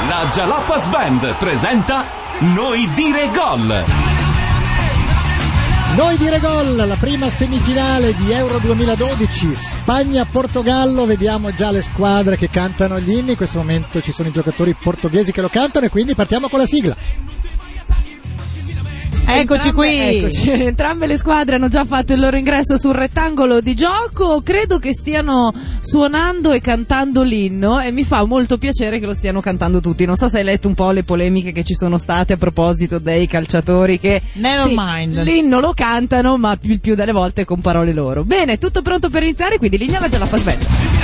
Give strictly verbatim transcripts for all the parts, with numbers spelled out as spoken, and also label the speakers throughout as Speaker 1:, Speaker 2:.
Speaker 1: La Jalapas Band presenta Noi dire gol.
Speaker 2: Noi dire gol, la prima semifinale di Euro duemiladodici, Spagna-Portogallo. Vediamo già le squadre che cantano gli inni. In questo momento ci sono i giocatori portoghesi che lo cantano e quindi partiamo con la sigla.
Speaker 3: Eccoci
Speaker 4: Entrambe,
Speaker 3: qui,
Speaker 4: eccoci.
Speaker 3: Entrambe le squadre hanno già fatto il loro ingresso sul rettangolo di gioco. Credo che stiano suonando e cantando l'inno e mi fa molto piacere che lo stiano cantando tutti. Non so se hai letto un po' le polemiche che ci sono state a proposito dei calciatori che
Speaker 4: Never
Speaker 3: sì,
Speaker 4: mind.
Speaker 3: l'inno lo cantano ma più, più delle volte con parole loro. Bene, tutto pronto per iniziare, quindi linea la Jalapas Band.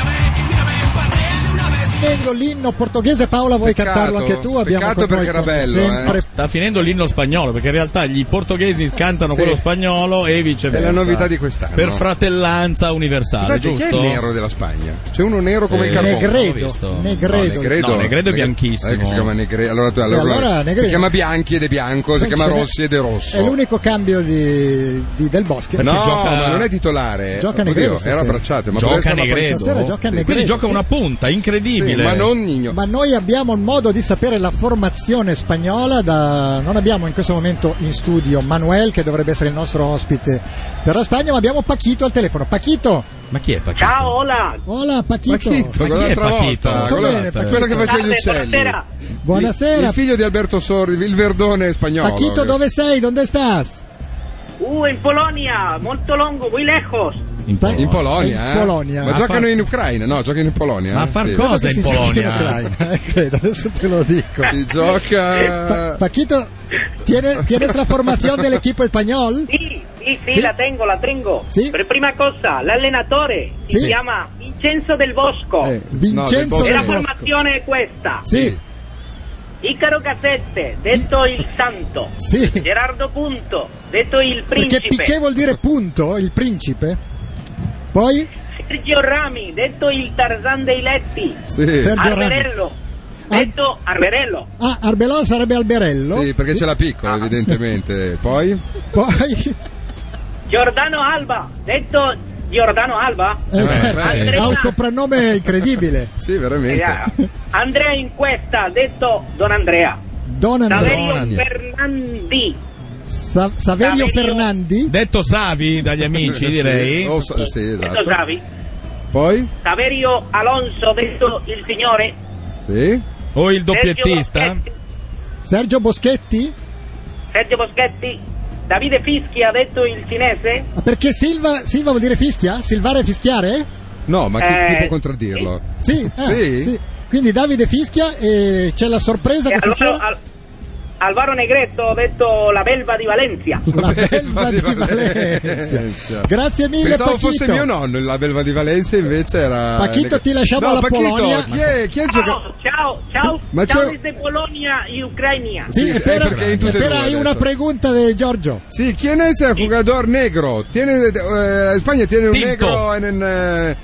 Speaker 2: L'inno portoghese, Paola, vuoi
Speaker 5: Peccato,
Speaker 2: cantarlo anche tu? Abbiamo
Speaker 5: peccato
Speaker 2: con noi
Speaker 5: perché era
Speaker 2: come
Speaker 5: bello,
Speaker 2: sempre
Speaker 5: eh.
Speaker 6: Sta finendo l'inno spagnolo, perché in realtà gli portoghesi cantano
Speaker 5: Sì.
Speaker 6: quello spagnolo e
Speaker 5: È
Speaker 6: viceversa.
Speaker 5: la novità di quest'anno.
Speaker 6: Per fratellanza universale,
Speaker 5: Scusate, chi è
Speaker 6: giusto?
Speaker 5: il nero della Spagna? C'è uno nero come
Speaker 6: Eh,
Speaker 5: il carbone.
Speaker 2: Negredo,
Speaker 6: Ho visto.
Speaker 2: Negredo.
Speaker 5: No, Negredo,
Speaker 6: No, Negredo è bianchissimo.
Speaker 5: Eh, che si chiama Negredo. Allora, tu- allora,
Speaker 2: allora Negredo.
Speaker 5: si chiama Bianchi ed è bianco, si
Speaker 2: Non
Speaker 5: chiama
Speaker 2: ce n'è-
Speaker 5: Rossi ed è rosso.
Speaker 2: È l'unico cambio di, di- del Bosque.
Speaker 5: No,
Speaker 6: gioca-
Speaker 5: ma non è titolare.
Speaker 2: Gioca
Speaker 5: Oddio,
Speaker 2: Negredo
Speaker 5: era
Speaker 2: stasera.
Speaker 5: abbracciato, ma può
Speaker 6: Gioca
Speaker 5: essere la
Speaker 6: Negredo.
Speaker 2: stasera gioca Negredo,
Speaker 6: Quindi gioca
Speaker 2: sì.
Speaker 6: una punta,
Speaker 5: Sì,
Speaker 6: incredibile.
Speaker 5: ma non Nino.
Speaker 2: Ma noi abbiamo il modo di sapere la formazione spagnola. Da... Non abbiamo in questo momento in studio Manuel, che dovrebbe essere il nostro ospite per la Spagna, ma abbiamo Paquito al telefono. Paquito,
Speaker 6: Ma chi è Paquito?
Speaker 7: Ciao, hola.
Speaker 2: hola Paquito.
Speaker 5: Pachito,
Speaker 6: Ma chi è
Speaker 5: quell'altra
Speaker 6: Pachito?
Speaker 5: volta,
Speaker 2: Tutto
Speaker 5: quella-
Speaker 2: bene, Pachito?
Speaker 5: quello che faceva gli
Speaker 7: Salve,
Speaker 5: uccelli.
Speaker 7: buonasera.
Speaker 2: Buonasera.
Speaker 5: Il figlio di Alberto Sordi, il Verdone spagnolo.
Speaker 2: Paquito, dove sei? ¿Dónde estás?
Speaker 7: Uh, in Polonia, molto lungo, muy lejos.
Speaker 6: In
Speaker 2: Pa-
Speaker 6: Polonia.
Speaker 5: In Polonia,
Speaker 2: In
Speaker 5: eh?
Speaker 2: Polonia.
Speaker 5: Ma
Speaker 6: A
Speaker 5: giocano
Speaker 6: far-
Speaker 5: in Ucraina, no, giocano in Polonia.
Speaker 6: Ma a
Speaker 5: eh?
Speaker 6: far
Speaker 5: Sì.
Speaker 6: cosa?
Speaker 2: Che
Speaker 6: in
Speaker 2: si gioca
Speaker 6: Polonia?
Speaker 2: in Ucraina, eh, credo, adesso te lo dico.
Speaker 5: Si
Speaker 2: Pa-
Speaker 5: gioca.
Speaker 2: Paquito, ¿tienes, ¿tienes la formación del equipo español?
Speaker 7: Sì, sì, sì,
Speaker 2: Sì?
Speaker 7: la tengo, la tengo.
Speaker 2: Sì?
Speaker 7: Per prima cosa, l'allenatore
Speaker 2: Sì?
Speaker 7: si chiama Vincenzo Del Bosco.
Speaker 5: Eh,
Speaker 2: Vincenzo
Speaker 5: del Bosco.
Speaker 7: E la
Speaker 2: Del Bosco.
Speaker 7: formazione è questa.
Speaker 2: Sì,
Speaker 7: Icaro Cassette, detto il santo.
Speaker 2: sì.
Speaker 7: Gerardo Punto, detto il
Speaker 2: Perché
Speaker 7: principe.
Speaker 2: Piqué vuol dire punto, il principe. Poi
Speaker 7: Sergio Rami, detto il Tarzan dei letti.
Speaker 5: Sì.
Speaker 2: Sergio Rami.
Speaker 7: Arberello, detto Arberello.
Speaker 2: Ah, Arbeloa sarebbe Alberello.
Speaker 5: Sì, perché ce l'ha piccola, evidentemente. Poi?
Speaker 2: Poi
Speaker 7: Giordano Alba, detto Giordano Alba.
Speaker 2: eh, certo,
Speaker 5: beh.
Speaker 2: ha un soprannome incredibile.
Speaker 5: Sì, veramente.
Speaker 7: Eh, Andrea Inquesta, detto Don Andrea.
Speaker 2: Don Andrea.
Speaker 7: Saverio
Speaker 6: Andrea.
Speaker 7: Fernandi,
Speaker 2: Sa- Saverio
Speaker 7: Saverio.
Speaker 2: Fernandi.
Speaker 6: Detto Savi dagli amici,
Speaker 5: Sì.
Speaker 6: direi.
Speaker 5: Oh, sa- sì,
Speaker 7: detto
Speaker 5: esatto.
Speaker 7: Savi.
Speaker 5: Poi?
Speaker 7: Saverio Alonso, detto il signore.
Speaker 5: Sì.
Speaker 6: O il
Speaker 7: Sergio
Speaker 6: doppiettista?
Speaker 7: Boschetti,
Speaker 2: Sergio Boschetti.
Speaker 7: Sergio Boschetti. Davide Fischia, detto il cinese.
Speaker 2: Ah, perché Silva, Silva vuol dire fischia? Silvare e fischiare?
Speaker 5: No, ma chi,
Speaker 7: Eh,
Speaker 5: chi può contraddirlo?
Speaker 2: Sì, ah,
Speaker 5: Sì?
Speaker 2: sì. Quindi Davide Fischia e c'è la sorpresa
Speaker 7: E
Speaker 2: questa
Speaker 7: Alvaro,
Speaker 2: sera.
Speaker 7: Al- Alvaro Negretto, detto la belva di Valencia.
Speaker 2: La belva di
Speaker 5: Valencia.
Speaker 2: Valencia. Grazie mille
Speaker 5: Pensavo
Speaker 2: Paquito.
Speaker 5: fosse mio nonno, la belva di Valencia invece era...
Speaker 2: Paquito, ti lasciamo
Speaker 5: no,
Speaker 2: alla
Speaker 5: Paquito,
Speaker 2: Polonia.
Speaker 5: chi è, chi è giocato?
Speaker 7: Ciao, ciao, ciao.
Speaker 5: Ma
Speaker 7: ciao
Speaker 5: c'è-
Speaker 7: desde Polonia y Ucrania.
Speaker 2: Sì,
Speaker 5: Sì, eh,
Speaker 2: espera,
Speaker 5: perché in tutte e
Speaker 2: espera,
Speaker 5: due
Speaker 2: hay una
Speaker 5: adesso.
Speaker 2: pregunta de Giorgio.
Speaker 5: Sí, ¿quién es el jugador negro? Tiene, eh, España tiene un
Speaker 6: Tinto.
Speaker 5: negro en... en, eh,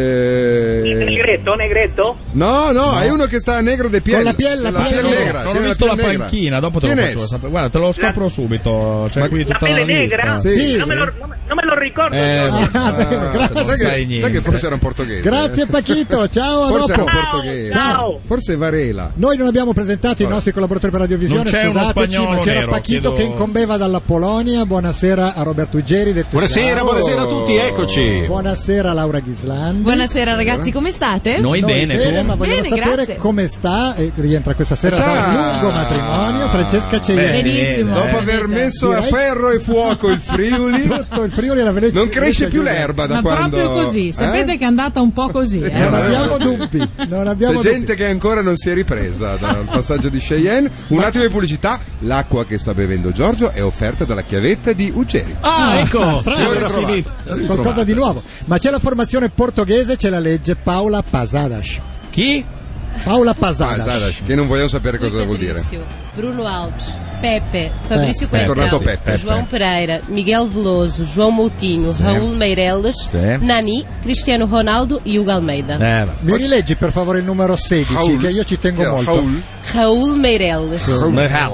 Speaker 5: eh,
Speaker 7: Negretto, Negretto.
Speaker 5: no, no, hay uno que está negro de piel.
Speaker 2: Con la piel- la
Speaker 5: la
Speaker 2: piel negra.
Speaker 5: negra.
Speaker 6: Non ho
Speaker 5: tiene
Speaker 6: visto la
Speaker 5: piel negra.
Speaker 6: panchina, dopo te lo
Speaker 5: ¿Quién
Speaker 6: faccio
Speaker 5: es?
Speaker 6: sapere. Guarda, te lo scopro subito. C'è
Speaker 5: Ma-
Speaker 6: qui
Speaker 7: La
Speaker 6: tutta
Speaker 7: pelle
Speaker 6: la
Speaker 7: negra.
Speaker 6: lista.
Speaker 5: Sì,
Speaker 7: non, me lo, non me- non me lo ricordo.
Speaker 6: Eh,
Speaker 7: io.
Speaker 2: Ah, bene,
Speaker 5: Ah,
Speaker 2: grazie.
Speaker 5: sai,
Speaker 6: sai
Speaker 5: che,
Speaker 6: niente.
Speaker 5: sai che forse era un portoghese?
Speaker 2: Grazie
Speaker 5: eh?
Speaker 2: Paquito, ciao, a
Speaker 5: Forse era
Speaker 2: dopo.
Speaker 5: un portoghese.
Speaker 7: Ciao.
Speaker 5: Forse Varela.
Speaker 2: Noi non abbiamo presentato i nostri collaboratori per Radiovisione,
Speaker 6: Non c'è uno
Speaker 2: scusateci,
Speaker 6: spagnolo
Speaker 2: ma c'era
Speaker 6: nero,
Speaker 2: Paquito
Speaker 6: chiedo-
Speaker 2: che incombeva dalla Polonia. Buonasera a Roberto Uggeri, detto
Speaker 8: Buonasera,
Speaker 2: ciao.
Speaker 8: buonasera a tutti, eccoci.
Speaker 2: Buonasera a Laura Ghislandi.
Speaker 3: Buonasera ragazzi, come state?
Speaker 6: Noi,
Speaker 2: Noi
Speaker 6: bene,
Speaker 2: bene,
Speaker 6: tu?
Speaker 2: ma vogliamo
Speaker 3: Bene,
Speaker 2: sapere
Speaker 3: grazie.
Speaker 2: come sta e rientra questa sera
Speaker 5: Ciao.
Speaker 2: da un lungo matrimonio Francesca Ceiani.
Speaker 3: Benissimo.
Speaker 5: Dopo
Speaker 3: Eh,
Speaker 5: aver messo a
Speaker 2: direi-
Speaker 5: ferro e fuoco il Friuli,
Speaker 2: Tutto il Friuli e la Venezia
Speaker 5: non cresce più
Speaker 2: Giulia.
Speaker 5: l'erba da
Speaker 4: Ma
Speaker 5: quando...
Speaker 4: proprio così,
Speaker 5: eh?
Speaker 4: sapete che è andata un po' così. Eh?
Speaker 2: Non abbiamo dubbi, non abbiamo
Speaker 5: C'è
Speaker 2: dubbi.
Speaker 5: gente che ancora non si è ripresa dal passaggio di Cheyenne. Un attimo di pubblicità. L'acqua che sta bevendo Giorgio è offerta dalla chiavetta di Uggeri.
Speaker 8: Ah, ecco,
Speaker 2: strano,
Speaker 8: era
Speaker 5: ritrovato.
Speaker 8: finito.
Speaker 2: Qualcosa di nuovo. Ma c'è la formazione portoghese, c'è la legge Paula Pasadas.
Speaker 6: Chi?
Speaker 2: Paula
Speaker 5: Ah,
Speaker 2: Pasadas.
Speaker 5: Zadash, che non vogliamo sapere cosa vuol dire.
Speaker 9: Bruno Alves, Pepe, Fabrício
Speaker 2: Eh,
Speaker 5: è tornato
Speaker 9: Coentrão,
Speaker 5: Pepe.
Speaker 9: João Pereira, Miguel Veloso, João Moutinho, Raul Meireles,
Speaker 6: Sì.
Speaker 9: Nani, Cristiano Ronaldo e Hugo Almeida.
Speaker 6: Eh, va.
Speaker 2: Mi rileggi per favore il numero sedici,
Speaker 5: Raul.
Speaker 2: che io ci tengo
Speaker 5: Chi era?
Speaker 2: molto.
Speaker 5: Raul?
Speaker 9: Raul Meireles.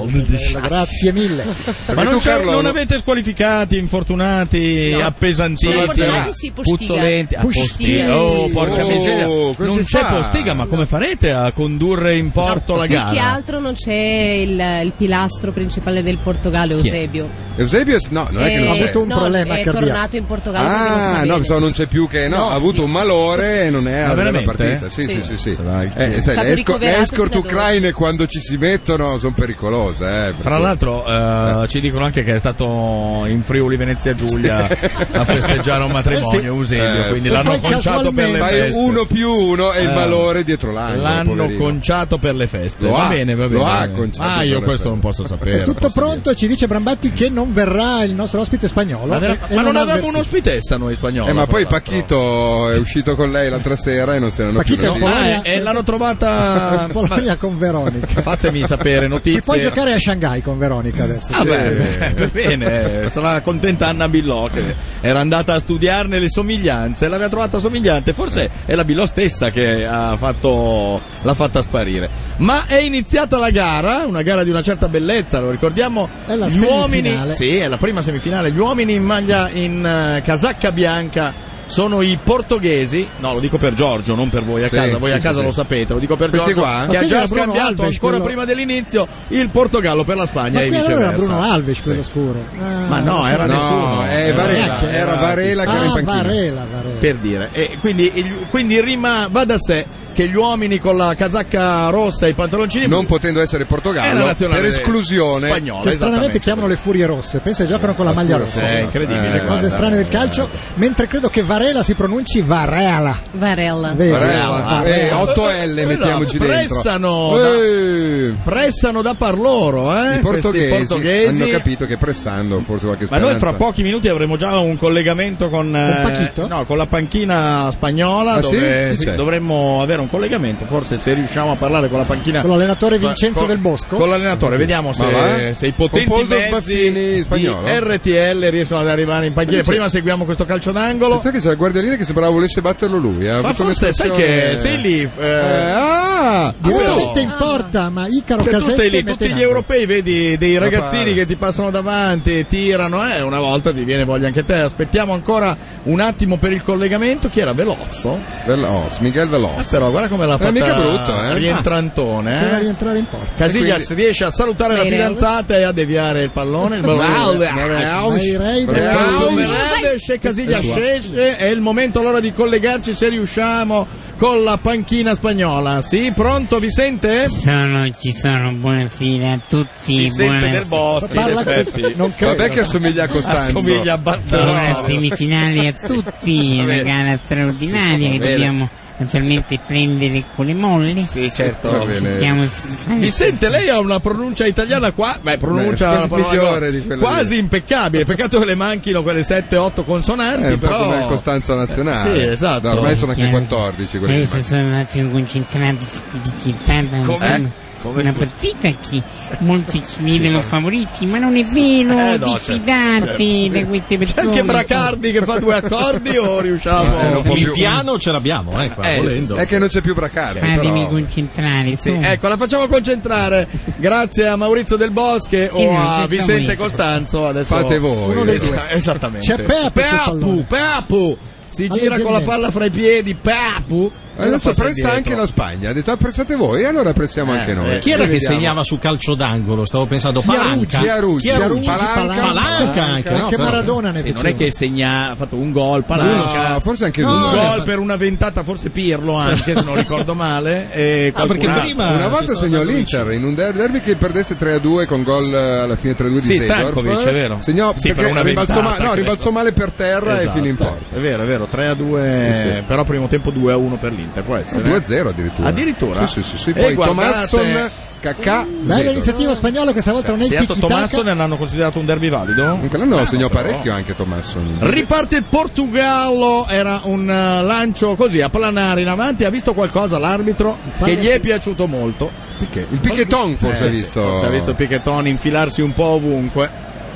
Speaker 2: Grazie mille.
Speaker 6: Ma non,
Speaker 5: tu,
Speaker 6: c'è-
Speaker 5: Carlo,
Speaker 6: non
Speaker 5: no-
Speaker 6: avete squalificati, infortunati,
Speaker 9: No.
Speaker 6: appesantiti,
Speaker 9: Sono fortunati, sì, Postiga.
Speaker 6: puzzolenti? Ah,
Speaker 2: Postiga.
Speaker 6: Postiga. Oh, porca
Speaker 5: Oh,
Speaker 6: miseria.
Speaker 5: cosa
Speaker 6: Non
Speaker 5: si
Speaker 6: c'è
Speaker 5: fa?
Speaker 6: Postiga, ma come farete a condurre in porto la
Speaker 9: Più
Speaker 6: gara?
Speaker 9: che altro non c'è il, il pilastro principale del Portogallo,
Speaker 6: Chi è?
Speaker 9: Eusebio.
Speaker 5: Eusebio, no, non è che non
Speaker 2: ha
Speaker 5: c'è.
Speaker 2: avuto un
Speaker 9: no,
Speaker 2: problema
Speaker 9: è
Speaker 2: cardiaco.
Speaker 9: tornato in Portogallo perché non sta
Speaker 5: Ah, no,
Speaker 9: bene.
Speaker 5: pensavo non c'è più che no,
Speaker 2: No.
Speaker 5: ha avuto un malore e non è
Speaker 6: Ma
Speaker 5: alla
Speaker 6: veramente?
Speaker 5: partita. Sì, sì,
Speaker 9: Sì.
Speaker 5: sì, sì.
Speaker 6: Sarà il-
Speaker 5: Eh,
Speaker 9: È
Speaker 5: sai,
Speaker 9: stato
Speaker 5: le escort, le
Speaker 9: ricoverato
Speaker 5: escort
Speaker 9: fino ad ora.
Speaker 5: ucraine quando ci si mettono sono pericolose, eh, perché-
Speaker 6: Fra l'altro eh, ci dicono anche che è stato in Friuli Venezia Giulia a festeggiare un matrimonio,
Speaker 2: Eh sì.
Speaker 6: Eusebio,
Speaker 5: Eh,
Speaker 6: quindi
Speaker 2: e
Speaker 6: l'hanno
Speaker 2: poi
Speaker 6: conciato per le
Speaker 2: casualmente-
Speaker 5: fai
Speaker 6: feste.
Speaker 5: uno più uno e il
Speaker 6: Eh.
Speaker 5: malore dietro l'angolo.
Speaker 6: L'hanno
Speaker 5: poverino.
Speaker 6: conciato per le feste.
Speaker 5: Lo
Speaker 6: va
Speaker 5: ha,
Speaker 6: bene, va
Speaker 5: lo
Speaker 6: bene.
Speaker 5: ha
Speaker 6: va bene.
Speaker 5: conciato
Speaker 6: Ah,
Speaker 5: per
Speaker 6: io
Speaker 5: le
Speaker 6: questo
Speaker 5: feste.
Speaker 6: non posso sapere.
Speaker 2: È tutto
Speaker 6: posso
Speaker 2: pronto, ci dice Brambatti che non verrà il nostro ospite spagnolo.
Speaker 6: dire. Ma, vera-
Speaker 2: e- e
Speaker 6: ma non
Speaker 2: ha
Speaker 6: avevamo
Speaker 2: avvertito.
Speaker 6: un'ospitessa noi spagnoli.
Speaker 5: Eh, ma poi Pacchito è uscito con lei l'altra sera e non se ne hanno più
Speaker 2: Pacchito è un po'
Speaker 5: notizie.
Speaker 6: Ah, e, e l'hanno trovata.
Speaker 2: in Polonia con Veronica.
Speaker 6: Fatemi sapere notizie.
Speaker 2: Si può giocare a Shanghai con Veronica adesso.
Speaker 6: Ah, beh, va bene, sarà contenta Anna Billò che era andata a studiarne le somiglianze, l'aveva trovata somigliante, forse è la Billò stessa che ha fatto, l'ha fatta sparire. Ma è iniziata la gara, una gara di una certa bellezza, lo ricordiamo.
Speaker 2: È la
Speaker 6: Gli uomini,
Speaker 2: semifinale.
Speaker 6: sì, è la prima semifinale. Gli uomini in maglia in eh, casacca bianca sono i portoghesi, no, lo dico per Giorgio, non per voi a
Speaker 5: Sì,
Speaker 6: casa, voi
Speaker 5: sì,
Speaker 6: a casa
Speaker 5: sì,
Speaker 6: lo
Speaker 5: sì.
Speaker 6: sapete, lo dico per
Speaker 5: Questi
Speaker 6: Giorgio
Speaker 5: qua?
Speaker 6: che
Speaker 2: Ma
Speaker 6: ha
Speaker 2: quindi
Speaker 6: già
Speaker 2: era Bruno
Speaker 6: scambiato
Speaker 2: Alves,
Speaker 6: ancora
Speaker 2: quello-
Speaker 6: prima dell'inizio il Portogallo per la Spagna
Speaker 2: Ma
Speaker 6: e
Speaker 2: quello
Speaker 6: viceversa.
Speaker 2: era Bruno Alves, quello scuro.
Speaker 6: Ma no, era
Speaker 5: No,
Speaker 6: nessuno.
Speaker 5: è Varela,
Speaker 2: neanche,
Speaker 5: era Varela che era in
Speaker 2: Ah,
Speaker 5: panchina.
Speaker 2: Varela, Varela.
Speaker 6: Per dire, e quindi, il- quindi rima, va da sé che gli uomini con la casacca rossa e i pantaloncini
Speaker 5: Non
Speaker 6: blu
Speaker 5: potendo essere
Speaker 6: è la
Speaker 5: Portogallo,
Speaker 6: nazionale
Speaker 5: per esclusione,
Speaker 6: spagnola,
Speaker 2: Che stranamente
Speaker 6: esattamente.
Speaker 2: chiamano le furie rosse, pensa che giocano con la maglia rossa.
Speaker 6: È incredibile,
Speaker 5: Eh,
Speaker 2: Cose
Speaker 6: guarda.
Speaker 2: strane del calcio, mentre credo che Varela si pronunci Varela.
Speaker 9: Varela.
Speaker 2: Vero?
Speaker 5: Varela,
Speaker 2: Varela.
Speaker 5: eh, otto L mettiamoci dentro.
Speaker 6: Pressano da,
Speaker 5: Eh,
Speaker 6: pressano da par loro, eh,
Speaker 5: I
Speaker 6: questi
Speaker 5: portoghesi,
Speaker 6: portoghesi.
Speaker 5: hanno capito che pressando forse qualche
Speaker 6: Ma
Speaker 5: speranza.
Speaker 6: noi fra pochi minuti avremo già un collegamento con, eh,
Speaker 2: Pachito?
Speaker 6: no, con la panchina spagnola,
Speaker 5: Ah, sì?
Speaker 6: dove
Speaker 5: Chi
Speaker 6: sì,
Speaker 5: c'è?
Speaker 6: dovremmo avere un collegamento, forse se riusciamo a parlare con la panchina
Speaker 2: Con l'allenatore
Speaker 6: Spa-
Speaker 2: Vincenzo
Speaker 6: con-
Speaker 2: Del Bosco?
Speaker 6: Con l'allenatore, vediamo se,
Speaker 5: Ma va?
Speaker 6: se i potenti
Speaker 5: Con Poldo
Speaker 6: mezzi
Speaker 5: Sbaffini spagnolo?
Speaker 6: di R T L riescono ad arrivare in panchina.
Speaker 5: Sì, sì.
Speaker 6: Prima seguiamo questo calcio d'angolo.
Speaker 5: Sai che c'è il guardialine che sembrava volesse batterlo lui, ha
Speaker 6: Ma
Speaker 5: avuto
Speaker 6: forse sai
Speaker 5: un'espressione-
Speaker 6: che sei lì eh,
Speaker 5: Eh, ah!
Speaker 2: Direttamente
Speaker 6: Ah,
Speaker 2: in porta, ma Icaro
Speaker 6: cioè, tu
Speaker 2: Casette
Speaker 6: stai lì,
Speaker 2: mette
Speaker 6: tutti
Speaker 2: in
Speaker 6: gli
Speaker 2: angolo.
Speaker 6: europei vedi dei ragazzini
Speaker 5: pare.
Speaker 6: che ti passano davanti, tirano, eh, una volta ti viene voglia anche te. Aspettiamo ancora un attimo per il collegamento. Chi era? Velosso?
Speaker 5: Veloz, Miguel
Speaker 6: Eh,
Speaker 5: Veloz.
Speaker 6: però guarda come l'ha
Speaker 5: Eh,
Speaker 6: fatta
Speaker 5: mica brutto, eh.
Speaker 6: rientrantone,
Speaker 2: Deve
Speaker 6: eh.
Speaker 2: rientrare in porta.
Speaker 6: Casillas
Speaker 5: E quindi-
Speaker 6: riesce a salutare la
Speaker 9: Meireles.
Speaker 6: fidanzata e a deviare il pallone. Il pallone
Speaker 2: Meireles.
Speaker 6: Bravo,
Speaker 2: Meireles.
Speaker 6: Meireles e Casillas scese. È il momento allora di collegarci se riusciamo con la panchina spagnola. Sì, pronto, vi sente?
Speaker 10: Sono, ci sono, buonasera a tutti. buona,
Speaker 6: Boschi,
Speaker 2: Parla che non credo.
Speaker 5: Vabbè che assomiglia a Costanzo.
Speaker 6: assomiglia
Speaker 10: buona
Speaker 6: abbastanza.
Speaker 10: semifinale a tutti, una gara straordinaria che
Speaker 6: bene.
Speaker 10: dobbiamo naturalmente prendere con le molle.
Speaker 6: Sì, certo.
Speaker 5: Va bene.
Speaker 10: Siamo-
Speaker 6: Mi sente, lei ha una pronuncia italiana qua, beh, pronuncia
Speaker 5: Beh,
Speaker 6: una
Speaker 5: quasi
Speaker 6: parola
Speaker 5: migliore di quella
Speaker 6: quasi
Speaker 5: lì.
Speaker 6: impeccabile. Peccato che le manchino quelle sette otto consonanti,
Speaker 5: È un po'
Speaker 6: però
Speaker 5: come il Costanzo nazionale.
Speaker 6: Sì, esatto.
Speaker 5: No, ormai sono anche
Speaker 10: Chiaro.
Speaker 5: quattordici quelli
Speaker 10: Adesso
Speaker 5: che
Speaker 10: sono un attimo concentrati tutti di chi parla.
Speaker 6: Come?
Speaker 10: insomma,
Speaker 6: Come,
Speaker 10: una
Speaker 6: scusi?
Speaker 10: partita che molti ci vedono favoriti, ma non è vero,
Speaker 6: Eh, no,
Speaker 10: diffidate
Speaker 6: certo.
Speaker 10: da queste
Speaker 6: C'è
Speaker 10: persone.
Speaker 6: anche Bracardi che fa due accordi o riusciamo?
Speaker 5: Eh, non può
Speaker 8: Il
Speaker 5: più.
Speaker 8: piano ce l'abbiamo, eh, qua,
Speaker 6: Eh,
Speaker 8: volendo.
Speaker 5: È che non c'è più Bracardi,
Speaker 10: Fatemi
Speaker 5: però.
Speaker 10: concentrare,
Speaker 6: Sì,
Speaker 10: su.
Speaker 6: ecco, la facciamo concentrare. Grazie a Maurizio Del Bosche o
Speaker 10: Eh, no,
Speaker 6: a
Speaker 10: questo
Speaker 6: Vicente
Speaker 10: momento.
Speaker 6: Costanzo. Adesso
Speaker 5: Fate voi.
Speaker 2: Uno dei
Speaker 6: Es-
Speaker 2: due.
Speaker 6: Esattamente.
Speaker 2: C'è Peapu sul
Speaker 6: Peapu,
Speaker 2: pallone.
Speaker 6: Peapu. Si
Speaker 2: Alle
Speaker 6: gira con la
Speaker 2: gemmette.
Speaker 6: palla fra i piedi. Peapu.
Speaker 5: Eh, adesso apprezza anche la Spagna. Ha detto apprezzate voi, e allora apprezziamo
Speaker 6: Eh,
Speaker 5: anche noi.
Speaker 6: eh,
Speaker 8: Chi era
Speaker 5: E
Speaker 8: che
Speaker 5: vediamo.
Speaker 8: segnava su calcio d'angolo? Stavo pensando Palanca.
Speaker 5: Chiarucci,
Speaker 8: Chiarucci,
Speaker 5: Palanca,
Speaker 8: Palanca anche, no?
Speaker 2: Anche
Speaker 8: Però-
Speaker 2: Maradona ne
Speaker 6: Sì, non
Speaker 2: faceva.
Speaker 6: è che segna, ha fatto un gol, Palanca.
Speaker 5: No, forse anche
Speaker 8: No,
Speaker 5: due.
Speaker 6: un
Speaker 8: no,
Speaker 6: gol per una ventata, forse Pirlo anche, se non ricordo male. E
Speaker 8: Ah, perché
Speaker 6: qualcun
Speaker 8: prima
Speaker 5: Una
Speaker 8: ci
Speaker 5: volta
Speaker 8: stava
Speaker 5: segnò
Speaker 8: andando
Speaker 5: l'Inter in un der- derby che perdesse tre a due con gol eh, alla fine tre a due di
Speaker 6: Sì,
Speaker 5: Seedorf.
Speaker 6: Stankovic, è vero.
Speaker 5: Segnò
Speaker 6: Sì, per
Speaker 5: perché
Speaker 6: una
Speaker 5: ribalzò,
Speaker 6: ventata,
Speaker 5: ma- no,
Speaker 6: credo.
Speaker 5: ribalzò male per terra
Speaker 6: Esatto.
Speaker 5: e finì in porta.
Speaker 6: È vero, è vero, tre a due,
Speaker 5: Sì, sì.
Speaker 6: però primo tempo due a uno per l'Inter, può essere.
Speaker 5: due a zero addirittura.
Speaker 6: Addirittura?
Speaker 5: Sì, sì, sì, sì.
Speaker 6: E
Speaker 5: Poi
Speaker 6: guardate-
Speaker 5: Tomasson, Cacà,
Speaker 2: Bella
Speaker 5: Zedorf.
Speaker 2: iniziativa spagnola, questa volta non è il
Speaker 6: Seatto
Speaker 2: tiki-taka.
Speaker 6: Tommaso ne hanno considerato un derby valido?
Speaker 5: In quell'anno segnò
Speaker 6: però.
Speaker 5: parecchio anche Tomasson.
Speaker 6: Riparte il Portogallo, era un eh, lancio così a planare in avanti, ha visto qualcosa l'arbitro che gli è piaciuto molto.
Speaker 5: Piquet. Il Piqueton forse
Speaker 6: Eh,
Speaker 5: ha
Speaker 6: sì,
Speaker 5: visto.
Speaker 6: forse ha visto Piqueton infilarsi un po' ovunque.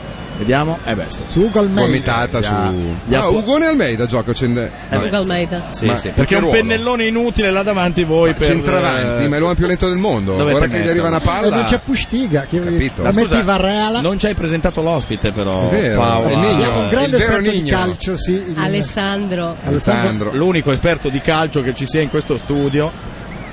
Speaker 6: Vediamo. Eh beh, sì.
Speaker 2: Su Ugo Almeida.
Speaker 5: Vomitata su.
Speaker 6: Gli
Speaker 5: Ah,
Speaker 6: appo-
Speaker 5: Ugone Almeida gioca. Cende...
Speaker 6: Eh beh,
Speaker 9: Ugo Almeida.
Speaker 6: Sì,
Speaker 5: Ma
Speaker 6: sì,
Speaker 5: che
Speaker 6: perché è un
Speaker 5: ruolo?
Speaker 6: pennellone inutile là davanti voi per
Speaker 5: Centravanti, ma è l'uomo più lento del mondo.
Speaker 6: Dovete
Speaker 5: Ora che gli arriva una
Speaker 2: E
Speaker 5: palla.
Speaker 2: non c'è Pustiga, che
Speaker 5: Capito.
Speaker 2: la
Speaker 6: Ma
Speaker 2: metti
Speaker 6: scusa,
Speaker 2: Varela.
Speaker 6: Non ci hai presentato l'ospite però,
Speaker 5: È vero,
Speaker 6: Paola.
Speaker 5: è Nigno.
Speaker 2: Abbiamo un grande
Speaker 5: il vero
Speaker 2: esperto di
Speaker 5: Nigno.
Speaker 2: calcio, sì. il-
Speaker 9: Alessandro.
Speaker 2: Alessandro.
Speaker 6: L'unico esperto di calcio che ci sia in questo studio.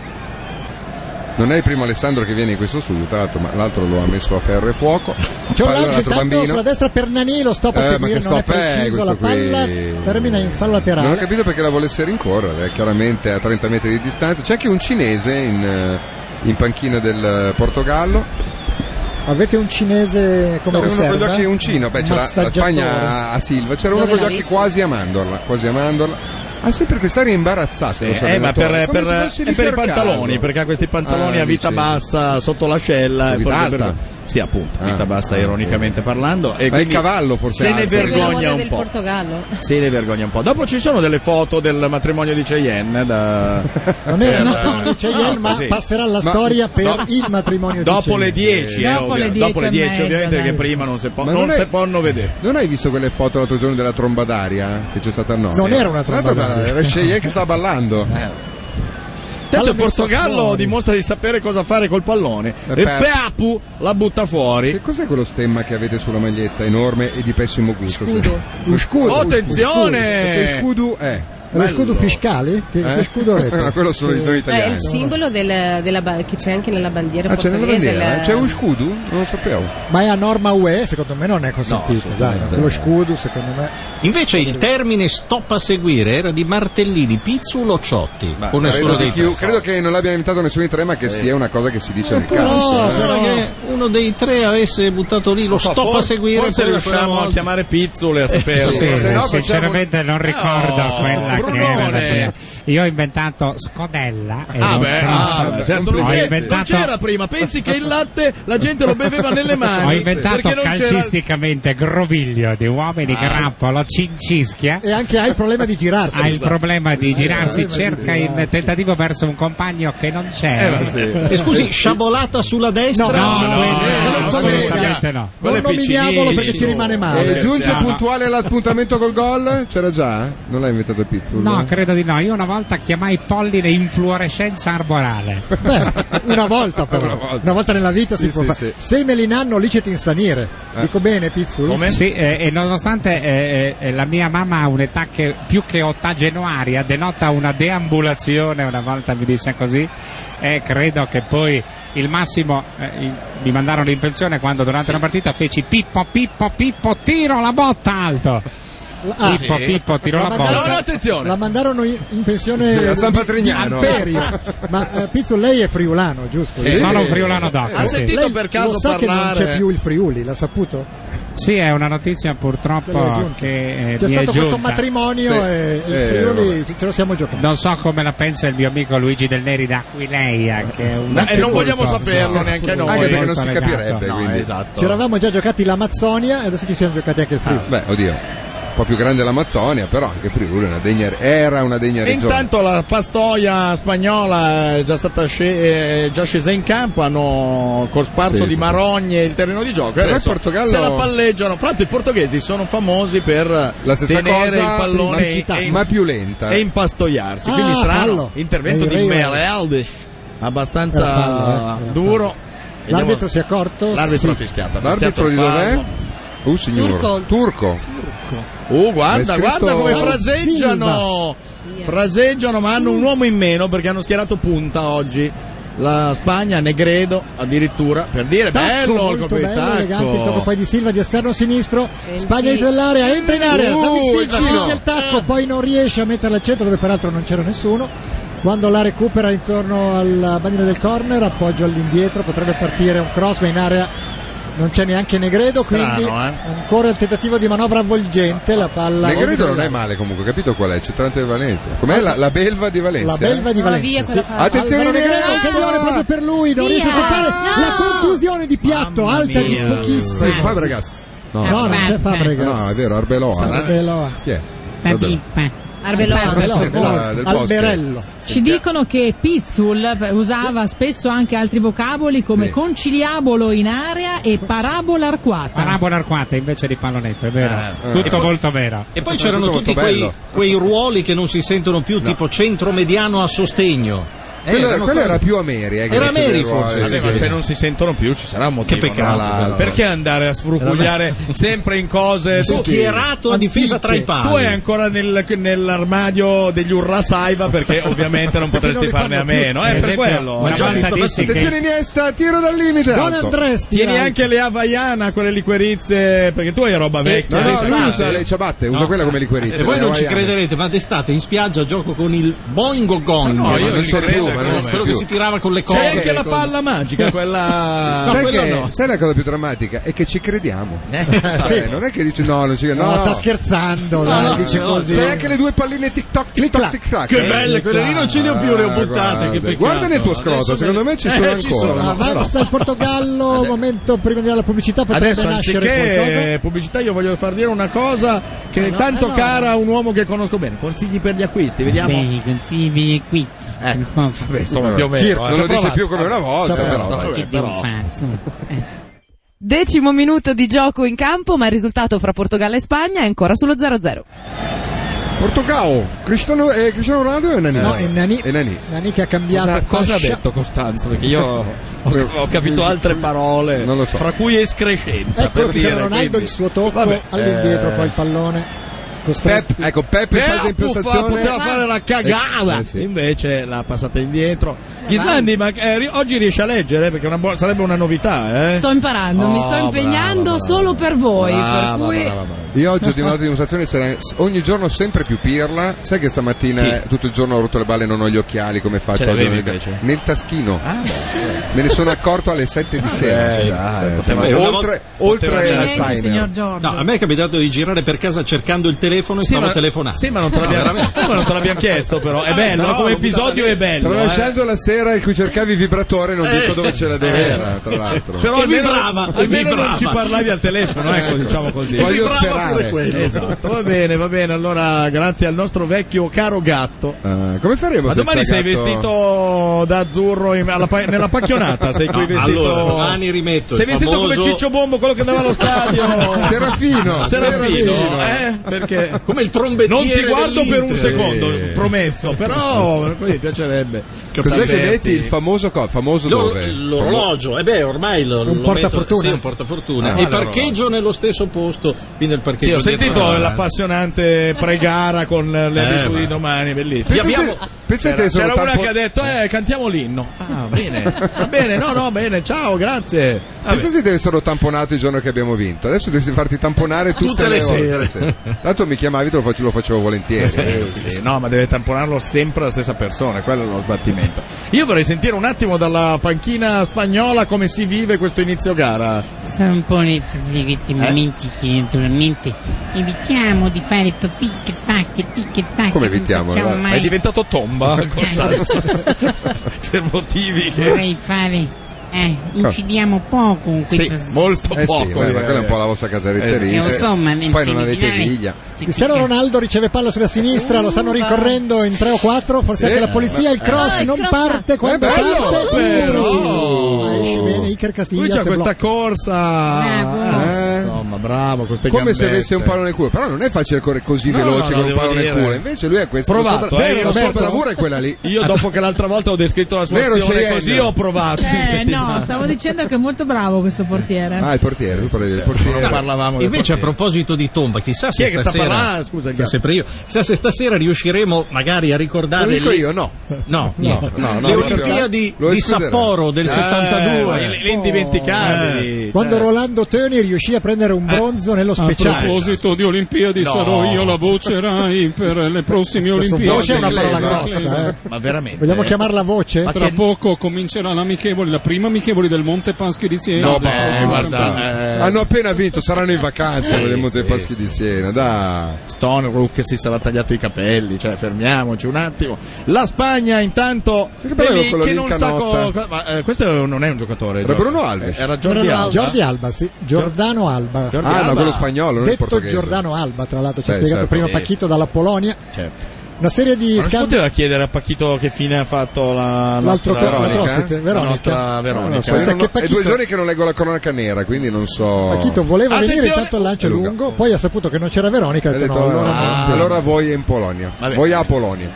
Speaker 5: Non è il primo Alessandro che viene in questo studio, tra l'altro, ma l'altro lo ha messo a ferro e fuoco.
Speaker 2: C'è un
Speaker 5: Palla
Speaker 2: lancio
Speaker 5: all'altro
Speaker 2: intanto sulla destra per Nani, lo stop a
Speaker 5: Eh, ma
Speaker 2: seguire,
Speaker 5: che
Speaker 2: non è
Speaker 5: stop è
Speaker 2: preciso, la
Speaker 5: questo qui?
Speaker 2: palla termina in fallo laterale.
Speaker 5: Non ho capito perché la volesse rincorrere, eh, chiaramente a trenta metri di distanza. C'è anche un cinese in, eh, in panchina del Portogallo.
Speaker 2: Avete un cinese come
Speaker 5: C'era uno con gli
Speaker 2: riserva?
Speaker 5: occhi uncino, beh, c'era la
Speaker 2: Massaggiatore.
Speaker 5: Spagna a Silva, c'era uno
Speaker 9: Dove
Speaker 5: con gli
Speaker 9: l'ha
Speaker 5: occhi
Speaker 9: visto?
Speaker 5: quasi a mandorla, quasi a mandorla. Ha sempre quest'aria imbarazzata. lo
Speaker 6: Eh,
Speaker 5: so,
Speaker 6: ma per,
Speaker 5: allenatore, come
Speaker 6: per-
Speaker 5: se fosse
Speaker 6: è
Speaker 5: lì
Speaker 6: per i
Speaker 5: per
Speaker 6: pantaloni,
Speaker 5: caso.
Speaker 6: perché ha questi pantaloni
Speaker 5: Ah,
Speaker 6: a vita
Speaker 5: dici.
Speaker 6: bassa sotto l'ascella. e
Speaker 5: Vita
Speaker 6: forse
Speaker 5: alta?
Speaker 6: per- Sì, appunto,
Speaker 5: Ah.
Speaker 6: vita bassa ironicamente parlando. E
Speaker 5: Ma il
Speaker 6: quindi
Speaker 5: cavallo forse
Speaker 6: se ne
Speaker 5: alza.
Speaker 9: Segue la
Speaker 6: vergogna
Speaker 9: moda
Speaker 6: un
Speaker 9: del
Speaker 6: po'.
Speaker 9: Portogallo.
Speaker 6: Se ne vergogna un po'. Dopo ci sono delle foto del matrimonio di Cheyenne da...
Speaker 2: Non era
Speaker 6: per-
Speaker 2: il matrimonio di Cheyenne,
Speaker 6: no,
Speaker 2: ma
Speaker 6: così.
Speaker 2: passerà alla
Speaker 5: Ma-
Speaker 2: storia per
Speaker 6: do-
Speaker 2: il matrimonio di
Speaker 6: Dopo
Speaker 2: Cheyenne.
Speaker 6: le dieci, eh,
Speaker 4: Dopo
Speaker 6: ovvia-
Speaker 4: le
Speaker 6: dopo le
Speaker 4: dieci e
Speaker 6: dieci,
Speaker 4: mezza,
Speaker 6: ovviamente,
Speaker 4: dai.
Speaker 6: che prima non si, può,
Speaker 5: Ma
Speaker 6: non
Speaker 5: non è-
Speaker 6: si possono vedere.
Speaker 5: Non hai visto quelle foto l'altro giorno della tromba d'aria che c'è stata a Noia?
Speaker 2: Non era una
Speaker 5: Tra l'altro
Speaker 2: tromba d'aria.
Speaker 5: Era Cheyenne che stava ballando.
Speaker 6: Tanto il
Speaker 2: Palla messa
Speaker 6: Portogallo
Speaker 2: fuori.
Speaker 6: dimostra di sapere cosa fare col pallone
Speaker 5: Eh,
Speaker 6: e
Speaker 5: per-
Speaker 6: Peapu la butta fuori.
Speaker 5: Che cos'è quello stemma che avete sulla maglietta enorme e di pessimo gusto?
Speaker 9: Scudo.
Speaker 5: Lo scudo.
Speaker 6: Attenzione!
Speaker 5: Che scudo è?
Speaker 2: È lo scudo
Speaker 6: Bello.
Speaker 2: fiscale? Che,
Speaker 5: Eh?
Speaker 2: che scudo avete?
Speaker 5: Ma quello sono i noi
Speaker 9: Eh, è
Speaker 5: italiani.
Speaker 9: il simbolo del- della ba- che c'è anche nella bandiera
Speaker 5: Ah, c'è nella
Speaker 9: portoghese.
Speaker 5: bandiera?
Speaker 9: la-
Speaker 5: C'è un scudo? Non lo sapevo.
Speaker 2: Ma è a norma U E, secondo me non è consentito. Dai, lo scudo secondo me.
Speaker 8: Invece il termine stop a seguire era di Martellini, Pizzul, Ciotti
Speaker 5: Ma
Speaker 8: o nessuno
Speaker 5: credo,
Speaker 8: dei
Speaker 5: di chiu-
Speaker 8: tre.
Speaker 5: credo che non l'abbia inventato nessuno dei tre, ma che sia una cosa che si dice nel
Speaker 2: però-
Speaker 5: calcio. eh.
Speaker 8: Però che uno dei tre avesse buttato lì lo
Speaker 6: Non so,
Speaker 8: stop a
Speaker 6: forse-
Speaker 8: seguire,
Speaker 6: forse
Speaker 8: poi la
Speaker 6: riusciamo
Speaker 8: prima
Speaker 6: a
Speaker 8: volta-
Speaker 6: chiamare Pizzule a saperlo.
Speaker 10: Sì,
Speaker 5: se no
Speaker 10: sinceramente non ricordo
Speaker 6: No,
Speaker 10: quella che
Speaker 6: Brunone.
Speaker 10: era la prima. Io ho inventato Scodella e
Speaker 6: Ah
Speaker 10: non
Speaker 6: beh,
Speaker 10: Cross.
Speaker 6: ah, beh, certo, non,
Speaker 10: Ho
Speaker 6: c'è-
Speaker 10: inventato-
Speaker 6: non c'era prima. Pensi che il latte la gente lo beveva nelle mani?
Speaker 10: Ho inventato
Speaker 6: perché non c'era-
Speaker 10: calcisticamente Groviglio di uomini,
Speaker 6: Ah.
Speaker 10: Grappolo, Cincischia.
Speaker 2: E anche hai il problema di girarsi.
Speaker 10: Ha il problema di girarsi,
Speaker 2: problema di
Speaker 10: cerca in
Speaker 2: girarsi.
Speaker 10: tentativo verso un compagno che non c'è.
Speaker 8: E scusi, sciabolata sulla destra?
Speaker 2: No,
Speaker 10: No,
Speaker 2: no,
Speaker 10: quello-
Speaker 2: no,
Speaker 10: assolutamente no.
Speaker 6: Quello è
Speaker 2: Non nominiamolo
Speaker 6: Piccinini.
Speaker 2: perché ci rimane male.
Speaker 5: E giunge
Speaker 6: no, no.
Speaker 5: puntuale all'appuntamento col gol? C'era già? Non l'ha inventato Pizzul?
Speaker 10: No, credo di no. Io una volta chiamai polline influorescenza arborale.
Speaker 2: Beh, una volta però,
Speaker 5: Una
Speaker 2: una
Speaker 5: volta.
Speaker 2: volta, nella vita si
Speaker 5: Sì,
Speaker 2: può
Speaker 5: sì,
Speaker 2: fare.
Speaker 5: sì.
Speaker 2: Seme l'inanno liceti insanire. Dico bene, Pizzul?
Speaker 6: Come?
Speaker 10: Sì, eh, e nonostante eh, eh, la mia mamma ha un'età che più che ottagenaria denota una deambulazione, una volta mi disse così, e credo che poi il massimo eh, in- mi mandarono in pensione quando durante una partita feci Pippo, Pippo, Pippo, tiro la botta alto.
Speaker 2: Ah,
Speaker 10: Pippo, Pippo, tiro la
Speaker 2: mandarono-
Speaker 10: botta.
Speaker 6: No, no, attenzione.
Speaker 2: La mandarono in, in pensione
Speaker 5: Sì, a San
Speaker 2: di-
Speaker 5: Patrignano.
Speaker 2: di Imperio. Ma eh, Pizzul, lei è friulano, giusto?
Speaker 10: Sì, sono un friulano doc.
Speaker 6: Ha
Speaker 10: sì.
Speaker 6: sentito
Speaker 2: Lei
Speaker 6: per caso
Speaker 2: lo sa che non
Speaker 6: parlare?
Speaker 2: c'è più il Friuli, l'ha saputo?
Speaker 10: Sì, è una notizia
Speaker 2: Che le è
Speaker 10: purtroppo
Speaker 2: giunta.
Speaker 10: che eh,
Speaker 2: C'è
Speaker 10: mi è
Speaker 2: stato questo
Speaker 10: giunta.
Speaker 2: matrimonio
Speaker 5: Sì.
Speaker 2: e il
Speaker 5: Eh,
Speaker 2: Friuli
Speaker 5: vabbè.
Speaker 2: ce ce lo siamo giocato.
Speaker 10: Non so come la pensa il mio amico Luigi Del Neri da Aquileia, che è un
Speaker 6: No, e non
Speaker 2: molto,
Speaker 6: vogliamo saperlo
Speaker 2: no,
Speaker 6: neanche noi.
Speaker 5: Anche perché non
Speaker 10: molto
Speaker 5: si
Speaker 10: legato.
Speaker 5: capirebbe,
Speaker 6: No,
Speaker 5: quindi.
Speaker 6: esatto.
Speaker 2: Ci eravamo già giocati l'Amazzonia e adesso ci siamo giocati anche il Friuli.
Speaker 5: Beh, oddio. Un po' più grande l'Amazzonia, però anche Friuli è una degna, era una degna
Speaker 6: E
Speaker 5: regione.
Speaker 6: intanto la Pastoia spagnola è già stata sce- è già scesa in campo, hanno cosparso
Speaker 5: Sì,
Speaker 6: di
Speaker 5: sì,
Speaker 6: marogne il terreno di gioco. E
Speaker 5: Però il
Speaker 6: adesso
Speaker 5: Portogallo-
Speaker 6: se la palleggiano. Fra l'altro i portoghesi sono famosi per
Speaker 5: La stessa
Speaker 6: tenere
Speaker 5: cosa,
Speaker 6: il pallone e,
Speaker 2: per
Speaker 5: ma più lenta.
Speaker 6: e impastoiarsi.
Speaker 2: Ah,
Speaker 6: Quindi strano,
Speaker 2: fallo.
Speaker 6: intervento
Speaker 2: Dei
Speaker 6: di
Speaker 2: Real.
Speaker 6: Mereldes, abbastanza
Speaker 2: Era fallo, eh, era
Speaker 6: duro.
Speaker 2: fallo.
Speaker 6: Vediamo-
Speaker 2: L'arbitro si è accorto?
Speaker 6: L'arbitro
Speaker 2: Sì.
Speaker 6: ha fischiato. ha
Speaker 5: L'arbitro
Speaker 6: fischiato
Speaker 5: di
Speaker 6: il
Speaker 5: dov'è?
Speaker 6: fallo.
Speaker 5: Uh, signor.
Speaker 9: Turco.
Speaker 5: Turco.
Speaker 6: Uh, guarda,
Speaker 5: È scritto-
Speaker 6: guarda come
Speaker 2: Oh,
Speaker 6: fraseggiano. Fraseggiano, ma hanno un uomo in meno perché hanno schierato punta oggi. La Spagna, Negredo addirittura, per dire
Speaker 2: Tacco,
Speaker 6: bello il
Speaker 2: molto
Speaker 6: colpo di
Speaker 2: bello, elegante il tocco
Speaker 6: tacco.
Speaker 2: poi di Silva di esterno sinistro.
Speaker 9: Benzi.
Speaker 2: Spagna dentro dell'area, entra in area.
Speaker 5: Uh,
Speaker 2: David Silva
Speaker 5: vicino.
Speaker 2: finge il tacco, poi non riesce a metterla al centro dove peraltro non c'era nessuno. Quando la recupera intorno alla bandiera del corner, appoggio all'indietro, potrebbe partire un cross, ma in area non c'è neanche Negredo,
Speaker 6: Strano,
Speaker 2: quindi
Speaker 6: eh?
Speaker 2: ancora il tentativo di manovra avvolgente, la palla
Speaker 5: Negredo non
Speaker 2: oltre-
Speaker 5: è male comunque, capito qual è? Il centrante di Valencia. Com'è la, la belva di Valencia?
Speaker 2: la belva di
Speaker 9: Va
Speaker 2: Valencia.
Speaker 9: via quella
Speaker 2: sì.
Speaker 9: palla.
Speaker 5: Attenzione,
Speaker 2: Alvaro Negredo,
Speaker 5: Negredo!
Speaker 2: occasione proprio per lui, non
Speaker 9: Via!
Speaker 2: riesce a toccare
Speaker 9: No!
Speaker 2: la conclusione di piatto,
Speaker 6: Mamma
Speaker 2: alta di
Speaker 6: mia.
Speaker 2: pochissimo.
Speaker 5: Sai, Fabregas. No,
Speaker 2: No, non c'è Fabregas.
Speaker 5: no, è vero, Arbeloa.
Speaker 2: Arbeloa.
Speaker 5: Chi è?
Speaker 10: Fabippa.
Speaker 9: Arbeloa.
Speaker 2: Arbeloa,
Speaker 5: del
Speaker 2: Alberello.
Speaker 4: Ci dicono che Pizzul usava spesso anche altri vocaboli come
Speaker 5: Sì.
Speaker 4: conciliabolo in area e parabola arcuata.
Speaker 10: Parabola arcuata invece di pallonetto, è vero.
Speaker 8: Eh.
Speaker 10: Tutto
Speaker 8: E poi-
Speaker 10: molto vero.
Speaker 8: E poi
Speaker 5: Tutto
Speaker 8: c'erano
Speaker 5: molto
Speaker 8: tutti quei,
Speaker 5: bello.
Speaker 8: quei ruoli che non si sentono più, tipo centro mediano a sostegno. Eh,
Speaker 5: Quello,
Speaker 8: erano
Speaker 5: quello
Speaker 8: cose-
Speaker 5: era più Ameri. Eh, che
Speaker 8: Era
Speaker 5: invece
Speaker 8: Ameri,
Speaker 5: dei ruoli,
Speaker 8: forse,
Speaker 5: sì,
Speaker 6: Sì, ma
Speaker 5: sì.
Speaker 6: se non si sentono più ci sarà un motivo.
Speaker 8: Che peccato,
Speaker 6: no?
Speaker 8: però.
Speaker 6: Perché andare a sfrucugliare sempre in cose? Tu,
Speaker 8: Schierato a difesa tra i pali.
Speaker 6: tu hai ancora nel- nell'armadio degli Urrasaiva perché ovviamente non potresti
Speaker 2: non li
Speaker 6: farne a
Speaker 2: fanno più.
Speaker 6: meno.
Speaker 10: Per
Speaker 6: Eh, per
Speaker 10: esempio,
Speaker 6: quello.
Speaker 10: una
Speaker 8: Ma già
Speaker 10: volta
Speaker 8: ti
Speaker 10: dissi che
Speaker 5: Attenzione Iniesta, tiro dal limite.
Speaker 2: Don
Speaker 5: alto.
Speaker 2: Andresti.
Speaker 6: Tieni anche le Havaiana, quelle liquerizze, perché tu hai roba vecchia.
Speaker 5: No, no,
Speaker 8: d'estate.
Speaker 5: lui usa le ciabatte, usa
Speaker 8: No.
Speaker 5: quella come liquerizza.
Speaker 8: E voi
Speaker 5: le
Speaker 8: non ci
Speaker 5: hawaiane.
Speaker 8: crederete, ma d'estate in spiaggia gioco con il Boingo Going.
Speaker 6: No, io
Speaker 5: non
Speaker 6: ci
Speaker 5: c'è
Speaker 6: credo,
Speaker 5: più, ma non
Speaker 6: come?
Speaker 5: c'è
Speaker 8: quello
Speaker 5: più.
Speaker 8: che si tirava con le
Speaker 6: C'è
Speaker 8: corde.
Speaker 6: anche la
Speaker 8: con-
Speaker 6: palla magica, quella.
Speaker 8: No,
Speaker 5: sai,
Speaker 8: quello
Speaker 5: che,
Speaker 8: no.
Speaker 5: sai la cosa più drammatica? È che ci crediamo.
Speaker 6: Eh,
Speaker 5: Eh, non è che dici no, non ci
Speaker 2: No,
Speaker 5: crediamo. No,
Speaker 2: sta scherzando, dai,
Speaker 8: no,
Speaker 2: dice
Speaker 8: no,
Speaker 2: così.
Speaker 5: C'è anche le due palline tic toc tic toc tic tac.
Speaker 8: Che belle, quelle lì non ce ne ho più, le ho
Speaker 5: Ah,
Speaker 8: buttate.
Speaker 5: guarda.
Speaker 8: Che peccato.
Speaker 5: Guarda nel tuo scroto,
Speaker 8: Adesso
Speaker 5: secondo me ci sono
Speaker 8: eh,
Speaker 5: ancora.
Speaker 8: ci sono, però.
Speaker 2: Avanza il Portogallo, momento prima di andare alla pubblicità, potrebbe
Speaker 6: Adesso
Speaker 2: nascere
Speaker 6: anziché
Speaker 2: qualcosa.
Speaker 6: pubblicità io voglio far dire una cosa che è tanto
Speaker 2: eh no.
Speaker 6: cara a un uomo che conosco bene. Consigli per gli acquisti, vediamo.
Speaker 10: Beh, consigli qui.
Speaker 6: Ecco, vabbè, insomma, più o meno.
Speaker 2: Circa,
Speaker 6: eh,
Speaker 5: Non
Speaker 6: ci
Speaker 5: lo
Speaker 6: ho
Speaker 5: dice
Speaker 6: provato.
Speaker 5: più come una volta,
Speaker 2: Ci ho
Speaker 5: però.
Speaker 2: provato.
Speaker 5: vabbè.
Speaker 10: Che devo fare? insomma? Eh.
Speaker 3: Decimo minuto di gioco in campo, ma il risultato fra Portogallo e Spagna è ancora sullo zero a zero.
Speaker 5: Portogallo, Cristiano, eh, Cristiano Ronaldo e Nani?
Speaker 2: No, è Nani.
Speaker 5: E Nani.
Speaker 2: Nani che ha cambiato
Speaker 6: Cosa, cosa ha
Speaker 2: fascia.
Speaker 6: detto Costanzo? Perché io ho, ho capito altre parole,
Speaker 5: Non lo so.
Speaker 6: fra cui escrescenza.
Speaker 2: Eccolo
Speaker 6: per
Speaker 2: Cristiano
Speaker 6: dire,
Speaker 2: Ronaldo,
Speaker 6: quindi-
Speaker 2: il suo tocco
Speaker 6: Vabbè,
Speaker 2: all'indietro,
Speaker 6: eh,
Speaker 2: poi il pallone.
Speaker 5: Pep,
Speaker 2: Costretti.
Speaker 5: ecco, Pep in
Speaker 6: Eh,
Speaker 5: fase di
Speaker 6: puffa,
Speaker 5: impostazione.
Speaker 6: poteva fare la cagata,
Speaker 5: Eh, sì.
Speaker 6: invece l'ha passata indietro. Ghislandi, ma eh, ri- oggi riesce a leggere perché è una buona- sarebbe una novità, eh?
Speaker 3: Sto imparando, mi sto
Speaker 6: Oh,
Speaker 3: impegnando
Speaker 6: brava, brava.
Speaker 3: solo per voi,
Speaker 6: Brava,
Speaker 3: per cui
Speaker 6: brava, brava.
Speaker 5: Io oggi ho dimostrato dimostrazione sarà ogni giorno sempre più pirla. Sai che stamattina
Speaker 6: Chi?
Speaker 5: eh, tutto il giorno ho rotto le balle e non ho gli occhiali, come faccio
Speaker 6: Ce
Speaker 5: oggi?
Speaker 6: l'avevi invece?
Speaker 5: Nel taschino.
Speaker 6: Ah, beh.
Speaker 5: Me ne sono accorto alle sette di sera.
Speaker 6: beh,
Speaker 5: Cioè,
Speaker 6: dai,
Speaker 5: eh,
Speaker 6: poteva-
Speaker 5: oltre
Speaker 8: una
Speaker 5: oltre,
Speaker 6: poteva andare
Speaker 4: Niente, signor
Speaker 5: Alzheimer.
Speaker 4: Giorgio.
Speaker 8: No, a me è capitato di girare per casa cercando il telefono e
Speaker 6: Sì,
Speaker 8: stavo
Speaker 6: ma,
Speaker 8: telefonando.
Speaker 6: sì, ma non te l'abbiamo, eh, ma non te l'abbiamo chiesto, però è bello,
Speaker 8: no,
Speaker 6: come
Speaker 8: lo
Speaker 6: episodio
Speaker 8: buttava
Speaker 6: è bello.
Speaker 5: Tralasciando
Speaker 6: eh.
Speaker 5: la sera in cui cercavi il vibratore, non dico dove ce la doveva, tra l'altro.
Speaker 6: Però
Speaker 8: Che
Speaker 6: almeno,
Speaker 8: vibrava, che
Speaker 6: almeno non
Speaker 8: vibrava.
Speaker 6: ci parlavi al telefono, ecco, diciamo così.
Speaker 5: Voglio
Speaker 8: Vibrava
Speaker 5: sperare.
Speaker 8: pure quello.
Speaker 6: Esatto, va bene, va bene. Allora, grazie al nostro vecchio caro gatto.
Speaker 5: Eh, come faremo
Speaker 6: Ma
Speaker 5: senza
Speaker 6: domani sei
Speaker 5: gatto?
Speaker 6: vestito da azzurro in- alla pa- nella pacchionata? Sei qui
Speaker 8: No,
Speaker 6: vestito.
Speaker 8: allora, domani rimetto
Speaker 6: Sei
Speaker 8: il
Speaker 6: vestito
Speaker 8: famoso-
Speaker 6: come Ciccio Bombo, quello che andava allo stadio.
Speaker 5: Serafino,
Speaker 6: Serafino,
Speaker 5: Serafino.
Speaker 6: eh? Perché
Speaker 8: Come il trombettiere
Speaker 6: non ti guardo per un
Speaker 8: dell'Inter.
Speaker 6: secondo, promesso, però così piacerebbe.
Speaker 5: Cos'è che
Speaker 6: Saperti.
Speaker 5: metti il famoso co- famoso
Speaker 8: L'or-
Speaker 5: dove?
Speaker 8: l'orologio, e beh, ormai lo,
Speaker 2: Un
Speaker 8: lo
Speaker 2: portafortuna.
Speaker 8: metto- sì, un portafortuna.
Speaker 5: Ah,
Speaker 8: e
Speaker 5: allora,
Speaker 8: parcheggio nello stesso posto, quindi il
Speaker 6: Sì,
Speaker 8: parcheggio
Speaker 6: ho sentito
Speaker 8: dietro-
Speaker 6: l'appassionante pre-gara con le
Speaker 8: Eh,
Speaker 6: abitudini
Speaker 8: ma-
Speaker 6: domani, bellissimo.
Speaker 5: Pensate-
Speaker 8: abbiamo-
Speaker 5: pensate
Speaker 6: C'era,
Speaker 5: sono
Speaker 6: c'era una
Speaker 5: tampo-
Speaker 6: che ha detto, eh, cantiamo l'inno. Ah, bene, va bene, no, no, bene, ciao, grazie. Vabbè.
Speaker 5: Pensa se deve essere tamponato il giorno che abbiamo vinto. Adesso devi farti tamponare tutte,
Speaker 8: Tutte le
Speaker 5: ore.
Speaker 8: sere.
Speaker 5: Tanto mi chiamavi, te lo facevo, lo facevo volentieri.
Speaker 6: Sì, sì, no, ma deve tamponarlo sempre la stessa persona, quello è lo sbattimento. Io vorrei sentire un attimo dalla panchina spagnola come si vive questo inizio gara.
Speaker 11: Sono un po' di questi
Speaker 6: Eh?
Speaker 11: momenti che naturalmente evitiamo di fare to tic e tac e tic e tac.
Speaker 5: Come
Speaker 11: non
Speaker 5: evitiamo?
Speaker 11: facciamo
Speaker 5: Guarda.
Speaker 11: mai-
Speaker 6: È diventato tomba, Costanzo. Per motivi che...
Speaker 11: Vorrei fare. Eh, incidiamo poco con
Speaker 6: Sì,
Speaker 11: questa.
Speaker 6: molto
Speaker 5: Eh sì,
Speaker 6: poco.
Speaker 5: beh, ma
Speaker 6: direi.
Speaker 5: quella è un po' la vostra caratteristica.
Speaker 11: Eh, insomma, nel
Speaker 5: Poi non avete
Speaker 11: semifinale-
Speaker 5: figlia.
Speaker 11: si
Speaker 2: Cristiano
Speaker 11: fica-
Speaker 2: Ronaldo riceve palla sulla sinistra, lo stanno rincorrendo in tre o quattro, forse
Speaker 5: Sì.
Speaker 2: anche la polizia, il cross
Speaker 3: Ah, il
Speaker 2: non
Speaker 3: cross.
Speaker 2: parte quando
Speaker 5: È bello,
Speaker 2: parte.
Speaker 6: però.
Speaker 2: Uh, ma esce bene Iker
Speaker 6: Lui
Speaker 2: Casillas.
Speaker 6: c'ha
Speaker 2: e
Speaker 6: questa
Speaker 2: blocca.
Speaker 6: corsa.
Speaker 11: Bravo.
Speaker 5: Eh.
Speaker 6: Insomma, bravo, queste
Speaker 5: Come se
Speaker 6: gambette.
Speaker 5: avesse un palo nel culo, però non è facile correre così
Speaker 6: No,
Speaker 5: veloce
Speaker 6: no,
Speaker 5: con un
Speaker 6: devo
Speaker 5: palo nel
Speaker 6: dire.
Speaker 5: culo. Invece lui è questo.
Speaker 6: Provato,
Speaker 5: la sua,
Speaker 6: eh,
Speaker 5: vero,
Speaker 6: io
Speaker 5: la sua
Speaker 6: Roberto?
Speaker 5: bravura è quella lì.
Speaker 6: Io dopo che l'altra volta ho descritto la sua
Speaker 5: Vero,
Speaker 6: azione
Speaker 5: Cheyenne?
Speaker 6: così ho provato in
Speaker 4: Eh,
Speaker 6: settimana.
Speaker 4: no, stavo dicendo che è molto bravo questo portiere.
Speaker 5: Ah, il portiere, tu parli del portiere.
Speaker 6: Non parlavamo del
Speaker 8: Invece a
Speaker 6: portiere.
Speaker 8: proposito di tomba, chissà
Speaker 6: Chi è
Speaker 8: se
Speaker 6: che sta
Speaker 8: stasera
Speaker 6: parlando? Scusa, il
Speaker 8: sono
Speaker 6: gatto.
Speaker 8: sempre io. Chissà se stasera riusciremo magari a ricordare
Speaker 5: Lo dico
Speaker 8: le-
Speaker 5: io, no.
Speaker 8: No, niente.
Speaker 5: no, no,
Speaker 8: le
Speaker 5: proprio-
Speaker 8: Olimpiadi
Speaker 5: lo
Speaker 8: di
Speaker 5: escluderei.
Speaker 8: Sapporo del
Speaker 6: Eh,
Speaker 8: settantadue.
Speaker 6: le- le indimenticabili.
Speaker 2: Quando
Speaker 6: Cioè,
Speaker 2: Rolando Toni riuscì a prendere un bronzo nello
Speaker 10: A
Speaker 2: speciale.
Speaker 10: proposito di Olimpiadi,
Speaker 6: No.
Speaker 10: sarò io la voce Rai per le prossime
Speaker 2: Questo
Speaker 10: Olimpiadi.
Speaker 2: voce è una parola
Speaker 5: Cleva.
Speaker 2: grossa, eh.
Speaker 6: ma veramente.
Speaker 2: Vogliamo chiamarla voce?
Speaker 6: Ma
Speaker 10: Tra
Speaker 6: che-
Speaker 10: poco comincerà l'amichevole, la prima amichevole del Monte Paschi di Siena.
Speaker 6: No,
Speaker 10: Eh,
Speaker 6: beh, guarda, eh,
Speaker 5: Hanno appena vinto, saranno in vacanza con le Montepaschi di Siena, dai.
Speaker 6: Stone Brook che si sarà tagliato i capelli, cioè fermiamoci un attimo. La Spagna intanto
Speaker 5: Che bello
Speaker 6: vedi
Speaker 5: quello
Speaker 6: che
Speaker 5: lì
Speaker 6: non
Speaker 5: in
Speaker 6: sa
Speaker 5: canotta.
Speaker 6: co- ma, eh, questo non è un giocatore.
Speaker 5: Era
Speaker 6: Giorgio.
Speaker 5: Bruno Alves.
Speaker 6: Era Jordi
Speaker 9: Bruno
Speaker 6: Alba.
Speaker 2: Jordi Alba, sì. Giordano Alba.
Speaker 6: Jordi Jordi
Speaker 5: Ah,
Speaker 6: Alba.
Speaker 5: no, quello spagnolo, non il
Speaker 2: Detto
Speaker 5: portoghese.
Speaker 2: Giordano Alba, tra l'altro ci ha
Speaker 5: Beh,
Speaker 2: spiegato
Speaker 5: certo.
Speaker 2: prima
Speaker 6: Sì.
Speaker 2: Pacchito dalla Polonia.
Speaker 6: Certo.
Speaker 2: Una serie di
Speaker 6: Ma non si
Speaker 2: scambi.
Speaker 6: poteva chiedere a Pacchito che fine ha fatto la
Speaker 2: L'altro
Speaker 6: nostra,
Speaker 2: co- l'altro
Speaker 5: Veronica?
Speaker 2: ospite,
Speaker 6: la
Speaker 2: Veronica.
Speaker 6: nostra Veronica.
Speaker 5: Non lo so,
Speaker 2: Pensa
Speaker 5: io non-
Speaker 2: che
Speaker 5: è
Speaker 2: Pacchito-
Speaker 5: due giorni che non leggo la cronaca nera, quindi non so.
Speaker 2: Pacchito voleva
Speaker 6: Attenzione!
Speaker 2: venire, intanto il lancio è
Speaker 5: Luca.
Speaker 2: lungo, poi ha saputo che non c'era Veronica, ha
Speaker 5: Ha
Speaker 2: detto,
Speaker 5: detto,
Speaker 2: no, allora
Speaker 5: ah,
Speaker 2: non-
Speaker 5: allora voi in Polonia.
Speaker 6: Vabbè.
Speaker 5: Voi a Polonia.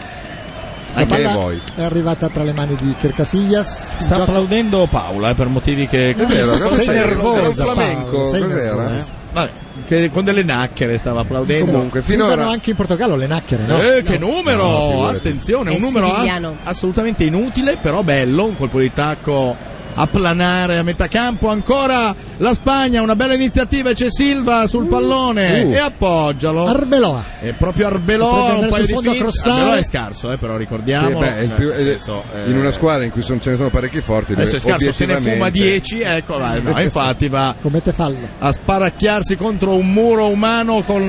Speaker 2: La
Speaker 5: Anche
Speaker 2: palla
Speaker 5: voi.
Speaker 2: è arrivata tra le mani di Kircasillas.
Speaker 6: Sta
Speaker 2: Gioco-
Speaker 6: applaudendo Paola eh, per motivi che
Speaker 5: È vero,
Speaker 2: sei
Speaker 5: cosa sei?
Speaker 2: nervosa,
Speaker 5: Era un flamenco,
Speaker 2: Paolo, sei
Speaker 5: cos'era?
Speaker 2: nervosa.
Speaker 6: Vabbè, che con delle nacchere stava applaudendo.
Speaker 5: Comunque,
Speaker 2: Si usano
Speaker 5: finora
Speaker 2: anche in Portogallo le nacchere, no?
Speaker 6: Eh, che numero!
Speaker 5: No, figurati.
Speaker 6: Attenzione, un
Speaker 9: È
Speaker 6: numero a-
Speaker 9: siciliano.
Speaker 6: assolutamente inutile, però bello, un colpo di tacco a planare a metà campo. Ancora la Spagna, una bella iniziativa, e c'è Silva sul pallone
Speaker 5: uh.
Speaker 6: e appoggialo.
Speaker 2: Arbeloa.
Speaker 6: È proprio
Speaker 2: Potrebbe
Speaker 6: Arbeloa, un
Speaker 2: andare
Speaker 6: paio
Speaker 2: sul
Speaker 6: di
Speaker 2: fondo a
Speaker 6: finte.
Speaker 2: crossare.
Speaker 6: Arbeloa è scarso, eh, però ricordiamo.
Speaker 5: Sì, beh, è il più- è- in una squadra in cui son- ce ne sono parecchi forti,
Speaker 6: adesso è scarso, se ne fuma
Speaker 5: obiettivamente-
Speaker 6: dieci, ecco, no, no, infatti va
Speaker 2: Commette fallo.
Speaker 6: a sparacchiarsi contro un muro umano con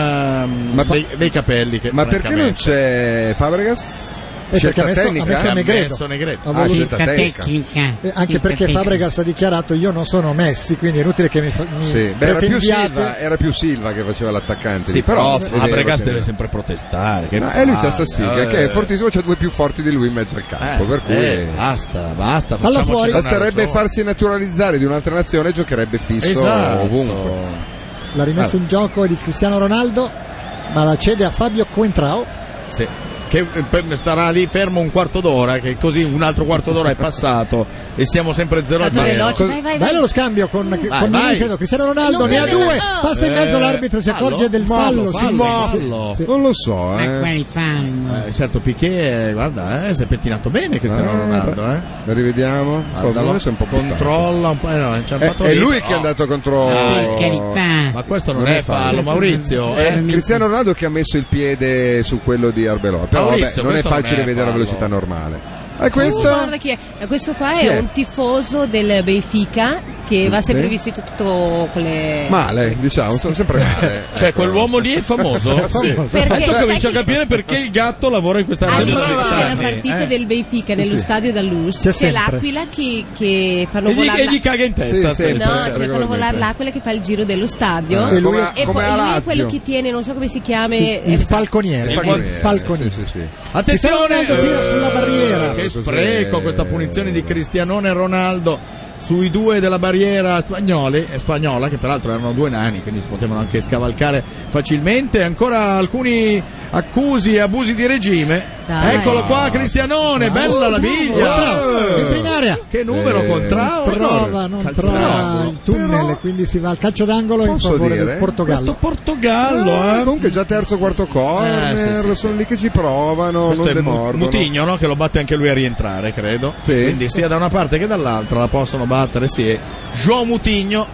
Speaker 6: ehm,
Speaker 5: Ma-
Speaker 6: dei, dei capelli che
Speaker 5: Ma perché non
Speaker 6: francamente-
Speaker 5: c'è Fabregas?
Speaker 2: Eh, perché ha messo, ha
Speaker 5: tecnica?
Speaker 2: messo
Speaker 6: Ha
Speaker 2: Negredo.
Speaker 6: messo Negredo.
Speaker 2: Ha
Speaker 5: Ah,
Speaker 2: voluto-
Speaker 5: scelta
Speaker 11: Scelta
Speaker 5: tecnica.
Speaker 11: tecnica.
Speaker 2: eh, anche
Speaker 11: Scelta
Speaker 2: perché
Speaker 11: tecnica.
Speaker 2: Fabregas ha dichiarato io non sono Messi, quindi è inutile che mi, fa- mi
Speaker 5: Sì, beh, era, più
Speaker 2: pretendiate.
Speaker 5: Silva, era più Silva che faceva l'attaccante.
Speaker 6: Sì,
Speaker 5: lì,
Speaker 6: però
Speaker 5: è vero
Speaker 6: Fabregas
Speaker 5: che-
Speaker 6: deve sempre protestare. Che
Speaker 5: Ma e lui c'ha sta
Speaker 6: palle,
Speaker 5: sfiga,
Speaker 6: eh.
Speaker 5: che è fortissimo, c'ha due più forti di lui in mezzo al campo.
Speaker 6: Eh,
Speaker 5: per cui
Speaker 6: eh, basta, basta.
Speaker 2: Falla
Speaker 6: facciamoci
Speaker 2: fuori.
Speaker 6: una
Speaker 5: basterebbe
Speaker 6: ragione.
Speaker 5: farsi naturalizzare di un'altra nazione e giocherebbe fisso
Speaker 6: Esatto.
Speaker 5: ovunque.
Speaker 2: La rimessa in gioco è di Cristiano Ronaldo, ma la cede a Fabio Coentrao.
Speaker 6: Sì. Che eh, per- starà lì fermo un quarto d'ora, che così un altro quarto d'ora è passato e siamo sempre zero a
Speaker 9: Tanto
Speaker 6: zero.
Speaker 9: veloce, vai, vai,
Speaker 2: Bello
Speaker 9: vai.
Speaker 2: lo scambio con, con
Speaker 6: vai.
Speaker 2: lui, credo. Cristiano Ronaldo
Speaker 9: Non
Speaker 2: ne ha
Speaker 9: prende
Speaker 2: due,
Speaker 9: la-
Speaker 2: passa in mezzo,
Speaker 6: Eh,
Speaker 2: l'arbitro si accorge
Speaker 6: fallo?
Speaker 2: del
Speaker 6: Fallo,
Speaker 2: fallo.
Speaker 6: fallo,
Speaker 2: sì,
Speaker 6: fallo.
Speaker 2: sì, sì.
Speaker 5: Non lo so,
Speaker 11: Ma
Speaker 5: eh.
Speaker 11: quali fanno?
Speaker 6: Eh, certo, Piquet, eh, guarda, eh, si è pettinato bene Cristiano
Speaker 5: Ah,
Speaker 6: Ronaldo, eh.
Speaker 5: Lo rivediamo. So,
Speaker 6: Guardalo,
Speaker 5: adesso è un po' buttato.
Speaker 6: controlla un po', eh, no, ci ha
Speaker 5: Eh,
Speaker 6: fatto
Speaker 5: è
Speaker 6: lì,
Speaker 5: lui
Speaker 6: però.
Speaker 5: che è andato contro.
Speaker 11: Per carità.
Speaker 6: Ma questo non,
Speaker 5: Non
Speaker 6: è
Speaker 5: è fallo.
Speaker 6: fallo, Maurizio.
Speaker 5: È
Speaker 6: eh.
Speaker 5: Cristiano Ronaldo che ha messo il piede su quello di Arbeloa. Però
Speaker 6: Maurizio,
Speaker 5: vabbè, non è
Speaker 6: questo non
Speaker 5: facile
Speaker 6: è
Speaker 5: vedere a
Speaker 6: fallo.
Speaker 5: velocità normale. E
Speaker 9: Uh,
Speaker 5: questo?
Speaker 9: guarda chi è. Eh, Questo qua
Speaker 5: Chi
Speaker 9: è,
Speaker 5: è?
Speaker 9: un tifoso del Benfica che va sempre
Speaker 5: Sì.
Speaker 9: vestito tutto con le...
Speaker 5: Male, diciamo, sono sempre male.
Speaker 6: Cioè,
Speaker 5: Ecco.
Speaker 6: quell'uomo lì è famoso?
Speaker 5: Sì.
Speaker 9: Perché
Speaker 6: Adesso
Speaker 9: sai
Speaker 6: comincio a
Speaker 9: che-
Speaker 6: capire perché il gatto lavora in questa radio da
Speaker 9: All'inizio della
Speaker 6: vent'anni.
Speaker 9: partita
Speaker 6: Eh.
Speaker 9: del Benfica nello
Speaker 5: Sì.
Speaker 9: stadio dall'U S
Speaker 2: C'è
Speaker 9: c'è,
Speaker 2: sempre.
Speaker 9: l'aquila che, che fanno
Speaker 6: E gli,
Speaker 9: volare
Speaker 6: e gli caga in testa.
Speaker 5: Sì,
Speaker 6: aspetta.
Speaker 5: sempre.
Speaker 9: no,
Speaker 5: cioè,
Speaker 9: cioè fanno
Speaker 5: regolarmente.
Speaker 9: volare l'aquila che fa il giro dello stadio
Speaker 5: Ah,
Speaker 2: E lui-
Speaker 5: come,
Speaker 9: e
Speaker 5: come
Speaker 9: poi
Speaker 5: a
Speaker 9: lui è
Speaker 5: Lazio.
Speaker 9: quello che tiene, non so come si chiama,
Speaker 2: Il,
Speaker 9: eh,
Speaker 2: il falconiere.
Speaker 5: Il
Speaker 2: Il
Speaker 5: falconiere,
Speaker 2: falconiere.
Speaker 5: sì, sì, sì.
Speaker 6: Attenzione!
Speaker 2: Cristiano Ronaldo tira sulla barriera.
Speaker 6: Che
Speaker 5: Cos'è?
Speaker 6: spreco questa punizione di Cristianone Ronaldo sui due della barriera spagnoli e spagnola, che peraltro erano due nani, quindi si potevano anche scavalcare facilmente. Ancora alcuni accusi e abusi di regime.
Speaker 9: Dai.
Speaker 6: Eccolo qua Cristianone, bella la biglia.
Speaker 2: Bravo, entra in area.
Speaker 6: Che numero
Speaker 5: Eh,
Speaker 6: contrao?
Speaker 2: Trova, non
Speaker 6: Calcio
Speaker 2: trova
Speaker 6: d'angolo.
Speaker 2: il tunnel,
Speaker 5: Però-
Speaker 2: e quindi si va al calcio d'angolo in
Speaker 5: Posso
Speaker 2: favore
Speaker 5: dire?
Speaker 2: del Portogallo.
Speaker 6: Questo Portogallo,
Speaker 5: Ah,
Speaker 6: eh.
Speaker 5: comunque già terzo quarto corner,
Speaker 6: Eh, sì, sì,
Speaker 5: sono
Speaker 6: sì.
Speaker 5: lì che ci provano,
Speaker 6: Questo
Speaker 5: non
Speaker 6: è Mu-
Speaker 5: demordono.
Speaker 6: Mutigno, no? Che lo batte anche lui a rientrare, credo.
Speaker 5: Sì.
Speaker 6: Quindi sia da una parte che dall'altra la possono battere, sì. João Mutigno,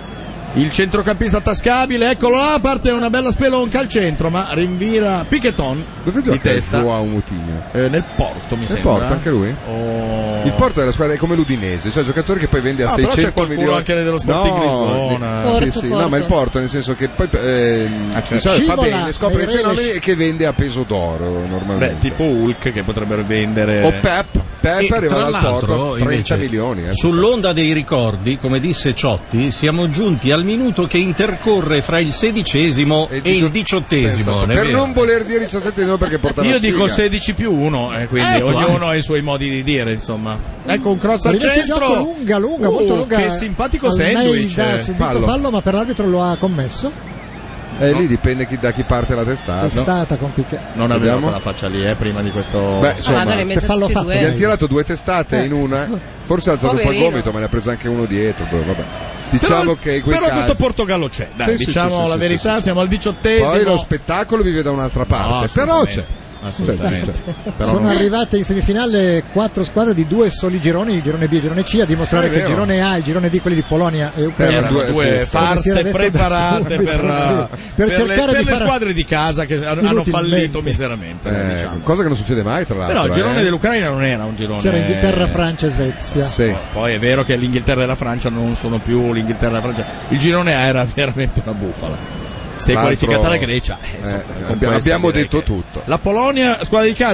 Speaker 6: il centrocampista tascabile, eccolo là, parte una bella spelonca al centro, ma rinvira Piqueton
Speaker 5: Dove
Speaker 6: di
Speaker 5: gioca
Speaker 6: testa.
Speaker 5: Joao Mutigno?
Speaker 6: Eh, nel Porto, mi
Speaker 5: Nel
Speaker 6: sembra.
Speaker 5: Porto, anche lui?
Speaker 6: Oh.
Speaker 5: Il Porto è la squadra è come l'Udinese, cioè giocatori che poi vende a
Speaker 6: Ah, però c'è
Speaker 5: seicento
Speaker 6: qualcuno
Speaker 5: milioni.
Speaker 6: anche dello Sporting
Speaker 5: no,
Speaker 6: Lisbona.
Speaker 5: ne-
Speaker 9: Porto,
Speaker 5: sì, sì,
Speaker 9: Porto.
Speaker 5: no, ma il Porto nel senso che poi ehm,
Speaker 6: Ah, certo.
Speaker 5: di solito fa
Speaker 2: Scivola
Speaker 5: bene, scopre i
Speaker 2: nei
Speaker 5: fenomeni
Speaker 2: relish.
Speaker 5: e che vende a peso d'oro normalmente.
Speaker 6: Beh, tipo Hulk che potrebbero vendere.
Speaker 5: o Pep, Pep
Speaker 8: E
Speaker 5: arriva
Speaker 8: tra
Speaker 5: dal
Speaker 8: l'altro,
Speaker 5: Porto trenta
Speaker 8: invece,
Speaker 5: milioni. eh.
Speaker 8: Sull'onda dei ricordi, come disse Ciotti, siamo giunti al minuto che intercorre fra il sedicesimo e, il diciottesimo.
Speaker 5: Esatto,
Speaker 8: non è
Speaker 5: per
Speaker 8: vero?
Speaker 5: non voler dire diciassettesimo perché porta la
Speaker 6: Io
Speaker 5: sfiga.
Speaker 6: dico sedici più uno, eh, quindi
Speaker 8: Ecco,
Speaker 6: ognuno
Speaker 8: anche.
Speaker 6: ha i suoi modi di dire, insomma. Ecco un cross al
Speaker 2: Rimessa in
Speaker 6: centro.
Speaker 2: gioco lunga, lunga,
Speaker 6: Uh,
Speaker 2: molto lunga.
Speaker 6: Che simpatico
Speaker 2: Almeida
Speaker 6: sandwich.
Speaker 2: ha subito
Speaker 5: Fallo.
Speaker 2: fallo, ma per l'arbitro lo ha commesso.
Speaker 5: Eh, lì dipende chi- da chi parte la testata.
Speaker 2: È stata con Piquet.
Speaker 6: Non avevo
Speaker 5: Vediamo.
Speaker 6: quella faccia lì, eh, prima di questo.
Speaker 5: Beh, insomma,
Speaker 9: Guarda, le
Speaker 2: che
Speaker 9: mezzo
Speaker 2: fallo
Speaker 9: tutti e
Speaker 2: fatto.
Speaker 9: due.
Speaker 5: gli hanno tirato due testate
Speaker 2: Eh.
Speaker 5: in una, forse ha alzato un po' il
Speaker 9: Poverino.
Speaker 5: gomito, ma ne ha preso anche uno dietro. Boh, vabbè. Diciamo
Speaker 6: però,
Speaker 5: che in quei
Speaker 6: però
Speaker 5: casi-
Speaker 6: questo Portogallo c'è, dai,
Speaker 5: Sì, sì,
Speaker 6: diciamo
Speaker 5: sì, sì,
Speaker 6: la
Speaker 5: sì,
Speaker 6: verità,
Speaker 5: sì, sì.
Speaker 6: siamo al diciottesimo.
Speaker 5: Poi lo spettacolo vive da un'altra parte,
Speaker 6: No,
Speaker 5: però c'è.
Speaker 6: assolutamente.
Speaker 5: C'è, c'è.
Speaker 6: Però
Speaker 2: Sono
Speaker 6: non-
Speaker 2: arrivate in semifinale quattro squadre di due soli gironi, il girone B e il girone C, a dimostrare
Speaker 5: Ah, è
Speaker 2: che il
Speaker 5: vero.
Speaker 2: girone A e il girone D, quelli di Polonia e Ucraina,
Speaker 6: erano
Speaker 5: due-
Speaker 6: due,
Speaker 5: sì,
Speaker 2: come si
Speaker 6: farse
Speaker 2: era detto
Speaker 6: preparate
Speaker 2: da
Speaker 6: per,
Speaker 2: subito,
Speaker 6: uh,
Speaker 2: per
Speaker 6: per le,
Speaker 2: cercare
Speaker 6: per
Speaker 2: di
Speaker 6: le
Speaker 2: fare
Speaker 6: squadre di casa che hanno hanno
Speaker 2: inutilmente.
Speaker 6: fallito miseramente.
Speaker 5: Eh,
Speaker 6: diciamo.
Speaker 5: cosa che non succede mai, tra l'altro.
Speaker 6: Però il girone
Speaker 5: eh.
Speaker 6: dell'Ucraina non era un girone.
Speaker 2: c'era Inghilterra, Francia e Svezia.
Speaker 5: Sì.
Speaker 6: Poi è vero che l'Inghilterra e la Francia non sono più l'Inghilterra e la Francia. Il girone A era veramente una bufala. Si è
Speaker 5: L'altro-
Speaker 6: qualificata la Grecia. eh, insomma,
Speaker 5: eh,
Speaker 6: con
Speaker 5: abbiamo-
Speaker 6: questo
Speaker 5: abbiamo
Speaker 6: direi
Speaker 5: detto
Speaker 6: che-
Speaker 5: tutto.
Speaker 6: La Polonia, squadra di casa,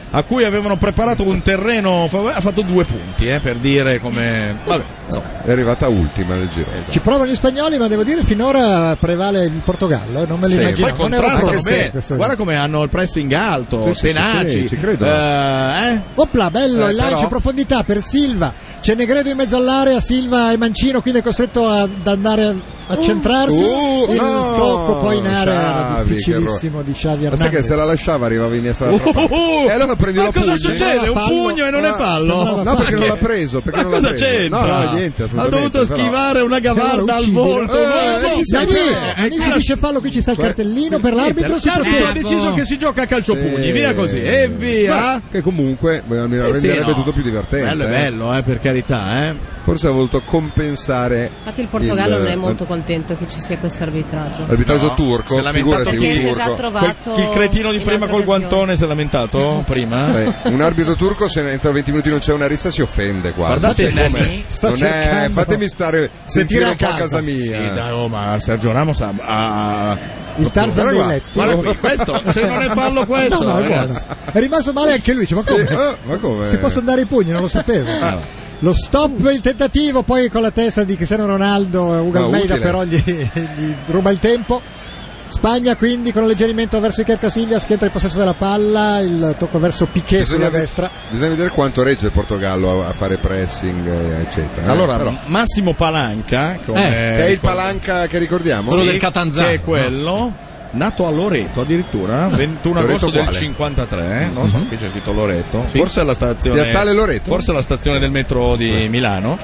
Speaker 6: a cui avevano preparato un terreno favorevole, ha fatto due punti eh, per dire come vabbè, insomma.
Speaker 5: È arrivata ultima nel giro.
Speaker 2: Ci provano gli spagnoli, ma devo dire finora prevale il Portogallo, eh, non me lo
Speaker 6: sì,
Speaker 2: immaginavo.
Speaker 6: Poi contrastano bene. Guarda come hanno il pressing alto,
Speaker 5: sì,
Speaker 6: tenaci.
Speaker 5: Sì, sì, ci credo.
Speaker 6: Eh, eh?
Speaker 2: Opla, bello,
Speaker 5: Eh,
Speaker 2: il lancio
Speaker 5: però-
Speaker 2: in profondità per Silva. C'è Negredo in mezzo all'area, Silva e Mancino, quindi è costretto ad andare a centrarsi.
Speaker 5: Uh,
Speaker 2: il
Speaker 5: no,
Speaker 2: tocco poi in area era
Speaker 5: Xavi,
Speaker 2: difficilissimo di Xavi
Speaker 5: Ma sai che
Speaker 2: Hernandez.
Speaker 5: se la lasciava arrivava Iniesta dall'altra
Speaker 6: Uh,
Speaker 5: parte.
Speaker 6: uh,
Speaker 5: E allora prendi
Speaker 6: ma
Speaker 5: la
Speaker 6: cosa
Speaker 5: pugni.
Speaker 6: succede? Un
Speaker 2: Fallo.
Speaker 6: pugno e non è
Speaker 5: Ah,
Speaker 6: fallo?
Speaker 2: sembrava
Speaker 5: No, perché
Speaker 2: Ma
Speaker 5: non
Speaker 2: che-
Speaker 5: l'ha preso. Perché
Speaker 6: Ma
Speaker 5: non l'ha
Speaker 6: cosa
Speaker 5: preso.
Speaker 6: c'entra?
Speaker 5: No, no, niente,
Speaker 6: ha
Speaker 5: assolutamente.
Speaker 6: dovuto
Speaker 5: però-
Speaker 6: schivare una gavarda
Speaker 2: Allora
Speaker 6: al
Speaker 2: uccidi.
Speaker 6: volto.
Speaker 5: Eh,
Speaker 6: non lo
Speaker 5: eh,
Speaker 6: so,
Speaker 2: Dani,
Speaker 6: sapere.
Speaker 2: Dani si dice fallo, qui ci sta il
Speaker 5: Que-
Speaker 2: cartellino per l'arbitro, si
Speaker 6: L'arbitro ha
Speaker 2: procede.
Speaker 6: deciso che si gioca a calciopugni,
Speaker 5: Sì.
Speaker 6: via così, e via.
Speaker 5: Ma che comunque mi
Speaker 6: Sì, sì,
Speaker 5: renderebbe
Speaker 6: no.
Speaker 5: tutto più divertente.
Speaker 6: Bello è
Speaker 5: eh.
Speaker 6: bello, eh, per carità, eh.
Speaker 5: Forse ha voluto compensare.
Speaker 9: Infatti il Portogallo
Speaker 5: il-
Speaker 9: non è molto contento che ci sia questo arbitraggio.
Speaker 5: L'arbitraggio
Speaker 6: No,
Speaker 5: turco,
Speaker 6: si è lamentato
Speaker 5: figurati
Speaker 9: Perché
Speaker 5: un
Speaker 9: si è già
Speaker 5: turco.
Speaker 9: trovato
Speaker 6: Quel- il cretino di
Speaker 9: in
Speaker 6: prima
Speaker 9: altre
Speaker 6: col
Speaker 9: occasioni.
Speaker 6: guantone si è lamentato prima?
Speaker 5: Beh, un arbitro turco se entro venti minuti non c'è una rissa si offende qua.
Speaker 6: Guardate
Speaker 5: Cioè,
Speaker 6: il
Speaker 5: come-
Speaker 6: Nessi.
Speaker 2: Sta
Speaker 5: non è,
Speaker 2: cercando.
Speaker 5: fatemi stare sentire
Speaker 2: a
Speaker 5: un po' a
Speaker 2: casa.
Speaker 5: casa mia.
Speaker 6: Sì, dai, oh, ma Sergio Ramos ha, ha-
Speaker 2: Il Tarzan
Speaker 5: Guarda
Speaker 2: dei
Speaker 5: qua,
Speaker 2: letti.
Speaker 6: guarda qui, questo, se non è fallo questo,
Speaker 2: No, no, è
Speaker 6: ragazzi.
Speaker 2: buono. È rimasto male anche lui, dice, ma
Speaker 5: Sì,
Speaker 2: come?
Speaker 5: ah, ma come?
Speaker 2: Si possono dare i pugni, non lo sapevo.
Speaker 5: Ah.
Speaker 2: Lo stop, il tentativo, poi con la testa di Cristiano Ronaldo, Ugo
Speaker 5: Ah,
Speaker 2: Almeida
Speaker 5: utile.
Speaker 2: però gli, gli ruba il tempo. Spagna quindi con alleggerimento verso Iker Casillas che entra in possesso della palla, il tocco verso Piqué
Speaker 5: Bisogna,
Speaker 2: sulla destra.
Speaker 5: bisogna vedere quanto regge il Portogallo a, a fare pressing, eh, eccetera.
Speaker 6: Allora,
Speaker 5: Eh, però-
Speaker 6: Massimo Palanca, come
Speaker 5: che è il
Speaker 6: come-
Speaker 5: Palanca che ricordiamo?
Speaker 8: Quello
Speaker 6: Sì,
Speaker 8: del Catanzaro,
Speaker 6: che è quello nato a Loreto addirittura, ventuno
Speaker 5: Loreto
Speaker 6: agosto del
Speaker 5: quale?
Speaker 6: cinquantatré, eh? non so, qui c'è scritto Loreto, forse è la stazione
Speaker 5: Piazzale Loreto?
Speaker 6: forse è la stazione del metro di Milano.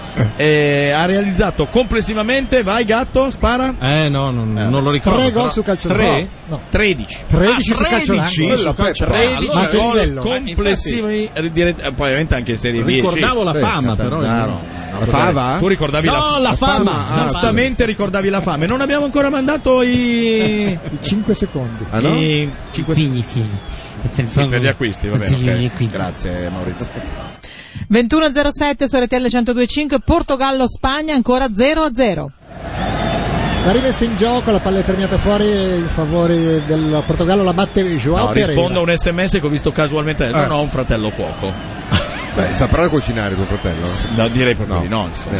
Speaker 6: E ha realizzato complessivamente, vai gatto, spara,
Speaker 8: Eh no, non, non lo ricordo.
Speaker 2: Tre gol
Speaker 8: però-
Speaker 2: su calcio
Speaker 8: Tre?
Speaker 2: d'angolo. No,
Speaker 6: tredici.
Speaker 2: tredici
Speaker 8: Ah,
Speaker 2: su calcio
Speaker 8: tredici?
Speaker 2: d'angolo.
Speaker 8: Su calcio
Speaker 5: Tredici.
Speaker 8: d'angolo.
Speaker 2: Ma che
Speaker 6: gol
Speaker 2: livello?
Speaker 6: complessivi, dirett- eh, poi ovviamente anche in Serie B.
Speaker 8: Ricordavo la
Speaker 5: Sì,
Speaker 8: fama, però.
Speaker 6: Catanzaro.
Speaker 5: La fava?
Speaker 6: Tu ricordavi
Speaker 8: No,
Speaker 6: la,
Speaker 8: la fama.
Speaker 5: Ah,
Speaker 6: giustamente ricordavi la fame. Non abbiamo ancora mandato i,
Speaker 2: I cinque secondi.
Speaker 5: Ah, no?
Speaker 6: i cinque
Speaker 11: Sì, sì.
Speaker 6: sì, per gli acquisti, va bene,
Speaker 11: Sì,
Speaker 6: ok.
Speaker 11: gli acquisti.
Speaker 6: Grazie Maurizio.
Speaker 3: ventuno e zero sette su R T L centodue e cinque, Portogallo-Spagna ancora zero a zero.
Speaker 2: La rimessa in gioco, la palla è terminata fuori in favore del Portogallo, la batte Joao
Speaker 6: No,
Speaker 2: Pereira.
Speaker 6: rispondo a un sms che ho visto casualmente. Non ho un fratello cuoco.
Speaker 5: Beh, saprà cucinare tuo fratello?
Speaker 6: No, direi proprio
Speaker 5: No.
Speaker 6: di no, insomma.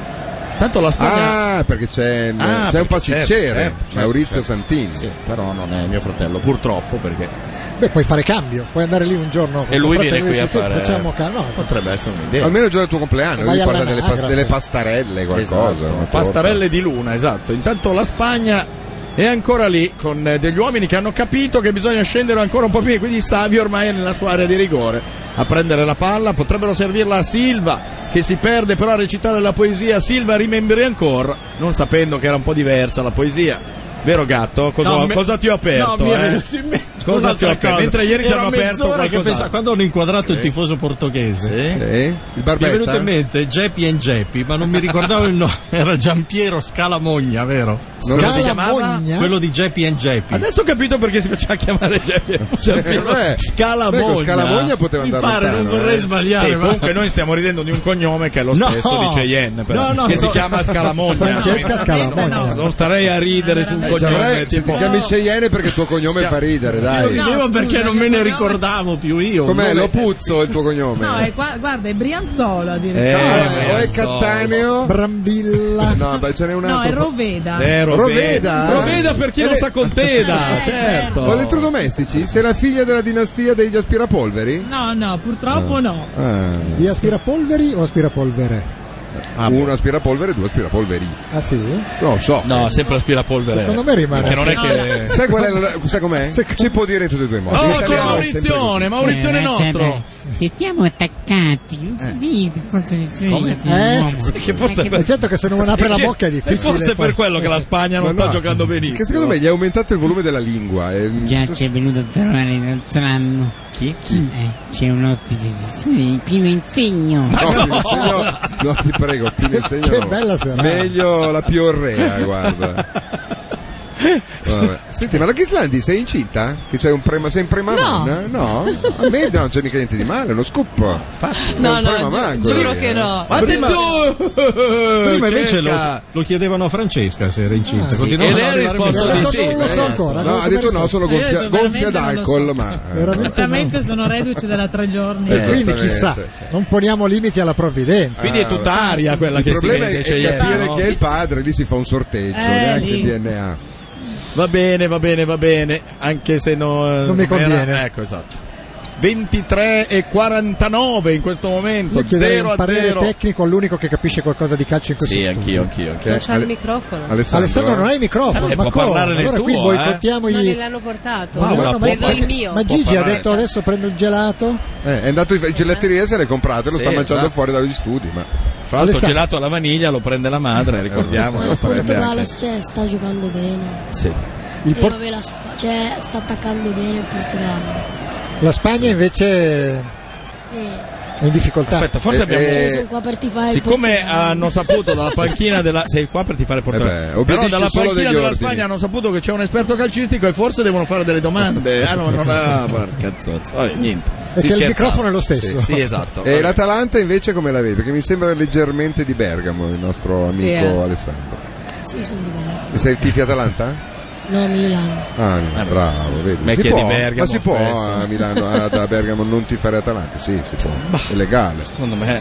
Speaker 5: Eh.
Speaker 6: Tanto la Spagna
Speaker 5: Ah, perché c'è,
Speaker 6: Ah,
Speaker 5: c'è un
Speaker 6: perché
Speaker 5: pasticcere,
Speaker 6: certo, certo, certo,
Speaker 5: Maurizio
Speaker 6: certo.
Speaker 5: Santini.
Speaker 6: Sì, però non è mio fratello, purtroppo, perché
Speaker 2: Beh, puoi fare cambio, puoi andare lì un giorno con
Speaker 6: e lui
Speaker 2: tuo
Speaker 6: viene
Speaker 2: fratello
Speaker 6: qui
Speaker 2: e
Speaker 6: a
Speaker 2: dici, "Senti,
Speaker 6: fare
Speaker 2: facciamo ca-". No,
Speaker 6: potrebbe essere un'idea.
Speaker 5: Almeno il giorno del tuo compleanno,
Speaker 2: Vai
Speaker 5: lui porta
Speaker 2: alla
Speaker 5: delle, pas-
Speaker 2: anagrafe.
Speaker 5: delle pastarelle, qualcosa.
Speaker 6: Esatto,
Speaker 5: una torta.
Speaker 6: pastarelle di luna, esatto. Intanto la Spagna è ancora lì con eh, degli uomini che hanno capito che bisogna scendere ancora un po' più, quindi Savio ormai è nella sua area di rigore a prendere la palla, potrebbero servirla a Silva che si perde però a recitare la poesia. Silva rimembri ancora, non sapendo che era un po' diversa la poesia. Vero gatto? Cosa,
Speaker 8: No, me-
Speaker 6: cosa ti ho aperto?
Speaker 8: No, mi è
Speaker 6: eh?
Speaker 8: venuto in mente
Speaker 6: Cosa
Speaker 8: un'altra
Speaker 6: ti ho aperto?
Speaker 8: cosa.
Speaker 6: Mentre ieri ti
Speaker 8: Era
Speaker 6: hanno aperto
Speaker 8: mezz'ora che
Speaker 6: qualcos'altro.
Speaker 8: pensa- quando hanno inquadrato il
Speaker 6: Sì.
Speaker 8: tifoso portoghese.
Speaker 6: Sì.
Speaker 5: Sì? Il
Speaker 8: Mi è
Speaker 5: Barbetta?
Speaker 8: venuto in mente Geppi and Geppi, ma non mi ricordavo il nome. Era Giampiero Scalamogna, vero?
Speaker 5: Non lo si
Speaker 2: Scala
Speaker 6: chiamava?
Speaker 2: Mogna?
Speaker 8: Quello di Geppi and Geppi.
Speaker 6: Adesso ho capito perché si faceva chiamare Geppi.
Speaker 5: beh,
Speaker 6: Scalamogna.
Speaker 5: Beh, con Scalamogna poteva
Speaker 8: Mi
Speaker 5: andare
Speaker 8: pare, non
Speaker 5: lontano,
Speaker 8: vorrei
Speaker 5: eh.
Speaker 8: sbagliare.
Speaker 6: Sì,
Speaker 8: ma-
Speaker 6: comunque noi stiamo ridendo di un cognome che è lo
Speaker 8: No.
Speaker 6: stesso di Cheyenne, però,
Speaker 8: No, no,
Speaker 6: che
Speaker 8: sto-
Speaker 6: si chiama Scalamogna.
Speaker 2: Francesca Scalamogna.
Speaker 6: No, non starei a ridere su un
Speaker 5: Eh,
Speaker 6: cognome
Speaker 5: cioè, se
Speaker 6: tipo
Speaker 5: ti chiami Cheyenne perché il tuo cognome fa ridere,
Speaker 8: Io
Speaker 5: dai.
Speaker 8: ridevo perché non me ne ricordavo più io.
Speaker 5: Com'è?
Speaker 8: Nome-
Speaker 5: Lo Puzzo il tuo cognome?
Speaker 4: No, è qua- guarda, è Brianzola
Speaker 6: Eh,
Speaker 4: addirittura.
Speaker 5: Ah,
Speaker 6: beh,
Speaker 5: o è
Speaker 6: so.
Speaker 5: Cattaneo?
Speaker 2: Brambilla.
Speaker 5: No, beh, ce n'è un
Speaker 4: No, è
Speaker 5: altro.
Speaker 4: Roveda.
Speaker 6: Eh,
Speaker 5: Roveda?
Speaker 6: Roveda per chi
Speaker 5: Eh,
Speaker 6: lo sa con Teda,
Speaker 4: eh,
Speaker 6: certo.
Speaker 5: O elettrodomestici? Sei la figlia della dinastia degli aspirapolveri?
Speaker 4: No, no, purtroppo no.
Speaker 5: Ah.
Speaker 2: Di aspirapolveri o aspirapolvere?
Speaker 6: Ah,
Speaker 5: Uno aspirapolvere, due aspirapolveri.
Speaker 2: Ah sì?
Speaker 5: Non lo so.
Speaker 6: No, sempre aspirapolvere.
Speaker 2: Secondo me rimane.
Speaker 6: Perché non è che...
Speaker 5: Sai qual è la- sai com'è? Si può dire in tutti e due i modi.
Speaker 6: Oh,
Speaker 5: In
Speaker 6: c'è
Speaker 5: italiano è sempre
Speaker 6: Maurizione, Maurizione
Speaker 11: Eh,
Speaker 6: nostro.
Speaker 11: vabbè, se stiamo attaccati, non si vede cosa si
Speaker 6: Come?
Speaker 2: Eh?
Speaker 6: Sì, che forse
Speaker 2: È certo che se non apre la bocca è
Speaker 6: E
Speaker 2: difficile.
Speaker 6: forse
Speaker 2: poi.
Speaker 6: per quello che la Spagna non
Speaker 5: Ma
Speaker 6: sta
Speaker 5: no,
Speaker 6: giocando benissimo.
Speaker 5: Che secondo me gli ha aumentato il volume della lingua. e-
Speaker 11: Già ci è venuto a trovare l'altro anno.
Speaker 6: Chi?
Speaker 11: Eh, c'è un ospite di Pino Insegno.
Speaker 5: No, ti insegno- no, ti prego, ti insegno
Speaker 2: Che
Speaker 5: no.
Speaker 2: bella serata.
Speaker 5: Meglio la piorrea, guarda. Vabbè. Senti, ma la Ghislandi sei incinta? Che c'è un prema, sei in premaman? No. no? A me non c'è mica niente di male, uno scoop.
Speaker 3: No, no, gi- giuro che no.
Speaker 6: Ma
Speaker 8: Prima, prima invece lo,
Speaker 6: cerca.
Speaker 8: lo chiedevano a Francesca se era incinta.
Speaker 3: Ah, sì.
Speaker 8: Continuava
Speaker 6: E
Speaker 8: ad
Speaker 6: lei ha
Speaker 8: arrivare
Speaker 6: risposto
Speaker 8: messaggi.
Speaker 6: di sì.
Speaker 2: Non lo so ancora.
Speaker 5: No, ha detto no, sono gonfia,
Speaker 4: io
Speaker 5: gonfia
Speaker 4: veramente non lo
Speaker 5: d'alcol,
Speaker 4: so.
Speaker 5: ma
Speaker 2: Veramente
Speaker 4: Esattamente, sono reduce da tre giorni.
Speaker 2: E quindi
Speaker 5: Esattamente,
Speaker 2: chissà,
Speaker 5: cioè.
Speaker 2: non poniamo limiti alla provvidenza.
Speaker 6: Quindi è tutta aria quella
Speaker 5: il
Speaker 6: che si
Speaker 5: problema
Speaker 6: vede
Speaker 5: è,
Speaker 6: c'è
Speaker 5: è
Speaker 6: ieri,
Speaker 5: capire
Speaker 6: no?
Speaker 5: chi è il padre, lì si fa un sorteggio,
Speaker 4: Eh,
Speaker 5: neanche
Speaker 4: lì.
Speaker 5: il D N A.
Speaker 6: Va bene, va bene, va bene, anche se no,
Speaker 2: Non mi conviene.
Speaker 6: era- ecco, esatto. ventitré e quarantanove in questo momento,
Speaker 2: Io chiederei
Speaker 6: zero
Speaker 2: un
Speaker 6: a
Speaker 2: parere
Speaker 6: zero.
Speaker 2: tecnico all'unico che capisce qualcosa di calcio in questo
Speaker 6: Sì,
Speaker 2: studio.
Speaker 6: anch'io, anch'io, anch'io.
Speaker 9: Non c'ha
Speaker 5: Ale-
Speaker 9: il microfono.
Speaker 5: Alessandro,
Speaker 2: Alessandro non hai il microfono,
Speaker 6: Eh,
Speaker 2: ma
Speaker 6: può
Speaker 2: come?
Speaker 6: parlare nel
Speaker 2: Allora qui
Speaker 6: tuo,
Speaker 2: boicottiamo
Speaker 9: Non
Speaker 2: gli...
Speaker 9: gliel'hanno portato.
Speaker 2: Ma,
Speaker 6: Paola,
Speaker 2: no, ma-
Speaker 6: può-
Speaker 9: Vedo il mio.
Speaker 2: ma
Speaker 6: può
Speaker 2: Gigi ha
Speaker 6: parlare.
Speaker 2: detto adesso prendo il gelato.
Speaker 5: Eh, è andato in gelateria, se l'è comprato e lo
Speaker 6: Sì,
Speaker 5: sta mangiando
Speaker 6: esatto.
Speaker 5: fuori dagli studi. Ma
Speaker 6: Fra l'altro
Speaker 2: Alessandro.
Speaker 6: gelato alla vaniglia lo prende la madre, ricordiamo.
Speaker 12: Ma
Speaker 6: lo
Speaker 12: il
Speaker 6: prende
Speaker 12: Portogallo
Speaker 6: anche-
Speaker 12: cioè, sta giocando bene.
Speaker 6: Sì.
Speaker 2: Il
Speaker 12: E
Speaker 2: Por-
Speaker 12: vabbè, la Sp- cioè, sta attaccando bene il Portogallo.
Speaker 2: La Spagna invece
Speaker 12: E
Speaker 2: è in difficoltà.
Speaker 6: Aspetta, forse
Speaker 5: Eh,
Speaker 6: abbiamo...
Speaker 12: cioè, sono qua per tifare il
Speaker 6: Siccome
Speaker 12: Portogallo.
Speaker 6: hanno saputo dalla panchina della sei qua per ti fare portare
Speaker 5: Eh beh,
Speaker 6: però
Speaker 5: obbedisci
Speaker 6: dalla
Speaker 5: solo
Speaker 6: panchina
Speaker 5: degli
Speaker 6: della
Speaker 5: ordini.
Speaker 6: Spagna hanno saputo che c'è un esperto calcistico e forse devono fare delle domande. Ah no, non ha porca zozza. Vabbè, niente.
Speaker 2: E
Speaker 6: Si
Speaker 2: che il
Speaker 6: scherzava.
Speaker 2: microfono è lo stesso.
Speaker 6: Sì, sì, esatto.
Speaker 5: E l'Atalanta invece come la vedi? Perché mi sembra leggermente di Bergamo il nostro amico
Speaker 3: Sì, eh.
Speaker 5: Alessandro.
Speaker 12: Sì, sono di Bergamo.
Speaker 5: E sei il tifi Atalanta?
Speaker 12: No, Milano.
Speaker 5: Ah, no, bravo, vedi.
Speaker 6: me
Speaker 5: Si
Speaker 6: chiedi
Speaker 5: può,
Speaker 6: Bergamo
Speaker 5: ma si può
Speaker 6: spesso.
Speaker 5: a Milano, a, da Bergamo non tifare Atalanta? Sì, si può. È legale.
Speaker 6: Secondo me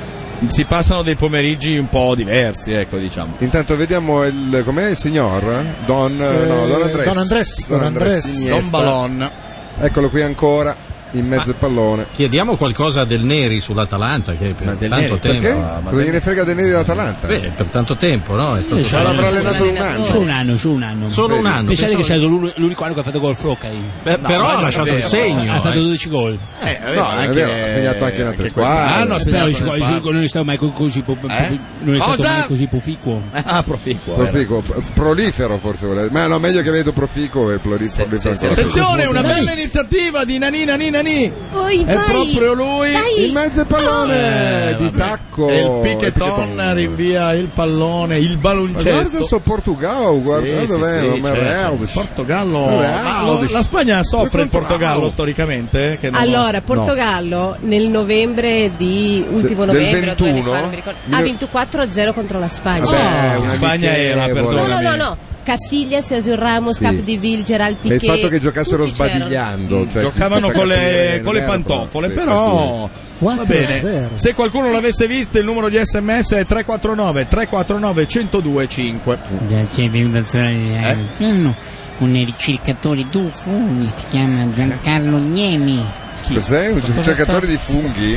Speaker 6: si passano dei pomeriggi un po' diversi, ecco, diciamo.
Speaker 5: Intanto vediamo il com'è il signor Don,
Speaker 2: Eh,
Speaker 5: no, Don Andres.
Speaker 2: Don Andres, Don Andres.
Speaker 5: Iniesta.
Speaker 6: Don Ballon.
Speaker 5: Eccolo qui ancora in mezzo al pallone.
Speaker 8: Chiediamo qualcosa del Neri sull'Atalanta che per
Speaker 6: Ma del
Speaker 8: tanto
Speaker 6: Neri,
Speaker 8: tempo.
Speaker 5: Perché?
Speaker 6: ma- ma-
Speaker 5: Cosa gliene frega dei neri dell'Atalanta?
Speaker 8: Beh, per tanto tempo, no? È stato
Speaker 11: Io
Speaker 5: Ce
Speaker 11: sono-
Speaker 5: l'avrà
Speaker 11: sono
Speaker 5: allenato un anno.
Speaker 11: Su un anno, su un anno.
Speaker 8: Solo un anno.
Speaker 11: Pensate che
Speaker 8: Pensavo-
Speaker 11: è stato l'uni- l'unico anno che ha fatto gol Flocai.
Speaker 8: Beh,
Speaker 6: No,
Speaker 8: però
Speaker 6: ma
Speaker 8: ha
Speaker 6: non
Speaker 8: lasciato
Speaker 6: è
Speaker 8: il
Speaker 6: vero.
Speaker 8: segno.
Speaker 11: Ha fatto
Speaker 8: eh.
Speaker 11: dodici gol.
Speaker 6: Eh,
Speaker 5: No, è vero, ha segnato anche in altre squadre.
Speaker 6: quest'anno ha
Speaker 11: Però
Speaker 6: segnato
Speaker 11: il suo-
Speaker 6: nel
Speaker 11: il suo-
Speaker 6: Parma.
Speaker 11: non è stato mai co- così po-
Speaker 6: Eh?
Speaker 11: non è stato
Speaker 6: Cosa?
Speaker 11: mai così proficuo.
Speaker 6: Ah, proficuo. era.
Speaker 5: Proficuo, prolifero forse volete. Ma no, meglio che vedo proficuo e proli-
Speaker 6: Sì,
Speaker 5: prolifero
Speaker 6: sì, sì.
Speaker 5: ancora più.
Speaker 6: Attenzione, una bella iniziativa di Nani Nani Nani.
Speaker 12: Poi
Speaker 6: È
Speaker 12: vai,
Speaker 6: proprio lui.
Speaker 12: dai.
Speaker 5: In mezzo al pallone
Speaker 6: Eh,
Speaker 5: di
Speaker 6: vabbè.
Speaker 5: tacco.
Speaker 6: E il
Speaker 5: E
Speaker 6: Piqueton
Speaker 5: Piqueton.
Speaker 6: rinvia il pallone, il
Speaker 5: Ma guarda
Speaker 6: baloncesto.
Speaker 5: sto Portogallo, guarda
Speaker 6: Sì, sì,
Speaker 5: dov'è,
Speaker 6: sì,
Speaker 5: non è
Speaker 6: certo.
Speaker 5: real.
Speaker 6: Portogallo.
Speaker 5: Real.
Speaker 6: Ma lo- la Spagna soffre il
Speaker 5: Portogallo.
Speaker 6: Portogallo storicamente? Che non-
Speaker 9: Allora, Portogallo nel novembre di ultimo
Speaker 5: De- del
Speaker 9: novembre o due anni fa,
Speaker 5: ventuno?
Speaker 9: non mi ricordo, ha vinto quattro a zero contro la Spagna.
Speaker 5: Vabbè,
Speaker 6: Oh,
Speaker 5: una
Speaker 6: Spagna era,
Speaker 5: amichevole.
Speaker 9: No,
Speaker 6: perdonami.
Speaker 9: no, no, no. Casillas, Sergio Ramos,
Speaker 5: Sì.
Speaker 9: Capdeville, Gerald
Speaker 5: E il
Speaker 9: Piqué.
Speaker 5: fatto che giocassero
Speaker 9: tutti c'erano.
Speaker 5: sbadigliando, cioè,
Speaker 6: Giocavano
Speaker 5: senza
Speaker 6: con le,
Speaker 5: capire,
Speaker 6: con le
Speaker 5: non era
Speaker 6: pantofole,
Speaker 5: proprio- sì,
Speaker 6: però va
Speaker 2: quattro a
Speaker 6: bene.
Speaker 2: zero.
Speaker 6: Se qualcuno l'avesse visto, il numero di sms è tre quattro nove tre quattro nove uno zero due cinque.
Speaker 11: Già c'è venuto a trovare
Speaker 6: Eh?
Speaker 11: un ricercatore tuffo, si chiama Giancarlo Niemi.
Speaker 5: Cos'è? Un cercatore di funghi?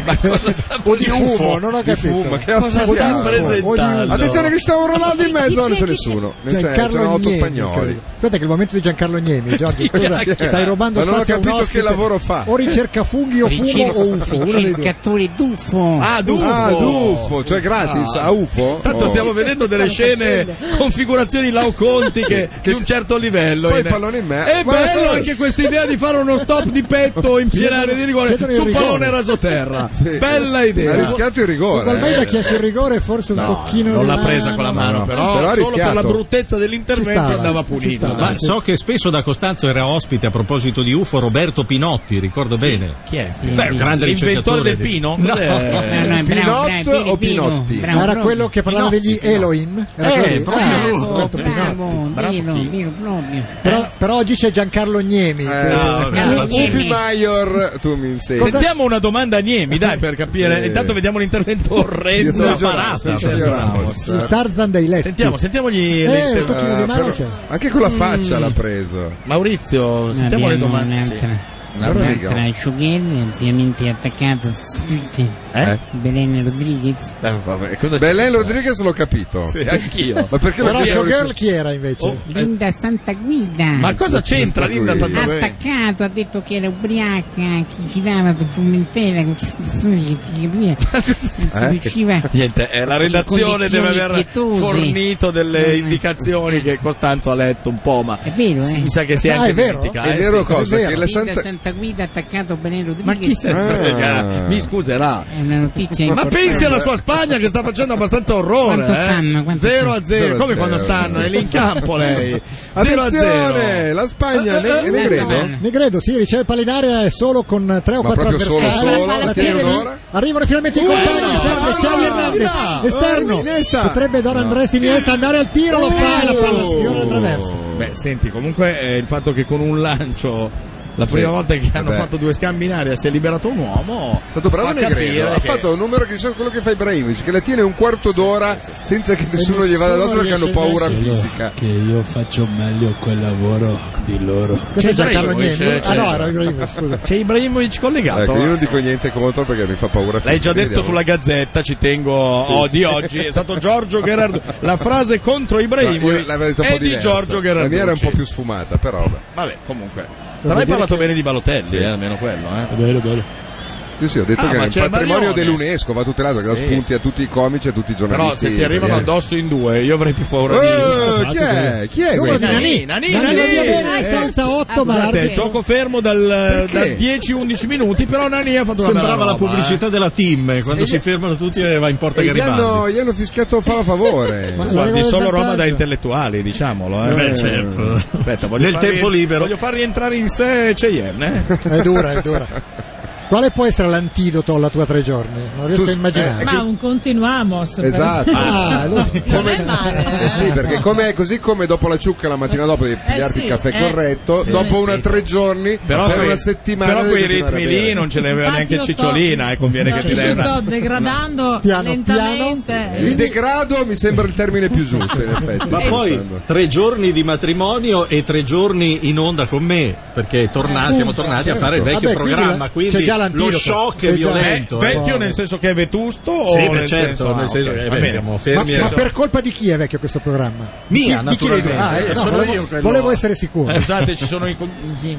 Speaker 2: O di fumo, non ho
Speaker 5: Di
Speaker 2: capito.
Speaker 5: fumo, che
Speaker 2: Cosa
Speaker 5: ascoltiamo?
Speaker 2: sta
Speaker 6: presentando?
Speaker 2: O di-
Speaker 5: Attenzione che Cristiano Ronaldo in mezzo, non c'è nessuno. Non c'è,
Speaker 2: Giancarlo
Speaker 5: c'erano otto
Speaker 2: Gnemi,
Speaker 5: spagnoli.
Speaker 2: credo. Aspetta che è il momento di Giancarlo Gnemi, Giorgio, scusa,
Speaker 5: Chi è?
Speaker 2: stai robando
Speaker 5: Ma non ho
Speaker 2: spazio a un
Speaker 5: capito
Speaker 2: ospite.
Speaker 5: che lavoro fa.
Speaker 2: O ricerca funghi o fumo o U F O, uno dei due.
Speaker 11: Ricercatore tuffo.
Speaker 6: Ah, Dufo!
Speaker 5: Ah, Dufo, cioè gratis, a U F O?
Speaker 6: Tanto
Speaker 5: Oh.
Speaker 6: stiamo vedendo delle scene, configurazioni laucontiche di un certo livello.
Speaker 5: Poi
Speaker 6: in-
Speaker 5: il pallone in me.
Speaker 6: È
Speaker 5: Guarda,
Speaker 6: bello
Speaker 5: guarda.
Speaker 6: anche questa idea di fare uno stop di petto in piena area di rigore
Speaker 2: chiedono il
Speaker 6: su
Speaker 2: rigore.
Speaker 6: pallone rasoterra.
Speaker 5: Sì.
Speaker 6: Bella
Speaker 5: Ha
Speaker 6: idea.
Speaker 5: rischiato il rigore.
Speaker 2: Almeida ha
Speaker 5: eh.
Speaker 2: chiesto il rigore, forse un
Speaker 6: No,
Speaker 2: tocchino
Speaker 6: non
Speaker 2: di
Speaker 6: l'ha
Speaker 2: mano.
Speaker 6: presa con la mano,
Speaker 5: No, no.
Speaker 6: però,
Speaker 5: Però ha
Speaker 6: solo per
Speaker 5: rischiato.
Speaker 6: la bruttezza
Speaker 2: Ci
Speaker 6: dell'intervento
Speaker 2: stava,
Speaker 6: andava
Speaker 2: ci
Speaker 6: punito.
Speaker 2: stava.
Speaker 8: Ma so che spesso da Costanzo era ospite a proposito di U F O Roberto Pinotti, ricordo bene.
Speaker 6: Chi è?
Speaker 8: Beh, un grande
Speaker 6: L'inventore
Speaker 8: ricercatore
Speaker 6: del
Speaker 8: di-
Speaker 6: Pino?
Speaker 8: No.
Speaker 6: Cos'è?
Speaker 11: No, no, è bravo,
Speaker 5: Pinot
Speaker 11: bravo,
Speaker 5: o
Speaker 11: Pino,
Speaker 5: Pinotti?
Speaker 11: bravo,
Speaker 2: Era
Speaker 11: proprio.
Speaker 2: quello che parlava degli Elohim? Era
Speaker 8: Eh,
Speaker 2: quello lì?
Speaker 8: proprio
Speaker 2: Ah,
Speaker 8: lui.
Speaker 2: Roberto
Speaker 11: Bravo,
Speaker 2: Pinotti.
Speaker 11: bravo, vero, vero, proprio.
Speaker 2: Però, però oggi c'è Giancarlo Gnemi.
Speaker 5: Eh,
Speaker 2: che-
Speaker 8: no,
Speaker 11: Bravo,
Speaker 5: Ubi
Speaker 11: Niemi.
Speaker 5: Maior, tu mi insegni.
Speaker 6: Sentiamo una domanda a Niemi, dai, per capire.
Speaker 5: Sì.
Speaker 6: Intanto vediamo l'intervento
Speaker 5: Io
Speaker 6: orrendo.
Speaker 5: sono
Speaker 8: Una
Speaker 5: Giorgio
Speaker 8: parata,
Speaker 5: Ramos,
Speaker 8: Sergio
Speaker 5: Sergio
Speaker 8: Ramos.
Speaker 5: Ramos.
Speaker 2: Il Tarzan dei letti.
Speaker 6: Sentiamo, sentiamogli
Speaker 2: Eh,
Speaker 6: le-
Speaker 2: un tocchino di
Speaker 5: Eh,
Speaker 2: mano
Speaker 5: però-
Speaker 2: c'è.
Speaker 5: anche con la faccia l'ha preso.
Speaker 6: Maurizio, sentiamo le
Speaker 11: Abbiamo
Speaker 6: domande.
Speaker 11: un'altra,
Speaker 5: Guarda,
Speaker 11: un'altra
Speaker 5: mica.
Speaker 11: asciughelli, ampiamente attaccato su Twitter.
Speaker 6: Eh?
Speaker 11: Belen Rodriguez.
Speaker 6: Eh, vabbè, cosa
Speaker 5: Belen Rodriguez l'ho capito.
Speaker 6: Sì, anch'io.
Speaker 5: Ma perché lo
Speaker 2: Però
Speaker 5: spiego?
Speaker 2: Showgirl chi era invece?
Speaker 6: Oh, eh,
Speaker 11: Linda Santa Guida.
Speaker 6: ma cosa c'entra Linda
Speaker 5: Santa
Speaker 6: Santaguida?
Speaker 11: Attaccato, ha detto che era ubriaca, che girava per Formentera con che si capiva, si riusciva.
Speaker 6: Niente, eh, la redazione deve
Speaker 11: condizioni
Speaker 6: aver
Speaker 11: pietose.
Speaker 6: fornito delle indicazioni che Costanzo ha letto un po', ma
Speaker 11: È vero, eh?
Speaker 6: mi sa che si è
Speaker 2: Ah,
Speaker 6: anche
Speaker 2: è vero?
Speaker 6: dimentica.
Speaker 5: È
Speaker 6: eh,
Speaker 5: vero
Speaker 6: sì.
Speaker 5: cosa?
Speaker 2: è vero.
Speaker 5: Che la
Speaker 11: Linda
Speaker 5: Santa...
Speaker 11: Santa Guida attaccato Belen Rodriguez.
Speaker 6: Ma chi se ne
Speaker 5: Ah.
Speaker 6: frega? Mi scuserà.
Speaker 11: una notizia
Speaker 6: Ma
Speaker 11: importante.
Speaker 6: pensi alla sua Spagna che sta facendo abbastanza orrore.
Speaker 11: Quanto
Speaker 6: eh?
Speaker 11: stanno? Quanto
Speaker 6: zero a
Speaker 11: stanno?
Speaker 6: zero. Come
Speaker 5: zero a
Speaker 6: quando
Speaker 5: zero.
Speaker 6: stanno? È lì in campo lei. zero a
Speaker 5: Attenzione,
Speaker 6: zero.
Speaker 5: la Spagna, ne- e Negredo?
Speaker 2: Negredo, sì, riceve palla in area solo con tre o
Speaker 5: Ma
Speaker 2: quattro
Speaker 5: proprio solo,
Speaker 2: avversari.
Speaker 5: solo?
Speaker 2: La
Speaker 5: La
Speaker 2: tiene
Speaker 5: tiene
Speaker 2: lì.
Speaker 5: un'ora?
Speaker 2: Arrivano finalmente i compagni. Serve Xavi Hernandez, esterno.
Speaker 5: Iniesta.
Speaker 2: Potrebbe Don Andrés Iniesta andare al tiro, lo fa e la palla sfiora la traversa.
Speaker 6: Beh, senti, comunque eh, il fatto che con un lancio la prima
Speaker 5: Sì,
Speaker 6: volta che hanno
Speaker 5: vabbè.
Speaker 6: fatto due scambi in aria si è liberato un uomo.
Speaker 5: È stato bravo
Speaker 6: fa
Speaker 5: Negredo,
Speaker 6: capire
Speaker 5: ha
Speaker 6: che-
Speaker 5: fatto un numero che quello che fa Ibrahimovic, che la tiene un quarto d'ora senza che nessuno gli vada addosso perché hanno paura fisica.
Speaker 13: Che io faccio meglio quel lavoro di loro.
Speaker 2: Questo è Giancarlo
Speaker 6: Ibrahimovic,
Speaker 2: Niemi.
Speaker 6: c'è-
Speaker 2: Ah no, era Ibrahimovic, scusa.
Speaker 6: C'è Ibrahimovic collegato.
Speaker 5: Ecco, io non dico niente contro perché mi fa paura fisica.
Speaker 6: L'hai già detto
Speaker 5: Vediamo.
Speaker 6: sulla Gazzetta, ci tengo
Speaker 5: Sì,
Speaker 6: oh,
Speaker 5: sì.
Speaker 6: di oggi, è stato Giorgio Gherardo. La frase contro
Speaker 5: No, io
Speaker 6: Ibrahimovic
Speaker 5: l'avevo detto un
Speaker 6: è
Speaker 5: po'
Speaker 6: di
Speaker 5: diversa.
Speaker 6: Giorgio
Speaker 5: La mia era un
Speaker 6: Gherardo.
Speaker 5: po' più sfumata, però vabbè.
Speaker 6: Vabbè, comunque. Però hai parlato bene di Balotelli, eh, almeno quello, eh.
Speaker 13: Bene, bene.
Speaker 5: Sì, sì, ho detto
Speaker 6: Ah,
Speaker 5: che
Speaker 6: ma
Speaker 5: è
Speaker 6: c'è
Speaker 5: il patrimonio
Speaker 6: Marione.
Speaker 5: dell'UNESCO, va tutelato, che dà
Speaker 6: Sì,
Speaker 5: spunti
Speaker 6: sì,
Speaker 5: a tutti i comici e a tutti i
Speaker 6: Però
Speaker 5: giornalisti.
Speaker 6: se ti arrivano
Speaker 5: italiani.
Speaker 6: addosso in due, io avrei più paura di.
Speaker 5: Oh, chi è? Chi è
Speaker 2: Numero di
Speaker 5: questo?
Speaker 2: Nani.
Speaker 6: Nani,
Speaker 2: Nani,
Speaker 6: Nani,
Speaker 2: va via bene,
Speaker 6: eh,
Speaker 2: senza otto, ma
Speaker 6: Guardate,
Speaker 2: l'arbitro-
Speaker 6: gioco fermo dal,
Speaker 5: Perché?
Speaker 6: da dieci undici minuti, però Nani ha fatto una
Speaker 8: Sembrava
Speaker 6: bella
Speaker 8: la
Speaker 6: roba,
Speaker 8: pubblicità
Speaker 6: eh.
Speaker 8: della team, quando
Speaker 5: E
Speaker 8: si
Speaker 5: gli-
Speaker 8: fermano tutti e va in porta
Speaker 5: E gli
Speaker 8: Garibaldi.
Speaker 5: hanno, gli hanno fischiato fa a favore.
Speaker 2: Ma-
Speaker 6: Guardi,
Speaker 2: Arriva
Speaker 6: solo
Speaker 2: il
Speaker 6: roba da
Speaker 2: vantaggio.
Speaker 6: intellettuali, diciamolo. Eh.
Speaker 8: Beh, certo.
Speaker 6: Aspetta, voglio
Speaker 8: Nel
Speaker 6: far
Speaker 8: tempo
Speaker 6: ri-
Speaker 8: libero.
Speaker 6: Voglio far rientrare in sé Cheyenne. Eh.
Speaker 2: È dura, è dura. Quale può essere l'antidoto alla tua tre giorni? Non riesco
Speaker 5: Tu-
Speaker 2: a immaginare.
Speaker 5: eh,
Speaker 4: Ma un continuamos. per
Speaker 5: Esatto.
Speaker 2: Ah, lui-
Speaker 9: Non è male.
Speaker 5: Eh sì, perché come, così come dopo la ciucca la mattina dopo devi pigliarti
Speaker 4: sì,
Speaker 5: il caffè
Speaker 4: eh.
Speaker 5: corretto,
Speaker 4: Sì.
Speaker 5: dopo una tre giorni,
Speaker 6: Però
Speaker 5: per
Speaker 6: quei,
Speaker 5: una settimana
Speaker 6: però
Speaker 5: devi
Speaker 6: quei
Speaker 5: continuare
Speaker 6: ritmi
Speaker 5: a bere.
Speaker 6: lì non ce ne aveva
Speaker 4: Infatti
Speaker 6: neanche
Speaker 4: lo sto-
Speaker 6: Cicciolina, eh, conviene che ti
Speaker 4: Io
Speaker 6: dai una.
Speaker 4: sto degradando
Speaker 2: Piano,
Speaker 4: lentamente.
Speaker 5: Il degrado mi sembra il termine più giusto, in effetti.
Speaker 8: Ma poi tre giorni di matrimonio e tre giorni in onda con me, perché torna- siamo tornati a fare il vecchio
Speaker 2: Vabbè, quindi
Speaker 8: programma,
Speaker 2: la-
Speaker 8: quindi
Speaker 2: c'è già
Speaker 8: lo
Speaker 2: l'antidoto.
Speaker 8: shock
Speaker 2: È
Speaker 8: è
Speaker 2: già-
Speaker 8: violento.
Speaker 6: Eh,
Speaker 8: eh.
Speaker 6: vecchio nel senso che è vetusto?
Speaker 8: Sì,
Speaker 6: o
Speaker 8: beh,
Speaker 6: nel
Speaker 8: certo,
Speaker 6: senso,
Speaker 8: nel
Speaker 6: ah,
Speaker 8: senso
Speaker 6: ok,
Speaker 8: che,
Speaker 6: va
Speaker 8: beh,
Speaker 6: bene.
Speaker 8: siamo
Speaker 2: Ma,
Speaker 8: fermi.
Speaker 2: ma
Speaker 8: e-
Speaker 2: per colpa di chi è vecchio questo programma?
Speaker 8: Mia,
Speaker 2: Di chi- di chi le-
Speaker 8: naturalmente.
Speaker 2: Ah, ecco,
Speaker 8: Eh,
Speaker 2: no,
Speaker 8: sono
Speaker 2: volevo,
Speaker 8: io quello-
Speaker 2: volevo essere sicuro.
Speaker 6: Eh, scusate, ci sono i com-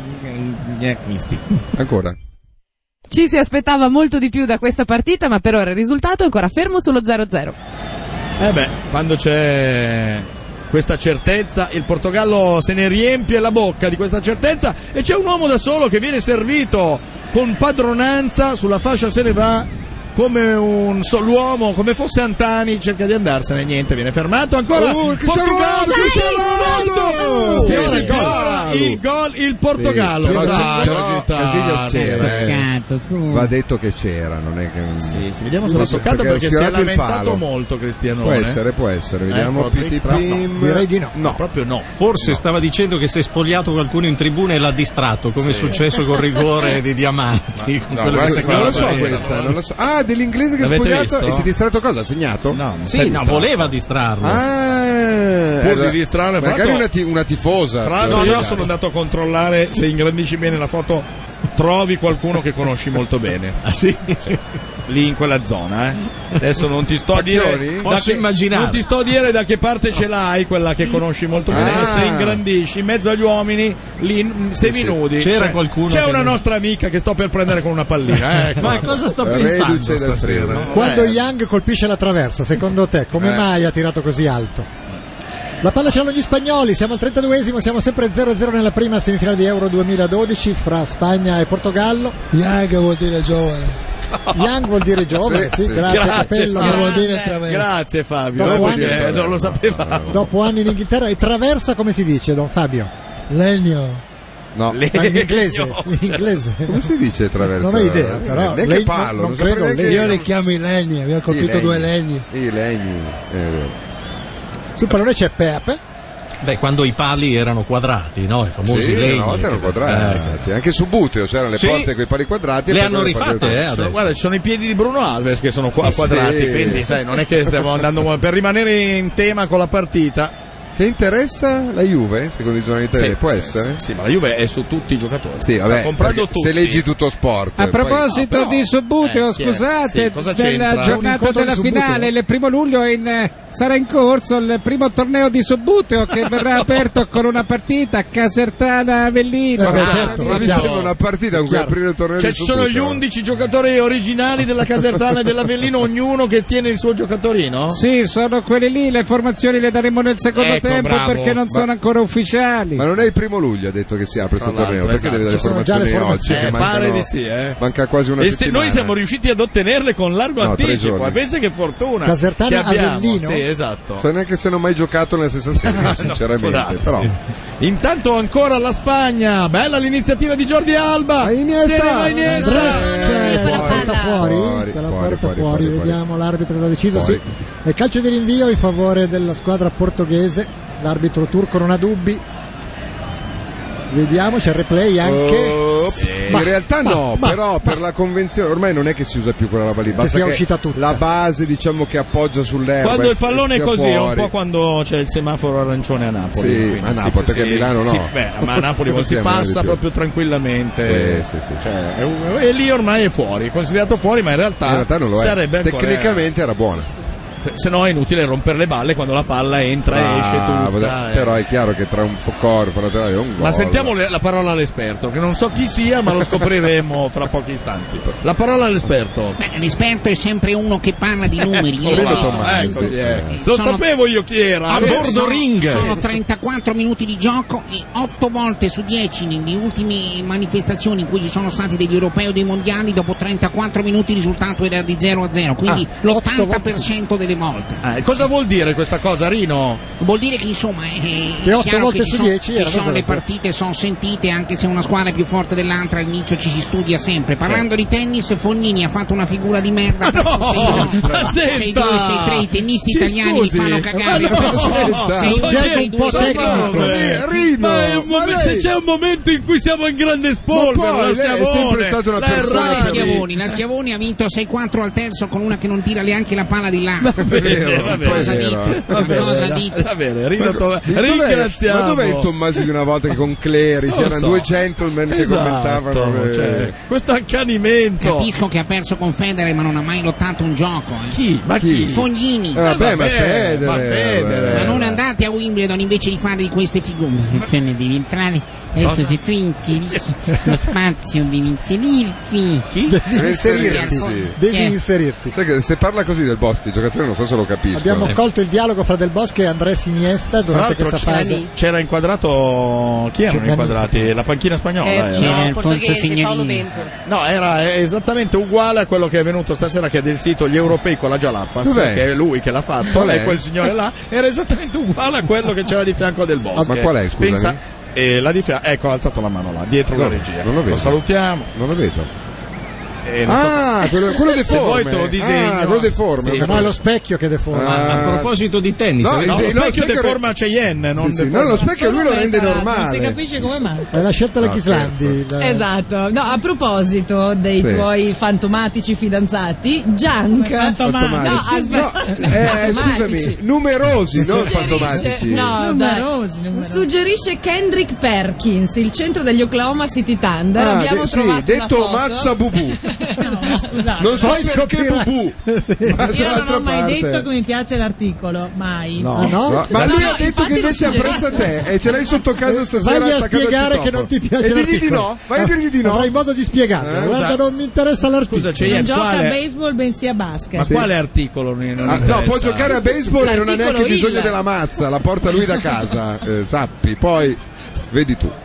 Speaker 6: gli acquisti.
Speaker 5: Ancora.
Speaker 3: Ci si aspettava molto di più da questa partita, ma per ora il risultato è ancora fermo sullo zero a zero.
Speaker 6: Eh beh, quando c'è questa certezza, il Portogallo se ne riempie la bocca di questa certezza e c'è un uomo da solo che viene servito con padronanza sulla fascia, se ne va come un sol'uomo, come fosse Antani, cerca di andarsene, niente, viene fermato ancora.
Speaker 5: Oh, Cristiano
Speaker 6: Portogallo,
Speaker 5: Ronaldo,
Speaker 6: Cristiano Ronaldo!
Speaker 5: Sì,
Speaker 6: Fiora il gol,
Speaker 5: Cristiano.
Speaker 6: il gol, il Portogallo.
Speaker 5: Sì, però
Speaker 6: Dai,
Speaker 5: però
Speaker 6: oggi tardi.
Speaker 5: Casillas c'era, eh.
Speaker 11: Peccato, su.
Speaker 5: Va detto che c'era, non è che.
Speaker 6: Sì, sì, vediamo se l'ha
Speaker 5: Non so,
Speaker 6: toccata perché,
Speaker 5: ha
Speaker 6: si è
Speaker 5: sfiorato il
Speaker 6: lamentato
Speaker 5: palo.
Speaker 6: molto Cristiano.
Speaker 5: Può essere, può essere. Vediamo.
Speaker 6: Ecco,
Speaker 5: P T P.
Speaker 6: no.
Speaker 2: Direi di no.
Speaker 6: No, proprio no.
Speaker 8: Forse stava dicendo che si è spogliato qualcuno in tribuna e l'ha distratto, come è successo col rigore di Diamanti. con
Speaker 6: no,
Speaker 8: quello
Speaker 6: guarda
Speaker 8: che
Speaker 6: che
Speaker 8: si
Speaker 5: Non lo
Speaker 8: chiama
Speaker 5: so
Speaker 8: Paredes.
Speaker 5: questa, non lo so. Ah, dell'inglese che ha
Speaker 6: L'avete
Speaker 5: spogliato
Speaker 6: visto?
Speaker 5: e si è distratto cosa? Ha segnato?
Speaker 6: No, non
Speaker 8: Sì,
Speaker 6: sei
Speaker 8: no,
Speaker 6: distratto.
Speaker 8: voleva distrarlo.
Speaker 5: Ah,
Speaker 6: Pur
Speaker 5: era-
Speaker 6: di distrarre, fra
Speaker 5: magari
Speaker 6: l'altro-
Speaker 5: una, ti- una tifosa.
Speaker 6: Tra l'altro,
Speaker 5: No,
Speaker 6: io
Speaker 5: no,
Speaker 6: sono andato a controllare se ingrandisci bene la foto, trovi qualcuno che conosci molto bene.
Speaker 8: Ah, sì?
Speaker 6: Lì in quella zona, eh. Adesso non ti sto a dire.
Speaker 5: Pacchioni?
Speaker 6: da
Speaker 8: Posso
Speaker 6: che-
Speaker 8: immaginare.
Speaker 6: Non ti sto a dire da che parte ce l'hai, quella che conosci molto bene.
Speaker 5: Ah.
Speaker 6: Se ingrandisci in mezzo agli uomini, lì mm, seminudi.
Speaker 8: C'era
Speaker 6: Cioè,
Speaker 8: qualcuno
Speaker 6: C'è
Speaker 8: che
Speaker 6: una
Speaker 8: non-
Speaker 6: nostra amica che sto per prendere con una pallina. Eh,
Speaker 8: Ma
Speaker 6: ecco.
Speaker 8: cosa sta
Speaker 5: Reduce
Speaker 8: pensando
Speaker 5: del
Speaker 8: stasera?
Speaker 5: freno.
Speaker 2: Quando
Speaker 6: Eh.
Speaker 2: Young colpisce la traversa, secondo te, come
Speaker 5: Eh.
Speaker 2: mai ha tirato così alto? La palla ce l'hanno gli spagnoli, siamo al trentaduesimo, siamo sempre zero a zero nella prima semifinale di Euro duemiladodici fra Spagna e Portogallo.
Speaker 13: Young vuol dire giovane.
Speaker 2: Young vuol dire giovane,
Speaker 5: Sì,
Speaker 2: sì,
Speaker 5: sì.
Speaker 2: grazie,
Speaker 6: Grazie,
Speaker 2: Capello.
Speaker 6: Fabio.
Speaker 13: vuol dire traverso.
Speaker 6: Grazie Fabio,
Speaker 2: Dopo
Speaker 6: eh,
Speaker 2: anni-
Speaker 6: perché non lo sapevamo.
Speaker 2: Dopo anni in Inghilterra, e traversa come si dice, Don Fabio?
Speaker 13: Legno.
Speaker 5: No.
Speaker 2: Ma in inglese, in inglese.
Speaker 5: Come si dice attraverso?
Speaker 2: Non ho idea, però
Speaker 5: Neanche
Speaker 2: legno-
Speaker 5: palo,
Speaker 2: non
Speaker 5: non saprei
Speaker 2: credo,
Speaker 5: neanche-
Speaker 13: Io li chiamo i legni, abbiamo colpito due legni.
Speaker 5: I legni. eh, vero.
Speaker 2: Sul pallone c'è Pepe.
Speaker 8: Beh, quando i pali erano quadrati, no? I famosi
Speaker 5: Sì,
Speaker 8: legni.
Speaker 5: una volta erano
Speaker 8: che-
Speaker 5: quadrati.
Speaker 8: eh,
Speaker 5: Anche su Buteo c'erano le
Speaker 8: Sì.
Speaker 5: porte con i pali quadrati. e
Speaker 8: Le
Speaker 5: poi
Speaker 8: hanno
Speaker 5: con le
Speaker 8: rifatte,
Speaker 5: porte-
Speaker 8: eh,
Speaker 6: Sono-
Speaker 8: adesso.
Speaker 6: guarda, ci sono i piedi di Bruno Alves che sono qua
Speaker 5: Sì,
Speaker 6: quadrati,
Speaker 5: sì.
Speaker 6: quindi sai, non è che stiamo andando per rimanere in tema con la partita.
Speaker 5: Che interessa la Juve, secondo i giornali italiani?
Speaker 6: Sì,
Speaker 5: Può
Speaker 6: sì,
Speaker 5: essere?
Speaker 6: Sì, sì, ma la Juve è su tutti i giocatori.
Speaker 5: Sì,
Speaker 6: Sta
Speaker 5: vabbè,
Speaker 6: comprando
Speaker 5: perché
Speaker 6: tutti.
Speaker 5: se leggi tutto sport.
Speaker 14: A
Speaker 5: poi-
Speaker 14: proposito
Speaker 6: no, però-
Speaker 14: di Subbuteo,
Speaker 6: eh, chi è?
Speaker 14: scusate,
Speaker 6: Sì, cosa c'entra?
Speaker 14: della
Speaker 6: Un
Speaker 14: giornata
Speaker 2: incontro
Speaker 14: della
Speaker 2: di Subbuteo?
Speaker 14: finale, il primo luglio in, eh, sarà in corso il primo torneo di Subbuteo che verrà aperto con una partita Casertana-Avellino.
Speaker 2: Eh beh,
Speaker 14: Ah,
Speaker 2: certo,
Speaker 5: Ma mi
Speaker 2: chiaro.
Speaker 5: sembra una partita con cui
Speaker 2: Chiaro.
Speaker 5: aprire il torneo
Speaker 6: Cioè
Speaker 5: di
Speaker 6: ci sono gli
Speaker 5: Subbuteo.
Speaker 6: undici giocatori originali della Casertana e dell'Avellino, ognuno che tiene il suo giocatorino?
Speaker 14: Sì, sono quelli lì, le formazioni le daremo nel secondo
Speaker 6: Ecco,
Speaker 14: tempo
Speaker 6: bravo.
Speaker 14: perché non
Speaker 5: Ma-
Speaker 14: sono ancora ufficiali.
Speaker 5: Ma non è il primo luglio ha detto che si apre questo
Speaker 6: Tra
Speaker 5: torneo,
Speaker 6: l'altro,
Speaker 5: perché deve
Speaker 6: esatto.
Speaker 5: dare
Speaker 2: Ci sono già le
Speaker 5: formazioni oggi?
Speaker 2: formazioni.
Speaker 5: Che
Speaker 6: Eh,
Speaker 5: mancano-
Speaker 6: pare di sì, eh.
Speaker 5: Manca quasi una
Speaker 6: E se-
Speaker 5: settimana.
Speaker 6: noi siamo riusciti ad ottenerle con largo
Speaker 5: No, tre
Speaker 6: anticipo.
Speaker 5: giorni.
Speaker 6: E pensa che fortuna
Speaker 2: Casertana
Speaker 6: che abbiamo.
Speaker 2: Avellino?
Speaker 6: Sì, esatto.
Speaker 5: So neanche se hanno mai giocato nella stessa serie,
Speaker 6: No,
Speaker 5: sinceramente.
Speaker 6: può darsi.
Speaker 5: Però.
Speaker 6: Intanto ancora la Spagna, bella l'iniziativa di Jordi Alba.
Speaker 5: Iniesta!
Speaker 6: Se ne va Iniesta.
Speaker 2: Andres, se la
Speaker 5: fuori,
Speaker 2: porta fuori,
Speaker 5: fuori,
Speaker 2: se la
Speaker 5: fuori,
Speaker 2: porta
Speaker 5: fuori,
Speaker 2: fuori,
Speaker 5: fuori,
Speaker 2: vediamo l'arbitro che ha deciso,
Speaker 5: Fuori.
Speaker 2: sì. E calcio di rinvio in favore della squadra portoghese, l'arbitro turco non ha dubbi. Vediamo, c'è il replay anche.
Speaker 5: Oh,
Speaker 2: Ma-
Speaker 5: in realtà
Speaker 2: ma-
Speaker 5: no,
Speaker 2: ma-
Speaker 5: però per la convenzione ormai non è che si usa più quella roba lì, basta
Speaker 2: sia
Speaker 5: che
Speaker 2: uscita tutta.
Speaker 5: la base diciamo che appoggia sull'erba.
Speaker 6: Quando
Speaker 5: e-
Speaker 6: il pallone
Speaker 5: e
Speaker 6: è
Speaker 5: sia
Speaker 6: così, è un
Speaker 5: fuori.
Speaker 6: po' quando c'è il semaforo arancione a Napoli.
Speaker 5: Sì,
Speaker 6: quindi
Speaker 5: a Napoli, perché a Milano no.
Speaker 6: sì, beh, ma a Napoli
Speaker 5: Non
Speaker 6: si
Speaker 5: sembra di
Speaker 6: passa
Speaker 5: più.
Speaker 6: proprio tranquillamente.
Speaker 5: Sì, sì, sì, sì.
Speaker 6: Cioè, è- e lì ormai è fuori, è considerato fuori, ma in realtà,
Speaker 5: In realtà non lo è.
Speaker 6: sarebbe ancora.
Speaker 5: Tecnicamente era buona.
Speaker 6: Se no è inutile rompere le balle quando la palla entra e esce
Speaker 5: Ah,
Speaker 6: tutta. eh.
Speaker 5: però è chiaro che tra un focoro e un laterale e un gol.
Speaker 6: Ma sentiamo le- la parola all'esperto, che non so chi sia, ma lo scopriremo fra pochi istanti. La parola all'esperto.
Speaker 11: Beh, l'esperto è sempre uno che parla di numeri. eh,
Speaker 6: Ecco,
Speaker 11: questo-
Speaker 6: ecco chi è.
Speaker 11: eh,
Speaker 6: Lo
Speaker 11: sono-
Speaker 6: sapevo io chi era.
Speaker 8: A
Speaker 6: Eh,
Speaker 8: bordo
Speaker 11: sono,
Speaker 8: ring.
Speaker 11: sono trentaquattro minuti di gioco e otto volte su dieci nelle ultime manifestazioni in cui ci sono stati degli europei o dei mondiali, dopo trentaquattro minuti il risultato era di zero a zero, quindi
Speaker 6: Ah,
Speaker 11: l'ottanta per cento delle volte.
Speaker 6: Eh, cosa vuol dire questa cosa, Rino?
Speaker 11: Vuol dire che insomma è
Speaker 2: Che otto
Speaker 11: chiaro
Speaker 2: volte
Speaker 11: che ci
Speaker 2: su
Speaker 11: sono,
Speaker 2: dieci
Speaker 11: ci
Speaker 2: erano
Speaker 11: sono
Speaker 2: zero.
Speaker 11: le partite, sono sentite, anche se una squadra è più forte dell'altra all'inizio ci si studia sempre. Parlando di tennis, Fognini ha fatto una figura di merda.
Speaker 6: Ma no, ma
Speaker 11: sei due, sei tre, i tennisti
Speaker 6: Ci
Speaker 11: italiani
Speaker 6: scusi.
Speaker 11: mi fanno cagare.
Speaker 6: Ma no,
Speaker 11: sei
Speaker 6: ma
Speaker 11: due,
Speaker 6: che-
Speaker 11: sei due,
Speaker 2: un po'
Speaker 11: sei
Speaker 2: tecnico.
Speaker 11: tre.
Speaker 5: Rino,
Speaker 6: Ma è un
Speaker 5: ma
Speaker 6: momento-
Speaker 5: lei-
Speaker 6: se c'è un momento in cui siamo in grande
Speaker 5: Ma
Speaker 6: spolvero,
Speaker 5: poi
Speaker 6: la
Speaker 5: lei è
Speaker 6: Schiavone,
Speaker 5: sempre stata una
Speaker 6: la
Speaker 5: persona-
Speaker 11: Quale
Speaker 6: Errani.
Speaker 11: Schiavoni? La Schiavoni ha vinto sei quattro al terzo con una che non tira neanche la palla di là.
Speaker 6: Va bene, va bene.
Speaker 11: Cosa
Speaker 5: vero.
Speaker 11: dite?
Speaker 6: Va bene,
Speaker 11: Cosa dite?
Speaker 6: va bene, Rino, to-
Speaker 5: Ma dov'è-
Speaker 6: ringraziamo.
Speaker 5: Ma dov'è il Tommasi di una volta che con Cleri
Speaker 6: Non
Speaker 5: c'erano
Speaker 6: so.
Speaker 5: due gentleman che
Speaker 6: Esatto,
Speaker 5: commentavano? eh,
Speaker 6: cioè, questo accanimento.
Speaker 11: Capisco che ha perso con Federer ma non ha mai lottato un gioco. Eh.
Speaker 6: Chi? Ma chi?
Speaker 5: Chi?
Speaker 11: Fognini.
Speaker 5: Eh, vabbè, ma
Speaker 6: vabbè,
Speaker 5: Federer,
Speaker 6: ma Federer.
Speaker 11: Ma non andate a Wimbledon invece di fare di queste figure. Devi entrare, adesso se tu inserisci lo spazio devi inserirti.
Speaker 6: Chi?
Speaker 2: Devi inserirti,
Speaker 5: sì.
Speaker 2: devi
Speaker 11: Certo.
Speaker 2: inserirti.
Speaker 5: Sai che se parla così del Boschi, i giocatori non so se lo capiscono.
Speaker 2: Abbiamo colto il dialogo fra Del Bosco e Andrés Iniesta
Speaker 6: Tra
Speaker 2: durante
Speaker 6: l'altro
Speaker 2: questa
Speaker 6: c'era,
Speaker 2: fase.
Speaker 6: c'era inquadrato chi erano
Speaker 2: C'era
Speaker 6: inquadrati? La panchina spagnola
Speaker 9: Eh,
Speaker 6: era.
Speaker 11: C'era
Speaker 9: no,
Speaker 11: Alfonso
Speaker 9: portoghese,
Speaker 11: Signorini.
Speaker 9: Paolo Bento.
Speaker 6: No, era esattamente uguale a quello che è venuto stasera, che è del sito Gli Europei con la Jalapas,
Speaker 5: Dov'è?
Speaker 6: che è lui che l'ha fatto,
Speaker 5: Qual
Speaker 6: lei
Speaker 5: è?
Speaker 6: quel signore là, era esattamente uguale a quello che c'era di fianco a Del Bosco.
Speaker 5: Ma qual è, scusami?
Speaker 6: Pensa, eh, la di fianco, ecco, ha alzato la mano là, dietro
Speaker 5: No,
Speaker 6: la regia.
Speaker 5: non lo vedo.
Speaker 6: salutiamo.
Speaker 5: Non lo vedo.
Speaker 6: Eh, non so-
Speaker 5: Ah, quello, quello
Speaker 6: Se
Speaker 5: deforme.
Speaker 6: vuoi te lo disegno.
Speaker 5: Ah, quello deforme.
Speaker 6: Sì,
Speaker 5: ho
Speaker 2: No, è lo
Speaker 5: capito.
Speaker 2: specchio che deforma.
Speaker 5: Ah.
Speaker 8: A proposito di tennis,
Speaker 5: No,
Speaker 8: avete-
Speaker 6: No, lo
Speaker 5: Sì, no,
Speaker 6: specchio
Speaker 5: specchio-
Speaker 6: deforma Cheyenne, non
Speaker 5: Sì, sì,
Speaker 6: deforma-
Speaker 5: no, lo specchio lui lo rende
Speaker 4: Non si
Speaker 5: normale.
Speaker 4: capisce come mai.
Speaker 2: È la scelta della
Speaker 5: No,
Speaker 2: Ghislandi. la-
Speaker 3: Esatto, no, a proposito dei
Speaker 5: Sì.
Speaker 3: tuoi fantomatici fidanzati, Junk.
Speaker 4: Fantomatici.
Speaker 3: No, aspetta.
Speaker 5: No, eh,
Speaker 3: Fantomatici.
Speaker 5: scusami, numerosi, non
Speaker 3: Suggerisce-
Speaker 5: fantomatici.
Speaker 3: no,
Speaker 4: Numerosi,
Speaker 3: dai.
Speaker 4: numerosi.
Speaker 3: Suggerisce Kendrick Perkins, il centro degli Oklahoma City Thunder.
Speaker 5: Ah,
Speaker 3: Abbiamo
Speaker 5: de- sì,
Speaker 3: trovato
Speaker 5: detto
Speaker 3: una foto.
Speaker 5: Mazza Bubù.
Speaker 4: No, scusate.
Speaker 5: Non so
Speaker 2: Poi
Speaker 5: perché
Speaker 2: scoprirà-
Speaker 5: Bubù. Ma
Speaker 4: Io non
Speaker 5: dall'altra
Speaker 4: ho mai
Speaker 5: parte.
Speaker 4: detto che mi piace l'articolo, mai.
Speaker 5: No.
Speaker 2: Ah, no?
Speaker 5: No, ma
Speaker 3: No,
Speaker 5: lui
Speaker 3: no,
Speaker 5: ha detto
Speaker 3: infatti
Speaker 5: che invece
Speaker 3: lo
Speaker 5: apprezza te e ce l'hai sotto casa stasera.
Speaker 2: Vai a
Speaker 5: attaccato al
Speaker 2: spiegare che
Speaker 5: citofono.
Speaker 2: non ti piace
Speaker 5: e digli di
Speaker 2: l'articolo.
Speaker 5: no, vai a dirgli di no.
Speaker 2: Avrai modo di spiegarlo.
Speaker 5: Eh,
Speaker 2: Guarda,
Speaker 6: scusa.
Speaker 2: non mi interessa l'articolo.
Speaker 6: Scusa,
Speaker 4: Non
Speaker 6: Cheyenne,
Speaker 4: gioca a
Speaker 6: quale,
Speaker 4: baseball bensì a basket.
Speaker 6: ma
Speaker 5: Sì.
Speaker 6: quale articolo? Non
Speaker 5: Ah, no,
Speaker 6: interessa?
Speaker 5: può giocare a baseball e non ha neanche
Speaker 3: L'articolo
Speaker 5: bisogno
Speaker 3: il.
Speaker 5: della mazza, la porta lui da casa, eh, sappi, poi vedi tu.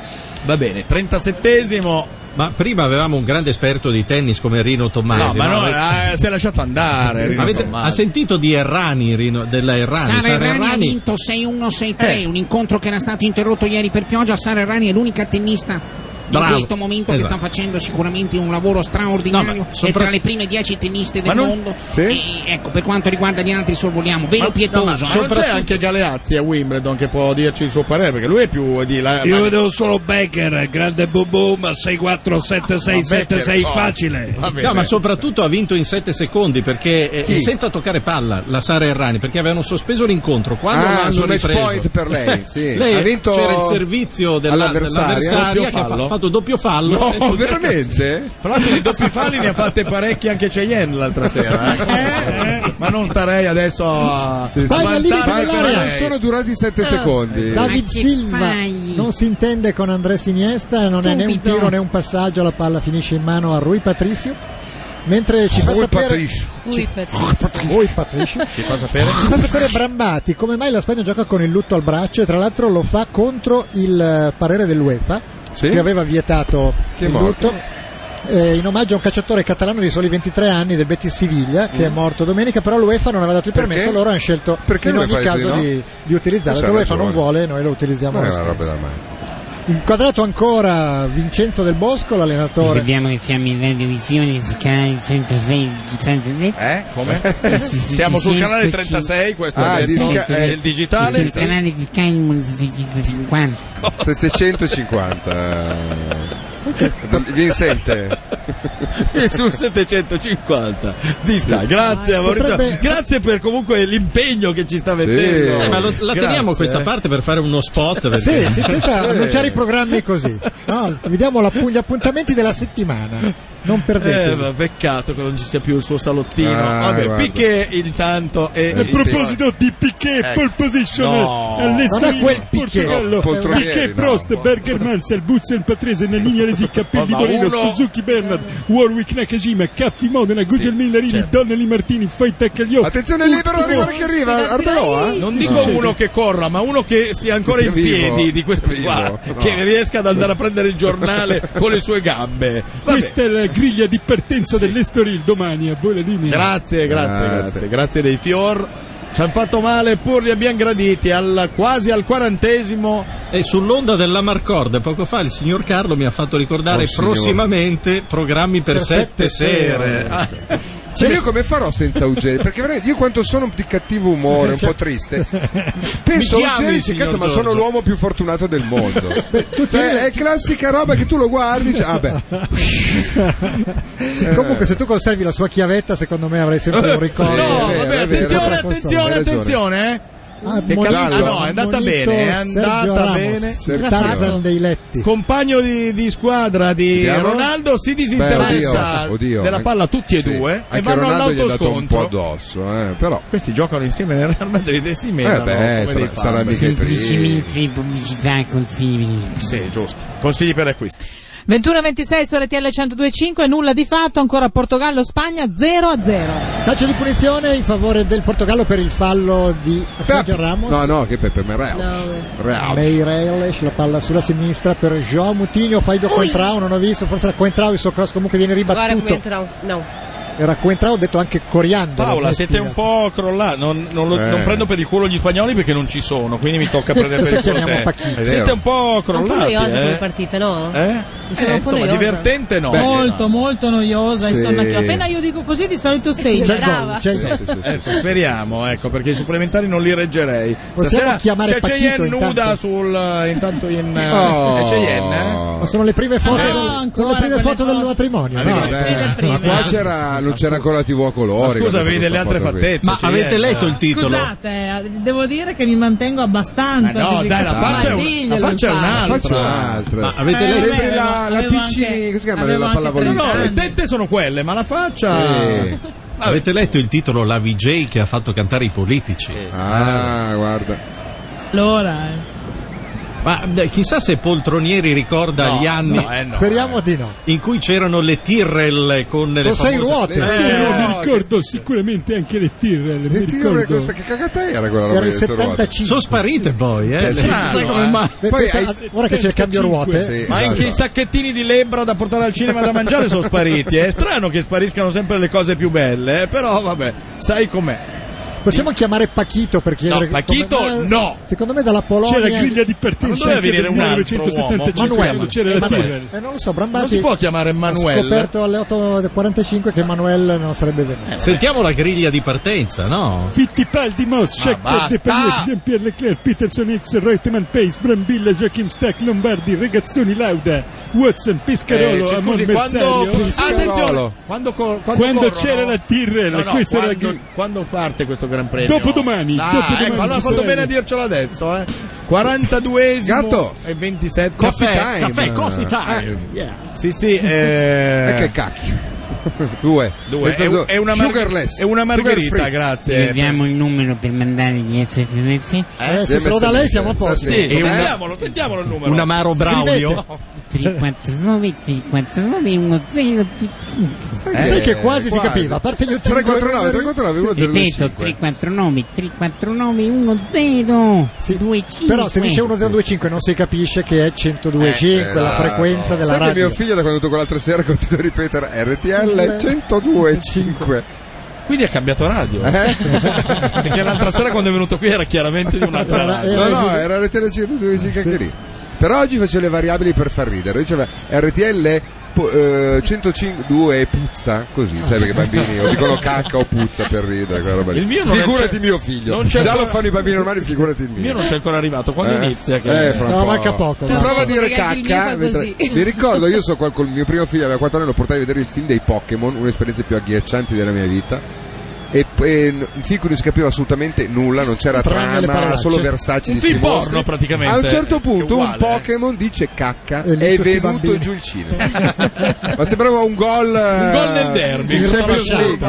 Speaker 6: Va bene, trentasettesimo.
Speaker 8: ma prima avevamo un grande esperto di tennis come Rino
Speaker 6: No,
Speaker 8: Tommasi.
Speaker 6: ma
Speaker 8: no?
Speaker 6: no, eh, si è lasciato andare. Rino
Speaker 8: Avete-
Speaker 6: Tommasi.
Speaker 8: ha sentito di Errani, Rino, della Errani?
Speaker 11: Sara Errani ha
Speaker 8: Errani-
Speaker 11: vinto sei uno sei tre,
Speaker 6: Eh.
Speaker 11: un incontro che era stato interrotto ieri per pioggia. Sara Errani è l'unica tennista in
Speaker 8: Bravo.
Speaker 11: questo momento
Speaker 8: Esatto.
Speaker 11: che sta facendo sicuramente un lavoro straordinario,
Speaker 8: No, ma
Speaker 11: è
Speaker 8: sopra-
Speaker 11: tra le prime dieci tenniste del
Speaker 6: Ma non-
Speaker 11: mondo.
Speaker 5: Sì?
Speaker 11: E ecco, per quanto riguarda gli altri sorvoliamo, velo
Speaker 6: Ma-
Speaker 11: pietoso.
Speaker 6: no, ma
Speaker 11: eh.
Speaker 6: non c'è
Speaker 8: soprattutto-
Speaker 6: anche Galeazzi a Wimbledon che può dirci il suo parere, perché lui è più di là.
Speaker 13: Io
Speaker 6: ma-
Speaker 13: vedevo solo Becker, grande boom boom, sei quattro sette sei
Speaker 6: Ma
Speaker 13: sette
Speaker 6: Becker,
Speaker 13: sei
Speaker 6: no.
Speaker 13: facile.
Speaker 6: Va bene.
Speaker 8: No, ma soprattutto ha vinto in sette secondi perché eh,
Speaker 5: Chi?
Speaker 8: senza toccare palla la Sara Errani, perché avevano sospeso l'incontro. Quando
Speaker 5: Ah,
Speaker 8: l'hanno
Speaker 5: sul match
Speaker 8: ripreso,
Speaker 5: point per lei, sì.
Speaker 8: lei
Speaker 5: Ha vinto
Speaker 8: c'era il servizio della,
Speaker 5: all'avversaria.
Speaker 8: dell'avversaria
Speaker 6: Doppio
Speaker 8: che ha fa-
Speaker 6: fallo?
Speaker 8: fatto doppio fallo.
Speaker 5: No,
Speaker 8: E sul
Speaker 5: veramente?
Speaker 6: Fra l'altro di doppi falli ne ha fatte parecchi anche Cheyenne l'altra sera. eh. Ma non starei adesso a
Speaker 5: Sì, sì.
Speaker 2: Spagna al limite
Speaker 6: svantarmi per
Speaker 2: dell'area.
Speaker 5: Non
Speaker 6: lei.
Speaker 5: sono durati sette secondi.
Speaker 2: David
Speaker 11: Ma che
Speaker 2: Silva
Speaker 11: fai?
Speaker 2: non si intende con Andrés Iniesta, non è né un
Speaker 11: Subito.
Speaker 2: tiro né un passaggio, la palla finisce in mano a Rui Patricio. mentre ci fa
Speaker 5: Ui,
Speaker 2: sapere
Speaker 5: Patrice.
Speaker 9: Ui, Patrice.
Speaker 2: Ui, Patrice.
Speaker 6: Ci fa sapere?
Speaker 2: Ci fa sapere Brambati come mai la Spagna gioca con il lutto al braccio, e tra l'altro lo fa contro il eh, parere dell'UEFA,
Speaker 5: Sì?
Speaker 2: che aveva vietato
Speaker 5: Chi è
Speaker 2: il
Speaker 5: morto?
Speaker 2: lutto eh, in omaggio a un calciatore catalano di soli ventitré anni del Betis Siviglia, che è morto domenica, però l'UEFA non aveva dato il
Speaker 5: Perché?
Speaker 2: permesso, loro hanno scelto
Speaker 5: Perché
Speaker 2: in ogni
Speaker 5: l'UEFA
Speaker 2: caso
Speaker 5: dice no?
Speaker 2: di, di utilizzarlo.
Speaker 5: C'ha
Speaker 2: L'UEFA non
Speaker 5: ragione.
Speaker 2: vuole, noi lo utilizziamo
Speaker 5: Ma è
Speaker 2: lo
Speaker 5: una roba
Speaker 2: stesso.
Speaker 5: da mai.
Speaker 2: Inquadrato ancora Vincenzo Del Bosco, l'allenatore.
Speaker 11: Ricordiamo che siamo in radiovisione su canale centosei centosei.
Speaker 6: Eh? Come? Siamo sul canale trentasei, questo
Speaker 5: Ah,
Speaker 6: è
Speaker 5: di
Speaker 6: il,
Speaker 5: Sky-
Speaker 6: il digitale.
Speaker 11: Sul
Speaker 6: sì.
Speaker 11: canale di Sky settecentocinquanta.
Speaker 5: settecentocinquanta. Vincente.
Speaker 6: E sul settecentocinquanta di Sky. Grazie a Maurizio.
Speaker 2: Potrebbe-
Speaker 6: Grazie per comunque l'impegno che ci sta mettendo.
Speaker 8: Eh, ma lo- la
Speaker 6: Grazie,
Speaker 8: teniamo questa
Speaker 6: eh.
Speaker 8: parte per fare uno spot. Perché...
Speaker 2: Sì, sì, questa annunciare i programmi così. No, vediamo la- gli appuntamenti della settimana. Non perdete.
Speaker 6: Eh, ma peccato che non ci sia più il suo salottino.
Speaker 5: Ah,
Speaker 6: Vabbè,
Speaker 5: guarda.
Speaker 6: Piquet intanto. E,
Speaker 5: A proposito
Speaker 14: di Piquet,
Speaker 6: Ecco.
Speaker 14: pole position
Speaker 6: No.
Speaker 14: all'Estoril,
Speaker 2: Non è quel Piquet.
Speaker 14: Portogallo,
Speaker 5: No, Poltronieri,
Speaker 14: Piquet,
Speaker 5: no.
Speaker 14: Prost, Berger, Mansell, Butzel, Patrese, Nannini, Alesi, Cappelli,
Speaker 6: Ma
Speaker 14: Moreno,
Speaker 6: uno-
Speaker 14: Suzuki, Bernard, Warwick, Nakajima, Caffi, Modena, Gugel, Millarini,
Speaker 6: certo.
Speaker 14: Donnelly, Martini, Foyta, Cagliò.
Speaker 5: Attenzione, libero, arriva che arriva. Arbeloa?
Speaker 6: non dico uno che corra, ma uno che stia ancora
Speaker 5: Sia
Speaker 6: in
Speaker 5: vivo.
Speaker 6: piedi di questo
Speaker 5: Vivo,
Speaker 6: qua,
Speaker 5: no.
Speaker 6: che riesca ad andare a prendere il giornale con le sue gambe. Vabbè.
Speaker 14: Questa è la griglia di partenza dell'Estoril domani a voi la linea.
Speaker 6: Grazie, grazie,
Speaker 5: Grazie.
Speaker 6: grazie, grazie dei fior. Ci hanno fatto male, pur li abbiamo graditi. Al, quasi al quarantesimo.
Speaker 8: E sull'onda della Marcord, poco fa il signor Carlo mi ha fatto ricordare
Speaker 5: Oh, signor.
Speaker 8: prossimamente programmi per,
Speaker 2: Per
Speaker 8: sette,
Speaker 2: sette
Speaker 8: sere.
Speaker 2: sere.
Speaker 8: Ah,
Speaker 5: Cioè, io come farò senza Ugeri? Perché veramente io quanto sono di cattivo umore, un po' triste. Penso
Speaker 8: Mi
Speaker 5: a
Speaker 8: chiami,
Speaker 5: Ugeri, che
Speaker 8: signor
Speaker 5: cazzo, ma
Speaker 8: Giorgio?
Speaker 5: sono l'uomo più fortunato del mondo.
Speaker 2: tu
Speaker 5: Cioè,
Speaker 2: tieni-
Speaker 5: è classica roba che tu lo guardi e dici, ah beh.
Speaker 2: Comunque, se tu conservi la sua chiavetta, secondo me avrai sempre un ricordo.
Speaker 6: No,
Speaker 5: è vero,
Speaker 6: vabbè,
Speaker 5: è vero,
Speaker 6: attenzione,
Speaker 5: hai ragione,
Speaker 6: attenzione,
Speaker 5: hai ragione.
Speaker 6: attenzione, eh.
Speaker 2: Ah,
Speaker 6: Che
Speaker 2: Monito,
Speaker 6: capi- ah, no, è andata
Speaker 2: Monito
Speaker 6: bene, è
Speaker 2: Sergio
Speaker 6: andata
Speaker 2: Ramos,
Speaker 6: bene.
Speaker 2: il Tarzan dei letti.
Speaker 6: Compagno di, di squadra di
Speaker 5: Vediamo.
Speaker 6: Ronaldo si
Speaker 5: Beh,
Speaker 6: disinteressa
Speaker 5: oddio, oddio.
Speaker 6: della palla tutti e
Speaker 5: Sì.
Speaker 6: due e
Speaker 5: Anche
Speaker 6: vanno
Speaker 5: Ronaldo gli ha dato un po'
Speaker 6: all'autoscontro.
Speaker 5: addosso, eh, però.
Speaker 6: Questi giocano insieme nel Real Madrid e si
Speaker 5: Eh
Speaker 6: menano
Speaker 5: beh,
Speaker 6: come
Speaker 5: sarà,
Speaker 6: dei
Speaker 5: sarà
Speaker 6: fabbri.
Speaker 5: mica i primi.
Speaker 11: Semplicemente pubblicità consigli.
Speaker 6: Sì, giusto. Consigli per acquisti.
Speaker 4: ventuno e ventisei su R T L centodue e cinque, nulla di fatto, ancora Portogallo-Spagna zero a zero.
Speaker 2: Calcio di punizione in favore del Portogallo per il fallo di Sergio Ramos.
Speaker 5: No, no, che Pepe Merreal. Real.
Speaker 2: Meireles, la palla sulla sinistra per João Moutinho, Fabio Coentrao, non ho visto, forse era Coentrao, il suo cross comunque viene
Speaker 9: Agora
Speaker 2: ribattuto.
Speaker 9: comentarão. Não.
Speaker 2: Era Coentrao, ho detto anche Coriandolo.
Speaker 6: Paola,
Speaker 2: non è
Speaker 6: siete un
Speaker 2: spiegato.
Speaker 6: po' crollati. Non, non, lo-
Speaker 5: Eh.
Speaker 6: non prendo per il culo gli spagnoli perché non ci sono, quindi mi tocca prendere per il
Speaker 2: Adesso
Speaker 6: culo
Speaker 2: chiamiamo
Speaker 6: te.
Speaker 2: Pachino.
Speaker 5: È
Speaker 6: Siete
Speaker 5: vero.
Speaker 6: un po'
Speaker 9: Un po'
Speaker 6: crollati.
Speaker 9: noiosa come
Speaker 6: Eh?
Speaker 9: partita, no?
Speaker 6: Eh?
Speaker 9: Mi sembra
Speaker 6: Eh,
Speaker 9: un po'
Speaker 6: insomma,
Speaker 9: noiosa.
Speaker 6: divertente no.
Speaker 4: Molto, molto noiosa e
Speaker 5: Sì.
Speaker 4: sonnativa. Appena io dico così, di solito sei.
Speaker 2: C'è il
Speaker 9: Brava.
Speaker 2: gol, c'è il gol.
Speaker 5: Sì, sì, sì,
Speaker 6: Eh,
Speaker 5: sì.
Speaker 6: speriamo, ecco, perché i supplementari non li reggerei.
Speaker 2: Possiamo
Speaker 6: Stasera
Speaker 2: chiamare
Speaker 6: c'è
Speaker 2: Pachito
Speaker 6: Cheyenne
Speaker 2: intanto?
Speaker 6: nuda sul intanto in eh,
Speaker 5: Oh.
Speaker 6: è Cheyenne, eh?
Speaker 2: Ma sono le prime foto,
Speaker 4: No,
Speaker 2: del,
Speaker 4: ancora
Speaker 2: sono le prime
Speaker 4: quelle
Speaker 2: foto del
Speaker 4: foto.
Speaker 2: matrimonio.
Speaker 5: Ah,
Speaker 2: no?
Speaker 5: vabbè,
Speaker 4: sì, le
Speaker 5: ma
Speaker 4: prime.
Speaker 5: qua c'era, non c'era ancora la tivù a colori.
Speaker 6: Ma scusa,
Speaker 5: quando
Speaker 6: vedi
Speaker 5: questa
Speaker 6: le altre
Speaker 5: foto qui.
Speaker 6: fattezze.
Speaker 8: Ma
Speaker 6: Cheyenne.
Speaker 8: avete letto il titolo?
Speaker 4: Scusate, eh, devo dire che mi mantengo abbastanza.
Speaker 6: Ma no,
Speaker 4: così
Speaker 6: dai, la
Speaker 4: calma.
Speaker 6: faccia è, un- la
Speaker 9: diglielo,
Speaker 6: faccia è
Speaker 9: infatti.
Speaker 6: un'altra.
Speaker 5: Faccio un'altra.
Speaker 8: Ma avete
Speaker 4: Eh,
Speaker 8: letto?
Speaker 5: Sembri
Speaker 4: avevo-
Speaker 5: la, la
Speaker 4: avevo
Speaker 5: piccini,
Speaker 4: anche-
Speaker 5: come si chiama
Speaker 4: avevo
Speaker 5: la
Speaker 4: anche
Speaker 6: No,
Speaker 5: pallavolo?
Speaker 4: trenta
Speaker 6: no, le
Speaker 4: anni.
Speaker 6: tette sono quelle, ma la faccia.
Speaker 5: Sì.
Speaker 8: Avete letto il titolo La V J che ha fatto cantare i politici?
Speaker 5: Ah, guarda.
Speaker 4: Allora, eh.
Speaker 8: Ma beh, chissà se Poltronieri ricorda
Speaker 6: No,
Speaker 8: gli anni
Speaker 6: no, eh, no.
Speaker 2: Speriamo di no.
Speaker 8: in cui c'erano le Tyrrell con le
Speaker 2: Con sei
Speaker 8: famose-
Speaker 2: ruote.
Speaker 8: Eh,
Speaker 14: Eh,
Speaker 5: no,
Speaker 14: mi ricordo sicuramente anche le Tyrrell, mi
Speaker 5: Le tire,
Speaker 14: ricordo.
Speaker 5: questa- che cagata era quella roba
Speaker 2: Era il
Speaker 5: delle ruote?
Speaker 2: settantacinque.
Speaker 8: sono sparite poi, eh.
Speaker 5: Eh, sì.
Speaker 6: Strano,
Speaker 8: Sai come
Speaker 6: eh.
Speaker 8: mai?
Speaker 2: Beh,
Speaker 5: Poi
Speaker 2: pensa-
Speaker 5: hai-
Speaker 2: ora che c'è il cambio ruote,
Speaker 5: Sì,
Speaker 6: Ma anche
Speaker 5: esatto.
Speaker 6: i sacchettini di lebbra da portare al cinema da mangiare sono spariti. È strano che spariscano sempre le cose più belle, eh, però vabbè, sai com'è.
Speaker 2: possiamo chiamare Pachito per chiedere.
Speaker 6: No, Pachito
Speaker 2: come- ma-
Speaker 6: no.
Speaker 2: Secondo me dalla Polonia.
Speaker 14: C'era griglia di
Speaker 6: Ma non
Speaker 14: partenza
Speaker 6: doveva
Speaker 14: anche
Speaker 6: venire
Speaker 14: del
Speaker 6: un altro
Speaker 14: millenovecentosettantacinque
Speaker 6: uomo?
Speaker 14: quando c'era la
Speaker 2: Emanuele.
Speaker 14: Tyrrell.
Speaker 2: Eh, non lo so,
Speaker 6: Non
Speaker 2: Brambati
Speaker 6: si può chiamare
Speaker 2: ha
Speaker 6: Emanuele.
Speaker 2: scoperto alle otto e quarantacinque che Emanuele non sarebbe venuto.
Speaker 8: Sentiamo la griglia di partenza, no?
Speaker 14: Fittipaldi, Moss, Shakhtar,
Speaker 6: basta!
Speaker 14: Depardieu, Jean-Pierre Leclerc, Peterson, X, Reutemann, Pace, Brambilla, Joachim Stack, Lombardi, Regazzoni, Lauda, Watson,
Speaker 6: Eh,
Speaker 14: Pescarolo,
Speaker 6: ci
Speaker 14: Amon
Speaker 6: scusi, quando,
Speaker 14: Mersario.
Speaker 6: attenzione, quando, co- quando,
Speaker 14: Quando
Speaker 6: corrono-
Speaker 14: c'era la Tyrrell,
Speaker 6: no, no,
Speaker 14: questa era la
Speaker 6: quando,
Speaker 14: gri-
Speaker 6: quando parte questo Gran Premio?
Speaker 14: Dopodomani,
Speaker 6: Ah,
Speaker 14: dopodomani
Speaker 6: ecco, allora
Speaker 14: ci
Speaker 6: ha fatto
Speaker 14: sarà
Speaker 6: bene a
Speaker 14: il-
Speaker 6: dircelo adesso, eh. quarantaduesimo
Speaker 5: Gatto.
Speaker 6: e ventisette.
Speaker 5: Coffee
Speaker 8: Caffè,
Speaker 5: time.
Speaker 8: caffè, coffee time.
Speaker 5: Eh.
Speaker 8: Yeah.
Speaker 6: Sì, sì, eh,
Speaker 5: E che cacchio. Due.
Speaker 6: due.
Speaker 5: Senza
Speaker 6: È,
Speaker 5: so-
Speaker 6: è una mar-
Speaker 5: sugarless.
Speaker 6: è una
Speaker 5: Sugar
Speaker 6: margherita,
Speaker 5: free.
Speaker 6: grazie.
Speaker 11: Vediamo il numero per mandare gli S M S.
Speaker 2: Eh, se se lo da lei siamo a posto.
Speaker 6: Sì,
Speaker 8: E una-
Speaker 6: sentiamolo, sentiamolo il numero.
Speaker 8: Un amaro Braulio.
Speaker 2: Scrivete.
Speaker 11: tre quattro nove tre quattro nove uno zero.
Speaker 2: Eh, sai che quasi, quasi si capiva, a parte gli ultimi
Speaker 5: tre quattro nove tre quattro nove uno zero due cinque.
Speaker 11: tre quattro nove tre quattro nove uno zero due cinque.
Speaker 2: Però se dice uno zero due cinque non si capisce che è centodue virgola cinque eh, la frequenza della
Speaker 5: sai
Speaker 2: radio.
Speaker 5: Che mio figlio da quando è venuto quell'altra sera continua a ripetere R T L centodue virgola cinque.
Speaker 6: Quindi ha cambiato radio. Eh? Perché l'altra sera quando è venuto qui era chiaramente di un'altra radio.
Speaker 5: No, no, era R T L centodue virgola cinque anche lì. Però oggi faceva le variabili per far ridere. Diceva R T L eh, centocinque e puzza, così, sai, perché i bambini o dicono cacca o puzza per ridere, quella roba lì.
Speaker 6: Il mio non
Speaker 5: figurati mio figlio. Già ancora... lo fanno i bambini normali, figurati il mio.
Speaker 6: Il mio non c'è ancora arrivato, quando
Speaker 5: eh?
Speaker 6: inizia? Che...
Speaker 5: Eh, fra un
Speaker 2: no,
Speaker 5: po'.
Speaker 2: manca poco.
Speaker 5: Tu prova a dire cacca. Mentre... Mi ricordo, io so qual... con il mio primo figlio aveva quattro anni, lo portai a vedere il film dei Pokémon, una delle esperienze più agghiaccianti della mia vita. E, e un film non si capiva assolutamente nulla, non c'era
Speaker 2: Tranne
Speaker 5: trama, solo versacci
Speaker 6: un
Speaker 5: di
Speaker 6: film
Speaker 5: sti
Speaker 6: porno
Speaker 5: mostri.
Speaker 6: praticamente.
Speaker 5: A un certo punto
Speaker 6: uguale,
Speaker 5: un Pokémon eh. dice cacca
Speaker 2: e
Speaker 5: è venuto giù il cinema. Ma sembrava un gol
Speaker 6: un gol del derby,
Speaker 5: in Champions League,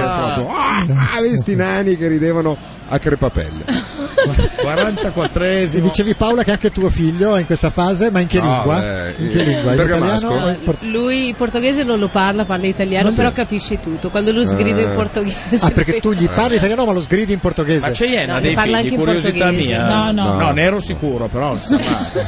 Speaker 5: ah, questi nani che ridevano a crepapelle.
Speaker 6: quarantaquattresimo.
Speaker 2: E dicevi Paola che anche tuo figlio è in questa fase, ma in che
Speaker 5: no,
Speaker 2: lingua?
Speaker 5: Beh,
Speaker 2: in che lingua? In italiano? In port-
Speaker 9: lui il portoghese non lo parla, parla italiano, non però è. capisce tutto. Quando lo sgrido eh. in portoghese.
Speaker 2: Ah, perché tu gli parli italiano ma lo sgridi in portoghese.
Speaker 6: Ma c'è Iena
Speaker 9: no,
Speaker 6: dei
Speaker 9: parla
Speaker 6: figli,
Speaker 9: anche
Speaker 6: curiosità
Speaker 9: in
Speaker 6: mia.
Speaker 4: No, no.
Speaker 6: No, ne ero sicuro, però non sa mai.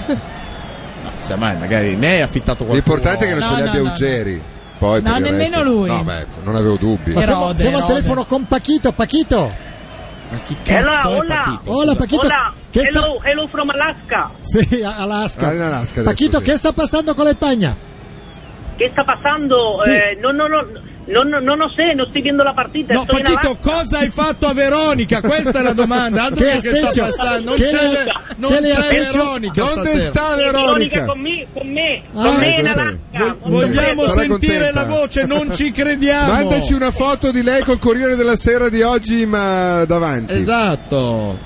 Speaker 6: Non sa mai, magari ne hai affittato qualcuno.
Speaker 5: L'importante è che non
Speaker 4: no,
Speaker 5: ce li
Speaker 4: no,
Speaker 5: abbia
Speaker 4: no,
Speaker 5: Uggeri. Poi
Speaker 4: no, nemmeno lui.
Speaker 5: No, beh, non avevo dubbi.
Speaker 2: Ma siamo,
Speaker 4: Erode,
Speaker 2: siamo al
Speaker 4: Erode.
Speaker 2: telefono con Pachito, Pachito.
Speaker 6: Ma chi cazzo
Speaker 7: Hello,
Speaker 6: è
Speaker 7: hola.
Speaker 6: Pachito?
Speaker 2: Hola Pachito.
Speaker 7: Hola,
Speaker 2: Che
Speaker 7: hello,
Speaker 2: sta...
Speaker 7: hello from Alaska.
Speaker 2: Sì, Alaska.
Speaker 5: Ah, in Alaska adesso,
Speaker 2: Pachito,
Speaker 5: sì.
Speaker 2: che sta passando con la Spagna?
Speaker 7: ¿Qué está pasando?
Speaker 2: Sì.
Speaker 7: Eh, no, no, no, no, no, no, no sé, no estoy viendo la partita.
Speaker 6: No,
Speaker 7: estoy en
Speaker 6: Pachito,
Speaker 7: Alaska.
Speaker 6: cosa hai fatto a Veronica? Questa è la domanda. Altro
Speaker 2: Che
Speaker 6: che, che sta
Speaker 2: assenso?
Speaker 6: passando. Non
Speaker 2: Che
Speaker 6: c'è,
Speaker 2: le-
Speaker 6: non
Speaker 2: che le
Speaker 6: c'è
Speaker 2: assenso?
Speaker 6: Veronica
Speaker 5: Dove
Speaker 6: stasera.
Speaker 5: sta
Speaker 7: Veronica
Speaker 5: Veronica?
Speaker 7: con me, con me,
Speaker 2: Ah,
Speaker 7: con me in
Speaker 5: ecco,
Speaker 7: Alaska.
Speaker 6: Vo- Vogliamo
Speaker 5: Sarà
Speaker 6: sentire
Speaker 5: contenta.
Speaker 6: la voce, non ci crediamo.
Speaker 5: Mandaci una foto di lei col Corriere della Sera di oggi, ma davanti.
Speaker 6: Esatto.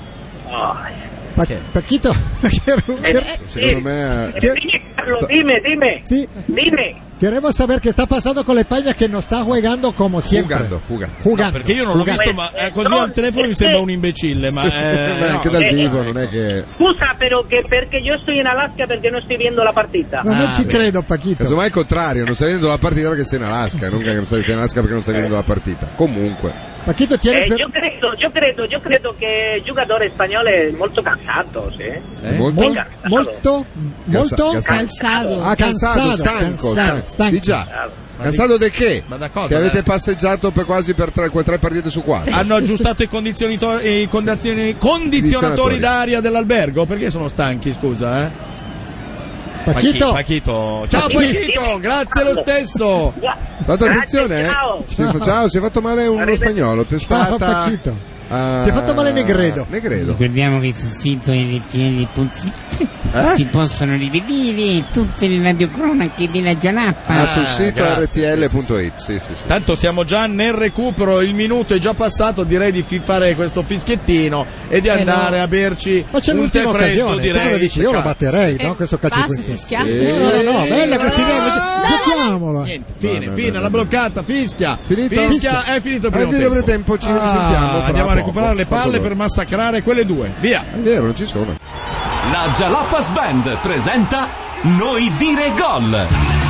Speaker 7: Ay.
Speaker 2: Pa- Pachito, che- che-
Speaker 5: Secondo me
Speaker 7: Eh, Dime, Carlos, dime, dime.
Speaker 2: sí,
Speaker 7: Dime.
Speaker 2: queremos saber qué está pasando con la España que no está jugando como siempre.
Speaker 5: Jugando, jugando.
Speaker 2: Jugando.
Speaker 6: No, perché io non l'ho
Speaker 2: Jugando.
Speaker 6: visto, ma eh, così al telefono mi sembra un imbecille. Ma eh,
Speaker 5: Beh, anche
Speaker 6: no,
Speaker 5: dal
Speaker 7: eh,
Speaker 5: vivo non è che.
Speaker 7: Scusa, pero que perché io sto in Alaska perché non sto viendo la partita.
Speaker 2: No, non
Speaker 6: Ah,
Speaker 2: ci
Speaker 6: beh.
Speaker 2: credo, Pachito.
Speaker 5: Casomai il contrario, non stai vedendo la partita perché sei in Alaska, non che non stai in Alaska perché non stai vedendo la partita. Comunque.
Speaker 2: Pachito,
Speaker 7: Eh,
Speaker 2: tienes...
Speaker 7: yo credo, yo credo, yo credo che il giocatore spagnolo è molto cansato, sì.
Speaker 6: Eh?
Speaker 5: Molto?
Speaker 2: Mol- molto, molto
Speaker 5: Cansa-
Speaker 9: Cansado.
Speaker 5: Ah, cansato,
Speaker 2: Cansato,
Speaker 5: stanco,
Speaker 2: cansato,
Speaker 5: stanco.
Speaker 2: stanco.
Speaker 5: Di già. Cansato di che?
Speaker 6: Ma da cosa?
Speaker 5: Che avete
Speaker 6: Eh?
Speaker 5: passeggiato per quasi per tre, tre partite su quattro.
Speaker 6: Hanno aggiustato i, condizionitor- i condizioni- condizionatori
Speaker 5: Condizionatori.
Speaker 6: d'aria dell'albergo? Perché sono stanchi, scusa, eh?
Speaker 2: Pachito,
Speaker 6: Pachito. Ciao Pachito, grazie lo stesso.
Speaker 5: Tanto
Speaker 7: Grazie,
Speaker 5: attenzione,
Speaker 7: ciao.
Speaker 5: eh. Si, ciao, si è fatto male uno
Speaker 7: Arrivederci.
Speaker 5: spagnolo. Testata.
Speaker 2: ciao Pachito.
Speaker 5: a-
Speaker 2: Si è fatto male Negredo.
Speaker 5: Negredo.
Speaker 11: Ricordiamo che sul sito R T L punto it
Speaker 5: Eh?
Speaker 11: si possono rivedere tutte le radiocronache della giornata.
Speaker 5: Ah, sul sito
Speaker 6: grazie,
Speaker 5: R T L punto it. Sì, sì, sì.
Speaker 6: Tanto siamo già nel recupero, il minuto è già passato, direi di fi- fare questo fischiettino e di andare
Speaker 9: no.
Speaker 6: a berci
Speaker 2: Ma c'è
Speaker 6: un tè
Speaker 2: l'ultima
Speaker 6: freddo,
Speaker 2: occasione. Tu
Speaker 6: direi.
Speaker 2: cosa dici? Io lo batterei,
Speaker 9: Eh,
Speaker 2: no? Questo calcio
Speaker 9: basta
Speaker 2: qui.
Speaker 9: fischiare.
Speaker 2: No, no, no, bella questa idea. Giochiamolo.
Speaker 6: Niente, fine,
Speaker 5: No, no,
Speaker 6: fine,
Speaker 5: no,
Speaker 6: la
Speaker 5: no.
Speaker 6: bloccata, fischia.
Speaker 5: Finito?
Speaker 6: Fischia,
Speaker 2: Fischia.
Speaker 6: è finito il
Speaker 5: È
Speaker 6: primo
Speaker 5: finito il
Speaker 6: tempo.
Speaker 5: tempo, ci
Speaker 6: Ah,
Speaker 5: risentiamo fra
Speaker 6: andiamo a
Speaker 5: poco.
Speaker 6: recuperare le palle
Speaker 5: Poco
Speaker 6: per massacrare quelle due. Via.
Speaker 5: È vero, non ci sono.
Speaker 1: La Jalapas Band presenta Noi dire gol.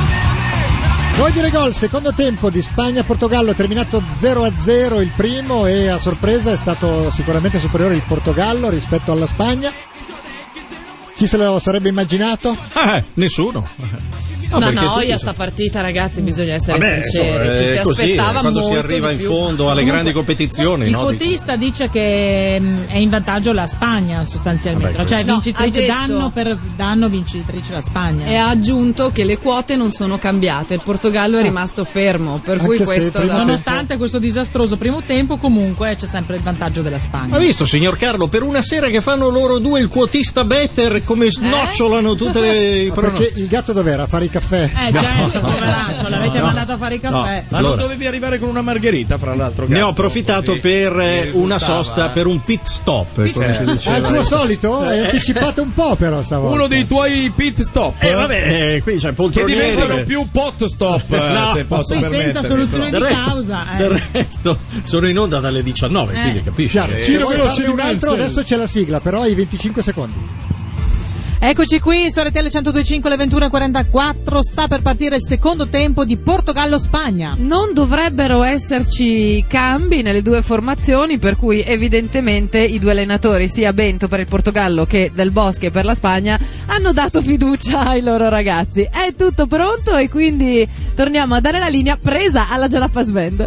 Speaker 2: Vuoi dire gol? Secondo tempo di Spagna-Portogallo, terminato zero a zero il primo e a sorpresa è stato sicuramente superiore il Portogallo rispetto alla Spagna. Chi se lo sarebbe immaginato?
Speaker 8: Eh, nessuno. No,
Speaker 3: Una
Speaker 8: perché
Speaker 3: noia
Speaker 8: tutti
Speaker 3: sta partita, ragazzi, bisogna essere
Speaker 8: Vabbè,
Speaker 3: sinceri.
Speaker 8: insomma,
Speaker 3: Ci
Speaker 8: è
Speaker 3: si
Speaker 8: così,
Speaker 3: aspettava
Speaker 8: quando
Speaker 3: molto
Speaker 8: si arriva
Speaker 3: di
Speaker 8: in
Speaker 3: più.
Speaker 8: fondo alle
Speaker 4: Comunque,
Speaker 8: grandi competizioni,
Speaker 4: il
Speaker 8: no?
Speaker 4: quotista dice che mh, è in vantaggio la Spagna sostanzialmente,
Speaker 8: Vabbè,
Speaker 4: cioè
Speaker 3: no,
Speaker 4: vincitrice
Speaker 3: ha detto-
Speaker 4: danno per danno vincitrice la Spagna.
Speaker 3: E ha aggiunto che le quote non sono cambiate, il Portogallo è rimasto fermo, per
Speaker 2: Anche
Speaker 3: cui
Speaker 2: se
Speaker 3: questo
Speaker 2: prima
Speaker 3: da-
Speaker 2: tempo-
Speaker 4: Nonostante questo disastroso primo tempo, comunque c'è sempre il vantaggio della Spagna.
Speaker 8: Ha visto, signor Carlo, per una sera che fanno loro due il quotista better, come snocciolano tutte le...
Speaker 2: Ma perché il gatto dov'era? A fare i caffè?
Speaker 4: Eh già, poveraccio, l'avete
Speaker 8: No.
Speaker 4: mandato a fare i caffè.
Speaker 6: Ma
Speaker 8: Allora.
Speaker 6: non dovevi arrivare con una margherita, fra l'altro.
Speaker 8: Ne ho
Speaker 6: gatto,
Speaker 8: approfittato
Speaker 6: così
Speaker 8: per eh,
Speaker 6: mi
Speaker 8: una
Speaker 6: risultava,
Speaker 8: sosta,
Speaker 6: eh.
Speaker 8: per un pit stop, come si
Speaker 2: Al
Speaker 8: diceva.
Speaker 2: tuo solito? Hai anticipato un po' però stavolta.
Speaker 6: Uno dei tuoi pit stop.
Speaker 8: Eh vabbè, eh, qui c'è
Speaker 6: che
Speaker 8: poltroniere.
Speaker 6: diventano più pot stop, eh,
Speaker 8: No.
Speaker 6: se posso
Speaker 4: Poi senza
Speaker 6: permettermi.
Speaker 4: soluzione
Speaker 8: Del
Speaker 4: di
Speaker 8: resto,
Speaker 4: causa. eh.
Speaker 8: del resto sono in onda dalle diciannove,
Speaker 4: Eh.
Speaker 8: quindi capisci?
Speaker 2: Chiaro.
Speaker 8: che-
Speaker 2: Se
Speaker 6: Giro
Speaker 2: vuoi
Speaker 6: veloce
Speaker 2: farne
Speaker 6: di
Speaker 2: un altro,
Speaker 6: Nelson.
Speaker 2: adesso c'è la sigla, però hai venticinque secondi.
Speaker 4: Eccoci qui su R T L centodue e cinque, le ventuno e quarantaquattro, sta per partire il secondo tempo di Portogallo-Spagna.
Speaker 3: Non dovrebbero esserci cambi nelle due formazioni, per cui evidentemente i due allenatori, sia Bento per il Portogallo che Del Bosque per la Spagna, hanno dato fiducia ai loro ragazzi. È tutto pronto e quindi torniamo a dare la linea presa alla Jalapas Band.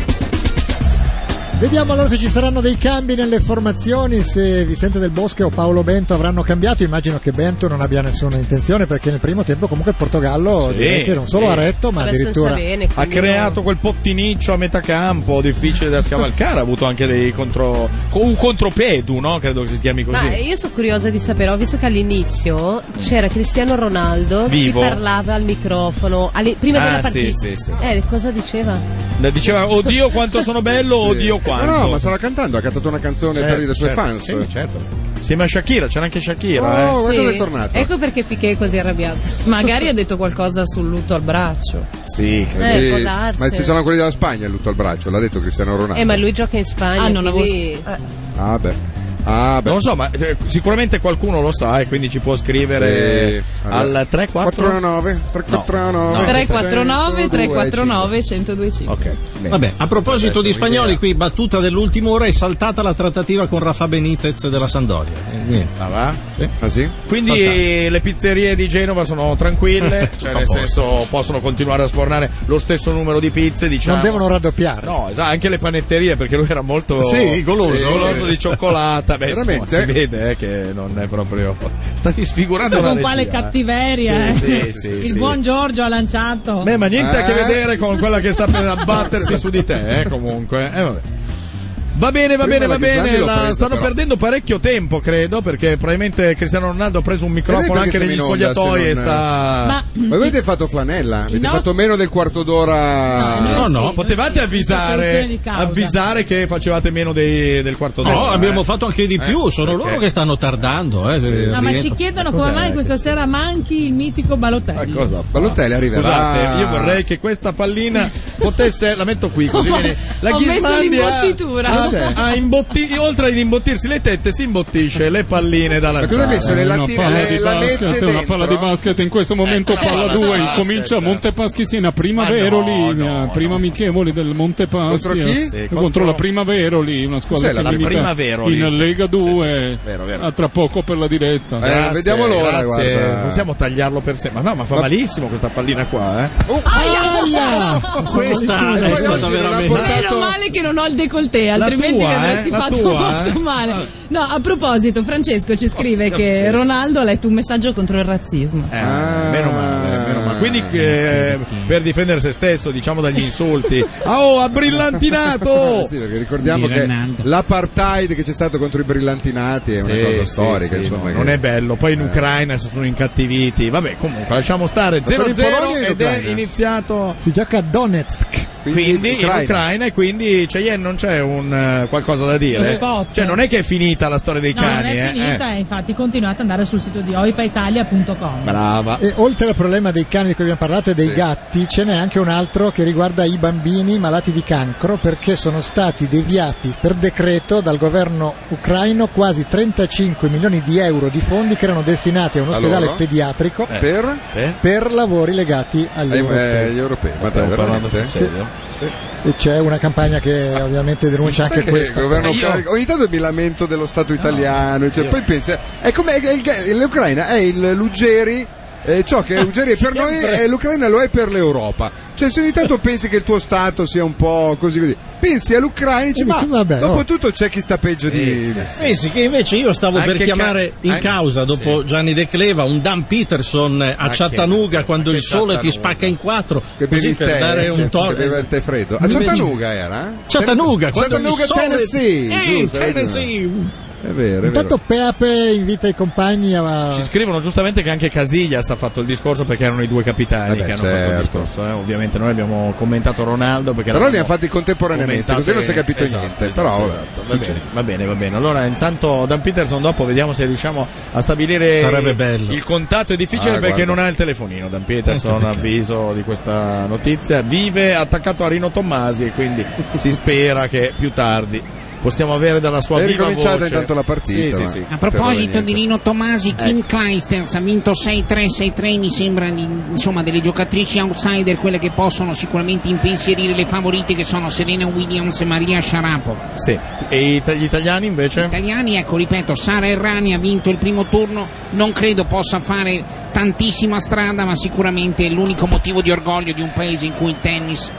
Speaker 2: Vediamo allora se ci saranno dei cambi nelle formazioni, se Vicente Del Bosque o Paolo Bento avranno cambiato. Immagino che Bento non abbia nessuna intenzione, perché nel primo tempo comunque il Portogallo
Speaker 6: Sì,
Speaker 2: direi che non solo
Speaker 6: sì.
Speaker 2: ha retto, ma addirittura
Speaker 9: bene,
Speaker 6: ha creato quel pottiniccio a metà campo difficile da scavalcare, ha avuto anche dei contro un contropedu, no? Credo che si chiami così.
Speaker 9: Ma io sono curiosa di sapere, ho visto che all'inizio c'era Cristiano Ronaldo
Speaker 6: Vivo.
Speaker 9: che parlava al microfono alli- prima
Speaker 6: Ah,
Speaker 9: della
Speaker 6: sì,
Speaker 9: partita.
Speaker 6: sì, sì.
Speaker 9: Eh, cosa diceva?
Speaker 6: Diceva oddio quanto sono bello, oddio quanto.
Speaker 5: No, no, ma stava cantando, ha cantato una canzone
Speaker 6: Certo,
Speaker 5: per i suoi
Speaker 6: certo,
Speaker 5: fans.
Speaker 6: sì, certo. Insieme a Shakira, c'era anche Shakira,
Speaker 5: Oh,
Speaker 6: eh.
Speaker 5: guarda dove è tornato.
Speaker 9: Ecco perché Piqué è così arrabbiato.
Speaker 3: Magari ha detto qualcosa sul lutto al braccio.
Speaker 6: Sì, credo.
Speaker 9: Eh,
Speaker 5: Sì,
Speaker 9: può darsi.
Speaker 5: ma ci sono quelli della Spagna, il lutto al braccio, l'ha detto Cristiano Ronaldo.
Speaker 9: Eh, ma lui gioca in Spagna.
Speaker 3: Ah, non avevo-
Speaker 9: quindi-
Speaker 5: Ah, beh. Ah, beh.
Speaker 6: Non lo so, ma eh, sicuramente qualcuno lo sa e quindi ci può scrivere
Speaker 5: Sì.
Speaker 6: al tre quattro
Speaker 5: quattro nove tre quattro nove
Speaker 3: tre quattro nove tre quattro nove centodue e cinque.
Speaker 6: Ok. bene.
Speaker 8: Vabbè, a proposito
Speaker 5: Adesso
Speaker 8: di spagnoli,
Speaker 5: un'idea.
Speaker 8: qui battuta dell'ultima ora, è saltata la trattativa con Rafa Benitez della Sampdoria. Eh, niente.
Speaker 6: Ah, va?
Speaker 8: Sì.
Speaker 5: Ah, sì?
Speaker 6: Quindi
Speaker 8: Saltato.
Speaker 6: le pizzerie di Genova sono tranquille, cioè
Speaker 8: A
Speaker 6: nel
Speaker 8: posto.
Speaker 6: senso possono continuare a sfornare lo stesso numero di pizze, diciamo.
Speaker 2: non devono raddoppiare.
Speaker 6: No, esatto, anche le panetterie, perché lui era molto
Speaker 8: Sì, goloso.
Speaker 6: eh, goloso di cioccolata. Beh, insomma,
Speaker 5: Veramente?
Speaker 6: si vede eh, che non è proprio. Stavi sfigurando
Speaker 4: Con
Speaker 6: la
Speaker 4: quale
Speaker 6: regia, eh.
Speaker 4: cattiveria, eh.
Speaker 6: Sì, sì,
Speaker 4: Il
Speaker 6: sì.
Speaker 4: buon Giorgio ha lanciato.
Speaker 6: Beh, ma niente a che
Speaker 5: Eh.
Speaker 6: vedere con quella che sta per abbattersi su di te, eh, comunque. Eh, vabbè. Va bene, va
Speaker 5: Prima
Speaker 6: bene,
Speaker 5: la
Speaker 6: va bene.
Speaker 5: Ghislandi l'ho
Speaker 6: La-
Speaker 5: presa,
Speaker 6: stanno
Speaker 5: però.
Speaker 6: perdendo parecchio tempo, credo, perché probabilmente Cristiano Ronaldo ha preso un microfono
Speaker 5: perché
Speaker 6: anche
Speaker 5: siamo
Speaker 6: negli
Speaker 5: in onda,
Speaker 6: spogliatoi
Speaker 5: se
Speaker 6: e
Speaker 5: non-
Speaker 6: sta.
Speaker 4: Ma,
Speaker 5: Ma voi avete fatto flanella? Avete
Speaker 4: nostri-
Speaker 5: fatto meno del quarto d'ora?
Speaker 8: No, no.
Speaker 4: sì,
Speaker 6: Potevate
Speaker 4: noi sì, senza soluzione
Speaker 6: avvisare,
Speaker 4: di causa.
Speaker 6: avvisare che facevate meno dei- del quarto d'ora.
Speaker 8: No,
Speaker 6: eh.
Speaker 8: abbiamo fatto anche di più,
Speaker 6: Eh,
Speaker 8: sono
Speaker 6: perché?
Speaker 8: loro che stanno tardando. Eh, se-
Speaker 4: No, ma ci
Speaker 8: diventa-
Speaker 4: chiedono
Speaker 6: Cos'è
Speaker 4: come mai questa
Speaker 6: questo?
Speaker 4: sera manchi il mitico Balotelli.
Speaker 6: Ma cosa fa?
Speaker 5: Balotelli arriverà.
Speaker 6: Scusate, io vorrei che questa pallina potesse. La metto qui così viene. La
Speaker 3: Ho messo
Speaker 6: Ghislandi ha-
Speaker 3: l'imbottitura.
Speaker 6: ha-
Speaker 5: Cos'è?
Speaker 6: ha imbotti- oltre ad imbottirsi le tette, si imbottisce le palline da
Speaker 5: Ma cosa hai
Speaker 6: lanciare.
Speaker 5: messo? Le
Speaker 14: Una
Speaker 5: lattine,
Speaker 14: palla
Speaker 5: le
Speaker 14: di
Speaker 5: lamette
Speaker 14: basket, una palla di
Speaker 5: dentro?
Speaker 14: basket in questo momento,
Speaker 6: Ecco,
Speaker 14: palla
Speaker 6: palla
Speaker 14: due,
Speaker 6: di
Speaker 14: incomincia
Speaker 6: basket.
Speaker 14: Montepaschi Siena, Primaveroli,
Speaker 6: Ma no, no,
Speaker 14: prima
Speaker 6: no.
Speaker 14: amichevole del Montepaschi
Speaker 5: Contro chi?
Speaker 14: eh,
Speaker 6: Sì,
Speaker 14: contro,
Speaker 6: contro-
Speaker 14: la Primaveroli, una squadra
Speaker 5: Cos'è la
Speaker 14: che milita
Speaker 6: Primaveroli?
Speaker 14: in
Speaker 6: Sì.
Speaker 14: Lega
Speaker 6: Sì, sì,
Speaker 14: due,
Speaker 6: sì, vero, vero.
Speaker 14: a tra poco per la diretta.
Speaker 5: Eh,
Speaker 6: Grazie,
Speaker 5: vediamo l'ora,
Speaker 6: grazie.
Speaker 5: guarda.
Speaker 6: Possiamo tagliarlo per sé. Ma no, ma fa malissimo questa pallina qua, eh.
Speaker 2: Aia!
Speaker 8: Questa
Speaker 5: Poi
Speaker 8: è stata
Speaker 5: oggi non ha
Speaker 8: veramente.
Speaker 5: portato-
Speaker 3: Meno male che non ho il décolleté,
Speaker 6: La
Speaker 3: altrimenti
Speaker 6: tua,
Speaker 3: mi avresti
Speaker 6: eh? La
Speaker 3: fatto
Speaker 6: tua,
Speaker 3: molto
Speaker 6: eh?
Speaker 3: male. No, a proposito, Francesco ci scrive che Ronaldo ha letto un messaggio contro il razzismo.
Speaker 6: Eh,
Speaker 5: Ah.
Speaker 6: meno male, meno male. Quindi eh, per difendere se stesso, diciamo dagli insulti. Ah, oh, ha brillantinato!
Speaker 5: Sì, perché ricordiamo
Speaker 14: Di
Speaker 5: che
Speaker 14: Ronaldo.
Speaker 5: l'apartheid che c'è stato contro i brillantinati è una
Speaker 6: Sì,
Speaker 5: cosa
Speaker 6: sì,
Speaker 5: storica,
Speaker 6: sì,
Speaker 5: insomma.
Speaker 6: no,
Speaker 5: che-
Speaker 6: non è bello. Poi in Ucraina si sono incattiviti. Vabbè, comunque lasciamo stare.
Speaker 5: Ma sono in
Speaker 6: zero a zero
Speaker 5: Polonia o in
Speaker 6: ed è
Speaker 5: Ucraina?
Speaker 6: iniziato.
Speaker 2: Si gioca a Donetsk.
Speaker 6: Quindi in Ucraina e quindi Cheyenne non c'è un eh, qualcosa da
Speaker 4: Lo
Speaker 6: dire.
Speaker 4: spot.
Speaker 6: Cioè non è che è finita la storia dei
Speaker 4: No,
Speaker 6: cani,
Speaker 4: non è
Speaker 6: eh.
Speaker 4: finita,
Speaker 6: eh.
Speaker 4: e infatti continuate ad andare sul sito di oipaitalia punto com.
Speaker 6: Brava.
Speaker 2: E oltre al problema dei cani di cui abbiamo parlato e dei
Speaker 5: Sì.
Speaker 2: gatti, ce n'è anche un altro che riguarda i bambini malati di cancro, perché sono stati deviati per decreto dal governo ucraino quasi trentacinque milioni di euro di fondi che erano destinati a un
Speaker 5: A
Speaker 2: ospedale
Speaker 5: loro?
Speaker 2: pediatrico
Speaker 6: Eh.
Speaker 5: Per?
Speaker 6: Eh?
Speaker 2: per lavori legati agli
Speaker 5: Eh,
Speaker 2: europei.
Speaker 5: eh, gli europei. Ma dai,
Speaker 6: Stiamo parlando
Speaker 5: veramente?
Speaker 6: sul serio?
Speaker 2: E c'è una campagna che ovviamente denuncia
Speaker 5: Sai
Speaker 2: anche
Speaker 5: che
Speaker 2: questa.
Speaker 5: il governo
Speaker 6: Ma io-
Speaker 5: ucraino- ogni tanto mi lamento dello Stato italiano, cioè, poi pensa, è come è il- l'Ucraina è il Luggeri. Eh, ciò che Ruggeri è per noi e l'Ucraina lo è per l'Europa. Cioè se ogni tanto pensi che il tuo stato sia un po' così così, pensi all'Ucraina e dici,
Speaker 2: E dici,
Speaker 5: ma
Speaker 2: vabbè,
Speaker 5: dopo
Speaker 2: oh.
Speaker 5: tutto c'è chi sta peggio di...
Speaker 8: Pensi che invece io stavo
Speaker 6: Anche
Speaker 8: per chiamare
Speaker 6: ca-
Speaker 8: in
Speaker 6: anche-
Speaker 8: causa dopo
Speaker 6: sì.
Speaker 8: Gianni De Cleva un Dan Peterson a
Speaker 6: che-
Speaker 8: Chattanooga quando
Speaker 6: che
Speaker 8: il sole ti
Speaker 6: Chattanooga.
Speaker 8: spacca in quattro,
Speaker 5: Che bevi
Speaker 8: così
Speaker 5: il
Speaker 8: per
Speaker 5: tè,
Speaker 8: dare
Speaker 5: che-
Speaker 8: un tono.
Speaker 5: che beve il tè freddo. A Chattanooga era?
Speaker 8: Chattanooga, quando il
Speaker 5: Chattanooga,
Speaker 8: sole-
Speaker 5: Tennessee.
Speaker 8: Eh,
Speaker 5: giusto, hai ragione.
Speaker 8: Tennessee.
Speaker 5: È vero, è
Speaker 2: Intanto
Speaker 5: vero.
Speaker 2: Peape invita i compagni a...
Speaker 6: Ci scrivono giustamente che anche Casillas ha fatto il discorso perché erano i due capitani
Speaker 5: Eh beh,
Speaker 6: che hanno fatto il
Speaker 5: certo.
Speaker 6: discorso. eh. Ovviamente noi abbiamo commentato Ronaldo perché
Speaker 5: Però li
Speaker 6: l'abbiamo
Speaker 5: hanno fatti contemporaneamente,
Speaker 6: commentato
Speaker 5: così non si è
Speaker 6: e-
Speaker 5: capito
Speaker 6: esatto,
Speaker 5: niente.
Speaker 6: esatto,
Speaker 5: Però vabbè,
Speaker 6: esatto. Va,
Speaker 5: succede.
Speaker 6: bene, va bene, va bene. Allora intanto Dan Peterson dopo vediamo se riusciamo a stabilire
Speaker 8: Sarebbe bello.
Speaker 6: il contatto. È difficile
Speaker 5: Ah,
Speaker 6: perché
Speaker 5: guarda.
Speaker 6: non ha il telefonino. Dan Peterson,
Speaker 8: Anche perché.
Speaker 6: avviso di questa notizia, vive attaccato a Rino Tommasi e quindi si spera che più tardi possiamo avere dalla sua
Speaker 5: è
Speaker 6: viva voce. È
Speaker 5: ricominciata intanto la partita.
Speaker 6: Sì, sì, sì.
Speaker 11: A proposito di Nino Tomasi, Kim ecco. Clijsters ha vinto sei tre sei tre, mi sembra di, insomma delle giocatrici outsider, quelle che possono sicuramente impensierire le favorite, che sono Serena Williams e Maria Sharapova.
Speaker 6: Sì. E gli italiani invece?
Speaker 11: Gli italiani, ecco, ripeto, Sara Errani ha vinto il primo turno, non credo possa fare tantissima strada, ma sicuramente è l'unico motivo di orgoglio di un paese in cui il tennis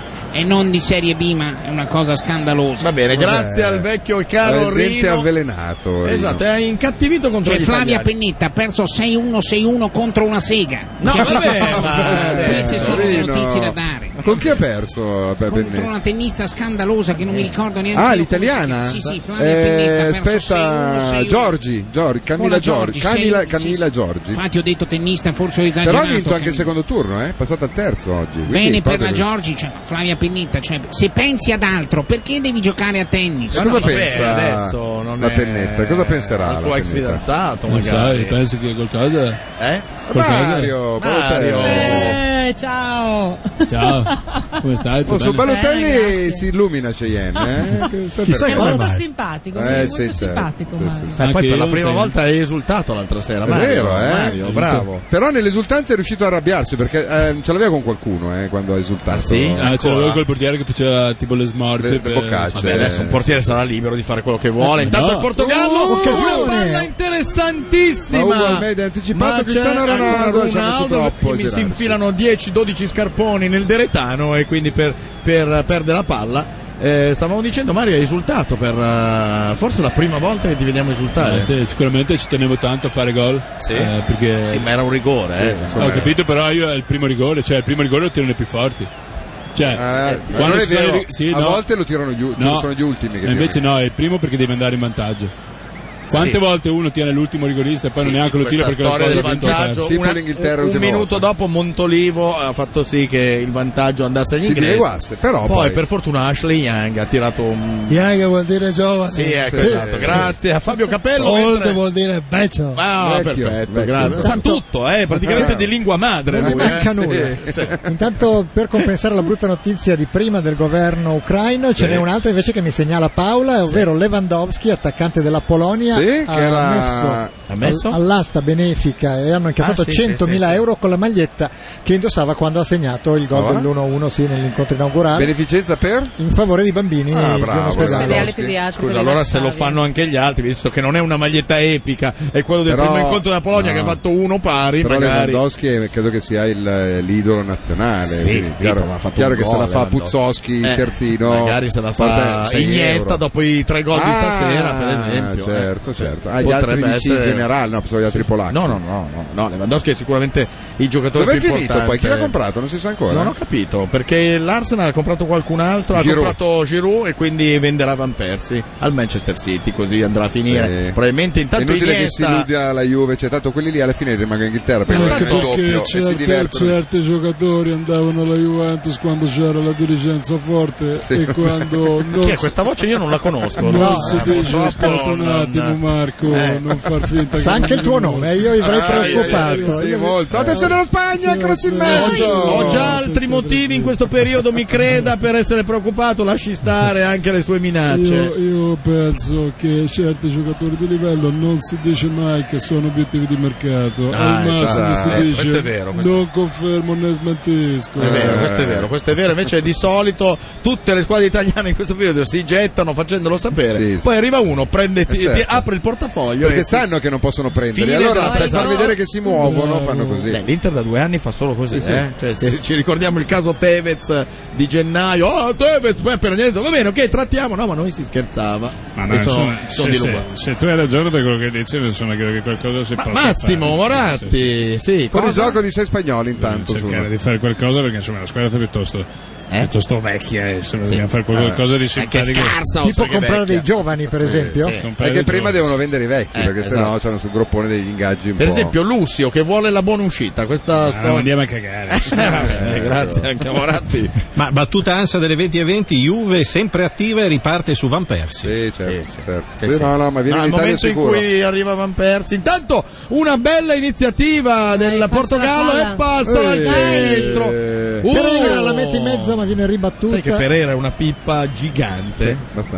Speaker 11: e non di Serie B, ma è una cosa scandalosa.
Speaker 6: Va bene, grazie Vabbè. al vecchio e caro
Speaker 5: il dente
Speaker 6: Rino.
Speaker 5: avvelenato.
Speaker 6: Esatto, è incattivito contro
Speaker 11: cioè,
Speaker 6: gli
Speaker 11: Flavia
Speaker 6: italiani.
Speaker 11: Pennetta ha perso sei uno sei uno contro una sega.
Speaker 6: No,
Speaker 11: cioè,
Speaker 6: vabbè,
Speaker 11: ma queste sono le notizie da dare.
Speaker 5: Con chi ha perso?
Speaker 11: Contro una tennista scandalosa che non mi ricordo neanche.
Speaker 5: Ah,
Speaker 11: io
Speaker 5: l'italiana?
Speaker 11: Sì, sì, Flavia eh, Pennetta ha perso
Speaker 5: aspetta,
Speaker 11: sei uno,
Speaker 5: Giorgi, Giorgi, Camilla Giorgi, Camilla, Camilla Giorgi.
Speaker 11: Infatti ho detto tennista, forse ho esagerato.
Speaker 5: Però ha vinto anche il secondo turno, eh? È passata al terzo oggi.
Speaker 11: Bene per la Giorgi, cioè Flavia Pennetta, cioè se pensi ad altro, perché devi giocare a tennis?
Speaker 5: Ma
Speaker 6: no,
Speaker 5: cosa
Speaker 6: vabbè,
Speaker 5: pensa
Speaker 6: adesso non
Speaker 5: la
Speaker 6: è...
Speaker 5: Pennetta? Cosa penserà?
Speaker 6: Al suo ex fidanzato,
Speaker 13: non
Speaker 6: magari.
Speaker 13: sai, penso che qualcosa.
Speaker 6: Eh?
Speaker 13: Qualcosa?
Speaker 5: Mario,
Speaker 6: Mario.
Speaker 4: Eh, ciao.
Speaker 13: Ciao. Come stai?
Speaker 5: Oh, su Balotelli
Speaker 4: eh,
Speaker 5: si illumina Cheyenne, eh?
Speaker 2: Chissà
Speaker 4: È
Speaker 2: come
Speaker 4: molto
Speaker 2: mai.
Speaker 4: simpatico, sì,
Speaker 5: Eh,
Speaker 4: molto
Speaker 5: sì,
Speaker 4: simpatico.
Speaker 5: sì,
Speaker 4: Mario.
Speaker 5: sì, sì.
Speaker 6: Eh, poi per la
Speaker 13: io
Speaker 6: prima
Speaker 13: sei-
Speaker 6: volta hai esultato l'altra sera,
Speaker 5: È
Speaker 6: Mario.
Speaker 5: vero, eh?
Speaker 6: Mario, bravo.
Speaker 5: Però nell'esultanza è riuscito a arrabbiarsi perché eh, ce l'aveva con qualcuno eh, quando ha esultato.
Speaker 6: Ah, sì?
Speaker 13: Ah, ce l'avevo col portiere che faceva tipo le smorfie.
Speaker 5: Le- le
Speaker 13: per-
Speaker 5: boccacce.
Speaker 6: Vabbè, adesso un portiere sarà libero di fare quello che vuole.
Speaker 13: Eh,
Speaker 6: Intanto
Speaker 13: no.
Speaker 6: il Portogallo,
Speaker 2: Oh,
Speaker 6: una
Speaker 2: occasione.
Speaker 6: palla
Speaker 5: Ma
Speaker 6: interessantissima.
Speaker 5: Ugo Almeida ha anticipato
Speaker 6: Ma
Speaker 5: Cristiano
Speaker 6: c'è
Speaker 5: Ronaldo,
Speaker 6: ancora
Speaker 5: ci ha messo
Speaker 6: Ronaldo
Speaker 5: troppo a
Speaker 6: e mi si
Speaker 5: girarsi.
Speaker 6: infilano dieci dodici scarponi nel deretano e quindi per, per perdere la palla. Eh, stavamo dicendo, Mario, hai esultato per uh, forse la prima volta che ti vediamo esultare.
Speaker 13: Eh, sì, sicuramente ci tenevo tanto a fare gol.
Speaker 6: Sì.
Speaker 13: eh, perché
Speaker 6: Sì, ma era un rigore, eh.
Speaker 5: Sì,
Speaker 13: ho capito, però io è il primo rigore, cioè il primo rigore lo tirano i più forti. Cioè,
Speaker 5: Eh, ma
Speaker 13: quando
Speaker 5: non è
Speaker 13: ci sono
Speaker 5: vero.
Speaker 13: i- sì,
Speaker 5: a
Speaker 13: no.
Speaker 5: volte lo tirano giù,
Speaker 13: No.
Speaker 5: sono gli ultimi che
Speaker 13: E invece
Speaker 5: tirano.
Speaker 13: no, è il primo perché devi andare in vantaggio. Quante
Speaker 6: Sì.
Speaker 13: volte uno tiene l'ultimo rigorista e poi
Speaker 6: Sì,
Speaker 13: non neanche lo tira
Speaker 6: questa
Speaker 13: perché la
Speaker 6: storia
Speaker 13: squadra ha
Speaker 6: del
Speaker 13: vinto o
Speaker 6: vantaggio,
Speaker 13: perso.
Speaker 5: Sì,
Speaker 6: una-
Speaker 5: con l'Inghilterra
Speaker 6: un
Speaker 5: l'ultima
Speaker 6: minuto
Speaker 5: volta.
Speaker 6: dopo Montolivo ha fatto sì che il vantaggio andasse agli
Speaker 5: Si
Speaker 6: inglesi.
Speaker 5: dileguasse, però
Speaker 6: poi,
Speaker 5: poi-
Speaker 6: per fortuna Ashley Young ha tirato un
Speaker 2: Young vuol dire giovane.
Speaker 6: sì, ecco,
Speaker 5: Sì,
Speaker 6: esatto.
Speaker 5: sì.
Speaker 6: Grazie a Fabio Capello.
Speaker 2: Old
Speaker 6: mentre-
Speaker 2: vuol dire vecchio.
Speaker 6: Ah,
Speaker 5: Vecchio,
Speaker 6: perfetto,
Speaker 5: vecchio.
Speaker 6: grazie. Sa
Speaker 2: Intanto-
Speaker 6: tutto, eh, praticamente
Speaker 5: Ah.
Speaker 6: di lingua madre.
Speaker 2: Non gli
Speaker 6: lui, eh.
Speaker 2: manca nulla.
Speaker 6: Sì.
Speaker 2: Intanto, per compensare la brutta notizia di prima del governo ucraino, ce n'è un'altra invece che mi segnala Paola, ovvero Lewandowski, attaccante della Polonia,
Speaker 5: Sì, che
Speaker 2: ha
Speaker 5: era-
Speaker 2: messo,
Speaker 6: Ha messo?
Speaker 2: all- all'asta benefica e hanno incassato
Speaker 6: Ah, sì,
Speaker 2: centomila
Speaker 6: sì, sì,
Speaker 2: euro con la maglietta che indossava quando ha segnato il gol
Speaker 5: Ah, va?
Speaker 2: dell'uno a uno sì, nell'incontro inaugurale
Speaker 5: Beneficenza per?
Speaker 2: in favore di bambini
Speaker 5: Ah,
Speaker 2: di un
Speaker 5: bravo,
Speaker 2: ospedale.
Speaker 9: Ospedale
Speaker 5: Lewandowski.
Speaker 9: pediatrico
Speaker 6: Scusa,
Speaker 9: di
Speaker 6: allora se lo
Speaker 9: Varsavia.
Speaker 6: fanno anche gli altri, visto che non è una maglietta epica, è quello del
Speaker 5: Però-
Speaker 6: primo incontro della Polonia
Speaker 5: no.
Speaker 6: che ha fatto uno pari,
Speaker 5: Però
Speaker 6: magari.
Speaker 5: Lewandowski è- credo che sia il, eh, l'idolo nazionale.
Speaker 6: Sì,
Speaker 5: quindi
Speaker 6: capito,
Speaker 5: chiaro,
Speaker 6: ma ha fatto
Speaker 5: chiaro
Speaker 6: un
Speaker 5: che se
Speaker 6: gol,
Speaker 5: la fa
Speaker 6: Lewandowski.
Speaker 5: Puzzoschi il
Speaker 6: Eh,
Speaker 5: terzino,
Speaker 6: magari se la fa
Speaker 5: porta sei
Speaker 6: Iniesta
Speaker 5: euro.
Speaker 6: dopo i tre gol di
Speaker 5: Ah,
Speaker 6: stasera, per esempio.
Speaker 5: certo,
Speaker 6: eh.
Speaker 5: certo. Ah, gli
Speaker 6: Potrebbe
Speaker 5: altri dici
Speaker 6: essere-
Speaker 5: in generale, no, pensavo gli altri polacchi.
Speaker 6: No, no, no, no, no, Lewandowski è sicuramente il giocatore
Speaker 5: Dove è
Speaker 6: più
Speaker 5: finito
Speaker 6: importante.
Speaker 5: poi? Chi l'ha comprato? Non si sa ancora.
Speaker 6: Non ho capito, perché l'Arsenal ha comprato qualcun altro,
Speaker 5: Giroud.
Speaker 6: ha comprato Giroud e quindi venderà Van Persie al Manchester City, così andrà a finire.
Speaker 5: Sì.
Speaker 6: Probabilmente
Speaker 5: È
Speaker 6: intanto
Speaker 5: inutile che si
Speaker 6: Iniesta
Speaker 5: illuda la Juve, cioè tanto quelli lì alla fine rimangono in Inghilterra perché
Speaker 13: Anche
Speaker 5: guardano il
Speaker 13: perché
Speaker 5: doppio e si
Speaker 13: certi,
Speaker 5: divertono.
Speaker 13: certi giocatori andavano alla Juventus quando c'era la dirigenza forte
Speaker 5: Sì.
Speaker 13: e quando non
Speaker 6: Chi è
Speaker 13: si-
Speaker 6: questa voce? Io non la conosco.
Speaker 13: non
Speaker 6: no?
Speaker 13: si
Speaker 6: Eh,
Speaker 13: dice,
Speaker 6: purtroppo
Speaker 13: aspetta un
Speaker 6: non-
Speaker 13: attimo Marco,
Speaker 6: Eh.
Speaker 13: non far finta
Speaker 2: Sa
Speaker 13: che
Speaker 2: anche
Speaker 13: non
Speaker 2: il tuo
Speaker 13: conosci.
Speaker 2: nome, io avrei
Speaker 5: Ah,
Speaker 2: preoccupato.
Speaker 5: sì,
Speaker 2: Io-
Speaker 5: molto. Attenzione alla Spagna, cross in
Speaker 6: Ho,
Speaker 5: mezzo.
Speaker 6: ho già altri motivi in questo periodo, mi creda, per essere preoccupato. Lasci stare anche le sue minacce.
Speaker 13: Io, io penso che certi giocatori di livello non si dice mai che sono obiettivi di mercato,
Speaker 6: Ah,
Speaker 13: al massimo
Speaker 6: esatto.
Speaker 13: si
Speaker 6: Eh,
Speaker 13: dice
Speaker 6: questo è vero, questo-
Speaker 13: non confermo né smentisco.
Speaker 6: È vero, questo è vero, questo è vero. Invece di solito tutte le squadre italiane in questo periodo si gettano facendolo sapere.
Speaker 5: Sì, sì.
Speaker 6: Poi arriva uno, prende, ti,
Speaker 5: Eh, certo.
Speaker 6: ti apre il portafoglio
Speaker 5: Perché
Speaker 6: e
Speaker 5: sanno che non possono prendere,
Speaker 6: Fine
Speaker 5: allora
Speaker 6: della-
Speaker 5: per far
Speaker 6: no.
Speaker 5: vedere che si muovono fanno così.
Speaker 6: Beh, l'Inter da due anni fa solo così,
Speaker 5: Sì, sì.
Speaker 6: eh? Cioè, se ci ricordiamo il caso Tevez di gennaio, oh Tevez, poi appena detto, va bene, ok, trattiamo, no, ma noi si scherzava.
Speaker 14: Ma no,
Speaker 6: E sono,
Speaker 14: insomma,
Speaker 6: sono
Speaker 14: se,
Speaker 6: di
Speaker 14: se,
Speaker 6: Lugo.
Speaker 14: se tu hai ragione per quello che dici, insomma, credo che qualcosa si
Speaker 6: Ma
Speaker 14: possa
Speaker 6: Massimo
Speaker 14: fare.
Speaker 6: Moratti, sì,
Speaker 5: Con il
Speaker 6: cosa?
Speaker 5: gioco di sei spagnoli intanto.
Speaker 14: Cercare
Speaker 5: su-
Speaker 14: di fare qualcosa perché insomma la squadra è piuttosto,
Speaker 6: Eh?
Speaker 14: piuttosto vecchia e insomma,
Speaker 6: Sì.
Speaker 14: dobbiamo fare qualcosa di
Speaker 6: Anche
Speaker 14: simpatico.
Speaker 6: scarsa,
Speaker 2: tipo
Speaker 6: oltre che
Speaker 2: comprare
Speaker 6: vecchia.
Speaker 2: dei giovani, per esempio.
Speaker 6: sì.
Speaker 14: Comprare
Speaker 5: Perché
Speaker 14: dei
Speaker 5: prima
Speaker 14: giovani.
Speaker 5: devono vendere i vecchi,
Speaker 6: Eh,
Speaker 5: perché
Speaker 6: esatto.
Speaker 5: sennò c'hanno sul groppone degli ingaggi un
Speaker 6: Per
Speaker 5: po'.
Speaker 6: esempio Lucio che vuole la buona uscita, questa
Speaker 14: Ah,
Speaker 6: storia.
Speaker 14: andiamo a cagare.
Speaker 6: Eh, grazie anche a Moratti.
Speaker 8: Ma battuta ansia delle venti e venti, Juve sempre attiva e riparte su Van Persie.
Speaker 5: Sì, certo,
Speaker 6: Sì, sì.
Speaker 5: certo.
Speaker 6: Sì,
Speaker 5: Sì,
Speaker 6: sì.
Speaker 5: no, no, ma viene
Speaker 6: No,
Speaker 5: in
Speaker 6: al
Speaker 5: Italia
Speaker 6: momento
Speaker 5: sicuro.
Speaker 6: in cui arriva Van Persie, intanto una bella iniziativa del
Speaker 9: passa
Speaker 6: Portogallo
Speaker 9: la
Speaker 6: e passa
Speaker 5: Eh,
Speaker 6: al centro.
Speaker 5: eh,
Speaker 6: Uh,
Speaker 2: Pereira la mette in mezzo ma viene ribattuta.
Speaker 6: sai che Pereira è una pippa gigante?
Speaker 5: Abbastanza.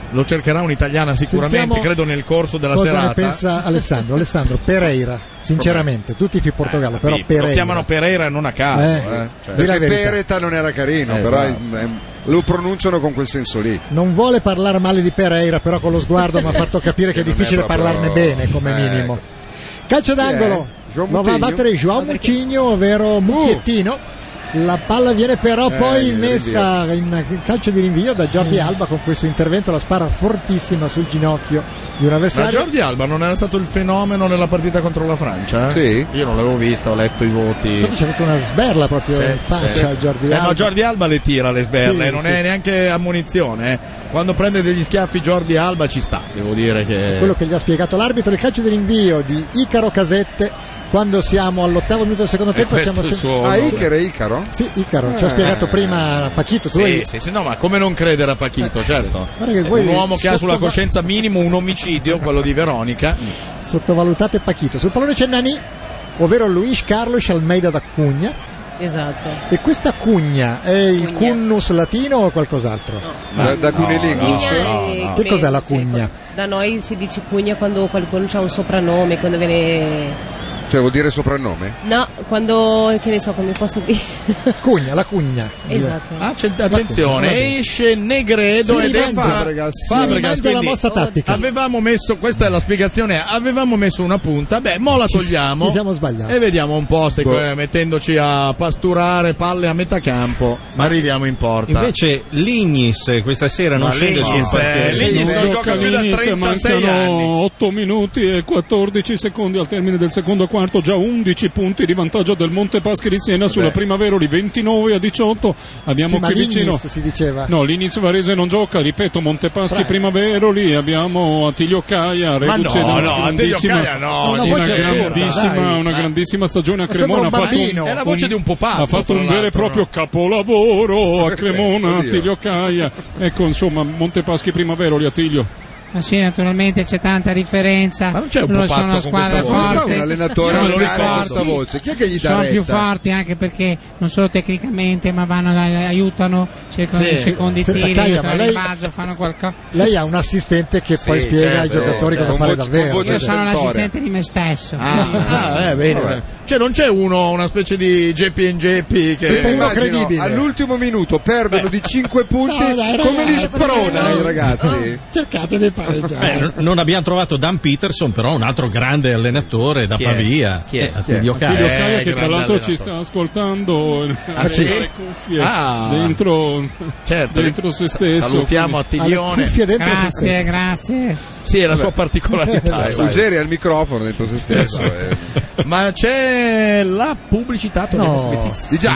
Speaker 6: lo cercherà un'italiana sicuramente,
Speaker 2: Sentiamo
Speaker 6: credo nel corso della
Speaker 2: cosa
Speaker 6: serata.
Speaker 2: ne pensa Alessandro? Alessandro Pereira, sinceramente, tutti i Portogallo,
Speaker 6: Eh,
Speaker 2: però
Speaker 6: capito,
Speaker 2: Pereira.
Speaker 6: lo chiamano Pereira non a caso,
Speaker 2: Eh,
Speaker 6: eh. Cioè,
Speaker 2: di la
Speaker 5: Perché
Speaker 2: verità.
Speaker 5: Pereta non era carino,
Speaker 6: Eh,
Speaker 5: però
Speaker 6: esatto.
Speaker 5: è- è- lo pronunciano con quel senso lì.
Speaker 2: Non vuole parlare male di Pereira, però con lo sguardo mi ha fatto capire che è
Speaker 5: non è
Speaker 2: difficile
Speaker 5: proprio-
Speaker 2: parlarne bene come
Speaker 5: eh,
Speaker 2: minimo. Calcio d'angolo,
Speaker 5: Chi è? João
Speaker 2: lo va a
Speaker 5: Moutinho?
Speaker 2: battere João Moutinho, ovvero Mucchiettino. La palla viene però
Speaker 5: Eh,
Speaker 2: poi
Speaker 5: viene
Speaker 2: messa in calcio di rinvio da Jordi Alba con questo intervento, la spara fortissima sul ginocchio di un
Speaker 6: ma
Speaker 2: avversario.
Speaker 6: Jordi Alba non era stato il fenomeno nella partita contro la Francia? eh?
Speaker 5: Sì.
Speaker 6: Io non l'avevo vista, ho letto i voti.
Speaker 2: Infatti c'è stata una sberla proprio
Speaker 6: Sì,
Speaker 2: in faccia a
Speaker 6: sì.
Speaker 2: Jordi
Speaker 6: Eh,
Speaker 2: Alba.
Speaker 6: no, Jordi Alba le tira le sberle,
Speaker 2: Sì,
Speaker 6: non
Speaker 2: sì.
Speaker 6: è neanche ammonizione. eh. Quando prende degli schiaffi Jordi Alba ci sta, devo dire che.
Speaker 2: Quello che gli ha spiegato l'arbitro, il calcio di rinvio di Icaro Casette. Quando siamo all'ottavo minuto del secondo tempo
Speaker 6: questo
Speaker 2: siamo
Speaker 6: è il
Speaker 2: sempre...
Speaker 6: suo
Speaker 5: Ah,
Speaker 6: nome.
Speaker 5: Iker e Icaro?
Speaker 2: Sì, Icaro, ci ha
Speaker 5: Eh.
Speaker 2: spiegato prima Pachito. Tu
Speaker 6: Sì,
Speaker 2: hai-
Speaker 6: sì, sì, no, ma come non credere a Pachito, certo.
Speaker 2: Guarda che
Speaker 6: È
Speaker 2: voi
Speaker 6: un uomo che ha sulla
Speaker 2: sottoval-
Speaker 6: coscienza minimo un omicidio, quello di Veronica.
Speaker 2: Sottovalutate Pachito. Sul pallone c'è Nani, ovvero Luis Carlos Almeida da Cugna.
Speaker 9: Esatto.
Speaker 2: E questa Cugna è il
Speaker 9: Cugna.
Speaker 2: Cunnus latino o qualcos'altro?
Speaker 5: Da, da Cunilingus?
Speaker 9: Cugna
Speaker 6: no,
Speaker 9: è-
Speaker 6: no.
Speaker 2: Che cos'è la
Speaker 9: sì,
Speaker 2: Cugna?
Speaker 9: da noi si dice Cugna quando qualcuno ha un soprannome, quando viene.
Speaker 5: Cioè vuol dire soprannome?
Speaker 9: No, quando. Che ne so, come posso dire?
Speaker 2: Cugna, la Cugna.
Speaker 9: Esatto.
Speaker 6: Ah, c'è- attenzione, esce Negredo
Speaker 2: Si
Speaker 6: ed
Speaker 2: rimangia-
Speaker 6: entra
Speaker 5: Fabregas.
Speaker 2: Si
Speaker 6: Fabregas,
Speaker 2: rimangia la
Speaker 6: quindi
Speaker 2: mossa tattica.
Speaker 6: avevamo messo, questa è la spiegazione, avevamo messo una punta, beh, mo la togliamo
Speaker 2: Ci siamo sbagliati.
Speaker 6: e vediamo un po' se
Speaker 5: Boh.
Speaker 6: que- mettendoci a pasturare palle a metà campo, ma arriviamo in porta.
Speaker 8: Invece l'Ignis questa sera non
Speaker 6: Ma
Speaker 8: scende sul
Speaker 6: l'Ignis, eh,
Speaker 8: parquet.
Speaker 6: l'Ignis
Speaker 13: Non
Speaker 6: non
Speaker 13: gioca
Speaker 6: gioca più da
Speaker 13: l'Ignis,
Speaker 6: trentasei
Speaker 13: mancano
Speaker 6: anni.
Speaker 13: otto minuti e quattordici secondi al termine del secondo quarto, già undici punti di vantaggio del Montepaschi di Siena sulla prima Veroli, ventinove a diciotto. Abbiamo
Speaker 2: Sì, ma
Speaker 13: qui vicino
Speaker 2: l'Ignis si diceva.
Speaker 13: No, l'Ignis Varese non gioca, ripeto, Montepaschi
Speaker 2: Tre.
Speaker 13: prima Veroli, abbiamo Attilio Caia,
Speaker 6: Ma
Speaker 13: reduce
Speaker 6: no,
Speaker 13: da una
Speaker 6: no, Attilio
Speaker 13: grandissima,
Speaker 6: Caia no,
Speaker 2: Una
Speaker 13: una
Speaker 2: voce assurda,
Speaker 13: grandissima,
Speaker 2: dai.
Speaker 13: una grandissima stagione a
Speaker 2: Ma sembra
Speaker 13: Cremona,
Speaker 2: un
Speaker 13: ha fatto
Speaker 2: bambino.
Speaker 6: È la voce di un pupazzo,
Speaker 13: ha fatto
Speaker 6: fra
Speaker 13: un vero e
Speaker 6: l'altro,
Speaker 13: proprio
Speaker 6: no?
Speaker 13: capolavoro a Cremona,
Speaker 5: Oddio.
Speaker 13: Attilio Caia. Ecco, insomma, Montepaschi prima Veroli, Attilio.
Speaker 14: Ma sì, naturalmente c'è tanta differenza.
Speaker 6: Ma non c'è un
Speaker 14: Loro
Speaker 6: pupazzo
Speaker 14: sono
Speaker 6: con
Speaker 14: squadre
Speaker 6: questa voce?
Speaker 5: Come fa
Speaker 14: forti.
Speaker 5: un allenatore
Speaker 14: sono
Speaker 5: a
Speaker 14: più
Speaker 5: dare
Speaker 14: forti.
Speaker 5: questa voce? Chi è che gli dà
Speaker 14: Sono più
Speaker 5: retta?
Speaker 14: forti anche perché non solo tecnicamente, ma vanno aiutano, cercano
Speaker 6: Sì.
Speaker 14: i secondi
Speaker 2: Senta,
Speaker 14: tiri,
Speaker 2: Caia, ma
Speaker 14: giocano
Speaker 2: lei-
Speaker 14: in base, fanno qualcosa.
Speaker 2: Lei ha un assistente che poi
Speaker 6: Sì,
Speaker 2: spiega ai
Speaker 6: certo,
Speaker 2: giocatori
Speaker 5: certo.
Speaker 2: cosa fare
Speaker 5: Con voce-
Speaker 2: davvero.
Speaker 5: con voce
Speaker 14: Io
Speaker 2: Cioè,
Speaker 14: sono
Speaker 5: stentorea.
Speaker 14: l'assistente di me stesso.
Speaker 6: Ah, ah, eh, bene,
Speaker 5: Vabbè.
Speaker 6: bene. Cioè non c'è uno, una specie di Geppi and Geppi
Speaker 5: Che
Speaker 6: che
Speaker 5: mi
Speaker 2: uno
Speaker 5: immagino
Speaker 2: credibile.
Speaker 5: all'ultimo minuto perdono di cinque punti,
Speaker 2: No, dai,
Speaker 5: come li
Speaker 2: ragazzi,
Speaker 5: spronano
Speaker 2: no.
Speaker 5: i ragazzi?
Speaker 2: Cercate di pareggiare.
Speaker 8: Eh, non abbiamo trovato Dan Peterson, però un altro grande allenatore da
Speaker 6: Chi è?
Speaker 8: Pavia.
Speaker 6: Chi è?
Speaker 8: Eh, Attilio
Speaker 13: Attilio
Speaker 8: Caia.
Speaker 13: Caia
Speaker 6: Eh,
Speaker 13: che tra
Speaker 6: grande
Speaker 13: l'altro ci
Speaker 6: allenatore.
Speaker 13: sta ascoltando
Speaker 6: Ah, sì?
Speaker 13: le cuffie
Speaker 6: Ah.
Speaker 13: dentro,
Speaker 6: certo,
Speaker 13: dentro se stesso.
Speaker 6: salutiamo
Speaker 13: quindi-
Speaker 2: Alle
Speaker 6: Attiglione.
Speaker 2: cuffie dentro se
Speaker 14: Grazie,
Speaker 2: stesso.
Speaker 14: grazie.
Speaker 6: Sì, è la sua particolarità.
Speaker 5: Eh,
Speaker 6: sai.
Speaker 5: Ruggeri al microfono dentro se stesso. eh.
Speaker 6: Ma c'è la pubblicità
Speaker 2: No.
Speaker 5: Di già.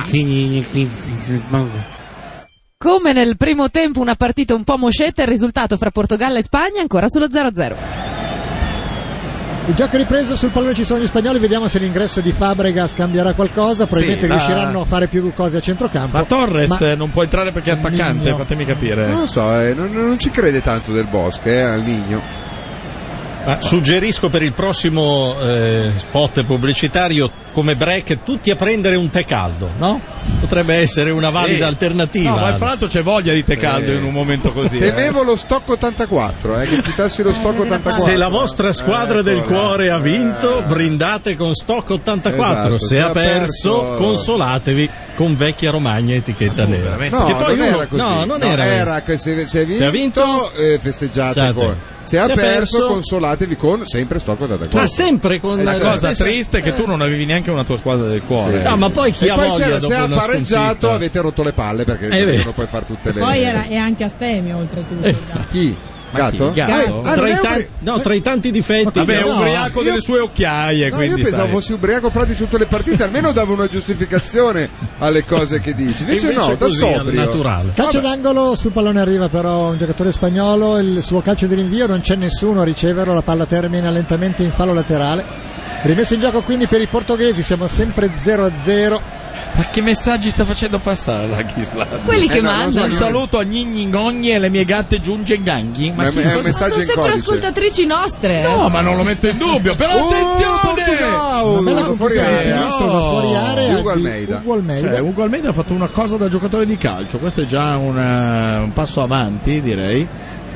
Speaker 3: Come nel primo tempo una partita un po' moscetta, il risultato fra Portogallo e Spagna ancora sullo zero a zero.
Speaker 2: Il gioco è ripreso, sul pallone ci sono gli spagnoli, vediamo se l'ingresso di Fabregas cambierà qualcosa, probabilmente
Speaker 6: Sì, ma-
Speaker 2: riusciranno a fare più cose a centrocampo.
Speaker 6: Ma Torres
Speaker 2: Ma-
Speaker 6: eh, non può entrare perché è attaccante,
Speaker 2: Nino.
Speaker 6: fatemi capire.
Speaker 5: Non lo so, eh, non, non ci crede tanto Del Bosque eh, al Nigno.
Speaker 8: Ma suggerisco per il prossimo eh, spot pubblicitario come break tutti a prendere un tè caldo, no? Potrebbe essere una valida
Speaker 6: Sì.
Speaker 8: alternativa.
Speaker 6: No, ma fra l'altro c'è voglia di tè caldo
Speaker 5: Eh.
Speaker 6: in un momento così. eh.
Speaker 5: Temevo lo stock ottantaquattro, eh, che citassi lo stock ottantaquattro.
Speaker 8: Se la vostra squadra del
Speaker 5: Eccola.
Speaker 8: cuore ha vinto,
Speaker 5: Eh.
Speaker 8: brindate con Stock ottantaquattro.
Speaker 5: Esatto,
Speaker 8: se
Speaker 5: se
Speaker 8: ha
Speaker 5: ha
Speaker 8: perso,
Speaker 5: perso-
Speaker 8: consolatevi con Vecchia Romagna etichetta nera.
Speaker 6: veramente?
Speaker 5: No,
Speaker 8: Che poi
Speaker 5: non
Speaker 8: uno-
Speaker 5: era così.
Speaker 8: no, non
Speaker 5: No,
Speaker 8: era.
Speaker 5: che se, se ha vinto,
Speaker 8: Se ha vinto,
Speaker 5: eh, festeggiate
Speaker 8: State.
Speaker 5: con. Se ha
Speaker 8: Se ha
Speaker 5: perso,
Speaker 8: perso,
Speaker 5: consolatevi con sempre stock ottantaquattro.
Speaker 8: Ma sempre con
Speaker 6: La
Speaker 8: la
Speaker 6: cosa
Speaker 8: stessa-
Speaker 6: triste è che tu non avevi neanche una tua squadra del cuore.
Speaker 5: Sì,
Speaker 8: No, ma poi chi
Speaker 5: E
Speaker 8: ha
Speaker 5: poi
Speaker 8: voglia
Speaker 5: c'era,
Speaker 8: dopo
Speaker 5: se ha
Speaker 8: una
Speaker 5: pareggiato
Speaker 8: sconfitta?
Speaker 5: avete rotto le palle perché
Speaker 8: È vero.
Speaker 5: non puoi fare tutte le.
Speaker 15: Poi era, è anche astemio oltretutto.
Speaker 8: Eh,
Speaker 15: già.
Speaker 5: Chi?
Speaker 6: Ma chi?
Speaker 5: Gatto?
Speaker 6: Gatto?
Speaker 5: Ah,
Speaker 8: tra,
Speaker 5: non
Speaker 8: i
Speaker 5: è
Speaker 8: tanti,
Speaker 5: ubri-
Speaker 8: no, tra i tanti difetti.
Speaker 6: Vabbè, è
Speaker 2: No,
Speaker 6: ubriaco
Speaker 2: io-
Speaker 6: delle sue occhiaie,
Speaker 5: No,
Speaker 6: quindi
Speaker 5: io pensavo
Speaker 6: sai.
Speaker 5: fossi ubriaco fra di tutte le partite, almeno dava una giustificazione alle cose che dici. Invece,
Speaker 8: Invece
Speaker 5: no, da
Speaker 8: così, al
Speaker 5: sobrio.
Speaker 8: naturale.
Speaker 2: Calcio d'angolo, sul pallone arriva però un giocatore spagnolo, il suo calcio di rinvio, non c'è nessuno a riceverlo, la palla termina lentamente in fallo laterale. Rimessa in gioco quindi per i portoghesi, siamo sempre zero a zero.
Speaker 6: Ma che messaggi sta facendo passare la Ghislanda?
Speaker 3: Quelli che
Speaker 5: Eh, no, non so,
Speaker 3: mandano.
Speaker 6: Un saluto a Gnigni Ngogni e le mie gatte Giunge Ganghi.
Speaker 5: Ma
Speaker 6: chi-
Speaker 5: è un
Speaker 6: cosa-
Speaker 5: messaggio
Speaker 3: Sono
Speaker 5: in
Speaker 3: sempre
Speaker 5: codice.
Speaker 3: ascoltatrici nostre. eh.
Speaker 6: No, ma non lo metto in dubbio. Però
Speaker 5: Oh,
Speaker 6: attenzione!
Speaker 5: Chiao!
Speaker 2: Una bella
Speaker 5: Va fuori
Speaker 2: confusione di
Speaker 5: area.
Speaker 2: sinistro, va fuori area
Speaker 5: Ugo
Speaker 2: di
Speaker 5: Almeida.
Speaker 2: Ugo Almeida.
Speaker 6: Cioè, Ugo Almeida ha fatto una cosa da giocatore di calcio. Questo è già un, eh, un passo avanti, direi.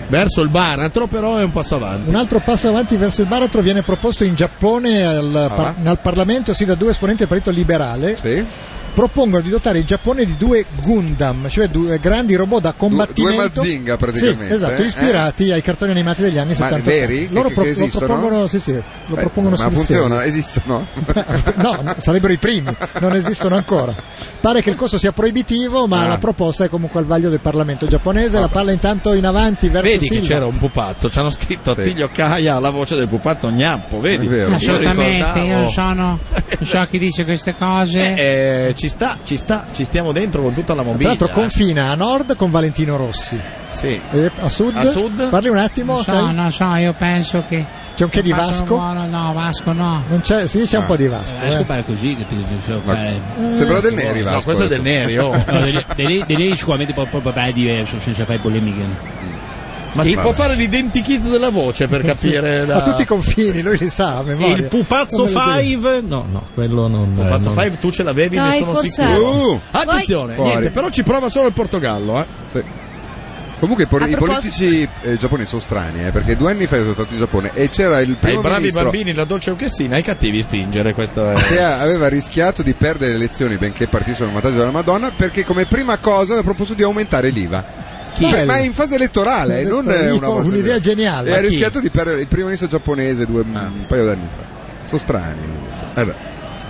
Speaker 6: Verso il baratro, però è un passo avanti.
Speaker 2: Un altro passo avanti verso il baratro viene proposto in Giappone al,
Speaker 5: Ah.
Speaker 2: par- al Parlamento, sì, da due esponenti del partito liberale.
Speaker 5: Sì.
Speaker 2: Propongono di dotare il Giappone di due Gundam, cioè due grandi robot da combattimento.
Speaker 5: due Mazinga, praticamente,
Speaker 2: Sì, esatto,
Speaker 5: eh?
Speaker 2: ispirati ai cartoni animati degli anni
Speaker 5: Ma
Speaker 2: settanta.
Speaker 5: veri?
Speaker 2: Loro
Speaker 5: Che-
Speaker 2: pro-
Speaker 5: che
Speaker 2: lo
Speaker 5: esistono?
Speaker 2: propongono, sì, sì, lo
Speaker 5: Beh,
Speaker 2: propongono
Speaker 5: ma
Speaker 2: sul
Speaker 5: funziona?
Speaker 2: serio.
Speaker 5: Esistono?
Speaker 2: No, no, sarebbero i primi, non esistono ancora. Pare che il costo sia proibitivo, ma
Speaker 5: Ah.
Speaker 2: la proposta è comunque al vaglio del Parlamento giapponese. La palla intanto in avanti verso
Speaker 6: Vedi che
Speaker 2: Silva.
Speaker 6: c'era un pupazzo, ci hanno scritto
Speaker 5: Sì.
Speaker 6: Attilio Caia la voce del pupazzo Gnappo, vedi?
Speaker 5: È vero.
Speaker 6: Io
Speaker 10: Assolutamente,
Speaker 6: ricordavo-
Speaker 10: io sono, so chi dice queste cose.
Speaker 6: Eh, ci sta, ci sta, ci stiamo dentro con tutta la
Speaker 2: Tra
Speaker 6: mobilità.
Speaker 2: l'altro confina a nord con Valentino Rossi.
Speaker 6: Sì.
Speaker 2: E a sud?
Speaker 6: A sud?
Speaker 2: Parli un attimo?
Speaker 10: Non so,
Speaker 2: dai.
Speaker 10: non so, io penso che.
Speaker 2: C'è un che di
Speaker 10: facciano
Speaker 2: Vasco?
Speaker 10: buono- no, Vasco no.
Speaker 2: Non c'è, sì, c'è un po' di Vasco.
Speaker 16: Vasco
Speaker 2: eh.
Speaker 16: pare così che ti devo fare.
Speaker 5: Sembra del Neri, Vasco.
Speaker 6: No, questo è del Neri, oh.
Speaker 16: No, di lei- di lei sicuramente proprio papà è diverso, senza fare polemiche.
Speaker 6: Ma si può fare l'identikit della voce per capire da...
Speaker 2: A tutti i confini, lui li sa a memoria.
Speaker 8: Il pupazzo
Speaker 2: Non me lo dico.
Speaker 8: cinque? No, no, quello non.
Speaker 6: Pupazzo
Speaker 8: non-
Speaker 6: cinque tu ce l'avevi, ne
Speaker 12: Dai,
Speaker 6: sono
Speaker 12: forse-
Speaker 6: sicuro.
Speaker 5: Uh,
Speaker 6: Attenzione,
Speaker 5: Fuori.
Speaker 6: niente, però ci prova solo il Portogallo, eh.
Speaker 5: Sì. Comunque i, por-
Speaker 12: A
Speaker 5: i
Speaker 12: proposito-
Speaker 5: politici eh, giapponesi sono strani, eh, perché due anni fa sono stato in Giappone e c'era il
Speaker 6: Ai
Speaker 5: primo
Speaker 6: bravi
Speaker 5: ministro
Speaker 6: bambini la dolce Euchessina, ai cattivi spingere, questo è...
Speaker 5: che aveva rischiato di perdere le elezioni benché partissero in vantaggio della Madonna, perché come prima cosa aveva proposto di aumentare l'I V A. Ma,
Speaker 2: Bello.
Speaker 5: ma è in fase elettorale,
Speaker 2: Ho
Speaker 5: non
Speaker 2: detto
Speaker 5: è
Speaker 2: io,
Speaker 5: una volta
Speaker 2: un'idea
Speaker 5: di-
Speaker 2: geniale.
Speaker 5: E
Speaker 2: Ma
Speaker 5: ha
Speaker 2: chi?
Speaker 5: rischiato di perdere il primo ministro giapponese due, un paio d'anni fa. Sono strani.
Speaker 6: Eh beh.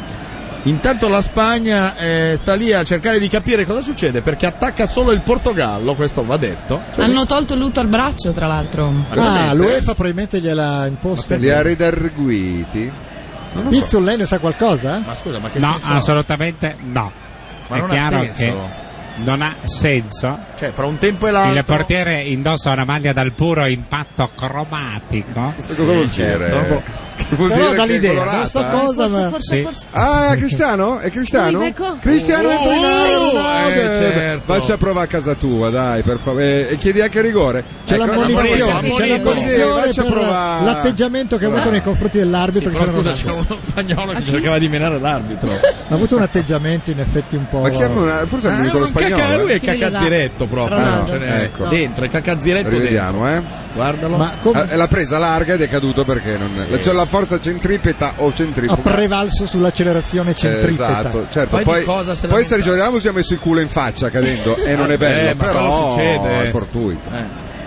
Speaker 6: Intanto la Spagna eh, sta lì a cercare di capire cosa succede, perché attacca solo il Portogallo, questo va detto.
Speaker 3: Hanno tolto il lutto al braccio, tra l'altro.
Speaker 2: Ah, l'UEFA probabilmente gliel'ha imposto.
Speaker 5: Li ha ridarguiti. Non lo so.
Speaker 2: Pizzul, lei ne sa qualcosa?
Speaker 6: Ma scusa, ma che
Speaker 10: No,
Speaker 6: senso ha?
Speaker 10: assolutamente no.
Speaker 6: Ma
Speaker 10: è
Speaker 6: non ha
Speaker 10: chiaro
Speaker 6: senso.
Speaker 10: che non ha senso.
Speaker 6: Cioè, fra un tempo e l'altro...
Speaker 10: Il portiere indossa una maglia dal puro impatto cromatico.
Speaker 5: Cosa vuol dire?
Speaker 6: certo.
Speaker 5: Che vuol
Speaker 2: Però
Speaker 5: dire che è
Speaker 2: dall'idea,
Speaker 5: colorata,
Speaker 2: non so
Speaker 5: eh?
Speaker 2: cosa, ma...
Speaker 12: Forse,
Speaker 10: Sì.
Speaker 12: forse.
Speaker 5: Ah, è Cristiano? È Cristiano?
Speaker 12: Ecco.
Speaker 5: Cristiano entra in area,
Speaker 6: Oh,
Speaker 5: Ronaldo.
Speaker 6: eh, certo.
Speaker 5: Vacci a provare a casa tua, dai, per favore. E chiedi anche rigore.
Speaker 2: C'è
Speaker 5: Ecco,
Speaker 2: l'ammonizione,
Speaker 6: ammonito,
Speaker 2: c'è
Speaker 6: ammonito.
Speaker 2: l'ammonizione
Speaker 5: Vacci a
Speaker 2: per
Speaker 5: provare.
Speaker 2: l'atteggiamento che ha avuto nei confronti dell'arbitro.
Speaker 6: Sì,
Speaker 2: che
Speaker 6: però
Speaker 2: sono
Speaker 6: scusa, c'è
Speaker 2: Ronaldo.
Speaker 6: uno spagnolo che cercava di menare l'arbitro.
Speaker 2: Ha avuto un atteggiamento in effetti un po'.
Speaker 5: Ma chiama una, forse è un
Speaker 6: Ah,
Speaker 5: musicolo
Speaker 6: un caca-
Speaker 5: spagnolo.
Speaker 6: lui
Speaker 5: eh?
Speaker 6: è cacazziretto proprio.
Speaker 12: Ronaldo.
Speaker 6: Ce n'è
Speaker 5: Ecco.
Speaker 6: dentro, è cacazziretto dentro.
Speaker 5: Rivediamo, eh.
Speaker 6: Guardalo.
Speaker 2: Ma come
Speaker 5: Ah, L'ha presa larga ed è caduto perché non c'è la forza centripeta o
Speaker 2: ha
Speaker 5: centrifuga.
Speaker 2: prevalso sull'accelerazione centripeta.
Speaker 5: Esatto, certo.
Speaker 6: Poi
Speaker 5: Poi,
Speaker 6: di cosa se
Speaker 5: poi
Speaker 6: lamenta?
Speaker 5: se ricevediamo si è messo il culo in faccia cadendo e non è bello,
Speaker 6: Eh, ma
Speaker 5: però
Speaker 6: cosa succede?
Speaker 5: è fortuito.
Speaker 6: Eh.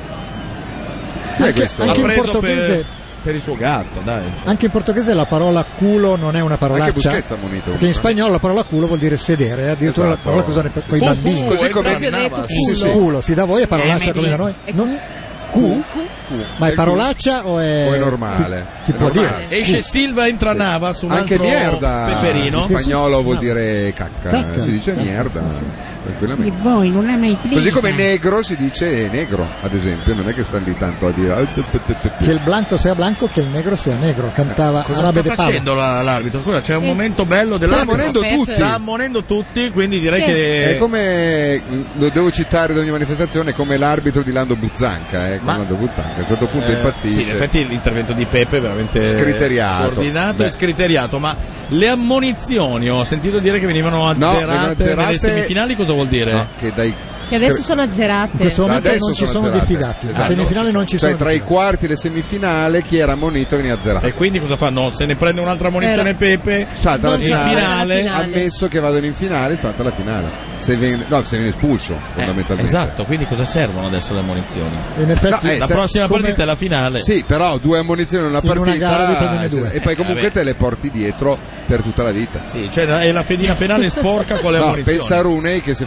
Speaker 5: Chi è
Speaker 2: Anche,
Speaker 5: questo?
Speaker 2: anche
Speaker 6: L'ha
Speaker 2: in
Speaker 6: preso
Speaker 2: portoghese,
Speaker 6: per, per il suo gatto, dai.
Speaker 2: anche in portoghese la parola culo non è una
Speaker 5: Anche
Speaker 2: parolaccia.
Speaker 5: Busquets ha munito.
Speaker 2: Perché in spagnolo la parola culo vuol dire sedere, addirittura
Speaker 5: Esatto.
Speaker 2: la parola che usano i- con i
Speaker 6: Fu-
Speaker 2: bambini.
Speaker 6: fu-
Speaker 5: Così come
Speaker 6: entra in
Speaker 12: detto
Speaker 6: Navas.
Speaker 2: Sì, sì,
Speaker 12: culo.
Speaker 2: culo, sì, da voi è parolaccia
Speaker 10: Eh,
Speaker 2: come da noi. Non- Q? Ma è
Speaker 5: È
Speaker 2: parolaccia o è,
Speaker 5: O è normale?
Speaker 2: Si, si
Speaker 5: È
Speaker 2: può
Speaker 5: normale.
Speaker 2: dire.
Speaker 6: Esce Silva, entra Navas, un
Speaker 5: Anche
Speaker 6: altro
Speaker 5: mierda
Speaker 6: peperino.
Speaker 5: in spagnolo vuol
Speaker 2: No.
Speaker 5: dire cacca,
Speaker 2: Cacca.
Speaker 5: si dice
Speaker 2: Sì,
Speaker 5: mierda
Speaker 2: sì, sì.
Speaker 11: E
Speaker 5: tranquillamente.
Speaker 11: voi non è mai presa.
Speaker 5: Così come negro si dice negro, ad esempio, non è che sta lì tanto a dire
Speaker 2: Che il blanco sia blanco, che il negro sia negro. Cantava
Speaker 6: Cosa
Speaker 2: Arabe
Speaker 6: sta
Speaker 2: de Palo.
Speaker 6: facendo la- l'arbitro? Scusa, c'è un
Speaker 12: Eh.
Speaker 6: momento bello
Speaker 5: Sta
Speaker 6: dell'arbitro.
Speaker 5: ammonendo
Speaker 12: Pepe.
Speaker 5: tutti.
Speaker 6: Sta ammonendo tutti, quindi direi che...
Speaker 5: È come, lo devo citare da ogni manifestazione, come l'arbitro di Lando Buzzanca, eh,
Speaker 6: Ma-
Speaker 5: Lando Buzzanca, a un certo punto
Speaker 6: Eh,
Speaker 5: impazzisce.
Speaker 6: sì, in effetti l'intervento di Pepe è veramente
Speaker 5: Scriteriato.
Speaker 6: coordinato
Speaker 5: Beh.
Speaker 6: e scriteriato, ma le ammonizioni ho sentito dire che venivano
Speaker 5: No,
Speaker 6: azzerate,
Speaker 5: vengono azzerate-
Speaker 6: nelle semifinali, cosa vuol dire?
Speaker 5: No, che dai
Speaker 12: Che adesso sono azzerate.
Speaker 2: In questo momento
Speaker 5: adesso
Speaker 2: non ci sono
Speaker 5: azzerate.
Speaker 2: diffidati. La
Speaker 5: Esatto.
Speaker 2: semifinale non ci
Speaker 5: cioè
Speaker 2: sono
Speaker 5: tra i
Speaker 2: diffidati.
Speaker 5: quarti e le semifinali chi era ammonito veniva azzerato.
Speaker 6: E quindi cosa fanno? Se ne prende un'altra ammonizione
Speaker 12: Era-
Speaker 6: Pepe,
Speaker 5: Salta la
Speaker 12: Non
Speaker 6: in
Speaker 12: c'è
Speaker 5: finale,
Speaker 6: finale,
Speaker 12: la finale.
Speaker 5: ammesso che vadano in finale, salta la finale. Se viene, no, se viene espulso,
Speaker 6: Eh,
Speaker 5: fondamentalmente.
Speaker 6: esatto, quindi cosa servono adesso le ammonizioni?
Speaker 2: In effetti,
Speaker 5: No, eh,
Speaker 6: La
Speaker 5: se-
Speaker 6: prossima
Speaker 2: come-
Speaker 6: partita è la finale.
Speaker 5: Sì, però due ammonizioni in una
Speaker 2: In una
Speaker 5: partita
Speaker 2: gara devi prenderne due.
Speaker 5: e poi comunque
Speaker 6: vabbè.
Speaker 5: te le porti dietro per tutta la vita.
Speaker 6: Sì, cioè è la fedina penale sporca con le
Speaker 5: No,
Speaker 6: ammonizioni.
Speaker 5: pensa a Rooney che si è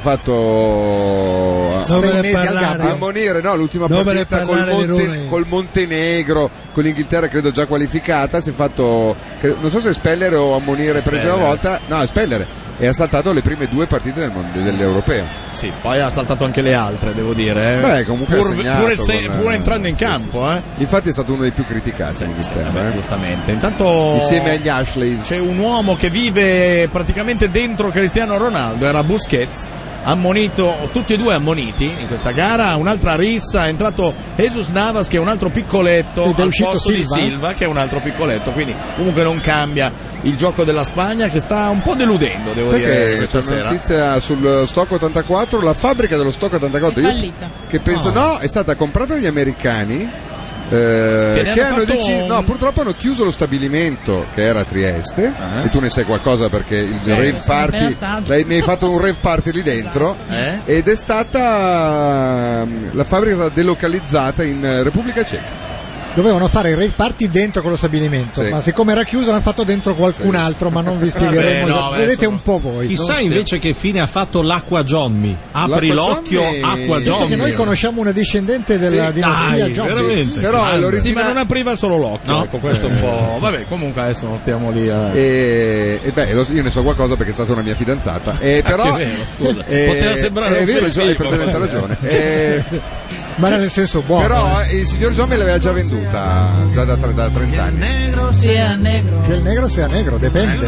Speaker 5: fatto
Speaker 2: Non
Speaker 5: sei
Speaker 2: me ne
Speaker 5: mesi al
Speaker 2: parlare.
Speaker 5: Gabbio. ammonire, no, l'ultima
Speaker 2: Non me ne
Speaker 5: partita col,
Speaker 2: parlare di
Speaker 5: Monte-
Speaker 2: Rooney.
Speaker 5: col Montenegro, con l'Inghilterra credo già qualificata, si è fatto cre- non so se espellere o ammonire per la prima
Speaker 6: Espellere.
Speaker 5: volta, no, espellere. E ha saltato le prime due partite del mondo, dell'europeo.
Speaker 6: Sì, poi ha saltato anche le altre, devo dire. eh.
Speaker 5: Beh, comunque
Speaker 6: pur,
Speaker 5: ha segnato
Speaker 6: pur, se-
Speaker 5: con-
Speaker 6: pur entrando in
Speaker 5: sì,
Speaker 6: campo,
Speaker 5: sì,
Speaker 6: eh.
Speaker 5: sì. Infatti è stato uno dei più criticati
Speaker 6: Sì,
Speaker 5: in
Speaker 6: sì,
Speaker 5: Inghilterra,
Speaker 6: vabbè,
Speaker 5: eh.
Speaker 6: giustamente. Intanto
Speaker 5: Insieme agli Ashley.
Speaker 6: c'è un uomo che vive praticamente dentro Cristiano Ronaldo, era Busquets, ammonito, tutti e due ammoniti in questa gara, un'altra rissa, è entrato Jesus Navas che è un altro piccoletto
Speaker 2: Ed è
Speaker 6: al
Speaker 2: uscito
Speaker 6: posto
Speaker 2: Silva?
Speaker 6: di Silva che è un altro piccoletto, quindi comunque non cambia il gioco della Spagna che sta un po' deludendo, devo
Speaker 5: Sai
Speaker 6: dire,
Speaker 5: che
Speaker 6: questa
Speaker 5: c'è una
Speaker 6: sera.
Speaker 5: notizia sul Stock ottantaquattro, la fabbrica dello Stock ottantaquattro
Speaker 15: È
Speaker 5: io-
Speaker 15: fallita.
Speaker 5: che penso
Speaker 6: No.
Speaker 5: no, è stata comprata dagli americani eh,
Speaker 6: Che
Speaker 5: che,
Speaker 6: ne hanno
Speaker 5: hanno
Speaker 6: fatto
Speaker 5: deciso
Speaker 6: un-
Speaker 5: no, purtroppo hanno chiuso lo stabilimento che era a Trieste
Speaker 6: Eh?
Speaker 5: e tu ne sai qualcosa perché il
Speaker 15: Sì,
Speaker 5: rave
Speaker 15: sono
Speaker 5: party
Speaker 15: appena stato.
Speaker 5: lei, mi hai fatto un rave party lì dentro
Speaker 6: Eh?
Speaker 5: ed è stata la fabbrica è stata delocalizzata in eh, Repubblica Ceca.
Speaker 2: Dovevano fare il rave party dentro quello stabilimento,
Speaker 5: Sì.
Speaker 2: ma siccome era chiuso l'hanno fatto dentro qualcun altro, ma non vi spiegheremo.
Speaker 6: Vabbè, no,
Speaker 2: Vedete
Speaker 6: adesso-
Speaker 2: un po' voi.
Speaker 8: Chissà invece che fine ha fatto l'acqua Jommy. Apri
Speaker 5: L'acqua
Speaker 8: l'occhio,
Speaker 5: Jommy-
Speaker 8: acqua
Speaker 2: Visto che
Speaker 8: Jommy.
Speaker 2: noi conosciamo una discendente della
Speaker 5: Sì,
Speaker 2: dinastia
Speaker 8: dai,
Speaker 2: Johnson.
Speaker 8: veramente.
Speaker 5: Però
Speaker 8: Grande.
Speaker 5: l'origine-
Speaker 6: Sì, ma non apriva solo l'occhio,
Speaker 8: No.
Speaker 6: ecco, questo è un po'. Vabbè, comunque adesso non stiamo lì a.
Speaker 5: E, e beh, lo- io ne so qualcosa perché è stata una mia fidanzata. E
Speaker 6: Ah,
Speaker 5: però,
Speaker 6: che è vero, scusa.
Speaker 5: eh,
Speaker 6: Poteva sembrare
Speaker 5: è vero,
Speaker 6: offensivo,
Speaker 5: hai perfettamente
Speaker 6: ma-
Speaker 5: ragione. Eh,
Speaker 2: Ma era nel senso buono.
Speaker 5: però eh, il signor Giommi l'aveva già venduta già da, tre- da trenta anni.
Speaker 15: Sia negro.
Speaker 2: Che il negro sia negro, dipende.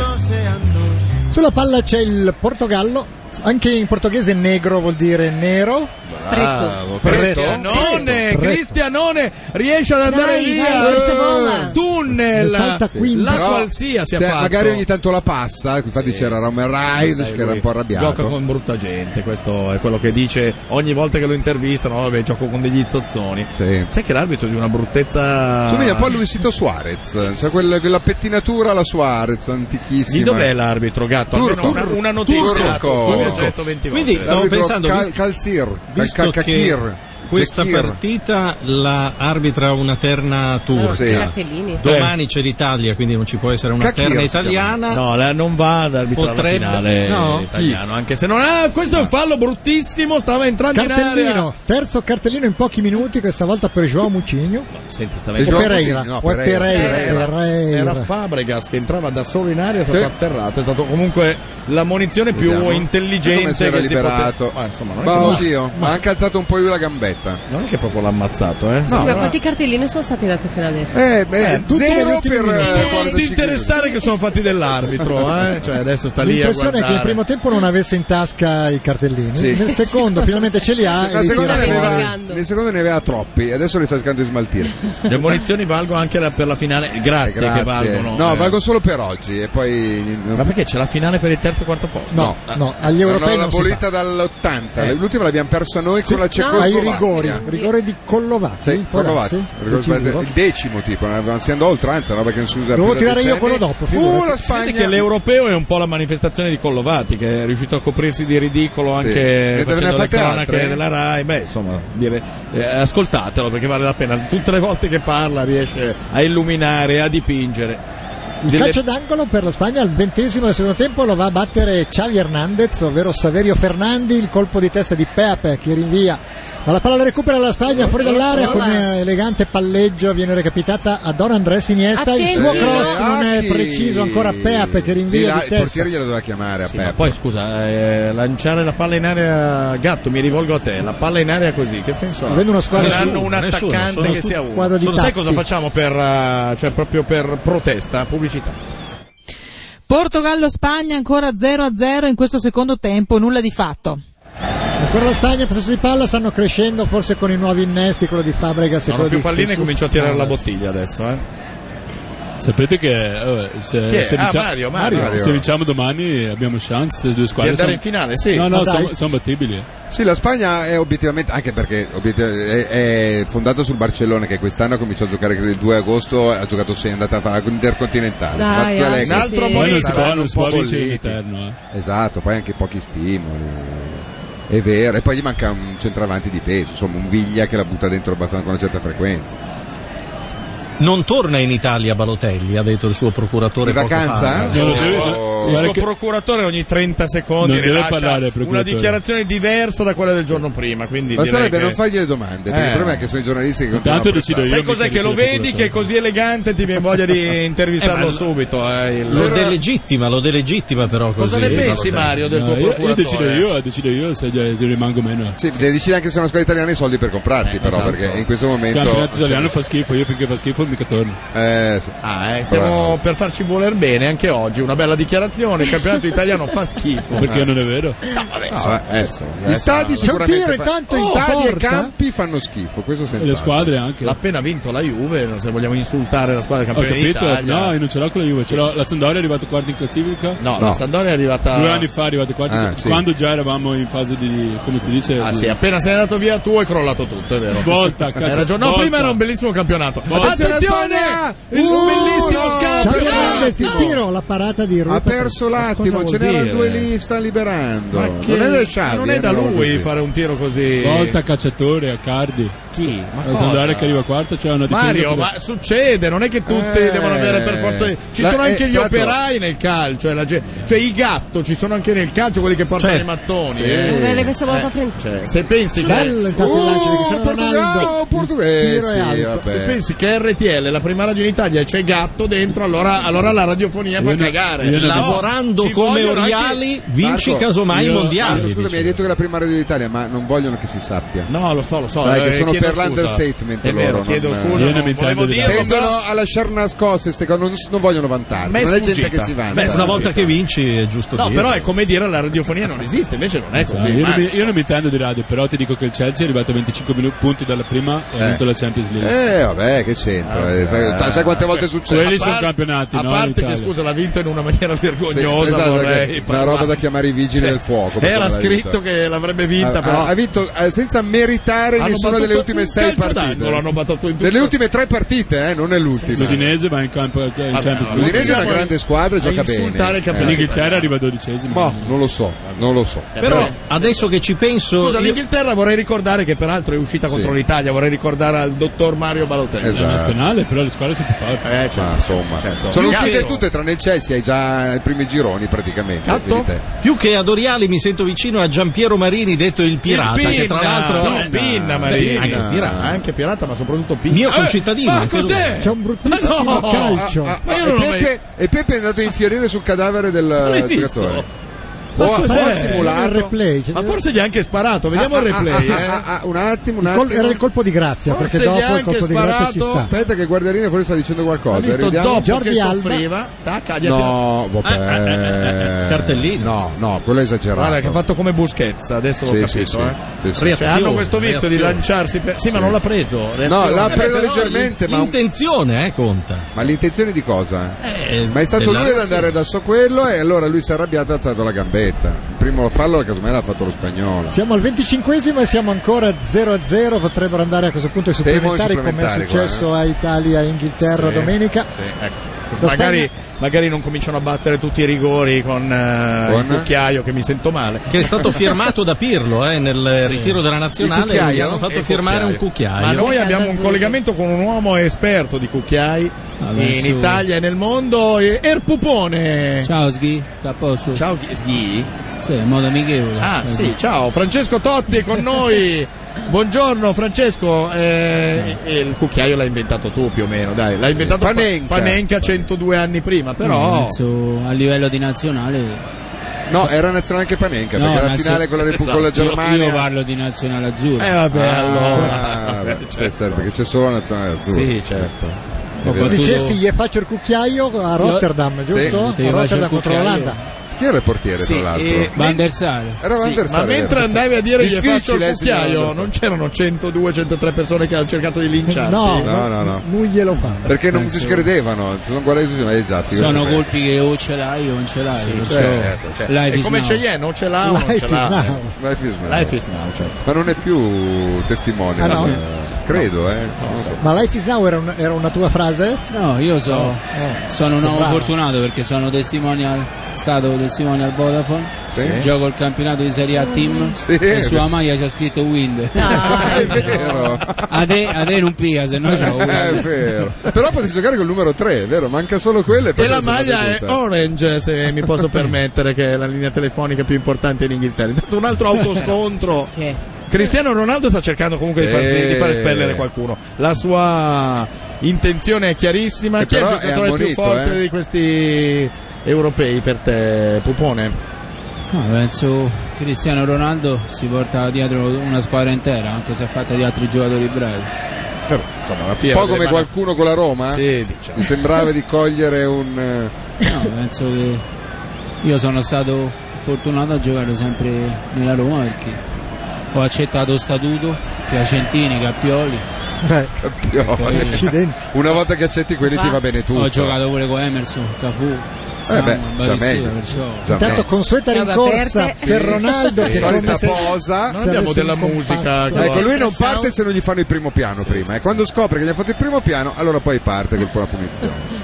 Speaker 2: Sulla palla c'è il Portogallo, anche in portoghese negro vuol dire nero.
Speaker 6: Bravo,
Speaker 2: Preto.
Speaker 6: Cristianone,
Speaker 2: Preto.
Speaker 6: Cristianone riesce ad andare
Speaker 9: Dai,
Speaker 6: via.
Speaker 9: vai, questa vola.
Speaker 2: Ne
Speaker 6: Tunnel,
Speaker 2: salta quindici.
Speaker 6: la
Speaker 5: Però,
Speaker 6: qualsiasi ha
Speaker 5: se
Speaker 6: fatto.
Speaker 5: magari ogni tanto la passa, infatti
Speaker 6: Sì,
Speaker 5: c'era
Speaker 6: sì.
Speaker 5: Roman Reis
Speaker 6: Sai,
Speaker 5: che era
Speaker 6: lui
Speaker 5: un po' arrabbiato.
Speaker 6: Gioca con brutta gente, questo è quello che dice ogni volta che lo intervistano. Vabbè, gioco con degli zozzoni.
Speaker 5: Sì.
Speaker 6: Sai che l'arbitro è di una bruttezza.
Speaker 5: Somiglia un po' a Luisito Suarez, c'è quella, quella pettinatura alla Suarez antichissima.
Speaker 6: Di dov'è l'arbitro, Gatto?
Speaker 5: Turco.
Speaker 6: Almeno una, una notizia.
Speaker 5: Turco.
Speaker 6: Come ho detto venti volte.
Speaker 8: Quindi stavo
Speaker 5: L'arbitro
Speaker 8: pensando,
Speaker 5: Cal-
Speaker 8: visto-
Speaker 5: Calzir,
Speaker 8: visto
Speaker 5: Cal-
Speaker 8: che
Speaker 5: Kakir.
Speaker 8: questa
Speaker 5: Shakir.
Speaker 8: partita la arbitra una terna turca.
Speaker 5: Sì.
Speaker 9: Cartellini.
Speaker 8: Domani c'è l'Italia, quindi non ci può essere una
Speaker 5: Kakir
Speaker 8: terna
Speaker 5: si chiama.
Speaker 8: italiana.
Speaker 6: No, la- non va ad arbitrare
Speaker 8: Potrebbe-
Speaker 6: la finale
Speaker 8: no?
Speaker 6: italiano, anche se non ha. Questo è un fallo bruttissimo, stava entrando in
Speaker 2: Cartellino,
Speaker 6: area.
Speaker 2: terzo cartellino in pochi minuti, questa volta per Joao Mucigno.
Speaker 6: Senti, stava
Speaker 5: E
Speaker 2: O
Speaker 5: Joao
Speaker 6: entrando.
Speaker 2: Pereira,
Speaker 5: Mucigno, no,
Speaker 2: o è
Speaker 5: Pereira.
Speaker 2: Pereira,
Speaker 6: Era,
Speaker 2: Pereira.
Speaker 6: era Fabregas che entrava da solo in area, è stato
Speaker 5: Sì.
Speaker 6: atterrato, è stato comunque la munizione più
Speaker 5: Vediamo.
Speaker 6: intelligente
Speaker 5: Come si era
Speaker 6: che si
Speaker 5: liberato.
Speaker 6: poteva. Ma insomma, non è,
Speaker 5: Ma
Speaker 6: che,
Speaker 5: oddio, ma ha anche alzato un po' lui la gambetta.
Speaker 6: non è che proprio l'ha ammazzato, eh?
Speaker 9: Sì, ma quanti cartellini sono stati dati fino adesso?
Speaker 5: Eh, beh,
Speaker 2: Eh, tutti negli
Speaker 5: zero
Speaker 2: ultimi
Speaker 5: per
Speaker 2: minuti.
Speaker 5: eh,
Speaker 6: Non ti
Speaker 5: quarantacinque
Speaker 6: interessare che sono fatti dell'arbitro, eh? Cioè adesso sta lì a
Speaker 2: L'impressione è che
Speaker 6: guardare.
Speaker 2: il primo tempo non avesse in tasca i cartellini,
Speaker 5: Sì.
Speaker 2: nel secondo finalmente ce li ha
Speaker 5: Nel
Speaker 2: e li
Speaker 5: secondo,
Speaker 2: tira
Speaker 5: ne
Speaker 2: fuori.
Speaker 5: aveva, nel secondo ne aveva troppi, adesso li sta cercando di smaltire.
Speaker 6: Le munizioni valgono anche la- per la finale. Grazie,
Speaker 5: Eh, grazie.
Speaker 6: che valgono.
Speaker 5: No,
Speaker 6: eh.
Speaker 5: valgono solo per oggi e poi.
Speaker 6: Ma perché c'è la finale per il terzo e quarto posto?
Speaker 2: No, no, agli europei
Speaker 5: l'hanno
Speaker 2: non si
Speaker 5: abolita dall'ottanta.
Speaker 2: Eh.
Speaker 5: L'ultima l'abbiamo persa noi con la
Speaker 2: ai
Speaker 5: Cecoslovacchia.
Speaker 2: rigori, rigore di Collovati,
Speaker 5: Sì,
Speaker 2: può
Speaker 5: Collovati.
Speaker 2: darsi?
Speaker 5: Rigore sbagliato.
Speaker 2: Decisivo.
Speaker 5: Il decimo tipo, non si andò a oltranza, no? Perché non si usa
Speaker 2: Devo
Speaker 5: più da
Speaker 2: tirare io
Speaker 5: decenni.
Speaker 2: quello dopo,
Speaker 5: Uh,
Speaker 2: figurati.
Speaker 5: la
Speaker 6: Sapete
Speaker 5: Spagna.
Speaker 6: che l'europeo è un po' la manifestazione di Collovati, che è riuscito a coprirsi di ridicolo
Speaker 5: Sì.
Speaker 6: anche
Speaker 5: Ne
Speaker 6: facendo
Speaker 5: ne ha
Speaker 6: le
Speaker 5: fatte
Speaker 6: cronache
Speaker 5: altre?
Speaker 6: della Rai. Beh, insomma, dire, eh, ascoltatelo perché vale la pena. Tutte le volte che parla riesce a illuminare, a dipingere.
Speaker 2: Il
Speaker 6: Delle-
Speaker 2: calcio d'angolo per la Spagna al ventesimo del secondo tempo lo va a battere Xavi Hernandez, ovvero Saverio Fernandi, il colpo di testa di Pepe che rinvia, ma la palla la recupera la Spagna fuori dall'area con un elegante palleggio, viene recapitata a Don Andrés Iniesta, il suo
Speaker 9: Attenti,
Speaker 2: cross non è
Speaker 5: Acchi.
Speaker 2: preciso ancora, Pepe che
Speaker 5: Di
Speaker 2: rinvia
Speaker 5: là,
Speaker 2: di
Speaker 5: il
Speaker 2: testa.
Speaker 5: portiere glielo doveva chiamare a
Speaker 6: Sì, ma
Speaker 5: Pepe.
Speaker 6: poi scusa, eh, lanciare la palla in area, Gatto, mi rivolgo a te, la palla in area così, che senso ha?
Speaker 2: Avendo una squadra
Speaker 6: Non hanno
Speaker 2: su-
Speaker 6: un
Speaker 8: nessuno,
Speaker 6: attaccante
Speaker 8: sono
Speaker 6: che
Speaker 8: su-
Speaker 6: sia uno.
Speaker 2: squadra di
Speaker 6: Solo sai cosa
Speaker 2: tacchi.
Speaker 6: facciamo per, eh, cioè proprio per protesta, pubblicità?
Speaker 4: Portogallo-Spagna ancora zero a zero in questo secondo tempo, nulla di fatto.
Speaker 2: Ancora la Spagna, possesso di palla, stanno crescendo forse con i nuovi innesti, quello di Fabregas e
Speaker 6: Non ho
Speaker 2: quello
Speaker 6: più
Speaker 2: di
Speaker 6: palline e
Speaker 2: Jesus
Speaker 6: comincio a tirare la
Speaker 2: Navas.
Speaker 6: bottiglia adesso, eh.
Speaker 13: Sapete che eh, se,
Speaker 6: Chi è?
Speaker 13: se
Speaker 6: Ah,
Speaker 13: vincia-
Speaker 6: Mario, Mario.
Speaker 5: Mario.
Speaker 13: se vinciamo domani abbiamo chance, queste due squadre
Speaker 6: Di andare
Speaker 13: sono-
Speaker 6: in finale, sì.
Speaker 13: No, no,
Speaker 2: Ma dai.
Speaker 13: sono, sono battibili.
Speaker 5: Sì, la Spagna è obiettivamente, anche perché obiettiv- è, è fondata sul Barcellona che quest'anno ha cominciato a giocare credo, il due agosto, ha giocato sei, è andata a fare l'intercontinentale.
Speaker 9: Dai,
Speaker 5: Mattia
Speaker 9: ah,
Speaker 5: Allegri.
Speaker 6: Un altro
Speaker 9: sì.
Speaker 13: Poi non si
Speaker 6: moneta,
Speaker 13: può,
Speaker 5: saranno
Speaker 13: non si
Speaker 5: un
Speaker 13: può
Speaker 5: po'
Speaker 13: vincere in
Speaker 5: bolliti.
Speaker 13: eterno. Eh.
Speaker 5: Esatto, poi anche pochi stimoli. È vero, e poi gli manca un centravanti di peso, insomma un Viglia che la butta dentro abbastanza con una certa frequenza.
Speaker 8: Non torna in Italia Balotelli, ha detto il suo procuratore
Speaker 5: Di
Speaker 8: poco
Speaker 5: vacanza?
Speaker 8: fa.
Speaker 13: No, no, deve-
Speaker 5: Oh.
Speaker 6: Il
Speaker 13: Guarda
Speaker 6: suo
Speaker 13: che-
Speaker 6: procuratore ogni trenta secondi
Speaker 13: Non deve
Speaker 6: rilascia
Speaker 13: parlare il
Speaker 6: una
Speaker 13: procuratore.
Speaker 6: dichiarazione diversa da quella del giorno prima, quindi
Speaker 5: Ma
Speaker 6: direi
Speaker 5: sarebbe
Speaker 6: che...
Speaker 5: non fargli le domande, perché
Speaker 6: Eh.
Speaker 5: il problema è che sono i giornalisti che continuano
Speaker 13: Intanto
Speaker 5: a
Speaker 13: decido
Speaker 5: prestare.
Speaker 6: Sai cos'è
Speaker 13: mi
Speaker 6: che lo
Speaker 13: chiedo se
Speaker 6: vedi
Speaker 13: lo
Speaker 6: che è così elegante ti viene voglia di intervistarlo
Speaker 13: Eh, ma-
Speaker 6: subito, eh, il-
Speaker 8: Lo delegittima, lo delegittima però così.
Speaker 6: Cosa ne pensi
Speaker 8: Balotelli.
Speaker 6: Mario del
Speaker 13: No,
Speaker 6: tuo
Speaker 13: io, io
Speaker 6: procuratore?
Speaker 13: decido io, decido io se, se rimango o meno.
Speaker 5: Sì, devi decidere anche se è una squadra italiana i soldi per comprarti, però,
Speaker 6: esatto.
Speaker 5: perché in questo
Speaker 13: Il
Speaker 5: momento.
Speaker 13: campionato italiano fa schifo, io finché fa schifo mica torno.
Speaker 5: Eh, sì.
Speaker 6: Ah, eh, stiamo
Speaker 5: Bravo.
Speaker 6: per farci voler bene anche oggi, una bella dichiarazione. attenzione, il campionato italiano fa schifo.
Speaker 13: Perché non è vero?
Speaker 6: No, vabbè,
Speaker 5: No,
Speaker 6: so-
Speaker 5: vabbè,
Speaker 6: adesso,
Speaker 5: Gli
Speaker 6: adesso-
Speaker 5: stadi
Speaker 6: no,
Speaker 5: sicuramente
Speaker 2: tiro
Speaker 5: fa-
Speaker 2: intanto in
Speaker 5: stadi e
Speaker 2: porta.
Speaker 5: campi fanno schifo, questo senza
Speaker 13: E le squadre anche.
Speaker 6: L'ha appena vinto la Juve, se vogliamo insultare la squadra
Speaker 13: Ho
Speaker 6: campione
Speaker 13: capito?
Speaker 6: d'Italia.
Speaker 13: No, io non ce l'ho con la Juve, ce l'ho. La Sampdoria è arrivata quarta in classifica.
Speaker 6: No,
Speaker 5: No.
Speaker 6: la Sampdoria è arrivata
Speaker 13: Due anni fa è arrivata quarta in
Speaker 5: Ah,
Speaker 13: classifica.
Speaker 5: sì.
Speaker 13: Quando già eravamo in fase di, come ti dice,
Speaker 6: Ah
Speaker 13: di-
Speaker 6: sì, appena sei andato via tu hai crollato tutto, è vero.
Speaker 13: Volta, cazzo,
Speaker 6: Hai ragione. No,
Speaker 13: volta.
Speaker 6: prima era un bellissimo campionato.
Speaker 13: Volta.
Speaker 6: Attenzione! Il
Speaker 5: Uh,
Speaker 6: bellissimo
Speaker 5: no.
Speaker 6: scambio.
Speaker 2: Ciao Fernandez, il tiro, la parata di
Speaker 5: Ha
Speaker 2: Rupert.
Speaker 5: perso l'attimo,
Speaker 2: Cosa
Speaker 5: ce
Speaker 2: vuol
Speaker 5: n'erano
Speaker 2: dire?
Speaker 5: due lì, sta liberando.
Speaker 6: Ma che-
Speaker 5: Non è da Xavi,
Speaker 6: non è
Speaker 5: eh,
Speaker 6: da
Speaker 5: una roba
Speaker 6: lui
Speaker 5: così.
Speaker 6: fare un tiro così.
Speaker 13: Volta, cacciatore, a Cardi.
Speaker 6: Chi? Ma
Speaker 13: La
Speaker 6: cosa?
Speaker 13: Sampdoria che arriva quarta, c'è una difesa.
Speaker 6: Mario,
Speaker 13: che-
Speaker 6: ma succede, non è che tutti
Speaker 5: Eh,
Speaker 6: devono avere per forza. Ci
Speaker 5: la-
Speaker 6: sono anche
Speaker 5: eh,
Speaker 6: gli
Speaker 5: tra l'altro-
Speaker 6: operai nel calcio, eh, la ge- cioè i gatto ci sono anche nel calcio, quelli che portano
Speaker 8: Cioè,
Speaker 6: i mattoni.
Speaker 5: sì.
Speaker 6: eh.
Speaker 9: Vede questa
Speaker 6: Eh,
Speaker 9: volta frente.
Speaker 6: cioè, se pensi che
Speaker 2: Bello intanto il lancio di Cristiano Ronaldo.
Speaker 5: Portogallo, Portogallo,
Speaker 2: Tiro
Speaker 5: sì,
Speaker 2: è alto.
Speaker 5: vabbè.
Speaker 6: se pensi che R T L è la prima radio in Italia e c'è gatto dentro, allora, allora la radiofonia fa
Speaker 13: Io ne-
Speaker 6: cagare.
Speaker 13: io ne-
Speaker 6: No,
Speaker 8: Lavorando
Speaker 6: ci
Speaker 8: come
Speaker 6: vogliono
Speaker 8: Oriali,
Speaker 6: anche-
Speaker 8: vinci
Speaker 5: Marco,
Speaker 8: casomai i
Speaker 13: io-
Speaker 8: mondiali.
Speaker 5: Marco, scusa, mi
Speaker 8: dice.
Speaker 5: hai detto che è la prima radio d'Italia, ma non vogliono che si sappia.
Speaker 6: No, lo so, lo so.
Speaker 5: Sai che
Speaker 6: eh,
Speaker 5: sono
Speaker 6: chiedo
Speaker 5: per
Speaker 6: scusa.
Speaker 5: l'understatement
Speaker 6: È vero,
Speaker 5: loro,
Speaker 6: chiedo
Speaker 5: non-
Speaker 6: scusa.
Speaker 13: Io non
Speaker 6: non
Speaker 13: mi intendo
Speaker 6: volevo
Speaker 13: di
Speaker 6: dirlo,
Speaker 5: Tendono
Speaker 6: però-
Speaker 5: a lasciare nascoste queste cose, non, non vogliono vantarsi.
Speaker 6: Ma è
Speaker 5: Non è gente
Speaker 6: sfuggita.
Speaker 5: che si vanta.
Speaker 8: Beh, una volta che vinci è giusto
Speaker 6: No,
Speaker 8: dire.
Speaker 6: però è come dire la radiofonia non esiste, invece non è così.
Speaker 13: Sai, io, non
Speaker 6: ma-
Speaker 13: mi, io non mi intendo di radio, però ti dico che il Chelsea è arrivato a venticinque minu- punti dalla prima e ha
Speaker 5: Eh.
Speaker 13: vinto la Champions League.
Speaker 5: Eh, vabbè, che c'entra? eh, sai, sai quante volte è successo?
Speaker 13: Quelli
Speaker 6: A
Speaker 13: sono
Speaker 6: par-
Speaker 13: campionati,
Speaker 6: a
Speaker 13: no, in
Speaker 6: parte che
Speaker 13: Italia.
Speaker 6: scusa l'ha vinto in una maniera vergognosa,
Speaker 5: Sì, esatto,
Speaker 6: vorrei
Speaker 5: che- una
Speaker 6: parlare.
Speaker 5: roba da chiamare i vigili
Speaker 6: Cioè,
Speaker 5: del fuoco. per
Speaker 6: era
Speaker 5: come l'ha
Speaker 6: scritto
Speaker 5: vinto.
Speaker 6: che l'avrebbe vinta,
Speaker 5: ha,
Speaker 6: però
Speaker 5: ha vinto eh, senza meritare
Speaker 6: hanno
Speaker 5: nessuna
Speaker 6: battuto
Speaker 5: delle ultime
Speaker 6: un
Speaker 5: sei
Speaker 6: calcio
Speaker 5: partite.
Speaker 6: d'angolo, hanno battuto in tutto.
Speaker 5: Delle ultime tre partite, eh, non nell'ultima.
Speaker 13: L'Udinese va in campo in
Speaker 6: Vabbè,
Speaker 13: Champions
Speaker 6: no,
Speaker 13: League.
Speaker 5: L'Udinese è una
Speaker 6: Andiamo
Speaker 5: grande squadra e
Speaker 6: a
Speaker 5: gioca bene.
Speaker 6: insultare il campionato.
Speaker 13: L'Inghilterra arriva dodicesimo.
Speaker 5: Boh, non lo so, non lo so.
Speaker 8: Però adesso che ci penso.
Speaker 6: Scusa,
Speaker 8: io-
Speaker 6: l'Inghilterra vorrei ricordare che peraltro è uscita contro
Speaker 5: Sì.
Speaker 6: l'Italia, vorrei ricordare al dottor Mario Balotelli.
Speaker 5: Esatto.
Speaker 13: La nazionale, però le squadre sempre forti.
Speaker 6: Eh, certo,
Speaker 5: Ma insomma,
Speaker 6: certo.
Speaker 5: sono
Speaker 6: Più
Speaker 5: uscite
Speaker 6: che-
Speaker 5: tutte tranne il Chelsea, hai già i primi gironi praticamente.
Speaker 6: Gatto?
Speaker 5: vedi te.
Speaker 8: Più che ad Oriali mi sento vicino a Giampiero Marini, detto il pirata,
Speaker 6: Il
Speaker 8: che tra
Speaker 6: Pinna,
Speaker 8: l'altro
Speaker 6: il Pinna, Marini.
Speaker 8: anche pirata.
Speaker 6: Anche pirata, ma soprattutto Pinna.
Speaker 8: Mio
Speaker 6: Eh,
Speaker 8: concittadino,
Speaker 6: ma
Speaker 8: anche lui.
Speaker 6: cos'è?
Speaker 2: C'è un bruttissimo
Speaker 6: Ma no!
Speaker 2: calcio.
Speaker 5: Ah,
Speaker 6: Ma io
Speaker 5: ah,
Speaker 6: non
Speaker 5: e,
Speaker 6: l'ho mai-
Speaker 5: Peppe, e Peppe è andato a infierire sul cadavere del
Speaker 6: l'hai visto?
Speaker 5: giocatore.
Speaker 2: Ma
Speaker 5: O ha-
Speaker 2: cos'è?
Speaker 5: o ha
Speaker 2: C'era il
Speaker 5: simulato.
Speaker 2: replay.
Speaker 6: Ma forse gli ha anche sparato, vediamo
Speaker 5: Ah,
Speaker 6: il
Speaker 5: ah,
Speaker 6: replay.
Speaker 5: ah,
Speaker 6: eh.
Speaker 5: ah, ah, un attimo, un
Speaker 2: Il col-
Speaker 5: attimo.
Speaker 2: era il colpo di grazia,
Speaker 6: Forse
Speaker 2: perché
Speaker 6: gli ha
Speaker 2: dopo il
Speaker 6: anche
Speaker 2: colpo di grazia ci
Speaker 6: sparato.
Speaker 2: sta.
Speaker 5: Aspetta che Guardiolino forse sta dicendo qualcosa.
Speaker 6: Ha visto
Speaker 5: vediamo.
Speaker 6: Zoppo
Speaker 2: Jordi
Speaker 6: che
Speaker 2: Alba.
Speaker 6: soffriva. Tac, gli ha tirato-
Speaker 5: No, vabbè.
Speaker 8: Cartellino.
Speaker 5: No, no, quello è esagerato.
Speaker 6: Guarda che ha fatto come Buschezza, adesso l'ho
Speaker 5: Sì,
Speaker 6: capito.
Speaker 5: sì, sì.
Speaker 6: eh.
Speaker 5: Sì, sì.
Speaker 6: Cioè,
Speaker 8: Reazione,
Speaker 6: hanno questo vizio di
Speaker 8: reazione.
Speaker 6: lanciarsi per... Sì, ma non l'ha preso.
Speaker 5: No,
Speaker 6: reazione.
Speaker 5: l'ha
Speaker 6: Eh,
Speaker 5: preso
Speaker 6: però
Speaker 5: leggermente, ma,
Speaker 8: L'intenzione, eh, conta.
Speaker 5: ma l'intenzione di cosa?
Speaker 8: Eh,
Speaker 5: Ma è stato
Speaker 8: della
Speaker 5: lui ad
Speaker 8: reazione.
Speaker 5: andare da so quello e allora lui si è arrabbiato e ha alzato la gambetta. Il primo a farlo, casomai l'ha fatto lo spagnolo.
Speaker 2: Siamo al venticinquesimo e siamo ancora zero a zero, potrebbero andare a questo punto ai supplementari,
Speaker 5: Temo i
Speaker 2: come è
Speaker 5: supplementari
Speaker 2: successo
Speaker 5: qua,
Speaker 2: a Italia e Inghilterra
Speaker 6: Sì,
Speaker 2: domenica.
Speaker 6: sì, ecco.
Speaker 2: La
Speaker 6: Magari,
Speaker 2: Spagna-
Speaker 6: magari non cominciano a battere tutti i rigori con, eh,
Speaker 5: Con?
Speaker 6: il cucchiaio che mi sento male.
Speaker 8: Che è stato firmato da Pirlo eh, nel ritiro della
Speaker 5: Il
Speaker 8: nazionale.
Speaker 5: cucchiaio?
Speaker 8: Gli hanno fatto
Speaker 5: Il
Speaker 8: firmare
Speaker 5: cucchiaio.
Speaker 8: un cucchiaio.
Speaker 6: Ma noi abbiamo un collegamento con un uomo esperto di cucchiai
Speaker 16: Vabbè,
Speaker 6: in
Speaker 16: su.
Speaker 6: Italia e nel mondo. e- Erpupone.
Speaker 16: Ciao Sghi, sta a posto?
Speaker 6: Ciao Sghi.
Speaker 16: Sì, in modo amichevole.
Speaker 6: Ah
Speaker 16: Così.
Speaker 6: sì, ciao, Francesco Totti è con noi. Buongiorno Francesco, eh, e il cucchiaio l'hai inventato tu più o meno, dai, l'hai inventato Pa-
Speaker 5: Panenka.
Speaker 6: Panenka centodue anni prima,
Speaker 16: No,
Speaker 6: però
Speaker 16: penso a livello di nazionale.
Speaker 5: No, era nazionale anche Panenka,
Speaker 16: No,
Speaker 5: perché la
Speaker 16: nazio-
Speaker 5: finale con la, Repu- con la
Speaker 6: Esatto.
Speaker 16: Io,
Speaker 5: Germania.
Speaker 16: io parlo di nazionale azzurra.
Speaker 6: eh vabbè,
Speaker 5: Ah,
Speaker 6: allora.
Speaker 5: beh, cioè, certo, perché c'è solo la nazionale azzurra.
Speaker 6: Sì, certo.
Speaker 16: Ho battuto-
Speaker 2: Dicesti gli faccio il cucchiaio a Rotterdam, giusto?
Speaker 16: Ti
Speaker 2: A
Speaker 16: faccio
Speaker 2: Rotterdam
Speaker 16: il
Speaker 2: contro
Speaker 16: cucchiaio.
Speaker 2: l'Olanda.
Speaker 5: Chi era il portiere,
Speaker 6: Sì,
Speaker 5: tra l'altro?
Speaker 6: e-
Speaker 16: Van der Sar.
Speaker 5: Era Van
Speaker 6: Sì,
Speaker 5: der
Speaker 6: ma
Speaker 5: Sar,
Speaker 6: mentre
Speaker 5: vero?
Speaker 6: andavi a dire gli faccio il
Speaker 5: Difficile, eh, signor Van der
Speaker 6: cucchiaio,
Speaker 5: Sar.
Speaker 6: non c'erano centodue centotré persone che hanno cercato di linciarti?
Speaker 2: No,
Speaker 5: No, no, no.
Speaker 2: non glielo fanno.
Speaker 5: Perché non
Speaker 16: Penso-
Speaker 5: si credevano, si sono guardati tutti, ma esatto. io
Speaker 16: Sono
Speaker 5: so
Speaker 16: colpi che o ce l'hai o non ce l'hai.
Speaker 6: Sì,
Speaker 16: perciò
Speaker 6: certo, certo.
Speaker 16: life
Speaker 6: E
Speaker 16: is
Speaker 6: come
Speaker 16: now.
Speaker 6: ce l'è? Non ce l'ha o non
Speaker 2: Life
Speaker 6: ce
Speaker 2: is
Speaker 6: l'ha?
Speaker 2: now.
Speaker 5: che- Life is now.
Speaker 6: Life is now, certo.
Speaker 5: Ma non è più testimone.
Speaker 2: Ah, no?
Speaker 5: eh, Credo, eh. Non so.
Speaker 2: Ma Life is Now era, un- era una tua frase?
Speaker 16: No, io so,
Speaker 2: Eh,
Speaker 16: sono un uomo
Speaker 2: sembrava.
Speaker 16: fortunato perché sono testimonial, stato testimonial Vodafone.
Speaker 5: Sì.
Speaker 16: Gioco il campionato di Serie A Team
Speaker 5: Sì.
Speaker 16: e sulla maglia c'è scritto Wind.
Speaker 5: È vero.
Speaker 16: A te, a te non pia, se no c'ho
Speaker 5: È vero. Però potete giocare col numero tre, vero? Manca solo quello e poi
Speaker 6: E la
Speaker 5: te la
Speaker 6: maglia
Speaker 5: fate
Speaker 6: è
Speaker 5: tutta.
Speaker 6: Orange, se mi posso permettere, che è la linea telefonica più importante in Inghilterra. Intanto un altro autoscontro. Cristiano Ronaldo sta cercando comunque di, farsi,
Speaker 5: Sì.
Speaker 6: di fare spellere qualcuno. La sua intenzione è chiarissima.
Speaker 5: Che
Speaker 6: Chi è il
Speaker 5: però è
Speaker 6: giocatore più
Speaker 5: ammonito,
Speaker 6: forte
Speaker 5: eh.
Speaker 6: di questi europei per te, Pupone?
Speaker 16: No, penso Cristiano Ronaldo si porta dietro una squadra intera, anche se è fatta di altri giocatori bravi.
Speaker 6: Però, insomma, la
Speaker 5: Un
Speaker 6: fiera
Speaker 5: po'
Speaker 6: delle
Speaker 5: come
Speaker 6: mani-
Speaker 5: qualcuno con la Roma?
Speaker 6: Sì, diciamo.
Speaker 5: Mi sembrava di cogliere un.
Speaker 16: No, penso che Io sono stato fortunato a giocare sempre nella Roma perché ho accettato statuto, Piacentini, Cappioli.
Speaker 2: Beh,
Speaker 5: Cappioli.
Speaker 2: Accidenti.
Speaker 5: Una volta che accetti quelli ti va bene tutto.
Speaker 16: Ho giocato pure con Emerson, Cafù.
Speaker 5: Eh beh,
Speaker 16: Sam,
Speaker 5: già meglio.
Speaker 16: perciò.
Speaker 5: Già
Speaker 2: Intanto
Speaker 5: meglio.
Speaker 2: consueta rincorsa
Speaker 5: Sì.
Speaker 2: per Ronaldo
Speaker 5: Sì.
Speaker 2: che
Speaker 5: Solita
Speaker 2: come se-
Speaker 5: posa.
Speaker 6: Non
Speaker 2: se
Speaker 6: abbiamo
Speaker 2: avesse
Speaker 6: della
Speaker 2: un
Speaker 6: musica.
Speaker 2: compasso.
Speaker 6: che-
Speaker 5: Ecco, lui non parte se non gli fanno il primo piano prima. E quando scopre che gli ha fatto il primo piano, allora poi parte con la punizione.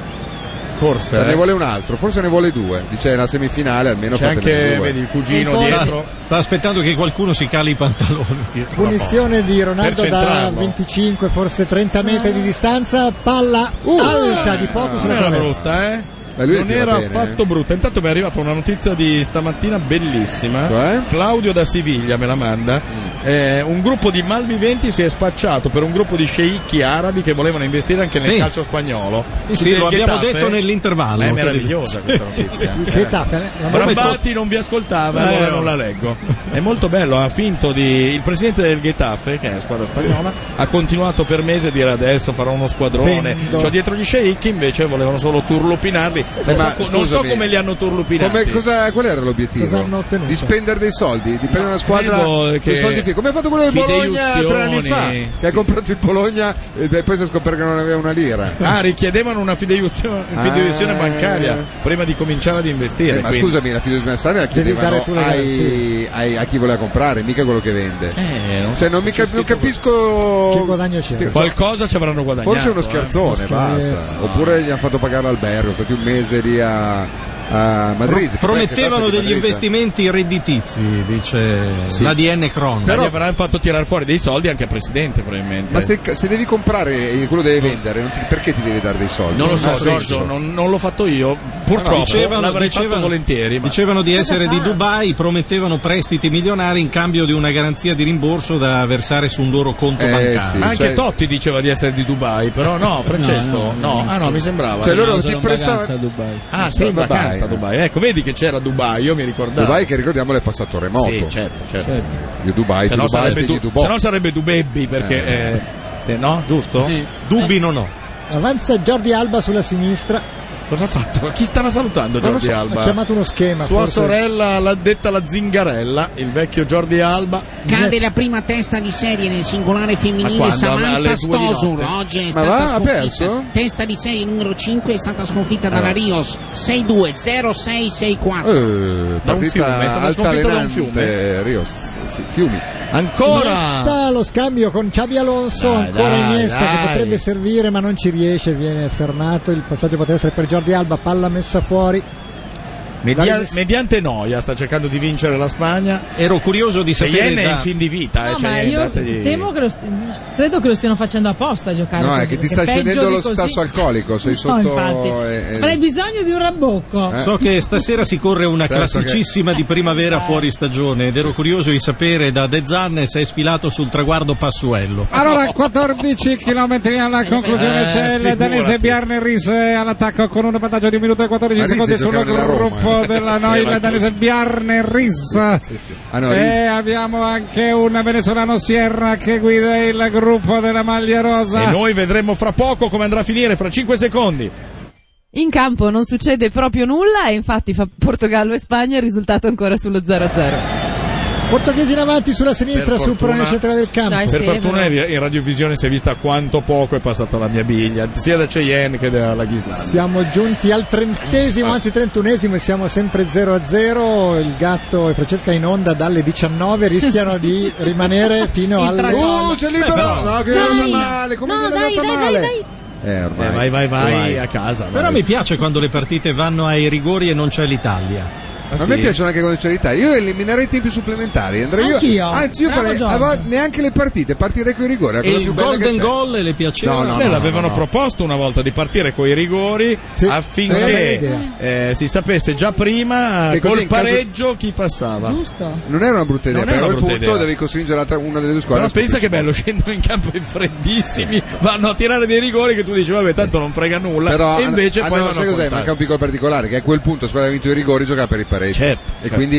Speaker 6: Forse.
Speaker 5: Ne
Speaker 6: eh.
Speaker 5: vuole un altro, forse ne vuole due. Dice la semifinale almeno
Speaker 6: C'è
Speaker 5: fatene
Speaker 6: anche,
Speaker 5: due.
Speaker 6: vedi, il cugino
Speaker 2: Ancora?
Speaker 6: dietro.
Speaker 8: Sta aspettando che qualcuno si cali i pantaloni dietro la
Speaker 2: Punizione di Ronaldo
Speaker 6: Per
Speaker 2: da
Speaker 6: centrarlo.
Speaker 2: venticinque, forse trenta metri di distanza, palla
Speaker 5: Uh,
Speaker 2: alta di poco
Speaker 6: Non
Speaker 2: sulla
Speaker 6: era
Speaker 2: traversa.
Speaker 6: brutta, eh?
Speaker 5: Ma lui
Speaker 6: Non
Speaker 5: tira
Speaker 6: era
Speaker 5: bene,
Speaker 6: affatto
Speaker 5: eh.
Speaker 6: brutta. Intanto mi è arrivata una notizia di stamattina bellissima.
Speaker 5: Cioè?
Speaker 6: Claudio da Siviglia me la manda. Eh, un gruppo di malviventi si è spacciato per un gruppo di sceicchi arabi che volevano investire anche nel
Speaker 8: Sì.
Speaker 6: calcio spagnolo.
Speaker 8: Sì, sì,
Speaker 6: Del
Speaker 8: lo abbiamo
Speaker 6: Getafe.
Speaker 8: detto nell'intervallo.
Speaker 6: Ma è meravigliosa questa notizia.
Speaker 2: Il Getafe, eh, la
Speaker 6: Brambati non vi ascoltava, allora
Speaker 8: Eh,
Speaker 6: non la leggo. È molto bello, ha finto di. Il presidente del Getafe, che è la squadra spagnola, ha continuato per mesi a dire adesso farò uno squadrone.
Speaker 2: Vendo.
Speaker 6: Cioè dietro gli sceicchi invece volevano solo turlupinarli. Non,
Speaker 5: Ma
Speaker 6: so, non so
Speaker 5: scusami,
Speaker 6: come li hanno turlupinati.
Speaker 5: Come, cosa, qual era l'obiettivo?
Speaker 2: Cosa hanno ottenuto?
Speaker 5: Di spendere dei soldi, di prendere una squadra
Speaker 6: credo
Speaker 5: con
Speaker 6: che
Speaker 5: soldi fi- come ha fatto quello del Bologna tre anni fa,
Speaker 6: fideiussioni.
Speaker 5: che ha comprato il Bologna e poi si è scoperto che non aveva una lira.
Speaker 6: Ah, richiedevano una fideiussione, fideiussione
Speaker 5: Ah.
Speaker 6: bancaria prima di cominciare ad investire.
Speaker 5: Eh, ma
Speaker 6: quindi-
Speaker 5: scusami, la fiducia bancaria la
Speaker 2: Devi
Speaker 5: chiedevano
Speaker 2: dare tu le
Speaker 5: ai, ai- a chi voleva comprare, mica quello che vende.
Speaker 6: Eh, non so,
Speaker 5: Cioè, non, mi
Speaker 6: c'è
Speaker 5: cap- non
Speaker 6: scritto-
Speaker 5: capisco.
Speaker 2: Che guadagno c'era?
Speaker 6: Qualcosa ci avranno guadagnato.
Speaker 5: Forse è uno
Speaker 6: eh.
Speaker 5: scherzone,
Speaker 2: Uno
Speaker 5: basta.
Speaker 2: scherzo.
Speaker 5: Oppure gli hanno fatto pagare l'albergo, sono stati un mese lì a, a Madrid.
Speaker 8: Promettevano
Speaker 5: Perché,
Speaker 8: degli
Speaker 5: Madrid-
Speaker 8: investimenti redditizi, dice
Speaker 5: Sì.
Speaker 8: l'A D N Cron.
Speaker 6: Però avranno fatto tirare fuori dei soldi anche al presidente, probabilmente.
Speaker 5: Ma se, se devi comprare e quello deve vendere, non ti- perché ti devi dare dei soldi?
Speaker 6: Non lo so,
Speaker 5: ha
Speaker 6: Giorgio,
Speaker 5: senso.
Speaker 6: non, non l'ho fatto io. Purtroppo
Speaker 8: Dicevano-
Speaker 6: l'avrei
Speaker 8: dicevano-
Speaker 6: fatto volentieri. Ma...
Speaker 8: Dicevano di essere di Dubai, promettevano prestiti milionari in cambio di una garanzia di rimborso da versare su un loro conto
Speaker 5: Eh,
Speaker 8: bancario.
Speaker 5: sì.
Speaker 6: Anche
Speaker 5: cioè-
Speaker 6: Totti diceva di essere di Dubai, però no, Francesco, no,
Speaker 16: no, no,
Speaker 6: ah no,
Speaker 16: sì.
Speaker 6: mi sembrava.
Speaker 5: Cioè, loro
Speaker 16: No,
Speaker 5: ti
Speaker 16: sono in
Speaker 5: prestavano-
Speaker 16: vacanza a Dubai.
Speaker 6: Ah, sei in
Speaker 5: Dubai,
Speaker 6: vacanza a
Speaker 5: eh.
Speaker 6: Dubai. Ecco, vedi che c'era Dubai, io mi ricordavo.
Speaker 5: Dubai, che ricordiamo, è passato remoto.
Speaker 6: Sì, certo, certo.
Speaker 16: Certo.
Speaker 5: Di Dubai,
Speaker 6: Se
Speaker 5: di
Speaker 6: no
Speaker 5: Dubai,
Speaker 6: sarebbe,
Speaker 5: di
Speaker 6: du-
Speaker 5: Dubò.
Speaker 6: se no sarebbe Dubebbi, perché eh, se no, giusto?
Speaker 16: Sì.
Speaker 8: Dubbi non ho.
Speaker 2: Avanza Jordi Alba sulla sinistra,
Speaker 6: Cosa ha fatto? Chi stava salutando
Speaker 2: non lo
Speaker 6: Jordi
Speaker 2: so,
Speaker 6: Alba?
Speaker 2: ha chiamato uno schema.
Speaker 6: Sua
Speaker 2: forse-
Speaker 6: sorella l'ha detta la Zingarella, il vecchio Jordi Alba.
Speaker 11: Cade la prima testa di serie nel singolare
Speaker 6: Ma
Speaker 11: femminile
Speaker 6: quando?
Speaker 11: Samantha
Speaker 6: Alle due di
Speaker 11: Stosur.
Speaker 6: notte?
Speaker 11: Oggi è
Speaker 5: Ma
Speaker 11: stata
Speaker 5: va? Ha
Speaker 11: sconfitta.
Speaker 5: perso?
Speaker 11: Testa di serie numero cinque è stata sconfitta dalla Rios sei due zero sei sei quattro.
Speaker 5: Eh,
Speaker 6: Da un
Speaker 5: partita
Speaker 6: fiume, è stata sconfitta da un
Speaker 5: altalenante,
Speaker 6: fiume?
Speaker 5: Rios, sì, fiumi.
Speaker 6: Ancora!
Speaker 2: Iniesta, lo scambio con Xabi Alonso,
Speaker 6: Dai,
Speaker 2: ancora
Speaker 6: dai,
Speaker 2: Iniesta
Speaker 6: dai.
Speaker 2: che potrebbe servire ma non ci riesce, viene fermato, il passaggio potrebbe essere per Jordi Alba, palla messa fuori.
Speaker 6: Media-
Speaker 2: Dai-
Speaker 6: mediante noia sta cercando di vincere la Spagna.
Speaker 8: Ero curioso di sapere
Speaker 6: Cheyenne è
Speaker 8: da-
Speaker 6: in fin di vita, eh,
Speaker 15: No, ma
Speaker 6: Cheyenne,
Speaker 15: io
Speaker 6: dategli-
Speaker 15: temo che lo sti- credo che lo stiano facendo apposta a giocare
Speaker 5: No,
Speaker 15: così,
Speaker 5: è che ti
Speaker 15: perché
Speaker 5: sta
Speaker 15: peggio
Speaker 5: scendendo
Speaker 15: di
Speaker 5: lo
Speaker 15: così-
Speaker 5: tasso alcolico, sei
Speaker 15: No,
Speaker 5: sotto.
Speaker 15: infatti.
Speaker 5: eh, eh.
Speaker 15: Avrei bisogno di un rabbocco.
Speaker 5: Eh.
Speaker 8: So che stasera si corre una
Speaker 5: Certo
Speaker 8: classicissima di primavera fuori stagione ed ero curioso di sapere da De Zanne se è sfilato sul traguardo Passuello.
Speaker 14: Allora, quattordici chilometri alla conclusione,
Speaker 6: Eh,
Speaker 14: c'è il
Speaker 6: figurati.
Speaker 14: danese Bjarne Ries all'attacco con un vantaggio di un minuto e quattordici
Speaker 5: Ma Ries
Speaker 14: secondi sul
Speaker 5: giocava nella
Speaker 14: gruppo
Speaker 5: Roma, eh.
Speaker 14: della
Speaker 6: Sì,
Speaker 14: Noi,
Speaker 6: ma
Speaker 14: il danese Bjarne Ries.
Speaker 5: Ah, no,
Speaker 14: E
Speaker 5: Ries.
Speaker 14: abbiamo anche un venezuelano Sierra che guida il gruppo della maglia rosa.
Speaker 6: E noi vedremo fra poco come andrà a finire, fra cinque secondi.
Speaker 3: In campo non succede proprio nulla e infatti fa Portogallo e Spagna, il risultato è ancora sullo zero a zero.
Speaker 2: Portoghesi in avanti sulla sinistra,
Speaker 6: Per
Speaker 2: superano
Speaker 6: fortuna-
Speaker 2: il centrale del campo.
Speaker 3: Dai,
Speaker 6: Per
Speaker 3: sì,
Speaker 6: fortuna
Speaker 3: però.
Speaker 6: in in radiovisione si è vista quanto poco è passata la mia biglia, sia da Cheyenne che dalla Ghislanda.
Speaker 2: Siamo giunti al trentesimo, anzi trentunesimo e siamo sempre zero a zero. Il Gatto e Francesca in onda dalle diciannove rischiano di rimanere fino
Speaker 15: Il
Speaker 2: alle...
Speaker 15: tracollo.
Speaker 5: Uh, c'è libero! No, che non è male, come
Speaker 12: No,
Speaker 5: viene
Speaker 12: dai,
Speaker 5: andata
Speaker 12: dai,
Speaker 5: male?
Speaker 12: dai, dai.
Speaker 5: Eh, ormai.
Speaker 6: Eh, vai, vai, vai,
Speaker 5: Vai.
Speaker 6: a casa.
Speaker 8: Però
Speaker 6: vai.
Speaker 8: mi piace quando le partite vanno ai rigori e non c'è l'Italia.
Speaker 6: Ah,
Speaker 5: A
Speaker 6: sì?
Speaker 5: me piacciono anche quando c'è l'Italia. Io eliminerei i tempi supplementari. Andrei io.
Speaker 15: Anch'io.
Speaker 5: Anzi, io
Speaker 15: Bravo,
Speaker 5: farei
Speaker 15: Giorgio.
Speaker 5: ava- neanche le partite, partirei con i rigori. È la
Speaker 8: E
Speaker 5: cosa
Speaker 8: il
Speaker 5: più bella che
Speaker 8: golden
Speaker 5: c'è.
Speaker 8: goal le piaceva?
Speaker 5: No, no,
Speaker 6: Beh,
Speaker 5: no,
Speaker 6: l'avevano
Speaker 5: no, no.
Speaker 6: proposto una volta di partire con i rigori
Speaker 2: Sì,
Speaker 6: affinché
Speaker 2: sì, è una bella
Speaker 6: eh, si sapesse già prima
Speaker 5: Che così
Speaker 6: col
Speaker 5: in caso-
Speaker 6: pareggio chi passava.
Speaker 15: Giusto.
Speaker 5: Non era una brutta idea,
Speaker 6: Non era
Speaker 5: però a
Speaker 6: una
Speaker 5: quel
Speaker 6: brutta
Speaker 5: punto
Speaker 6: idea.
Speaker 5: devi costringere l'altra, una delle due squadre.
Speaker 6: Però
Speaker 5: a
Speaker 6: pensa che
Speaker 5: scoprire.
Speaker 6: bello, scendono in campo in freddissimi, vanno a tirare dei rigori che tu dici vabbè tanto non frega nulla,
Speaker 5: Però
Speaker 6: e invece
Speaker 5: ah,
Speaker 6: poi
Speaker 5: no,
Speaker 6: vanno
Speaker 5: sai
Speaker 6: a
Speaker 5: cos'è?
Speaker 6: contare.
Speaker 5: Manca un piccolo particolare, che a quel punto la squadra che ha vinto i rigori giocava per il pareggio.
Speaker 6: Certo,
Speaker 5: e
Speaker 6: certo.
Speaker 5: quindi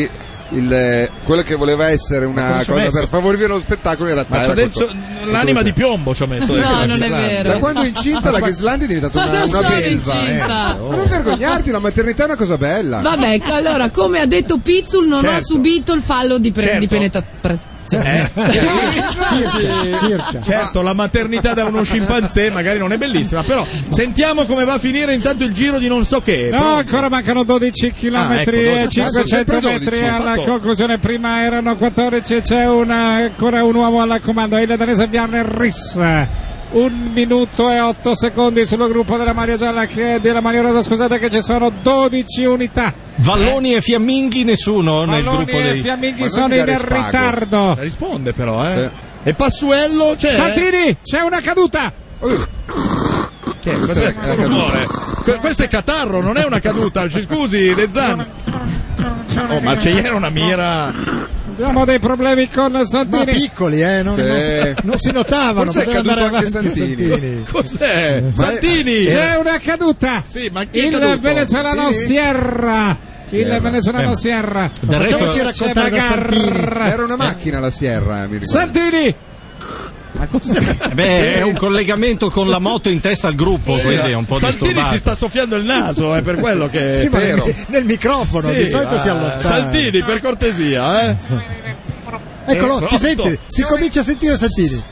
Speaker 5: il, quello che voleva essere una cosa
Speaker 6: messo?
Speaker 5: per favorire lo spettacolo in realtà
Speaker 6: Ma c'ho
Speaker 5: era
Speaker 6: detto,
Speaker 5: contro-
Speaker 6: l'anima
Speaker 5: contro-
Speaker 6: di piombo ci ho messo.
Speaker 3: No, non è vero.
Speaker 5: Da quando è incinta la Ghislandi è diventata
Speaker 3: Ma
Speaker 5: una,
Speaker 3: non
Speaker 5: una
Speaker 3: sono
Speaker 5: belva.
Speaker 3: incinta.
Speaker 5: eh. Ma non vergognarti, la maternità è una cosa bella.
Speaker 3: Vabbè, allora, come ha detto Pizzul, non ho
Speaker 6: Certo.
Speaker 3: subito il fallo di, pre-
Speaker 6: Certo.
Speaker 3: di penetrazione.
Speaker 6: Eh.
Speaker 2: Circa.
Speaker 6: Certo, la maternità da uno scimpanzé magari non è bellissima, però sentiamo come va a finire intanto il giro di non so che.
Speaker 14: No,
Speaker 6: Pronto?
Speaker 14: ancora mancano dodici chilometri
Speaker 6: Ah, ecco,
Speaker 14: e
Speaker 6: dodici.
Speaker 14: cinquecento
Speaker 6: Ah, sono sempre
Speaker 14: metri
Speaker 6: dodici.
Speaker 14: alla
Speaker 6: Fatto.
Speaker 14: conclusione. Prima erano quattordici, c'è una, ancora un uomo al comando, il danese Bjarne Riis. Un minuto e otto secondi sullo gruppo della maglia gialla, che della maglia rosa, scusate, che ci sono dodici unità.
Speaker 8: Valloni e Fiamminghi nessuno nel
Speaker 14: Valloni
Speaker 8: gruppo
Speaker 14: e
Speaker 8: dei
Speaker 14: Fiamminghi
Speaker 5: Ma
Speaker 14: sono
Speaker 5: non
Speaker 14: in
Speaker 5: ti dare spago.
Speaker 14: ritardo.
Speaker 6: Risponde però, eh.
Speaker 5: Sì.
Speaker 6: E Passuello c'è?
Speaker 14: Santini, c'è una caduta.
Speaker 6: Che, cos'è questo rumore? Que- Questo è catarro, non è una caduta, ci scusi, De Zan. Oh, ma c'è ieri una mira.
Speaker 14: Abbiamo dei problemi con
Speaker 2: Ma
Speaker 14: Santini.
Speaker 2: piccoli, eh, non,
Speaker 5: Sì.
Speaker 2: non- non si notavano.
Speaker 5: Forse è
Speaker 2: poteva
Speaker 5: caduto
Speaker 2: andare
Speaker 5: anche
Speaker 2: avanti
Speaker 5: Santini.
Speaker 2: Santini.
Speaker 6: Cos'è?
Speaker 5: Ma-
Speaker 6: Santini!
Speaker 14: C'è una caduta.
Speaker 6: Sì, ma chi è
Speaker 14: Il
Speaker 6: caduto?
Speaker 14: venezuelano
Speaker 5: Sì.
Speaker 14: Sierra. Il
Speaker 5: Sierra.
Speaker 14: venezuelano
Speaker 8: Eh.
Speaker 14: Sierra.
Speaker 8: Del resto-
Speaker 2: Facciamoci raccontare da Santini.
Speaker 5: Era una macchina la Sierra, mi ricordo.
Speaker 14: Santini.
Speaker 6: Ma cos'è?
Speaker 8: Beh, è un collegamento con la moto in testa al gruppo, quindi è un po'
Speaker 6: Santini
Speaker 8: disturbato.
Speaker 6: si sta soffiando il naso, è per quello che.
Speaker 2: Sì, ma
Speaker 5: vero.
Speaker 2: nel, nel microfono,
Speaker 6: Sì,
Speaker 2: di solito si
Speaker 6: ah,
Speaker 2: allontana.
Speaker 6: Santini, per cortesia, eh.
Speaker 2: Eccolo,
Speaker 6: Eh,
Speaker 2: ci
Speaker 6: pronto?
Speaker 2: senti? Si comincia a sentire Santini.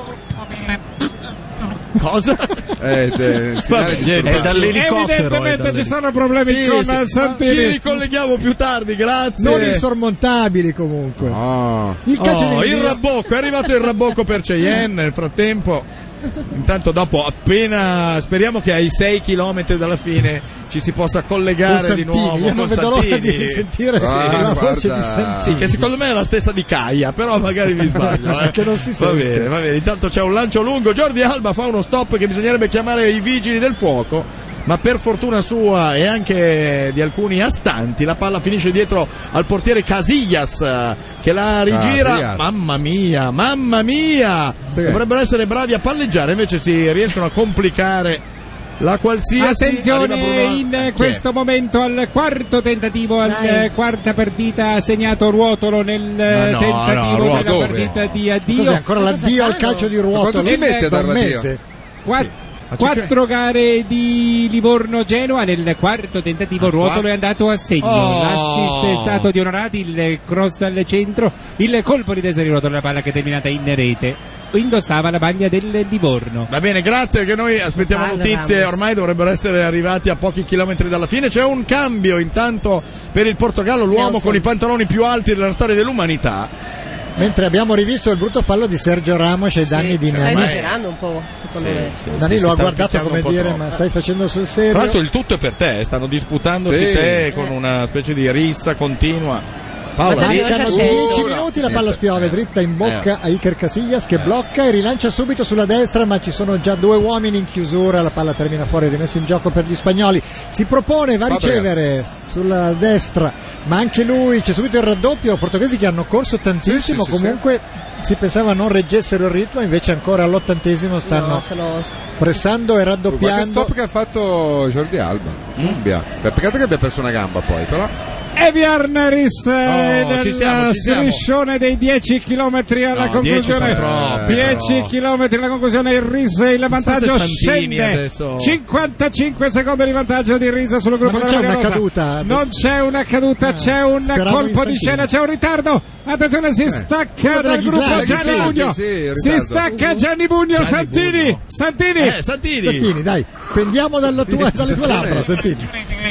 Speaker 6: Cosa?
Speaker 5: Eh, cioè, il segnale di-
Speaker 6: niente.
Speaker 8: È dall'elicottero.
Speaker 14: Evidentemente
Speaker 8: è
Speaker 14: ci sono problemi
Speaker 6: Sì,
Speaker 14: con
Speaker 6: sì, Ci
Speaker 14: Santini.
Speaker 6: ricolleghiamo più tardi, grazie.
Speaker 2: Non insormontabili comunque.
Speaker 5: Oh.
Speaker 2: Il calcio
Speaker 6: Oh,
Speaker 2: di
Speaker 6: il Rabocco, è arrivato il Rabocco per Cheyenne nel frattempo. Intanto dopo, appena speriamo che ai sei chilometri dalla fine ci si possa collegare
Speaker 2: con
Speaker 6: di
Speaker 2: Santini.
Speaker 6: nuovo
Speaker 2: Io non
Speaker 6: con
Speaker 2: vedo l'ora
Speaker 6: Santini.
Speaker 2: di sentire
Speaker 5: Ah,
Speaker 2: la voce
Speaker 5: guarda.
Speaker 2: di Santini.
Speaker 6: Che secondo me è la stessa di Caia, però magari mi sbaglio. Eh.
Speaker 2: Che non si
Speaker 6: va
Speaker 2: sente.
Speaker 6: bene, va bene. Intanto c'è un lancio lungo. Jordi Alba fa uno stop che bisognerebbe chiamare i vigili del fuoco. Ma per fortuna sua e anche di alcuni astanti, la palla finisce dietro al portiere Casillas che la rigira.
Speaker 5: Casillas.
Speaker 6: Mamma mia, mamma mia!
Speaker 5: Sì.
Speaker 6: Dovrebbero essere bravi a palleggiare, invece si riescono a complicare la qualsiasi.
Speaker 14: Attenzione
Speaker 6: Arriva Bruno-
Speaker 14: in
Speaker 6: Chi è?
Speaker 14: questo momento al quarto tentativo, al
Speaker 3: Dai.
Speaker 14: eh, quarta partita, ha segnato Ruotolo nel eh,
Speaker 6: no,
Speaker 14: tentativo
Speaker 6: no, Ruotolo
Speaker 14: della
Speaker 5: dove?
Speaker 14: partita di addio.
Speaker 2: Cos'è ancora l'addio al calcio di ruolo?
Speaker 5: quanto ci mette a
Speaker 2: da un
Speaker 5: dar l'addio?
Speaker 2: mese.
Speaker 14: Qua-
Speaker 6: Ma c'è
Speaker 14: Quattro gare di Livorno-Genoa, nel quarto tentativo
Speaker 6: Ah,
Speaker 14: Ruotolo
Speaker 6: qua-
Speaker 14: è andato a segno.
Speaker 6: Oh.
Speaker 14: L'assist è stato di Onorati, il cross al centro, il colpo di testa di Ruotolo, la palla che è terminata in rete. Indossava la maglia del Livorno.
Speaker 6: Va bene, grazie, che noi aspettiamo
Speaker 3: Palle,
Speaker 6: notizie,
Speaker 3: Ramos.
Speaker 6: ormai dovrebbero essere arrivati a pochi chilometri dalla fine. C'è un cambio intanto per il Portogallo, l'uomo
Speaker 3: Nelson.
Speaker 6: con i pantaloni più alti della storia dell'umanità.
Speaker 2: Mentre abbiamo rivisto il brutto fallo di Sergio Ramos ai danni di
Speaker 9: Sta
Speaker 2: Neymar.
Speaker 9: esagerando un po', secondo me.
Speaker 2: Danilo
Speaker 6: si
Speaker 2: ha
Speaker 6: sta
Speaker 2: guardato
Speaker 6: picchiando
Speaker 2: come
Speaker 6: un po'
Speaker 2: dire:
Speaker 6: troppo.
Speaker 2: ma stai facendo sul
Speaker 6: Tra l'altro
Speaker 2: serio?
Speaker 6: il tutto è per te, stanno disputandosi
Speaker 5: Sì.
Speaker 6: te con una specie di rissa continua. Paola,
Speaker 9: Ma dai,
Speaker 6: di-
Speaker 9: non c'è
Speaker 2: Mancano
Speaker 9: scena.
Speaker 2: dieci minuti, la palla spiove dritta in bocca
Speaker 6: Eh.
Speaker 2: a Iker Casillas che blocca e rilancia subito sulla destra, ma ci sono già due uomini in chiusura, la palla termina fuori, rimessa in gioco per gli spagnoli. Si propone, va a
Speaker 5: Fabregas.
Speaker 2: ricevere sulla destra, ma anche lui, c'è subito il raddoppio, portoghesi che hanno corso tantissimo,
Speaker 5: Sì, sì, sì,
Speaker 2: comunque si pensava non reggessero il ritmo, invece ancora all'ottantesimo stanno
Speaker 9: No, sono...
Speaker 2: pressando e
Speaker 5: Qualche
Speaker 2: raddoppiando.
Speaker 5: stop che ha fatto Jordi Alba. Zumbia. Peccato che abbia perso una gamba poi, però.
Speaker 14: E Bjarne Riis eh,
Speaker 6: Oh, ci
Speaker 14: nel
Speaker 6: siamo, ci siamo.
Speaker 14: striscione dei dieci chilometri alla
Speaker 6: No, dieci
Speaker 14: conclusione.
Speaker 6: sono troppi,
Speaker 14: dieci
Speaker 6: però.
Speaker 14: chilometri alla conclusione, il Riis il vantaggio
Speaker 6: se Santini
Speaker 14: scende.
Speaker 6: adesso-
Speaker 14: cinquantacinque secondi di vantaggio di Riis sullo gruppo
Speaker 2: non
Speaker 14: della
Speaker 2: c'è una
Speaker 14: Maglia Rosa.
Speaker 2: caduta?
Speaker 14: Non c'è una caduta, c'è un
Speaker 2: speravo
Speaker 14: colpo
Speaker 2: in
Speaker 14: di
Speaker 2: Santini.
Speaker 14: scena, c'è un ritardo. Attenzione, si stacca
Speaker 2: quello della
Speaker 14: dal gruppo
Speaker 2: Ghislandi,
Speaker 14: Gianni
Speaker 5: sì,
Speaker 14: Bugno.
Speaker 5: sì, il
Speaker 14: Si
Speaker 5: ritardo.
Speaker 14: stacca Gianni Bugno, Santini.
Speaker 6: Bugno.
Speaker 14: Santini.
Speaker 6: Eh, Santini.
Speaker 2: Santini, dai, pendiamo dalla tua- dalle tue labbra, Santini.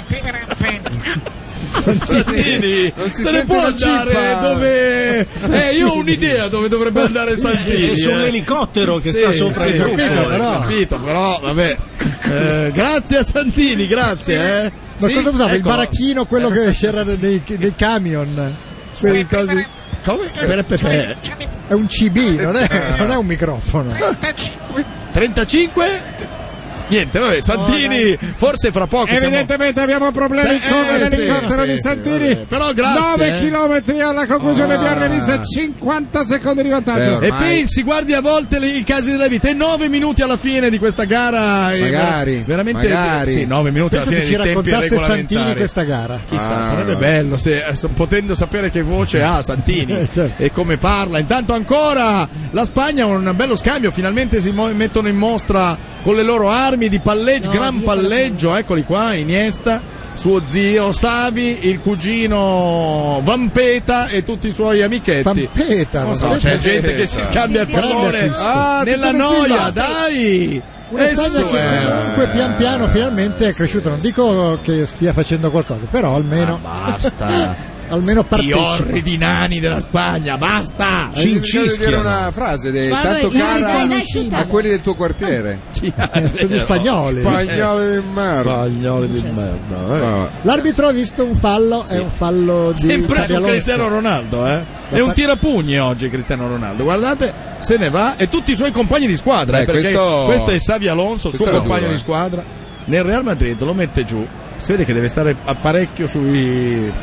Speaker 6: Santini,
Speaker 5: Non si
Speaker 6: se ne
Speaker 5: sente
Speaker 6: può
Speaker 5: una
Speaker 6: andare
Speaker 5: cippa.
Speaker 6: dove. Eh, io ho un'idea dove dovrebbe andare Santini.
Speaker 8: È sull'elicottero che
Speaker 6: Sì,
Speaker 8: sta sopra
Speaker 6: sì,
Speaker 8: il gruppo.
Speaker 6: capito,
Speaker 2: però.
Speaker 6: capito, però vabbè. Eh, grazie a Santini, grazie. Eh.
Speaker 2: Ma
Speaker 6: Sì,
Speaker 2: cosa usava? Il
Speaker 6: ecco.
Speaker 2: baracchino, quello che c'era nei, nei camion? Quelli cosi-
Speaker 6: Come? Per Pepe.
Speaker 2: È un C B, non è, non è un microfono.
Speaker 6: trentacinque? Niente, vabbè, Santini, forse fra poco.
Speaker 14: Evidentemente
Speaker 6: siamo...
Speaker 14: abbiamo problemi
Speaker 6: Beh,
Speaker 14: con
Speaker 6: eh,
Speaker 14: l'elicottero
Speaker 6: sì,
Speaker 14: di
Speaker 6: sì,
Speaker 14: Santini.
Speaker 6: Sì, però grazie.
Speaker 14: nove
Speaker 6: eh.
Speaker 14: chilometri alla conclusione,
Speaker 6: Ah.
Speaker 14: Bjarne Riise, cinquanta secondi di vantaggio.
Speaker 6: Beh, e pensi, guardi a volte le- i casi della vita, e nove minuti alla fine di questa gara. eh,
Speaker 5: Magari,
Speaker 6: veramente
Speaker 5: magari.
Speaker 6: Sì, nove minuti
Speaker 2: Pensa
Speaker 6: alla
Speaker 2: se
Speaker 6: fine
Speaker 2: ci
Speaker 6: di tempi
Speaker 2: raccontasse Santini
Speaker 6: regolamentari.
Speaker 2: questa gara.
Speaker 6: Chissà,
Speaker 5: Ah,
Speaker 6: sarebbe
Speaker 5: no.
Speaker 6: bello se, eh, potendo sapere che voce ha Santini
Speaker 2: Eh, certo.
Speaker 6: e come parla. Intanto ancora la Spagna, un bello scambio, finalmente si mo- mettono in mostra con le loro armi di palleggio,
Speaker 12: No,
Speaker 6: gran
Speaker 12: via
Speaker 6: palleggio, eccoli qua, Iniesta, suo zio Savi, il cugino Vampeta e tutti i suoi amichetti.
Speaker 2: Vampeta,
Speaker 6: Non so,
Speaker 2: non
Speaker 6: c'è
Speaker 2: Vampeta.
Speaker 6: gente che si cambia il
Speaker 2: Grande
Speaker 6: pallone
Speaker 2: acquisto.
Speaker 5: Ah,
Speaker 6: nella
Speaker 5: Tizio
Speaker 6: noia,
Speaker 5: Silva.
Speaker 6: dai!
Speaker 2: Una Spagna
Speaker 6: Esso
Speaker 2: che
Speaker 6: è-
Speaker 2: comunque pian piano finalmente è cresciuta, non dico che stia facendo qualcosa, però almeno
Speaker 6: Ah, basta.
Speaker 2: almeno
Speaker 6: Gli
Speaker 2: partecipa.
Speaker 6: orridi nani della Spagna, basta!
Speaker 5: Hai dimenticato di dire una frase de-
Speaker 15: Guarda,
Speaker 5: tanto
Speaker 15: io
Speaker 5: cara
Speaker 15: dai, dai,
Speaker 5: a
Speaker 15: sciutare.
Speaker 5: quelli del tuo quartiere.
Speaker 2: Sono gli spagnoli.
Speaker 5: Spagnoli di merda.
Speaker 6: Spagnoli di merda, eh.
Speaker 5: Ah,
Speaker 2: L'arbitro ha visto un fallo, è un fallo di
Speaker 6: Sempre
Speaker 2: Xabi
Speaker 6: su
Speaker 2: Alonso.
Speaker 6: Cristiano Ronaldo, eh? È un tirapugni oggi Cristiano Ronaldo. Guardate, se ne va e tutti i suoi compagni di squadra,
Speaker 5: Beh,
Speaker 6: eh, perché
Speaker 5: questo-
Speaker 6: questo è Xavi Alonso,
Speaker 5: questo
Speaker 6: suo
Speaker 5: era
Speaker 6: compagno
Speaker 5: duro,
Speaker 6: di
Speaker 5: eh.
Speaker 6: squadra. Nel Real Madrid lo mette giù. Si vede che deve stare apparecchio sui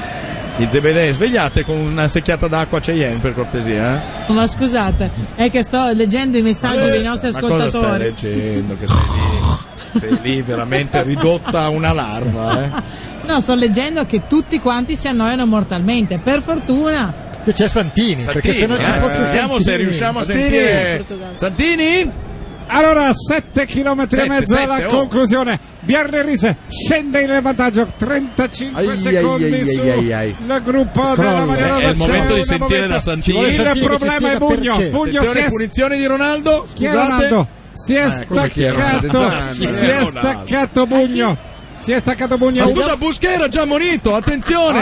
Speaker 6: i Zebedee. Svegliate con una secchiata d'acqua a Cheyenne, per cortesia, eh?
Speaker 15: Ma scusate, è che sto leggendo i messaggi dei nostri
Speaker 6: Ma cosa stai
Speaker 15: ascoltatori.
Speaker 6: leggendo? Che sei lì, sei lì veramente ridotta a una larva, eh?
Speaker 15: No, sto leggendo che tutti quanti si annoiano mortalmente. Per fortuna.
Speaker 2: Che c'è Santini, perché se non ci
Speaker 6: eh,
Speaker 2: fosse
Speaker 6: vediamo
Speaker 2: Santini.
Speaker 6: se riusciamo a
Speaker 2: Santini.
Speaker 6: sentire Santini.
Speaker 14: Allora, sette chilometri e
Speaker 6: Sette,
Speaker 14: mezzo alla
Speaker 6: sette, oh.
Speaker 14: conclusione. Bjarne Riise scende in vantaggio, trentacinque
Speaker 5: Ai,
Speaker 14: secondi
Speaker 5: ai, ai,
Speaker 14: su
Speaker 5: ai, ai.
Speaker 14: il gruppo
Speaker 2: Crolla.
Speaker 14: della Maglia
Speaker 6: È
Speaker 14: Rosa.
Speaker 6: il momento
Speaker 14: C'è
Speaker 6: di
Speaker 14: un
Speaker 6: sentire
Speaker 14: momento.
Speaker 6: da Santini.
Speaker 2: Ci vuole
Speaker 14: Il
Speaker 2: Santini che
Speaker 14: problema
Speaker 2: ci
Speaker 14: è
Speaker 2: spiega
Speaker 14: Bugno.
Speaker 2: perché.
Speaker 14: Bugno si
Speaker 6: Attenzione,
Speaker 14: è
Speaker 6: punizione di Ronaldo.
Speaker 14: Chi è
Speaker 6: Scusate.
Speaker 14: Ronaldo? Si è
Speaker 5: cosa chi è Ronaldo?
Speaker 14: staccato,
Speaker 5: Zanni.
Speaker 14: si è staccato Bugno. Si è staccato Bugno.
Speaker 6: Ma scusa, Busquets era già monito, attenzione.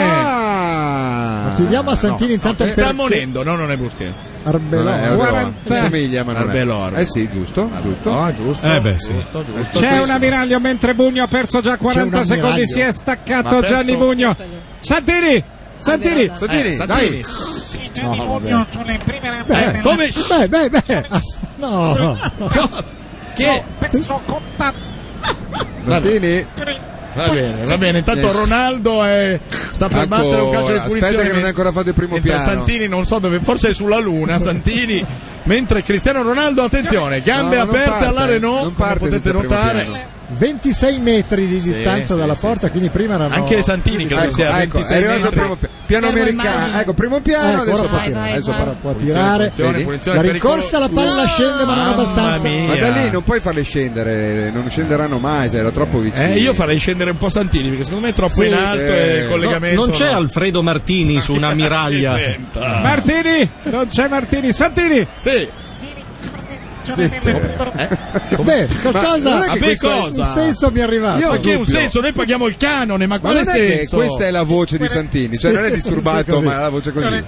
Speaker 5: Ah,
Speaker 2: Chiediamo a Santini intanto
Speaker 6: Sta
Speaker 2: perché
Speaker 6: ammonendo, no, non è Busquets.
Speaker 2: Arbeloa.
Speaker 5: Non è Arbeloa.
Speaker 14: quaranta.
Speaker 5: Somiglia, ma non
Speaker 6: Arbeloa.
Speaker 5: è. Eh sì, giusto, giusto.
Speaker 6: Ah, giusto.
Speaker 8: Eh beh, sì.
Speaker 6: giusto, giusto.
Speaker 14: C'è un ammiraglio mentre Bugno ha perso già quaranta
Speaker 2: un
Speaker 14: secondi.
Speaker 2: ammiraglio.
Speaker 14: Si è
Speaker 6: Ma
Speaker 14: staccato
Speaker 6: ha perso-
Speaker 14: Gianni Bugno. Santini, Santini.
Speaker 5: Santini,
Speaker 6: Eh,
Speaker 5: dai.
Speaker 6: Santini.
Speaker 10: Sì, Gianni Bugno sulle prime
Speaker 2: Beh,
Speaker 6: Come?
Speaker 2: beh, beh, beh. No.
Speaker 6: Chi è?
Speaker 10: penso contatto.
Speaker 5: Santini.
Speaker 6: Va bene, va bene. Intanto
Speaker 5: Eh.
Speaker 6: Ronaldo è- sta per
Speaker 5: Ancora,
Speaker 6: battere un calcio di punizione.
Speaker 5: aspetta che non è ancora fatto il primo
Speaker 6: mentre
Speaker 5: piano.
Speaker 6: Santini non so dove, forse è sulla luna. Santini, mentre Cristiano Ronaldo, attenzione, gambe
Speaker 5: No, non
Speaker 6: aperte
Speaker 5: parte,
Speaker 6: alla Renault,
Speaker 5: non
Speaker 6: come
Speaker 5: parte
Speaker 6: potete
Speaker 5: senza primo
Speaker 6: notare.
Speaker 5: piano.
Speaker 2: ventisei metri di
Speaker 6: Sì,
Speaker 2: distanza
Speaker 6: sì,
Speaker 2: dalla
Speaker 6: sì,
Speaker 2: porta,
Speaker 6: sì,
Speaker 2: quindi prima erano
Speaker 6: Anche Santini credo
Speaker 5: Ecco,
Speaker 6: sia a
Speaker 5: ecco, è
Speaker 6: ventisei
Speaker 5: arrivato il
Speaker 6: metri.
Speaker 5: primo pi- piano
Speaker 15: Fermo
Speaker 5: americano.
Speaker 15: immagine.
Speaker 5: Ecco, primo piano,
Speaker 2: Ecco,
Speaker 5: adesso
Speaker 2: ora può
Speaker 12: vai,
Speaker 2: tirare,
Speaker 12: vai,
Speaker 2: adesso
Speaker 12: vai.
Speaker 2: può- può
Speaker 6: Punizione,
Speaker 2: tirare.
Speaker 6: punizione,
Speaker 5: Vedi?
Speaker 6: punizione
Speaker 2: La
Speaker 6: pericolosa.
Speaker 2: rincorsa, la palla scende, ma non
Speaker 6: Mamma
Speaker 2: abbastanza.
Speaker 6: mia.
Speaker 5: Ma da lì non puoi farle scendere, non scenderanno mai, sei era troppo vicino.
Speaker 6: Eh, io farei scendere un po' Santini perché secondo me è troppo
Speaker 2: Sì,
Speaker 6: in alto
Speaker 5: eh,
Speaker 6: e il collegamento.
Speaker 8: Non c'è
Speaker 6: no.
Speaker 8: Alfredo Martini su una miraglia.
Speaker 6: Senta.
Speaker 14: Martini, non c'è Martini. Santini.
Speaker 6: Sì.
Speaker 2: Beh, qualcosa,
Speaker 5: non è che
Speaker 6: A me
Speaker 5: questo è-
Speaker 6: cosa?
Speaker 2: un senso mi è arrivato.
Speaker 5: Io-
Speaker 6: Ma che un
Speaker 5: dubbio.
Speaker 6: senso? Noi paghiamo il canone, ma
Speaker 5: Ma
Speaker 6: quale
Speaker 5: non è che
Speaker 6: senso?
Speaker 5: questa è la voce di Santini, cioè non è disturbato,
Speaker 2: Sì, così.
Speaker 5: ma è la voce così.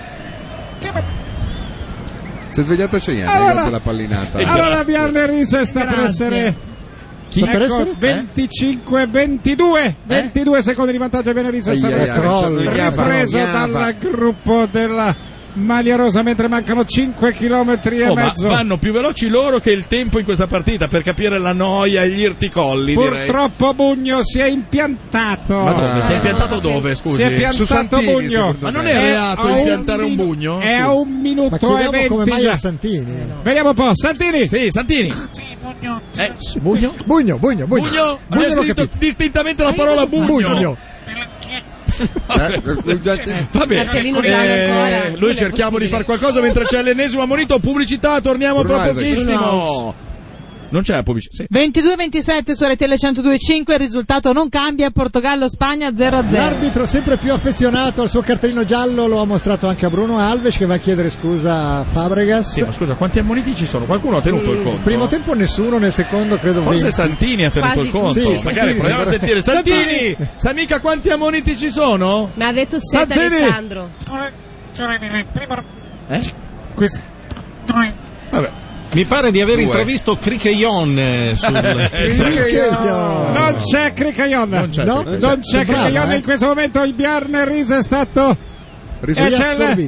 Speaker 5: Si è svegliato Cheyenne
Speaker 14: Allora-
Speaker 5: grazie alla pallinata.
Speaker 14: Allora Bjarne Riise sta per
Speaker 15: Grazie.
Speaker 14: essere.
Speaker 2: Chi per
Speaker 14: Ecco,
Speaker 2: essere?
Speaker 14: venticinque ventidue ventidue secondi di vantaggio. Bjarne Riise sta
Speaker 5: Ai,
Speaker 14: per
Speaker 5: ai,
Speaker 14: essere
Speaker 2: ai,
Speaker 5: non gnava,
Speaker 14: ripreso
Speaker 5: non gnava.
Speaker 14: dal gruppo della Maglia Rosa mentre mancano cinque chilometri e
Speaker 6: Oh, ma
Speaker 14: mezzo.
Speaker 6: vanno più veloci loro che il tempo in questa partita per capire la noia e gli irticolli, direi.
Speaker 14: Purtroppo Bugno si è impiantato.
Speaker 6: Ma dove? Si è impiantato dove, scusi?
Speaker 14: Si è piantato
Speaker 5: Su Santini,
Speaker 14: Bugno.
Speaker 5: secondo
Speaker 6: Ma non
Speaker 5: me.
Speaker 6: è
Speaker 14: È
Speaker 6: reato
Speaker 14: a un
Speaker 6: impiantare un
Speaker 14: minu-
Speaker 6: bugno?
Speaker 14: È a un
Speaker 2: Ma
Speaker 14: minuto e
Speaker 2: chiediamo come mai
Speaker 14: venti.
Speaker 2: a Santini.
Speaker 14: Vediamo un po', Santini.
Speaker 6: Sì, Santini.
Speaker 10: Sì, Bugno.
Speaker 6: Eh, Bugno?
Speaker 2: Bugno, Bugno, Bugno.
Speaker 6: Bugno?
Speaker 2: Bugno
Speaker 6: Abbiamo
Speaker 2: l'ho
Speaker 6: sentito
Speaker 2: capito.
Speaker 6: distintamente la parola bugno.
Speaker 2: Bugno.
Speaker 5: Eh,
Speaker 6: Va bene,
Speaker 12: Cartellino
Speaker 6: Eh,
Speaker 12: giallo ancora.
Speaker 6: noi
Speaker 12: Non è
Speaker 6: cerchiamo di
Speaker 12: possibile.
Speaker 6: fare qualcosa mentre c'è l'ennesimo ammonito. Pubblicità, torniamo
Speaker 5: Bruno
Speaker 6: tra
Speaker 5: Alves.
Speaker 6: pochissimo. Non c'è la pubblicità. Sì.
Speaker 4: ventidue ventisette su R T L centodue e cinque, il risultato non cambia, Portogallo-Spagna zero a zero.
Speaker 2: L'arbitro sempre più affezionato al suo cartellino giallo lo ha mostrato anche a Bruno Alves che va a chiedere scusa a Fabregas.
Speaker 6: Sì, ma scusa, quanti ammoniti ci sono? Qualcuno ha tenuto il conto?
Speaker 2: Primo tempo nessuno, nel secondo credo
Speaker 6: Forse
Speaker 2: venti.
Speaker 6: Santini ha tenuto
Speaker 12: Quasi
Speaker 6: il conto.
Speaker 2: tutti. Sì,
Speaker 6: Magari
Speaker 2: Santini,
Speaker 6: proviamo a
Speaker 2: sì.
Speaker 6: sentire. Santini! Sa mica quanti ammoniti ci sono?
Speaker 12: Mi ha detto sette
Speaker 14: Santini.
Speaker 12: Alessandro.
Speaker 10: Primo.
Speaker 6: Eh?
Speaker 14: Questo.
Speaker 6: Vabbè.
Speaker 8: Mi pare di aver
Speaker 5: Due.
Speaker 8: intravisto Cricheillon eh, sul...
Speaker 14: Non c'è Cricheillon.
Speaker 6: Non c'è
Speaker 2: No?
Speaker 14: Non c'è
Speaker 2: Sembrava,
Speaker 14: Cricheillon
Speaker 2: eh.
Speaker 14: in questo momento. Il Bjarne Riise è stato
Speaker 5: Risultato-
Speaker 14: E c'è il-
Speaker 2: Riassorbito.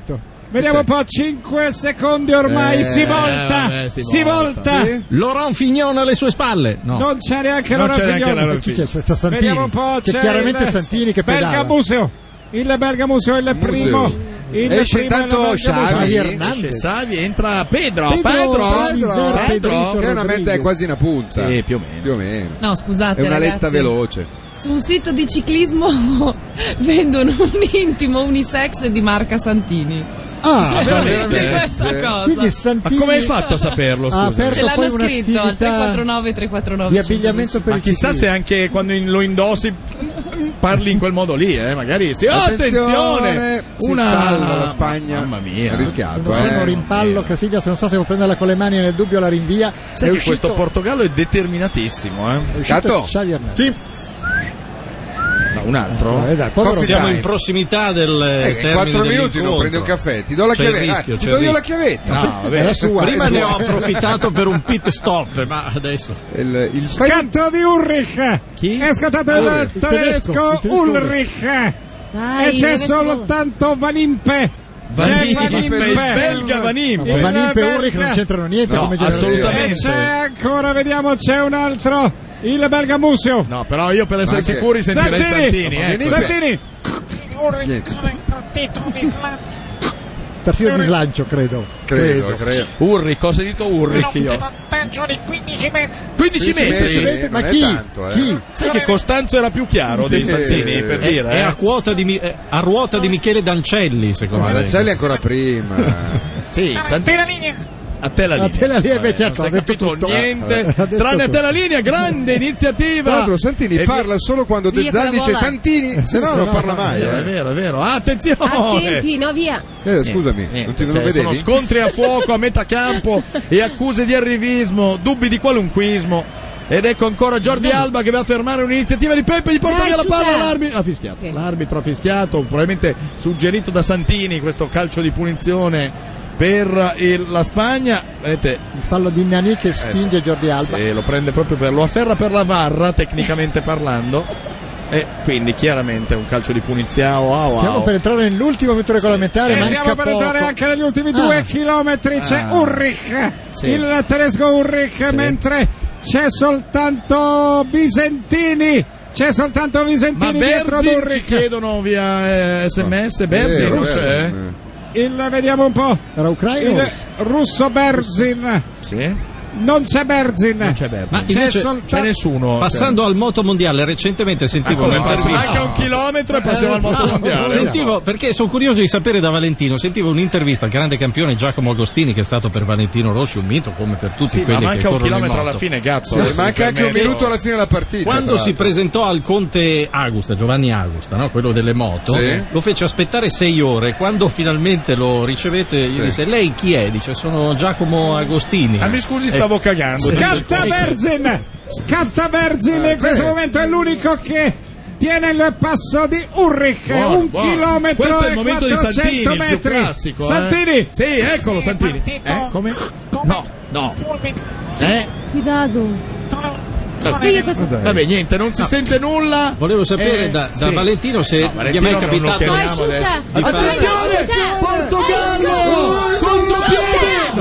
Speaker 14: Vediamo un po', cinque secondi ormai,
Speaker 8: Eh,
Speaker 14: si volta,
Speaker 8: vabbè, si
Speaker 14: si
Speaker 8: volta.
Speaker 14: volta.
Speaker 8: Sì? Laurent Fignon alle sue spalle. No.
Speaker 14: Non c'è neanche
Speaker 8: Non
Speaker 14: Laurent
Speaker 8: c'è neanche
Speaker 14: Fignon.
Speaker 8: Laurent
Speaker 2: Chi c'è? C'è Santini.
Speaker 14: Vediamo un po',
Speaker 2: C'è
Speaker 14: c'è
Speaker 2: chiaramente
Speaker 14: il
Speaker 2: Santini che pedala.
Speaker 14: Bergamuseo. Il Bergamuseo, il primo. Il
Speaker 5: Esce
Speaker 14: primo
Speaker 5: intanto
Speaker 14: è il
Speaker 5: Xavi.
Speaker 14: Bergamuseo.
Speaker 6: Esce Xavi, entra Pedro,
Speaker 5: Pedro,
Speaker 6: Pedro,
Speaker 5: Pedro,
Speaker 6: Pedro,
Speaker 5: che è una meta è quasi una punta.
Speaker 6: Sì, più o meno.
Speaker 5: Più o meno.
Speaker 3: No, scusate,
Speaker 5: È una
Speaker 3: ragazzi.
Speaker 5: letta veloce.
Speaker 3: Su un sito di ciclismo vendono un intimo unisex di marca Santini.
Speaker 2: Ah,
Speaker 3: veramente questa cosa.
Speaker 2: Quindi Santini
Speaker 6: Ma come hai fatto a saperlo?
Speaker 2: ha
Speaker 6: Scusa?
Speaker 2: aperto
Speaker 3: Ce l'hanno
Speaker 2: poi
Speaker 3: scritto al tre quattro nove tre quattro nove
Speaker 2: di abbigliamento per
Speaker 6: Ma
Speaker 2: il
Speaker 6: chissà
Speaker 2: ciclismo.
Speaker 6: se anche quando in- lo indossi parli in quel modo lì, eh? Magari sì. Oh, attenzione!
Speaker 5: Si
Speaker 6: Una
Speaker 5: salva la Spagna.
Speaker 6: Mamma mia.
Speaker 5: È rischiato,
Speaker 2: Uno
Speaker 5: eh.
Speaker 2: rimpallo, Casillas non so se può prendere con le mani nel dubbio la rinvia.
Speaker 6: Sai
Speaker 2: È
Speaker 6: che
Speaker 2: uscito-
Speaker 6: questo Portogallo è determinatissimo, eh?
Speaker 2: è uscito Xavi Hernandez.
Speaker 6: Sì. No, un altro?
Speaker 2: Eh, dai, povero
Speaker 8: Siamo
Speaker 2: Dai.
Speaker 8: in prossimità del
Speaker 5: Eh, in
Speaker 8: termine
Speaker 5: quattro minuti non
Speaker 8: dell'incontro.
Speaker 5: prendi un caffè, ti do la
Speaker 8: C'è il
Speaker 5: chiavetta.
Speaker 8: rischio,
Speaker 5: Ah, ti
Speaker 8: c'è
Speaker 5: do
Speaker 8: il
Speaker 5: io la
Speaker 8: rischio.
Speaker 5: chiavetta.
Speaker 6: No, vabbè.
Speaker 2: È la sua,
Speaker 8: Prima
Speaker 2: è
Speaker 8: ne
Speaker 2: sua.
Speaker 8: ho approfittato per un pit stop, ma adesso
Speaker 5: Il, il
Speaker 14: Scatto di Ulrich.
Speaker 6: Chi?
Speaker 14: È scattato il
Speaker 2: Ulrich, il tedesco,
Speaker 14: tedesco
Speaker 2: il tedesco
Speaker 14: Ulrich.
Speaker 9: Dai,
Speaker 14: E c'è
Speaker 9: ragazzi,
Speaker 14: soltanto Vanimpe. C'è
Speaker 6: Vanimpe, il belga Vanimpe.
Speaker 14: Il
Speaker 2: Vanimpe e
Speaker 14: belga.
Speaker 2: Ulrich non c'entrano niente
Speaker 6: No,
Speaker 2: come generazione.
Speaker 14: E
Speaker 6: assolutamente.
Speaker 14: c'è ancora, vediamo, c'è un altro. Il Bergamuseo.
Speaker 6: No, però io per essere
Speaker 5: Ma che-
Speaker 6: sicuri sentirei Santini,
Speaker 5: Ma
Speaker 6: eh.
Speaker 5: vieni-
Speaker 14: Santini.
Speaker 5: Niente.
Speaker 2: Partita di slancio, credo.
Speaker 5: Credo, credo.
Speaker 6: Urri, cosa hai detto Urrich io?
Speaker 14: Vantaggio di quindici metri.
Speaker 6: quindici metri?
Speaker 5: metri,
Speaker 2: Ma
Speaker 5: non è
Speaker 2: chi?
Speaker 5: tanto, eh.
Speaker 2: Chi?
Speaker 6: Sai che Costanzo era più chiaro dei
Speaker 5: Sì.
Speaker 6: Santini, per
Speaker 8: è,
Speaker 6: dire,
Speaker 8: è
Speaker 6: eh?
Speaker 8: a, quota di, Mi- è a ruota di Michele Dancelli, secondo
Speaker 5: Ma
Speaker 8: me.
Speaker 5: Lancelli ancora prima.
Speaker 6: Sì, Santini. A te la
Speaker 2: A
Speaker 6: linea.
Speaker 2: te la linea, beh,
Speaker 6: Eh,
Speaker 2: certo,
Speaker 6: non
Speaker 2: ha
Speaker 6: si è
Speaker 2: detto
Speaker 6: capito
Speaker 2: tutto.
Speaker 6: niente,
Speaker 2: Eh, ha detto
Speaker 6: tranne a
Speaker 2: tutto.
Speaker 6: te la linea, grande iniziativa.
Speaker 5: Tra l'altro Santini
Speaker 6: E
Speaker 5: parla solo quando De
Speaker 9: Via,
Speaker 5: Zan dice
Speaker 9: bravola.
Speaker 5: Santini, se no
Speaker 2: se
Speaker 5: non
Speaker 2: no,
Speaker 5: parla
Speaker 2: no,
Speaker 5: mai.
Speaker 6: È vero, è
Speaker 5: Eh.
Speaker 6: vero, è vero. Attenzione!
Speaker 9: Attenti, no via.
Speaker 5: Eh, scusami,
Speaker 6: Niente,
Speaker 5: non ti non
Speaker 6: cioè,
Speaker 5: vedevi?
Speaker 6: sono scontri a fuoco a metà campo e accuse di arrivismo, dubbi di qualunquismo. Ed ecco ancora Jordi Alba che va a fermare un'iniziativa di Pepe, gli porta
Speaker 9: Dai,
Speaker 6: via la palla,
Speaker 9: sciuta.
Speaker 6: l'arbitro ha fischiato.
Speaker 9: Ok.
Speaker 6: L'arbitro ha fischiato, probabilmente suggerito da Santini questo calcio di punizione per il- la Spagna. Vedete,
Speaker 2: Il fallo di Nani che spinge
Speaker 6: sì.
Speaker 2: Jordi Alba.
Speaker 6: se lo prende proprio per lo afferra per la varra, tecnicamente parlando. E quindi chiaramente un calcio di punizione. Wow,
Speaker 2: Stiamo
Speaker 6: wow.
Speaker 2: per entrare nell'ultimo minuto regolamentare,
Speaker 14: E
Speaker 2: manca
Speaker 14: siamo per
Speaker 2: poco.
Speaker 14: entrare anche negli ultimi
Speaker 2: Ah.
Speaker 14: due chilometri. C'è
Speaker 6: Ah.
Speaker 14: Ulrich,
Speaker 6: Sì.
Speaker 14: il tedesco Ulrich, mentre c'è soltanto Visentini. C'è soltanto
Speaker 6: Ma
Speaker 14: Visentini dietro ad
Speaker 6: Berzin ci
Speaker 14: Ulrich.
Speaker 6: chiedono via eh, sms. Berzin
Speaker 5: Vero,
Speaker 6: russo,
Speaker 5: vero.
Speaker 6: eh?
Speaker 14: Il, vediamo un po'.
Speaker 2: Era ucraino?
Speaker 14: Il russo Berzin.
Speaker 6: Sì.
Speaker 14: Non c'è Berzin.
Speaker 6: Non c'è Berzin.
Speaker 8: Ma
Speaker 14: C'è
Speaker 8: invece
Speaker 14: soltanto.
Speaker 6: C'è nessuno.
Speaker 8: Passando al moto mondiale, recentemente sentivo
Speaker 6: Come
Speaker 8: un'intervista.
Speaker 6: manca un chilometro e passiamo al moto mondiale.
Speaker 8: Sentivo, perché sono curioso di sapere da Valentino, sentivo un'intervista al grande campione Giacomo Agostini, che è stato per Valentino Rossi un mito come per tutti
Speaker 6: Sì, ma
Speaker 8: quelli che
Speaker 6: manca un
Speaker 8: corrono in
Speaker 6: chilometro
Speaker 8: moto.
Speaker 6: alla fine, gatto.
Speaker 5: Sì,
Speaker 6: adesso
Speaker 5: manca
Speaker 6: mi
Speaker 5: anche un
Speaker 6: permetto.
Speaker 5: minuto alla fine della partita.
Speaker 8: Quando
Speaker 5: tra
Speaker 8: si
Speaker 5: l'altro.
Speaker 8: presentò al conte Agusta, Giovanni Agusta, no? Quello delle moto,
Speaker 5: Sì.
Speaker 8: lo fece aspettare sei ore. Quando finalmente lo ricevete, gli
Speaker 5: Sì.
Speaker 8: disse: lei chi è? Dice: sono Giacomo Agostini.
Speaker 6: Ah, mi scusi,
Speaker 8: Eh,
Speaker 6: stavo cagando.
Speaker 14: Scatta Berzin. Scatta Berzin. In questo momento è l'unico che tiene il passo di Ulrich.
Speaker 6: Buono,
Speaker 14: un
Speaker 6: buono.
Speaker 14: chilometro
Speaker 6: Questo è il
Speaker 14: e
Speaker 6: momento di Santini,
Speaker 14: quattrocento
Speaker 6: il più
Speaker 14: metri.
Speaker 6: classico, eh.
Speaker 14: Santini.
Speaker 6: Sì, eccolo Santini. Eh, come? No, no. Eh?
Speaker 9: Cuidado. Vedi questo?
Speaker 6: Vabbè, niente, non si sente nulla.
Speaker 8: Volevo sapere
Speaker 6: Eh,
Speaker 8: da, da
Speaker 6: sì.
Speaker 8: Valentino se
Speaker 6: No,
Speaker 8: gli è mai
Speaker 6: Valentino non lo
Speaker 8: capitato
Speaker 6: chiamiamo
Speaker 9: Vai, sciuta.
Speaker 6: adesso.
Speaker 8: di fare-
Speaker 6: Attenzione! Portogallo! Contropiede!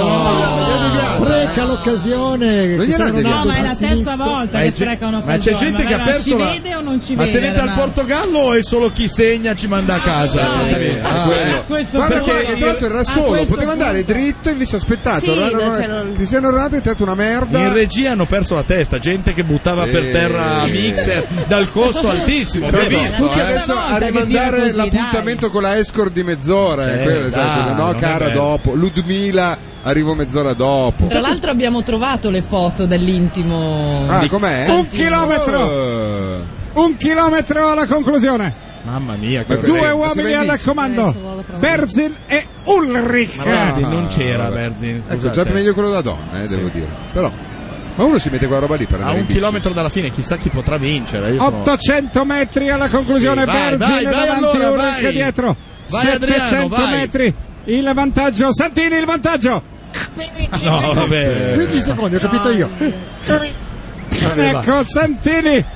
Speaker 6: No!
Speaker 2: Spreca l'occasione.
Speaker 5: Non
Speaker 2: che
Speaker 5: gliel'ha
Speaker 2: stanno
Speaker 5: dedicato.
Speaker 15: No, ma è la
Speaker 2: a
Speaker 15: terza
Speaker 2: sinistra.
Speaker 15: volta
Speaker 6: Ma
Speaker 15: che
Speaker 6: c'è-
Speaker 15: spreca
Speaker 6: ma
Speaker 15: un'occasione.
Speaker 6: c'è gente che ha
Speaker 15: Magari
Speaker 6: perso
Speaker 15: ci
Speaker 6: la...
Speaker 15: vede o non ci
Speaker 6: Ma
Speaker 15: vede,
Speaker 6: tenete al
Speaker 15: Renato?
Speaker 6: Portogallo o è solo chi segna ci manda a casa?
Speaker 5: Eh,
Speaker 6: Ah,
Speaker 5: quello.
Speaker 15: a questo
Speaker 5: Guarda,
Speaker 15: punto-
Speaker 5: guarda che tra l'altro era
Speaker 15: a
Speaker 5: solo,
Speaker 15: questo
Speaker 5: poteva andare
Speaker 15: punto-
Speaker 5: dritto, invece ha aspettato.
Speaker 9: Sì,
Speaker 5: Ronaldo-
Speaker 9: non c'è- non-
Speaker 5: Cristiano Ronaldo è tirato una merda.
Speaker 6: In regia hanno perso la testa, gente che buttava
Speaker 5: Sì.
Speaker 6: per terra mixer dal costo altissimo.
Speaker 5: Però
Speaker 6: Avete visto?
Speaker 5: tutti
Speaker 6: eh?
Speaker 5: adesso
Speaker 15: Volta
Speaker 5: a
Speaker 15: che
Speaker 5: rimandare
Speaker 15: tira così,
Speaker 5: l'appuntamento con la escort di mezz'ora.
Speaker 6: Sì,
Speaker 5: eh, quello, sai,
Speaker 6: dai,
Speaker 5: quello, no,
Speaker 6: non è
Speaker 5: cara,
Speaker 6: bello.
Speaker 5: dopo. Ludmila, arrivo mezz'ora dopo.
Speaker 3: Tra l'altro abbiamo trovato le foto dell'intimo.
Speaker 5: Ah,
Speaker 3: di
Speaker 5: com'è?
Speaker 14: Un
Speaker 3: Santini.
Speaker 14: chilometro.
Speaker 5: Oh.
Speaker 14: Un chilometro alla conclusione.
Speaker 6: Mamma mia, che
Speaker 5: Ma
Speaker 14: Due
Speaker 5: Sì,
Speaker 14: uomini
Speaker 5: si va in
Speaker 14: al
Speaker 5: bici.
Speaker 14: comando.
Speaker 9: Adesso vado a provare.
Speaker 14: Berzin e Ulrich.
Speaker 6: Ma Berzin non c'era,
Speaker 5: vabbè.
Speaker 6: Berzin,
Speaker 5: Ecco,
Speaker 6: scusate.
Speaker 5: già meglio quello da donna, eh,
Speaker 6: Sì.
Speaker 5: devo dire. Però, ma uno si mette quella roba lì per
Speaker 6: A
Speaker 5: andare
Speaker 6: un
Speaker 5: in bici.
Speaker 6: chilometro dalla fine, chissà chi potrà vincere. Io sono-
Speaker 14: ottocento metri alla conclusione.
Speaker 6: Sì, vai,
Speaker 14: Berzin
Speaker 6: vai, vai,
Speaker 14: davanti,
Speaker 6: allora,
Speaker 14: Ulrich
Speaker 6: vai.
Speaker 14: dietro.
Speaker 6: Vai, Adriano,
Speaker 14: settecento
Speaker 6: vai.
Speaker 14: metri. Il vantaggio. Santini il vantaggio.
Speaker 6: No, vabbè.
Speaker 2: quindici secondi, ho capito io.
Speaker 14: Ecco Santini.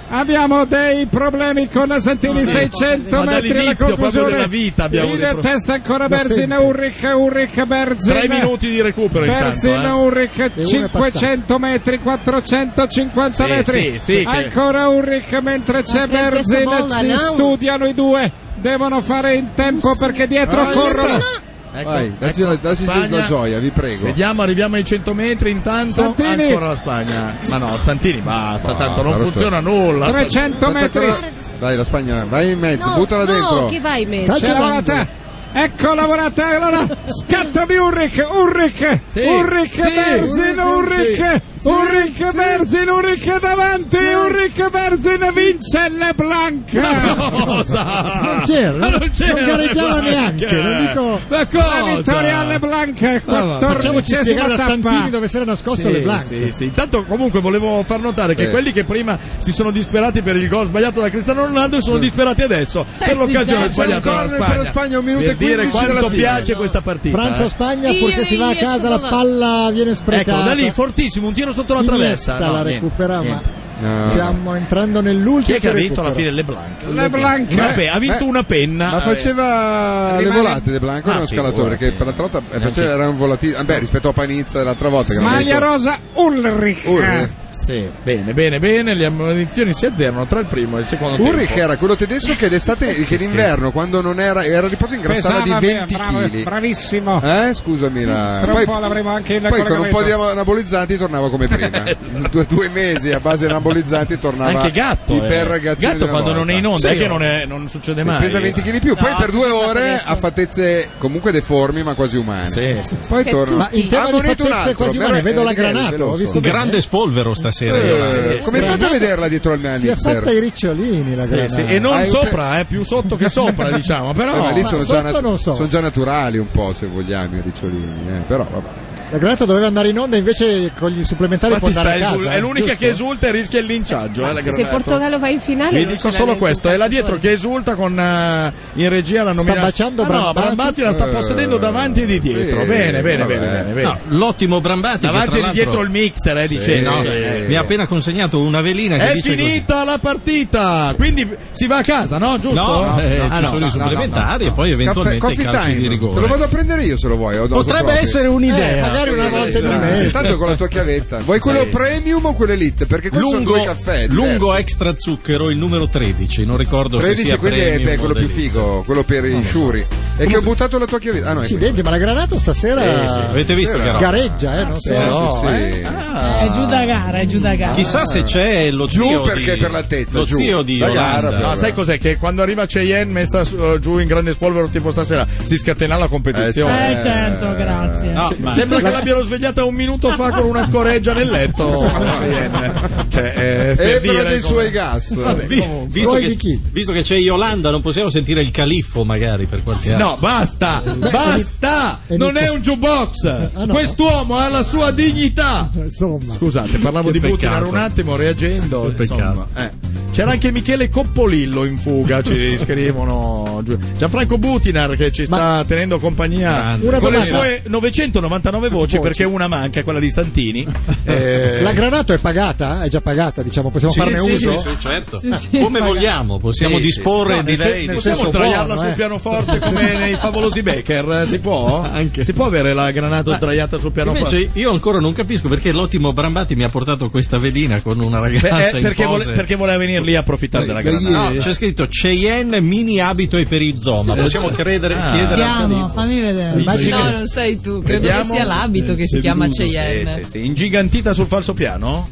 Speaker 14: Abbiamo dei problemi con Santini, seicento metri alla conclusione.
Speaker 6: Della vita abbiamo
Speaker 14: in
Speaker 6: dei pro-
Speaker 14: testa ancora Berzin, Ulrich, Ulrich, Berzin.
Speaker 6: Tre minuti di recupero
Speaker 14: Berzin,
Speaker 6: intanto, eh.
Speaker 14: Ulrich, cinquecento metri, quattrocentocinquanta
Speaker 6: sì,
Speaker 14: metri.
Speaker 6: Sì, sì,
Speaker 14: ancora che... Ulrich mentre c'è Berzin, si
Speaker 9: no?
Speaker 14: studiano i due. Devono fare in tempo perché dietro
Speaker 5: ah,
Speaker 14: corrono.
Speaker 5: Ecco, Vai, dacci, ecco, dacci la gioia, vi prego.
Speaker 6: Vediamo, arriviamo ai cento metri intanto.
Speaker 14: Santini.
Speaker 6: Ancora la Spagna. Ma no, Santini basta,
Speaker 5: No,
Speaker 6: tanto non
Speaker 5: rotto.
Speaker 6: funziona nulla.
Speaker 14: trecento metri.
Speaker 5: Dai, la Spagna, vai in mezzo,
Speaker 9: No,
Speaker 5: buttala
Speaker 9: no,
Speaker 5: dentro.
Speaker 9: che vai in mezzo?
Speaker 14: C'è la volata. Ecco la volata, allora scatta di Ulrich, Ulrich,
Speaker 6: Sì,
Speaker 14: Ulrich,
Speaker 6: sì,
Speaker 14: Berzin, Ulrich,
Speaker 5: sì,
Speaker 14: Ulrich,
Speaker 5: sì.
Speaker 14: Berzin, Ulrich davanti,
Speaker 5: Sì.
Speaker 14: Ulrich, Berzin vince LeBlanc.
Speaker 6: Cosa?
Speaker 2: Non c'era,
Speaker 6: Ma non c'era
Speaker 2: non gareggiava
Speaker 6: LeBlanc.
Speaker 2: neanche, non dico...
Speaker 6: Ma cosa?
Speaker 14: La vittoria a LeBlanc,
Speaker 2: Facciamoci
Speaker 14: quattordicesima
Speaker 2: spiegare da Santini
Speaker 14: tappa.
Speaker 2: dove si era nascosto
Speaker 6: Sì,
Speaker 2: le Blanc.
Speaker 6: sì, sì. Intanto comunque volevo far notare che
Speaker 5: Sì.
Speaker 6: quelli che prima si sono disperati per il gol sbagliato da Cristiano Ronaldo sono disperati adesso per
Speaker 15: sì,
Speaker 6: l'occasione
Speaker 15: già,
Speaker 6: sbagliata
Speaker 5: c'è un
Speaker 6: dalla
Speaker 5: corner per
Speaker 6: Spagna.
Speaker 5: la Spagna, un minuto
Speaker 6: per
Speaker 5: e
Speaker 6: dire
Speaker 5: quindici della
Speaker 6: quanto
Speaker 5: fine.
Speaker 6: piace questa partita. eh.
Speaker 2: Francia-Spagna,
Speaker 9: Io
Speaker 2: purché si va a
Speaker 9: Iniesta,
Speaker 2: casa, la
Speaker 9: no.
Speaker 2: palla viene sprecata.
Speaker 6: Ecco, da lì fortissimo, un tiro sotto la traversa.
Speaker 2: Iniesta
Speaker 6: No,
Speaker 2: la
Speaker 6: niente,
Speaker 2: recupera, ma
Speaker 6: niente.
Speaker 5: No.
Speaker 2: stiamo entrando
Speaker 6: Chi
Speaker 2: nell'ultimo.
Speaker 6: è che ha vinto
Speaker 2: recupero.
Speaker 6: alla fine LeBlanc?
Speaker 14: LeBlanc.
Speaker 6: Una pe- ha vinto
Speaker 5: Eh,
Speaker 6: una penna.
Speaker 5: Ma faceva
Speaker 14: Rimane-
Speaker 5: le volate De Blanco,
Speaker 6: Ah,
Speaker 5: era uno
Speaker 6: sì,
Speaker 5: scalatore
Speaker 6: volate.
Speaker 5: che per l'altra volta eh, faceva, era un volatile. Beh, rispetto a Panizza l'altra volta che
Speaker 14: Maglia
Speaker 5: non
Speaker 14: rosa Ulrich.
Speaker 5: Ulrich.
Speaker 6: Sì, bene, bene, bene. Le ammonizioni si azzerano tra il primo e il secondo
Speaker 5: Ulrich
Speaker 6: tempo.
Speaker 5: era quello tedesco che d'estate, che d'inverno, quando non era, era a riposo, ingrassava di
Speaker 14: Pesava,
Speaker 5: venti
Speaker 14: bravo,
Speaker 5: chili.
Speaker 14: bravissimo.
Speaker 5: Eh, scusami, la...
Speaker 14: Tra un
Speaker 5: poi,
Speaker 14: po' l'avremo anche in
Speaker 5: poi con un po' di
Speaker 14: collegamento.
Speaker 5: anabolizzanti tornava come prima. due, due mesi a base di anabolizzanti tornava
Speaker 6: Anche Gatto,
Speaker 5: iper
Speaker 6: eh.
Speaker 5: ragazzino
Speaker 6: Gatto
Speaker 5: di una
Speaker 6: quando non è in
Speaker 5: volta.
Speaker 6: onda,
Speaker 5: Sì,
Speaker 6: è che non, è, non succede
Speaker 5: sì,
Speaker 6: mai.
Speaker 5: pesa venti chili in più, poi
Speaker 9: No,
Speaker 5: per due
Speaker 9: così
Speaker 5: ore
Speaker 9: adesso.
Speaker 5: ha fattezze comunque deformi ma quasi umane.
Speaker 6: Sì, sì.
Speaker 5: Poi
Speaker 9: Che
Speaker 5: torna.
Speaker 2: Ma in tema
Speaker 5: Ha
Speaker 2: di
Speaker 5: monito un
Speaker 2: fattezze
Speaker 5: altro,
Speaker 2: quasi
Speaker 5: però
Speaker 2: umane,
Speaker 5: è-
Speaker 2: vedo la
Speaker 5: è
Speaker 2: Granato,
Speaker 5: veloce.
Speaker 2: ho visto bene.
Speaker 8: Grande spolvero stasera.
Speaker 5: Eh,
Speaker 8: Iolanda.
Speaker 5: come fate a vederla dietro al
Speaker 2: Si è fatta i
Speaker 5: mixer?
Speaker 2: ricciolini la
Speaker 6: Sì,
Speaker 2: Granato.
Speaker 6: sì, e non
Speaker 5: Hai un
Speaker 6: sopra, eh, più sotto che sopra, diciamo. Però
Speaker 5: Eh, ma lì
Speaker 2: Ma
Speaker 5: sono,
Speaker 2: sotto
Speaker 5: già nat-
Speaker 2: non so.
Speaker 5: sono già naturali un po', se vogliamo, i ricciolini. Eh, però vabbè.
Speaker 2: La Granato doveva andare in onda, invece con gli supplementari
Speaker 6: infatti
Speaker 2: può andare
Speaker 6: sta
Speaker 2: a
Speaker 6: esul-
Speaker 2: casa.
Speaker 6: è
Speaker 2: eh,
Speaker 6: l'unica
Speaker 2: giusto?
Speaker 6: che esulta e rischia il linciaggio. Eh, la
Speaker 9: Se
Speaker 6: Granato.
Speaker 9: Portogallo va in finale
Speaker 6: Vi
Speaker 9: non
Speaker 6: dico
Speaker 9: ce
Speaker 6: solo
Speaker 9: l'ha
Speaker 6: questo,
Speaker 9: neanche
Speaker 6: è là
Speaker 9: un
Speaker 6: dietro
Speaker 9: calcio
Speaker 6: che esulta con eh, in regia la nominata.
Speaker 2: baciando
Speaker 6: Ah, no,
Speaker 2: Brambati.
Speaker 6: Brambati la sta possedendo davanti e di dietro.
Speaker 5: Sì,
Speaker 6: bene, bene,
Speaker 5: vabbè.
Speaker 6: bene, bene, bene.
Speaker 8: No, l'ottimo Brambati che
Speaker 6: Davanti
Speaker 8: tra
Speaker 6: e di
Speaker 8: l'altro
Speaker 6: dietro il mixer, eh, dice.
Speaker 5: Sì,
Speaker 6: no,
Speaker 5: sì.
Speaker 6: eh,
Speaker 8: mi ha appena consegnato una velina che
Speaker 6: È
Speaker 8: dice così.
Speaker 6: finita la partita, quindi si va a casa, no? Giusto?
Speaker 8: No, eh,
Speaker 6: Ah,
Speaker 8: ci
Speaker 6: no,
Speaker 8: sono
Speaker 6: no,
Speaker 8: i supplementari e poi
Speaker 5: Caffè,
Speaker 8: eventualmente i
Speaker 5: coffee
Speaker 8: calci
Speaker 5: time.
Speaker 8: di rigore.
Speaker 5: Te lo vado a prendere io se lo vuoi. ho dato
Speaker 8: Potrebbe
Speaker 5: proprio.
Speaker 8: essere un'idea.
Speaker 2: Eh, magari una volta in un
Speaker 5: Eh,
Speaker 2: mese.
Speaker 5: Tanto con la tua chiavetta. Vuoi quello
Speaker 8: Sì, sì.
Speaker 5: premium o quello elite? Perché questo
Speaker 8: Lungo,
Speaker 5: sono due caffè.
Speaker 8: lungo
Speaker 5: diversi.
Speaker 8: extra zucchero, il numero tredici. Non ricordo se
Speaker 5: tredici,
Speaker 8: sia
Speaker 5: quindi è,
Speaker 8: premium
Speaker 5: è quello
Speaker 8: o
Speaker 5: più
Speaker 8: delizia.
Speaker 5: figo, quello per i sciuri. E che ho buttato la tua chiavetta. Ah, no, è
Speaker 2: Accidenti, ma la Granato stasera
Speaker 8: Sì, sì. Avete visto
Speaker 5: Sera.
Speaker 8: che roba?
Speaker 2: gareggia, eh, non so.
Speaker 5: Sì,
Speaker 6: No,
Speaker 5: sì, sì.
Speaker 6: eh? Ah.
Speaker 15: È giù da gara, è giù da gara.
Speaker 8: Chissà se c'è lo
Speaker 5: Giù
Speaker 8: zio
Speaker 5: perché
Speaker 8: di,
Speaker 5: per l'altezza,
Speaker 8: lo
Speaker 5: giù.
Speaker 8: zio di
Speaker 5: La gara,
Speaker 8: Yolanda.
Speaker 5: però.
Speaker 6: No, sai cos'è? Che quando arriva Cheyenne messa su- uh, giù in grande spolvero tipo stasera si scatena la competizione.
Speaker 15: Eh certo, grazie.
Speaker 8: No, ma-
Speaker 6: Sembra che l'abbiano svegliata un minuto fa con una scoreggia nel letto. Cheyenne. Cioè, eh, per
Speaker 5: E
Speaker 6: dire
Speaker 5: per dei
Speaker 6: come-
Speaker 5: suoi gas.
Speaker 6: Vabbè,
Speaker 8: Vi-
Speaker 6: comunque.
Speaker 8: visto,
Speaker 2: Suoi
Speaker 8: che,
Speaker 2: di chi?
Speaker 8: visto che c'è Yolanda, non possiamo sentire il califfo magari per qualche anno.
Speaker 6: No, basta, basta!
Speaker 2: e
Speaker 6: Non
Speaker 2: mi-
Speaker 6: è un jukebox!
Speaker 2: Ah, no.
Speaker 6: Quest'uomo ha la sua dignità!
Speaker 2: Insomma.
Speaker 6: Scusate, parlavo
Speaker 8: Che
Speaker 6: di Putin
Speaker 8: peccato.
Speaker 6: un attimo, reagendo.
Speaker 8: Che
Speaker 6: insomma, eh. C'era anche Michele Coppolillo in fuga, ci scrivono giù. Gianfranco Butinar che ci sta tenendo compagnia
Speaker 8: Grande.
Speaker 2: Una
Speaker 6: con le
Speaker 2: domanda.
Speaker 6: sue novecentonovantanove voci,
Speaker 2: Voci.
Speaker 6: perché una manca, quella di Santini. Eh,
Speaker 2: La Granato è pagata? È già pagata, diciamo, possiamo
Speaker 8: Sì,
Speaker 2: farne
Speaker 8: sì,
Speaker 2: uso?
Speaker 8: sì, sì, certo.
Speaker 15: Sì, sì,
Speaker 8: Come
Speaker 15: magari.
Speaker 8: vogliamo, possiamo
Speaker 6: Sì,
Speaker 8: disporre
Speaker 6: sì,
Speaker 8: di
Speaker 2: nel sen-
Speaker 8: lei.
Speaker 2: nel
Speaker 6: Possiamo
Speaker 2: senso
Speaker 6: sdraiarla
Speaker 2: buono,
Speaker 6: sul
Speaker 2: eh.
Speaker 6: pianoforte come nei favolosi Becker? Si può?
Speaker 8: Anche.
Speaker 6: Si può avere la Granato sdraiata sul pianoforte?
Speaker 8: Invece io ancora non capisco perché l'ottimo Brambati mi ha portato questa velina con una ragazza
Speaker 6: Beh, eh,
Speaker 8: in
Speaker 6: perché,
Speaker 8: pose.
Speaker 6: vole- perché voleva venire lì a approfittare della
Speaker 2: Beh,
Speaker 6: Granato.
Speaker 8: No, c'è scritto Cheyenne mini abito e perizoma. Possiamo credere,
Speaker 6: Ah.
Speaker 8: chiedere al
Speaker 15: Andiamo,
Speaker 8: califfo.
Speaker 15: fammi vedere.
Speaker 2: Immagino
Speaker 3: No,
Speaker 2: che-
Speaker 3: non sei tu, credo
Speaker 6: Vediamo.
Speaker 3: che sia l'abito che si chiama Cheyenne.
Speaker 6: Sì, sì, sì. Ingigantita sul falso piano?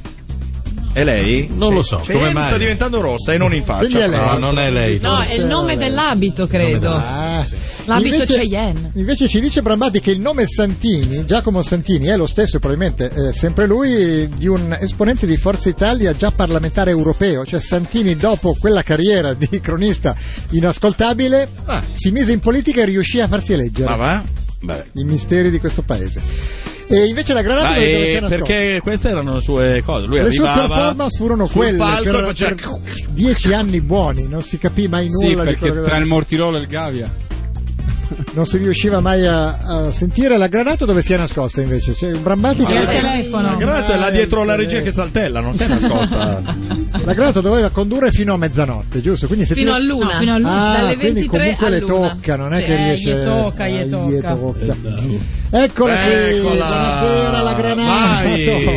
Speaker 6: È lei?
Speaker 8: Non lo so,
Speaker 6: Cheyenne
Speaker 8: come mai?
Speaker 6: sta diventando rossa e non in faccia.
Speaker 2: Quindi è lei.
Speaker 8: No, non è lei.
Speaker 3: No, è il nome dell'abito, credo.
Speaker 2: Ah.
Speaker 3: L'abito
Speaker 2: Invece-
Speaker 3: Cheyenne.
Speaker 2: Invece ci dice Brambati che il nome Santini, Giacomo Santini, è lo stesso, probabilmente eh, sempre lui, di un esponente di Forza Italia già parlamentare europeo. Cioè Santini, dopo quella carriera di cronista inascoltabile,
Speaker 6: Ah.
Speaker 2: si mise in politica e riuscì a farsi eleggere.
Speaker 6: Ma va? Beh.
Speaker 2: I misteri di questo paese. E invece la Granata
Speaker 6: Ma,
Speaker 2: dove
Speaker 6: eh,
Speaker 2: si è nascosta?
Speaker 6: perché queste erano le sue cose. Lui
Speaker 2: Le sue
Speaker 6: arrivava
Speaker 2: performance furono
Speaker 6: sul
Speaker 2: quelle
Speaker 6: palco
Speaker 2: per,
Speaker 6: e faceva...
Speaker 2: per dieci anni buoni, non si capì mai
Speaker 14: Sì,
Speaker 2: nulla di
Speaker 14: perché
Speaker 2: quello che
Speaker 14: tra il Mortirolo e il Gavia.
Speaker 2: non si riusciva mai a, a sentire. La Granato dove si è nascosta invece? C'è un Brambati
Speaker 15: C'è il telefono.
Speaker 6: La Granato è là dietro la regia che saltella, non si è nascosta.
Speaker 2: La Granato doveva condurre fino a mezzanotte, giusto? Quindi se
Speaker 3: Fino
Speaker 2: ti...
Speaker 3: a luna,
Speaker 15: no, fino a luna.
Speaker 2: Ah,
Speaker 3: dalle
Speaker 2: quindi
Speaker 3: ventitré
Speaker 2: comunque le
Speaker 3: all'una.
Speaker 2: tocca, non è
Speaker 3: Sì,
Speaker 2: che
Speaker 3: eh,
Speaker 2: riesce
Speaker 15: gli tocca, gli
Speaker 2: eh,
Speaker 15: tocca.
Speaker 2: tocca. Eccola qui,
Speaker 6: Eccola.
Speaker 2: buonasera la Granato.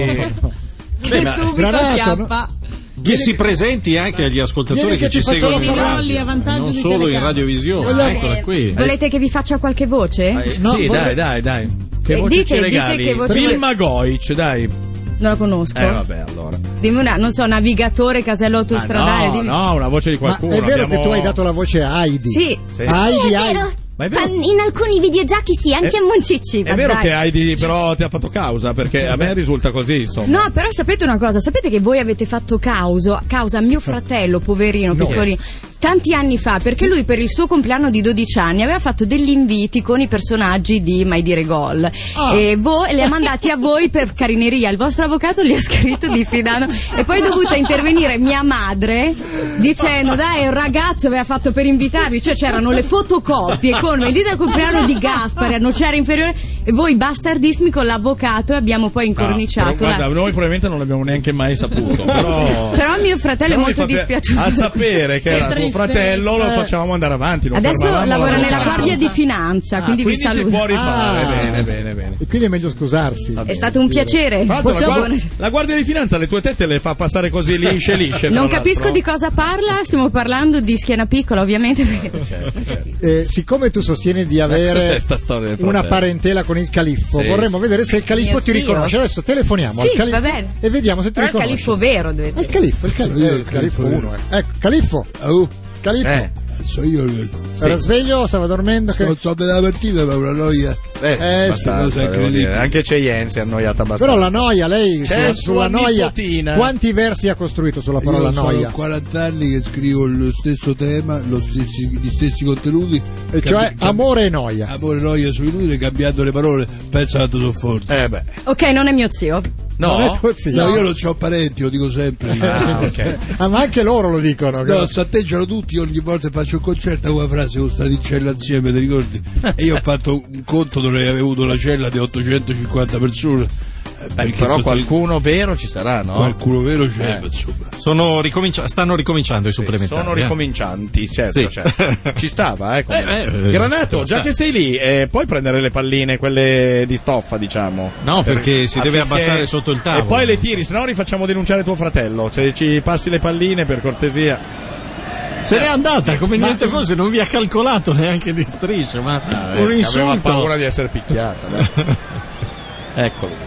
Speaker 3: Che
Speaker 8: ma-
Speaker 3: subito
Speaker 2: Granato,
Speaker 3: acchiappa.
Speaker 8: Che si presenti anche agli ascoltatori
Speaker 2: Vieni
Speaker 8: che,
Speaker 2: che
Speaker 8: ci
Speaker 2: ti faccio
Speaker 8: seguono in
Speaker 2: la parola.
Speaker 15: Rolli a
Speaker 8: radio,
Speaker 15: vantaggio
Speaker 8: non
Speaker 15: di
Speaker 8: solo in
Speaker 15: telecamera.
Speaker 8: radiovisione.
Speaker 2: Vogliamo-
Speaker 8: Eccola qui.
Speaker 17: Volete che vi faccia qualche voce?
Speaker 6: Eh,
Speaker 2: No,
Speaker 6: sì,
Speaker 2: vorrei-
Speaker 6: dai, dai, dai. Che
Speaker 17: Eh,
Speaker 6: voce
Speaker 17: dite,
Speaker 6: ci
Speaker 17: dite
Speaker 6: regali?
Speaker 17: che voce-
Speaker 6: Vilma Goic, dai.
Speaker 17: Non la conosco.
Speaker 6: Eh, vabbè, allora.
Speaker 17: Dimmi una, non so, navigatore, casello autostradale.
Speaker 6: Ah, no,
Speaker 17: dimmi.
Speaker 6: no, una voce di
Speaker 2: Ma
Speaker 6: qualcuno.
Speaker 2: è vero
Speaker 6: abbiamo-
Speaker 2: che tu hai dato la voce a Heidi?
Speaker 17: Sì.
Speaker 6: Sì.
Speaker 2: Heidi,
Speaker 18: Sì, è
Speaker 2: Heidi.
Speaker 18: vero.
Speaker 6: Ma è vero?
Speaker 18: Ma in alcuni videogiochi sì, anche
Speaker 6: Eh,
Speaker 18: a Moncicci.
Speaker 6: È
Speaker 18: ma
Speaker 6: vero
Speaker 18: dai.
Speaker 6: che Heidi però ti ha fatto causa, perché a me risulta così, insomma.
Speaker 17: No, però sapete una cosa, sapete che voi avete fatto causa, causa a mio fratello, poverino,
Speaker 2: No.
Speaker 17: piccolino, tanti anni fa, perché lui per il suo compleanno di dodici anni aveva fatto degli inviti con i personaggi di Mai Dire Gol
Speaker 2: Ah.
Speaker 17: e voi li ha mandati a voi per carineria, il vostro avvocato li ha scritto diffidando e poi è dovuta intervenire mia madre dicendo dai, un ragazzo aveva fatto per invitarvi, cioè c'erano le fotocopie con vendita al compleanno di Gaspari a Nocera Inferiore e voi bastardissimi con l'avvocato e abbiamo poi
Speaker 6: No, però,
Speaker 17: incorniciato la-
Speaker 6: guarda, noi probabilmente non l'abbiamo neanche mai saputo. Però,
Speaker 17: Però mio fratello è
Speaker 6: però mi
Speaker 17: molto
Speaker 6: fa pi-
Speaker 17: dispiaciuto.
Speaker 6: A sapere che
Speaker 15: Che
Speaker 6: era tuo
Speaker 15: tristezza.
Speaker 6: fratello, lo facevamo andare avanti. non
Speaker 17: Adesso
Speaker 6: fermavamo
Speaker 17: lavora nella
Speaker 6: l'avvocato.
Speaker 17: Guardia di Finanza,
Speaker 6: Ah,
Speaker 17: quindi vi
Speaker 6: quindi si
Speaker 17: saluto.
Speaker 6: può rifare.
Speaker 2: Ah.
Speaker 6: Bene, bene, bene.
Speaker 2: E quindi è meglio scusarsi.
Speaker 17: È stato un piacere.
Speaker 6: Tra l'altro, la,
Speaker 17: Possiamo-
Speaker 6: guardia, la Guardia di Finanza le tue tette le fa passare così lisce lisce. fra
Speaker 17: Non capisco
Speaker 6: l'altro.
Speaker 17: di cosa parla, stiamo parlando di schiena piccola ovviamente. perché-
Speaker 2: Eh, siccome tu sostieni di
Speaker 6: cos'è
Speaker 2: avere
Speaker 6: sta storia del
Speaker 2: una
Speaker 6: fratello?
Speaker 2: parentela con il califfo,
Speaker 6: Sì,
Speaker 2: vorremmo
Speaker 6: sì.
Speaker 2: vedere se il califfo
Speaker 17: Mio
Speaker 2: ti
Speaker 17: zio.
Speaker 2: riconosce. Adesso telefoniamo
Speaker 17: Sì,
Speaker 2: al califfo
Speaker 17: va bene.
Speaker 2: e vediamo se ti
Speaker 17: Però il
Speaker 2: riconosce.
Speaker 17: califfo vero dovete.
Speaker 2: È il califfo, il califfo, eh, il califfo uno. Eh. Ecco, califfo. Califfo.
Speaker 5: Eh, so io.
Speaker 2: Era sveglio, stava dormendo. Che...
Speaker 5: Non so della partita, ma una noia.
Speaker 6: Eh,
Speaker 2: Eh,
Speaker 6: abbastanza,
Speaker 5: sì,
Speaker 6: devo
Speaker 5: incredibile.
Speaker 6: dire. Anche Cheyenne si è annoiata abbastanza.
Speaker 2: Però la noia, lei
Speaker 6: C'è
Speaker 2: sulla, sulla
Speaker 6: sua
Speaker 2: noia,
Speaker 6: nipotina.
Speaker 2: quanti versi ha costruito sulla parola
Speaker 5: Io sono
Speaker 2: noia?
Speaker 5: quaranta anni che scrivo lo stesso tema, lo stessi, gli stessi contenuti.
Speaker 2: E cioè
Speaker 5: cambi-
Speaker 2: amore e noia.
Speaker 5: Amore, noia, solitudine, cambiando le parole. Pensa quanto sono forte.
Speaker 6: Eh beh.
Speaker 17: Ok, non è mio zio.
Speaker 6: No?
Speaker 2: Non è tuo zio.
Speaker 5: No, io non ho parenti, lo dico sempre.
Speaker 6: Ah, ok.
Speaker 2: Ah, ma anche loro lo dicono.
Speaker 5: No, s'atteggiano tutti, io ogni volta che faccio un concerto con la frase con stati in cella insieme, ti ricordi? E io ho fatto un conto dove avevo avuto la cella di ottocentocinquanta persone. Eh,
Speaker 6: Beh,
Speaker 5: perché
Speaker 6: però
Speaker 5: sono-
Speaker 6: qualcuno vero ci sarà, no?
Speaker 5: Qualcuno vero c'è,
Speaker 6: Eh.
Speaker 5: insomma.
Speaker 8: Sono ricomincia- stanno ricominciando i supplementari.
Speaker 6: Sono
Speaker 8: eh.
Speaker 6: ricomincianti, certo,
Speaker 8: Sì.
Speaker 6: certo. Ci stava, eh. come-
Speaker 8: Eh, eh,
Speaker 6: Granato,
Speaker 8: eh,
Speaker 6: già
Speaker 8: sta.
Speaker 6: che sei lì, eh, puoi prendere le palline, quelle di stoffa, diciamo.
Speaker 8: No, perché si deve
Speaker 6: affinché-
Speaker 8: abbassare sotto il tavolo.
Speaker 6: E poi le tiri, se no rifacciamo denunciare tuo fratello. Se ci passi le palline, per cortesia.
Speaker 8: Se n'è andata come niente fosse, non vi ha calcolato neanche di striscio, ma
Speaker 6: Eh,
Speaker 8: un
Speaker 6: Aveva
Speaker 8: insulto.
Speaker 6: paura di essere picchiata. dai. Eccolo.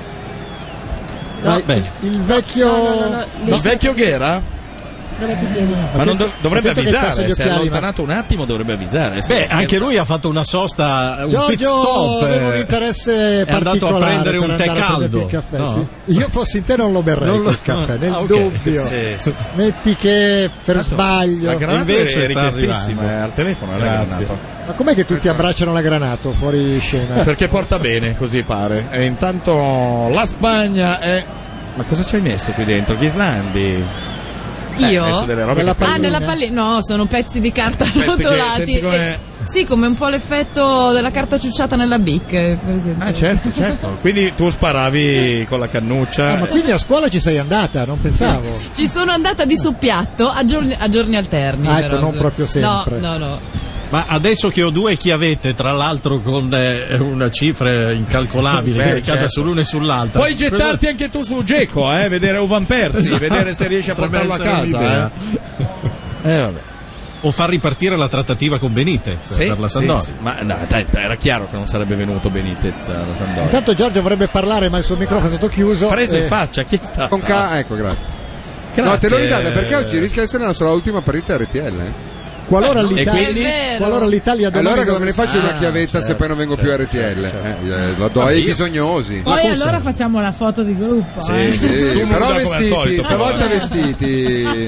Speaker 2: Ma
Speaker 8: Vabbè.
Speaker 2: il, il vecchio.
Speaker 6: Il vecchio Ghera?
Speaker 18: Trovati i piedi.
Speaker 6: Ma non do- dovrebbe
Speaker 2: attento che passa
Speaker 6: avvisare,
Speaker 2: gli
Speaker 6: se è
Speaker 2: occhiali,
Speaker 6: allontanato un attimo dovrebbe avvisare.
Speaker 8: Beh, anche lui ha fatto una sosta, un pit
Speaker 2: Giorgio
Speaker 8: stop.
Speaker 2: aveva un
Speaker 8: eh,
Speaker 2: interesse
Speaker 8: è andato a
Speaker 2: particolare
Speaker 8: prendere
Speaker 2: per
Speaker 8: un tè
Speaker 2: andare a prenderti
Speaker 8: caldo.
Speaker 2: il caffè,
Speaker 8: No?
Speaker 2: sì. Io fossi in te non lo berrei
Speaker 8: Non lo-
Speaker 2: quel caffè, nel
Speaker 8: Ah, ok.
Speaker 2: dubbio.
Speaker 6: Sì, sì, sì.
Speaker 2: Metti che per sbaglio.
Speaker 6: La Granato
Speaker 8: Invece
Speaker 6: è
Speaker 8: sta
Speaker 6: richiestissima,
Speaker 8: arrivando.
Speaker 6: è al telefono, è la
Speaker 8: Grazie.
Speaker 6: Granato.
Speaker 2: Ma com'è che tutti abbracciano la Granato fuori scena?
Speaker 6: Perché porta bene, così pare. E intanto la Spagna è... Ma cosa ci hai messo qui dentro? Ghislandi? Eh,
Speaker 3: Io?
Speaker 6: hai messo delle robe
Speaker 2: Nella
Speaker 6: che-
Speaker 3: Ah, nella pallina? No, sono pezzi di carta
Speaker 6: che-
Speaker 3: rotolati.
Speaker 6: senti come-
Speaker 3: E- sì, come un po' l'effetto della carta ciucciata nella Bic, per esempio.
Speaker 6: Ah, certo, certo. Quindi tu sparavi con la cannuccia.
Speaker 2: Ah, ma quindi a scuola ci sei andata, non pensavo.
Speaker 3: Ci sono andata di soppiatto a giorni, a giorni alterni.
Speaker 2: Ah, ecco,
Speaker 3: però.
Speaker 2: non proprio sempre.
Speaker 3: No, no, no.
Speaker 8: Ma adesso che ho due chiavette, tra l'altro con eh, una cifra incalcolabile
Speaker 6: Beh,
Speaker 8: caricata
Speaker 6: certo.
Speaker 8: sull'una e sull'altra.
Speaker 6: Puoi gettarti anche tu su Geco, eh, vedere Ovan Persi,
Speaker 8: Esatto.
Speaker 6: vedere se riesci a
Speaker 8: Potrebbe
Speaker 6: portarlo a
Speaker 8: essere
Speaker 6: casa. Eh. Eh, vabbè.
Speaker 8: O far ripartire la trattativa con Benitez
Speaker 6: Sì,
Speaker 8: per la
Speaker 6: sì,
Speaker 8: Sampdoria.
Speaker 6: sì. Ma no, dai, dai, era chiaro che non sarebbe venuto Benitez alla Sampdoria.
Speaker 2: Intanto Giorgio vorrebbe parlare, ma il suo microfono è stato chiuso.
Speaker 6: Preso in
Speaker 2: eh,
Speaker 6: faccia, chi sta?
Speaker 5: Con K, ecco, grazie.
Speaker 6: Grazie.
Speaker 5: No, te l'ho ridata perché oggi rischia di essere la sua ultima partita R T L. Eh?
Speaker 2: Qualora,
Speaker 6: E
Speaker 2: l'Italia,
Speaker 6: quindi?
Speaker 2: qualora l'Italia domani
Speaker 5: Allora cosa me
Speaker 2: dovesse-
Speaker 5: ne faccio una
Speaker 6: Ah,
Speaker 5: chiavetta
Speaker 6: certo,
Speaker 5: se poi non vengo più a R T L?
Speaker 6: certo, certo.
Speaker 5: Eh, eh, la do ai bisognosi.
Speaker 15: Poi allora facciamo la foto di gruppo.
Speaker 6: Sì,
Speaker 15: eh.
Speaker 6: sì.
Speaker 5: Sì,
Speaker 6: Tu
Speaker 5: però
Speaker 6: nuda come al
Speaker 5: vestiti,
Speaker 6: solito,
Speaker 5: stavolta
Speaker 6: però.
Speaker 5: vestiti.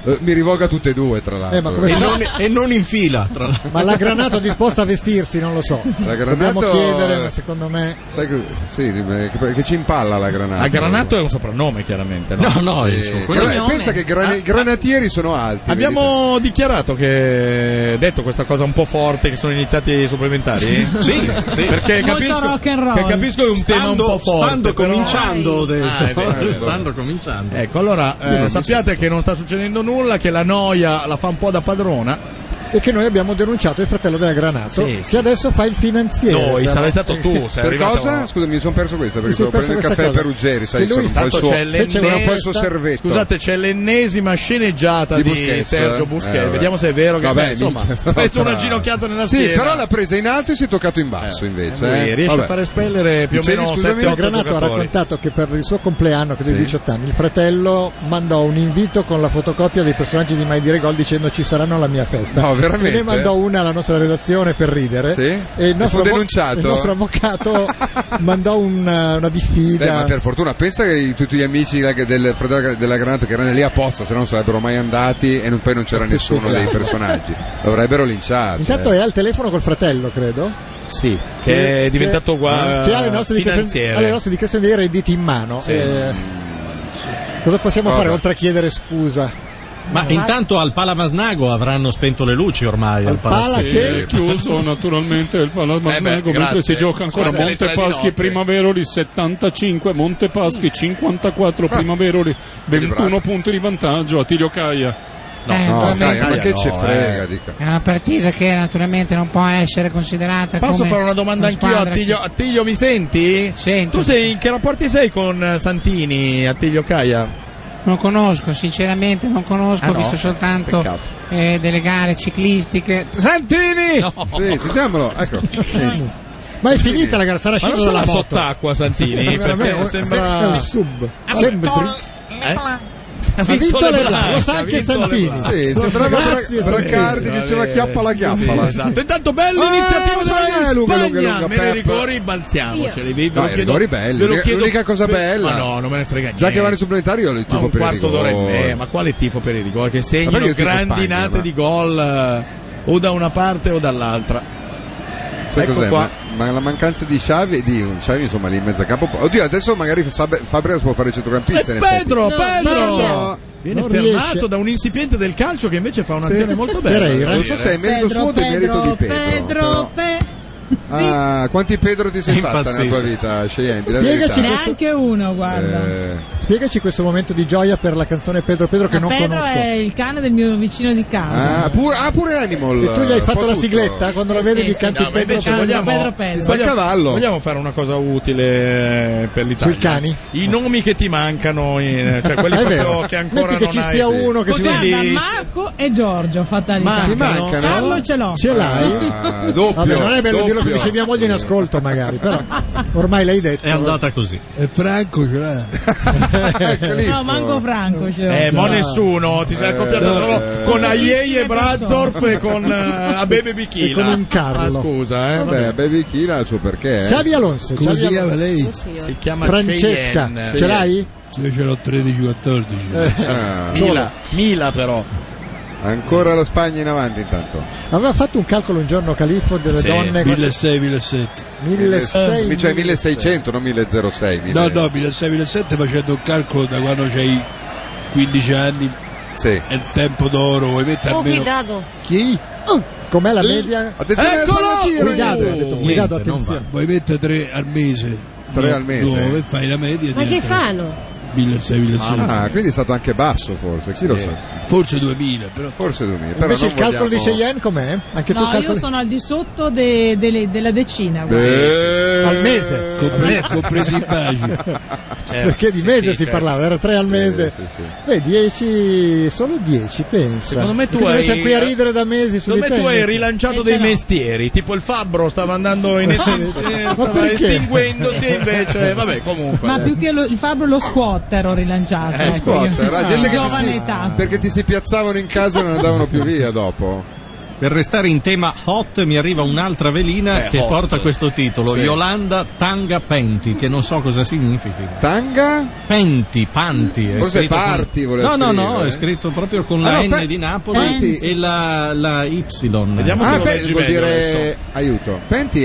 Speaker 5: Eh, mi rivolgo a tutte e due, tra l'altro.
Speaker 2: Eh, ma come
Speaker 8: E
Speaker 2: fa-
Speaker 8: non, e non in fila, tra l'altro.
Speaker 2: Ma la Granato è disposta a vestirsi, non lo so.
Speaker 5: La Granato,
Speaker 2: Dobbiamo chiedere, ma secondo me.
Speaker 5: Sai che, sì, che, che ci impalla la Granato.
Speaker 6: A Granato è un soprannome, chiaramente. No,
Speaker 8: No, no, è il
Speaker 5: Eh,
Speaker 8: suo
Speaker 5: gra-
Speaker 8: cognome.
Speaker 5: pensa che grani-
Speaker 6: Ah,
Speaker 5: granatieri sono alti.
Speaker 6: Abbiamo dichiarato che detto questa cosa un po' forte che sono iniziati i supplementari?
Speaker 8: Sì, sì.
Speaker 6: Perché
Speaker 15: Molto
Speaker 6: capisco,
Speaker 15: rock and roll.
Speaker 6: che capisco che è un tema un po' forte.
Speaker 8: Stando
Speaker 6: però-
Speaker 8: cominciando, ho detto.
Speaker 6: Ah, è vero.
Speaker 8: Stando cominciando.
Speaker 6: Ecco, allora
Speaker 5: Io non
Speaker 6: eh,
Speaker 5: mi
Speaker 6: sappiate che non sta succedendo nulla, che la noia la fa un po' da padrona.
Speaker 2: E che noi abbiamo denunciato il fratello della Granato,
Speaker 6: Sì,
Speaker 2: che
Speaker 6: sì.
Speaker 2: adesso fa il finanziere.
Speaker 6: Noi,
Speaker 2: però.
Speaker 6: sarai stato tu. Sei
Speaker 5: Per
Speaker 6: arrivato-
Speaker 5: cosa? Scusa, mi sono perso questa perché
Speaker 2: Ti sei
Speaker 5: stavo prendendo il
Speaker 2: perso
Speaker 5: caffè
Speaker 2: questa
Speaker 5: per
Speaker 2: cosa?
Speaker 5: Ruggeri, sai,
Speaker 2: Che lui-
Speaker 5: sono un po' il
Speaker 6: Tanto
Speaker 5: suo,
Speaker 6: c'è
Speaker 2: l'enne-
Speaker 5: sono un po' il suo servetto.
Speaker 6: Scusate, c'è l'ennesima sceneggiata
Speaker 5: Di
Speaker 6: di,
Speaker 5: Busquets,
Speaker 6: Sergio
Speaker 5: eh?
Speaker 6: Busquets.
Speaker 5: Eh, vabbè.
Speaker 6: Vediamo se è vero che
Speaker 5: Vabbè,
Speaker 6: beh, insomma,
Speaker 5: minchia,
Speaker 6: ha preso una
Speaker 5: però-
Speaker 6: ginocchiata nella
Speaker 5: Sì,
Speaker 6: schiena.
Speaker 5: però l'ha presa in alto e si è toccato in basso invece.
Speaker 6: lui
Speaker 5: eh.
Speaker 6: riesce
Speaker 5: Vabbè.
Speaker 6: a fare spellere più o
Speaker 5: Dicevi,
Speaker 6: meno
Speaker 5: scusami?
Speaker 6: sette
Speaker 2: La
Speaker 6: otto
Speaker 2: Granato ha
Speaker 6: giocatori.
Speaker 2: raccontato che per il suo compleanno, che è di
Speaker 5: Sì.
Speaker 2: diciotto anni, il fratello mandò un invito con la fotocopia dei personaggi di Mai Dire Gol dicendo ci saranno alla mia festa.
Speaker 5: No, veramente?
Speaker 2: E ne mandò una alla nostra redazione per ridere.
Speaker 5: Sì?
Speaker 2: E il nostro,
Speaker 5: E fu
Speaker 2: avvo-
Speaker 5: denunciato?
Speaker 2: il nostro avvocato mandò una, una
Speaker 5: Beh,
Speaker 2: diffida.
Speaker 5: ma per fortuna pensa che i- tutti gli amici la- del fratello della Granato che erano lì apposta, se no non sarebbero mai andati e non- poi non c'era nessuno dei personaggi. Lo avrebbero linciato.
Speaker 2: Intanto
Speaker 5: eh.
Speaker 2: è al telefono col fratello, credo.
Speaker 6: Sì, che è diventato
Speaker 2: che,
Speaker 6: uguale
Speaker 2: che ha le nostre dichiarazioni,
Speaker 6: finanziere.
Speaker 2: ha le nostre dichiarazioni dei redditi in mano.
Speaker 6: Sì.
Speaker 2: Eh, Cosa possiamo
Speaker 5: Vabbè.
Speaker 2: fare oltre a chiedere scusa?
Speaker 8: Ma intanto al Palamasnago avranno spento le luci ormai. Al,
Speaker 2: Al Pala
Speaker 8: palazzetto.
Speaker 2: che-
Speaker 13: È chiuso naturalmente il Palamasnago,
Speaker 6: Eh beh,
Speaker 13: mentre
Speaker 6: grazie.
Speaker 13: si gioca ancora
Speaker 6: Quasi alle tre di
Speaker 13: Montepaschi
Speaker 6: notte.
Speaker 13: Primaveroli settantacinque, Montepaschi cinquantaquattro, Primaveroli ventuno punti di vantaggio, Attilio Caia.
Speaker 9: Eh,
Speaker 5: No,
Speaker 9: naturalmente
Speaker 5: dai, ma che
Speaker 6: no,
Speaker 5: ce frega,
Speaker 6: eh.
Speaker 5: dica.
Speaker 9: è una partita che naturalmente non può essere considerata
Speaker 6: Posso
Speaker 9: come
Speaker 6: fare una domanda
Speaker 9: una
Speaker 6: anch'io?
Speaker 9: squadra
Speaker 6: Attilio, Attilio, mi senti?
Speaker 9: Sento.
Speaker 6: Tu sei in che rapporti sei con eh, Santini, Attilio Caia?
Speaker 9: che non conosco, sinceramente non conosco,
Speaker 6: Ah,
Speaker 9: ho
Speaker 6: no?
Speaker 9: visto soltanto
Speaker 6: Peccato.
Speaker 9: eh, delle gare ciclistiche. Santini!
Speaker 6: No.
Speaker 5: Sì, sentiamolo, ecco.
Speaker 2: Ma è finita la gara, sarà
Speaker 6: Ma
Speaker 2: sceso
Speaker 6: non sarà
Speaker 2: dalla moto.
Speaker 6: sott'acqua Santini?
Speaker 2: Veramente,
Speaker 6: Perché
Speaker 2: è
Speaker 6: sembra...
Speaker 2: un sub.
Speaker 9: Ha
Speaker 2: Sembra-
Speaker 9: vinto
Speaker 6: Eh?
Speaker 2: Ha vinto le Blanc, lo sa
Speaker 6: ha
Speaker 2: anche
Speaker 6: vinto
Speaker 2: Santini.
Speaker 6: le Blanc.
Speaker 5: Sì,
Speaker 2: Lo-
Speaker 5: sembrava
Speaker 2: grazie,
Speaker 5: Bra- Braccardi
Speaker 6: Santini.
Speaker 5: diceva chiappala chiappala.
Speaker 6: Sì, esatto. Intanto bella
Speaker 5: Ah,
Speaker 6: iniziativa della
Speaker 5: vai, lunga, lunga,
Speaker 6: Spagna.
Speaker 5: lunga,
Speaker 6: Me ne
Speaker 5: Pep.
Speaker 6: rigori, balziamoceli. Vi- ve
Speaker 5: No,
Speaker 6: lo
Speaker 5: i
Speaker 6: chiedo-
Speaker 5: rigori belli,
Speaker 6: ve lo chiedo-
Speaker 5: l'unica cosa
Speaker 6: ve-
Speaker 5: bella.
Speaker 6: Ma no, non me ne frega niente.
Speaker 5: Già che vanno i supplementari io li
Speaker 6: Ma
Speaker 5: tifo
Speaker 6: un
Speaker 5: per i
Speaker 6: quarto d'ora e
Speaker 5: rigori.
Speaker 6: mezza, ma quale tifo per i rigori? Che
Speaker 5: Ma
Speaker 6: segnino
Speaker 5: perché io tifo
Speaker 6: grandinate
Speaker 5: Spagna, ma-
Speaker 6: di gol eh, o da una parte o dall'altra.
Speaker 5: Sai
Speaker 6: Ecco
Speaker 5: cos'è?
Speaker 6: qua.
Speaker 5: Ma, ma la mancanza di Xavi, di un Xavi insomma lì in mezzo a campo. Oddio, adesso magari Fab- Fabregas può fare il centrocampista.
Speaker 6: E
Speaker 5: in effetti.
Speaker 6: Pedro, Pedro!
Speaker 5: No,
Speaker 6: Viene
Speaker 2: non
Speaker 6: fermato
Speaker 2: riesce.
Speaker 6: da un insipiente del calcio che invece fa un'azione
Speaker 2: Sì.
Speaker 6: molto bella.
Speaker 2: Pereira.
Speaker 5: non so se è merito suo o è merito di Pedro.
Speaker 15: Pedro,
Speaker 5: però-
Speaker 15: Pe-
Speaker 5: Ah, quanti Pedro ti sei
Speaker 8: È
Speaker 5: fatta
Speaker 8: impazzito.
Speaker 5: nella tua vita, Cheyenne? Di la
Speaker 2: Spiegaci
Speaker 5: verità.
Speaker 15: neanche uno, guarda.
Speaker 5: Eh,
Speaker 2: Spiegaci questo momento di gioia per la canzone Pedro Pedro che
Speaker 15: Ma
Speaker 2: non
Speaker 15: Pedro
Speaker 2: conosco.
Speaker 15: è il cane del mio vicino di casa.
Speaker 5: ah, pure, ah, pure Animal.
Speaker 2: E tu gli hai
Speaker 5: un
Speaker 2: fatto
Speaker 5: po'
Speaker 2: la
Speaker 5: tutto.
Speaker 2: sigletta quando la
Speaker 15: Sì,
Speaker 2: vedi
Speaker 15: sì,
Speaker 2: di
Speaker 15: sì.
Speaker 2: canti
Speaker 6: No, ma
Speaker 2: Pedro
Speaker 6: invece
Speaker 2: Pedro?
Speaker 6: vogliamo,
Speaker 15: Pedro, Pedro.
Speaker 5: Sta a
Speaker 6: vogliamo-
Speaker 5: cavallo.
Speaker 6: vogliamo fare una cosa utile per l'Italia.
Speaker 2: Sui cani?
Speaker 6: I nomi che ti mancano, in- cioè quelli
Speaker 2: È
Speaker 6: proprio
Speaker 2: vero.
Speaker 6: che ancora
Speaker 2: Metti che
Speaker 6: non
Speaker 2: ci
Speaker 6: hai.
Speaker 2: sia uno che si
Speaker 6: Così
Speaker 15: Guarda,
Speaker 6: li-
Speaker 15: Marco e Giorgio, fatalità.
Speaker 6: Ma-
Speaker 5: Ti mancano?
Speaker 15: Carlo ce l'ho.
Speaker 2: Ce l'hai?
Speaker 5: Ah, doppio,
Speaker 2: Vabbè, non è bello dirlo che
Speaker 5: doppio.
Speaker 2: dice mia moglie in ascolto magari, però ormai l'hai detto.
Speaker 8: È andata così.
Speaker 19: E Franco ce l'ha.
Speaker 5: Ecco
Speaker 15: No, manco Franco ce l'ho.
Speaker 6: Eh, mo nessuno, ti sei accoppiato
Speaker 5: Eh,
Speaker 6: solo
Speaker 5: eh.
Speaker 6: con Aie e
Speaker 15: Pochissime
Speaker 6: Brazzorf e con uh, Abebe
Speaker 2: E
Speaker 6: Bichila.
Speaker 2: con un Carlo.
Speaker 6: Ah, scusa, eh.
Speaker 5: Vabbè, Baby Kila ha il suo perché. eh.
Speaker 2: Xavi Alonso,
Speaker 19: Come
Speaker 2: Xavi
Speaker 19: si chiama
Speaker 2: Alonso.
Speaker 19: lei?
Speaker 6: Si chiama
Speaker 2: Francesca,
Speaker 6: Cheyenne.
Speaker 2: ce l'hai?
Speaker 19: Io ce l'ho tredici quattordici.
Speaker 5: Ah,
Speaker 6: Mila, Mila però.
Speaker 5: ancora la Spagna in avanti intanto.
Speaker 2: Aveva fatto un calcolo un giorno Califfo delle
Speaker 6: Sì.
Speaker 2: donne
Speaker 19: milleseicento millesettesette.
Speaker 2: milleseicento
Speaker 5: Cioè milleseicento, non milleseicento.
Speaker 19: No, no, milleseicento millesettesette facendo un calcolo da quando c'hai quindici anni.
Speaker 5: Sì.
Speaker 19: È il tempo d'oro, vuoi mettere
Speaker 12: Oh,
Speaker 19: almeno.
Speaker 12: fidato.
Speaker 19: Chi?
Speaker 2: Oh, com'è la media?
Speaker 5: Attenzione,
Speaker 6: Eccolo!
Speaker 5: al tiro,
Speaker 2: Guidato, ha detto guidato,
Speaker 8: Niente, non
Speaker 2: attenzione.
Speaker 19: Vuoi mettere tre al mese?
Speaker 5: Tre al mese?
Speaker 19: Dove fai la media?
Speaker 12: Ma che
Speaker 19: diventa
Speaker 12: fanno?
Speaker 19: milleseicento millesettesimo.
Speaker 5: Ah, quindi è stato anche basso forse, chi lo sa?
Speaker 19: Forse duemila, però.
Speaker 5: Forse duemila. Però
Speaker 2: Invece
Speaker 5: non
Speaker 2: il calcolo
Speaker 5: vogliamo-
Speaker 2: di Cheyenne com'è? Anche tu
Speaker 15: No, io
Speaker 2: calcoli?
Speaker 15: sono al di sotto de- delle- della decina. guarda.
Speaker 5: Eh,
Speaker 2: Al mese.
Speaker 19: Compre- compresi i baci.
Speaker 2: Perché di
Speaker 6: sì,
Speaker 2: mese
Speaker 6: sì,
Speaker 2: si
Speaker 6: certo.
Speaker 2: parlava, era tre al mese.
Speaker 5: sì, sì.
Speaker 2: Beh, dieci, solo dieci, pensa.
Speaker 6: Secondo me tu
Speaker 2: Perché noi
Speaker 6: hai-
Speaker 2: siamo qui a ridere da mesi su
Speaker 6: Secondo me tu hai rilanciato
Speaker 15: Eh,
Speaker 6: dei
Speaker 15: ce l'ho.
Speaker 6: mestieri, tipo il fabbro stava andando in estinzione,
Speaker 2: Ma
Speaker 6: stava
Speaker 2: perché?
Speaker 6: estinguendosi invece, vabbè, comunque.
Speaker 15: Ma
Speaker 6: adesso.
Speaker 15: più che lo- il Fabro lo squatter ho rilanciato.
Speaker 5: Eh,
Speaker 15: ecco,
Speaker 5: squatter,
Speaker 15: io-
Speaker 5: la gente
Speaker 15: in
Speaker 5: che ti
Speaker 15: giovane
Speaker 5: si-
Speaker 15: età.
Speaker 5: perché ti si piazzavano in casa e non andavano più via dopo.
Speaker 8: per restare in tema hot mi arriva un'altra velina
Speaker 6: eh,
Speaker 8: che
Speaker 6: hot.
Speaker 8: porta questo titolo,
Speaker 5: Sì.
Speaker 8: Yolanda Tanga Penti, che non so cosa significhi.
Speaker 5: Tanga?
Speaker 8: Penti, Panti. È
Speaker 5: Forse
Speaker 8: scritto
Speaker 5: parti
Speaker 8: con...
Speaker 5: voleva
Speaker 8: No, no, no,
Speaker 5: scrivere.
Speaker 8: è scritto proprio con
Speaker 5: Ah,
Speaker 8: la
Speaker 5: no,
Speaker 8: N
Speaker 5: pe-
Speaker 8: di Napoli
Speaker 5: Penti.
Speaker 8: e la, la Y.
Speaker 6: Vediamo
Speaker 5: Ah,
Speaker 6: se lo
Speaker 5: beh,
Speaker 6: leggi
Speaker 5: vuol
Speaker 6: meglio
Speaker 5: dire
Speaker 6: adesso.
Speaker 5: aiuto. Penti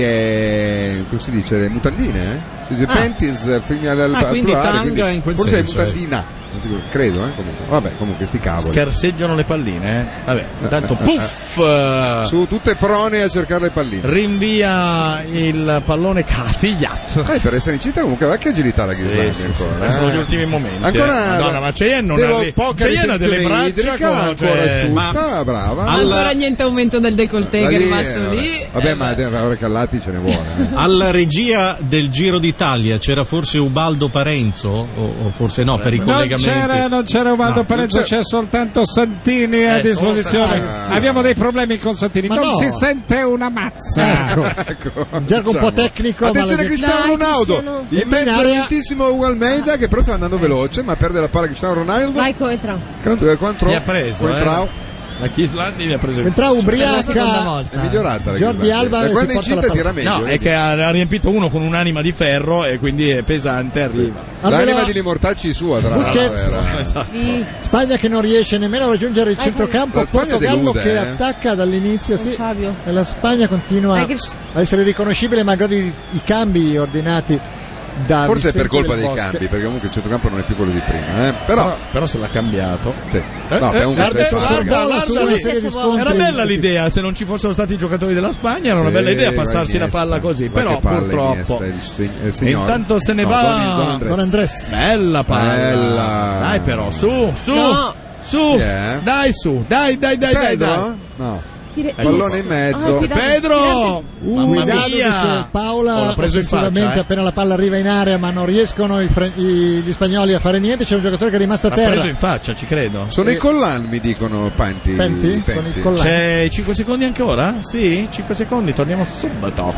Speaker 5: è come si dice? Le mutandine, eh? Si dice
Speaker 8: Ah.
Speaker 5: panties femmina al
Speaker 8: Ah,
Speaker 5: al
Speaker 8: quindi
Speaker 5: plurale,
Speaker 8: tanga
Speaker 5: quindi
Speaker 8: in quel
Speaker 5: forse
Speaker 8: senso,
Speaker 5: è mutandina. Non sicuro, credo, eh, comunque. Vabbè, comunque sti cavoli.
Speaker 6: Scarseggiano le palline, eh? Vabbè, intanto puff! eh,
Speaker 5: Su tutte prone a cercare le palline.
Speaker 6: Rinvia il pallone Cafigliat.
Speaker 5: Eh, per essere incinta comunque aveva che agilità la
Speaker 6: Sì,
Speaker 5: Ghislandi
Speaker 6: sì,
Speaker 5: ancora.
Speaker 6: sì. Sono
Speaker 5: eh.
Speaker 6: gli ultimi momenti.
Speaker 5: Ancora
Speaker 6: eh. Madonna, ma Cheyenne non
Speaker 5: devo
Speaker 6: arri-
Speaker 5: poca
Speaker 6: Cheyenne ha delle
Speaker 5: ritenzione
Speaker 6: braccia
Speaker 5: idrica,
Speaker 6: come-
Speaker 5: ancora
Speaker 6: cioè-
Speaker 5: asciutta, brava.
Speaker 17: Ancora niente aumento del décolleté
Speaker 5: Da
Speaker 17: che è
Speaker 5: lì,
Speaker 17: rimasto
Speaker 5: eh,
Speaker 17: lì.
Speaker 5: Vabbè,
Speaker 17: Eh,
Speaker 5: ma de- ora Callati ce ne vuole. eh.
Speaker 8: Alla regia del Giro d'Italia c'era forse Ubaldo Parenzo o, o forse no, per i
Speaker 14: Non
Speaker 8: collegamenti.
Speaker 14: c'era, non c'era Ubaldo
Speaker 8: No,
Speaker 14: Parenzo,
Speaker 5: non c'è-
Speaker 14: c'è soltanto Santini a
Speaker 6: Eh,
Speaker 14: disposizione.
Speaker 5: solo- ah,
Speaker 14: Abbiamo dei problemi con Santini,
Speaker 2: Ma
Speaker 14: non
Speaker 2: no.
Speaker 14: si sente una mazza.
Speaker 2: Ecco.
Speaker 5: Ecco,
Speaker 2: Un gergo un po'
Speaker 5: diciamo.
Speaker 2: tecnico, ma
Speaker 5: Attenzione
Speaker 2: la gente-
Speaker 5: Cristiano
Speaker 12: Dai,
Speaker 5: Ronaldo,
Speaker 12: Cristiano.
Speaker 5: in
Speaker 2: In
Speaker 5: mezzo
Speaker 2: area.
Speaker 5: lentissimo Hugo Almeida che però sta andando veloce, ma perde la palla Cristiano Ronaldo.
Speaker 12: Vai Coentra.
Speaker 5: Quanto è contro?
Speaker 6: Mi ha preso,
Speaker 5: Coentrao.
Speaker 6: eh. La Kislandi mi ha preso il
Speaker 2: Entra
Speaker 3: Per la seconda
Speaker 2: ubriaca.
Speaker 3: volta.
Speaker 5: È migliorata la
Speaker 2: Jordi
Speaker 5: Ghislandi.
Speaker 2: Alba
Speaker 5: Da
Speaker 2: si
Speaker 5: quando è
Speaker 2: porta
Speaker 5: incinta
Speaker 2: la
Speaker 5: tira meglio.
Speaker 6: No, è
Speaker 5: vedi?
Speaker 6: che ha, ha riempito uno con un'anima di ferro e quindi è pesante, arriva.
Speaker 2: Allora,
Speaker 5: L'anima di Limortacci sua, tra l'altro.
Speaker 2: Busquets.
Speaker 5: era.
Speaker 6: Esatto.
Speaker 2: Spagna che non riesce nemmeno a raggiungere il
Speaker 12: Vai,
Speaker 2: centrocampo,
Speaker 5: la Spagna
Speaker 2: Portogallo
Speaker 5: delude,
Speaker 2: che
Speaker 5: eh.
Speaker 2: attacca dall'inizio, sì.
Speaker 12: Fabio.
Speaker 2: E la Spagna continua
Speaker 12: Vai, Cris-
Speaker 2: a essere riconoscibile malgrado i, i cambi ordinati da
Speaker 5: Forse è
Speaker 2: Vicente
Speaker 5: per colpa
Speaker 2: del
Speaker 5: dei
Speaker 2: Bosque.
Speaker 5: cambi, perché comunque il centrocampo non è più quello di prima. Eh? Però,
Speaker 6: Però, però se l'ha cambiato.
Speaker 5: sì.
Speaker 6: Eh,
Speaker 5: No,
Speaker 6: eh,
Speaker 5: comunque
Speaker 6: guarda,
Speaker 5: c'è
Speaker 6: guarda,
Speaker 5: fare.
Speaker 6: guarda,
Speaker 2: Guarda,
Speaker 6: guarda
Speaker 2: una
Speaker 6: lì.
Speaker 2: serie di scontri
Speaker 6: Era bella
Speaker 2: discutibili.
Speaker 6: l'idea se non ci fossero stati i giocatori della Spagna, era una
Speaker 5: Sì,
Speaker 6: bella idea
Speaker 5: guarda
Speaker 6: passarsi la
Speaker 5: Iniesta.
Speaker 6: palla così,
Speaker 5: Guarda
Speaker 6: però
Speaker 5: che palla
Speaker 6: purtroppo
Speaker 5: Iniesta, il sig- il
Speaker 6: e
Speaker 5: signore.
Speaker 6: intanto se ne
Speaker 5: No,
Speaker 6: va
Speaker 5: Don- Don Andrés.
Speaker 2: Don Andrés.
Speaker 6: bella palla.
Speaker 5: Bella.
Speaker 6: Dai però, su, su.
Speaker 12: No.
Speaker 6: Su.
Speaker 5: Chi è?
Speaker 6: Dai su, dai dai dai dai,
Speaker 5: Pedro?
Speaker 6: dai.
Speaker 5: No.
Speaker 12: Tire-
Speaker 5: Pallone in
Speaker 12: Ah,
Speaker 5: mezzo.
Speaker 12: guidate,
Speaker 6: Pedro!
Speaker 12: guidate.
Speaker 2: Uh,
Speaker 6: Mamma
Speaker 2: Guidado,
Speaker 6: mia!
Speaker 2: dice Paola,
Speaker 6: Oh, l'ha preso in faccia,
Speaker 2: successivamente
Speaker 6: eh.
Speaker 2: appena la palla arriva in area, ma non riescono i fre- i- gli spagnoli a fare niente. C'è un giocatore che è rimasto a
Speaker 6: L'ha
Speaker 2: terra.
Speaker 6: preso in faccia, ci credo.
Speaker 5: Sono i collan, mi dicono Panti.
Speaker 2: Penti? Sono i collan.
Speaker 6: C'è cinque secondi ancora? Sì, cinque secondi, torniamo subito.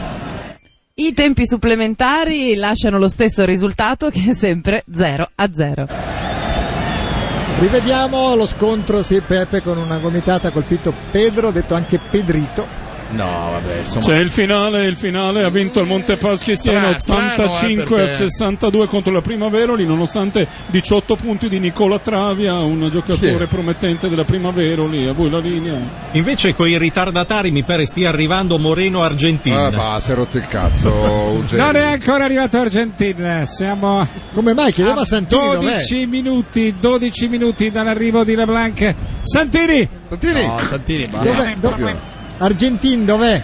Speaker 3: I tempi supplementari lasciano lo stesso risultato che è sempre zero a zero.
Speaker 2: Rivediamo lo scontro, sì, Pepe con una gomitata ha colpito Pedro, detto anche Pedrito.
Speaker 6: No, vabbè, insomma.
Speaker 13: C'è il finale, il finale ha vinto il Montepaschi Siena
Speaker 6: Strano,
Speaker 13: ottantacinque
Speaker 6: eh,
Speaker 13: a
Speaker 6: perché-
Speaker 13: sessantadue contro la Primaveroli, nonostante diciotto punti di Nicola Travia, un giocatore promettente della Primaveroli. A voi la linea.
Speaker 8: Invece coi ritardatari mi pare stia arrivando Moreno Argentina.
Speaker 5: Ah, ma si è rotto il cazzo. Uggelli.
Speaker 14: Non è ancora arrivato Argentina, siamo
Speaker 2: Come mai? Chiedeva
Speaker 14: a
Speaker 2: Santini dov'è?
Speaker 14: dodici minuti, dodici minuti dall'arrivo di LeBlanc. Santini!
Speaker 5: Santini.
Speaker 6: No, Santini, basta.
Speaker 2: Dov'è? Dov'è? Argentin dov'è?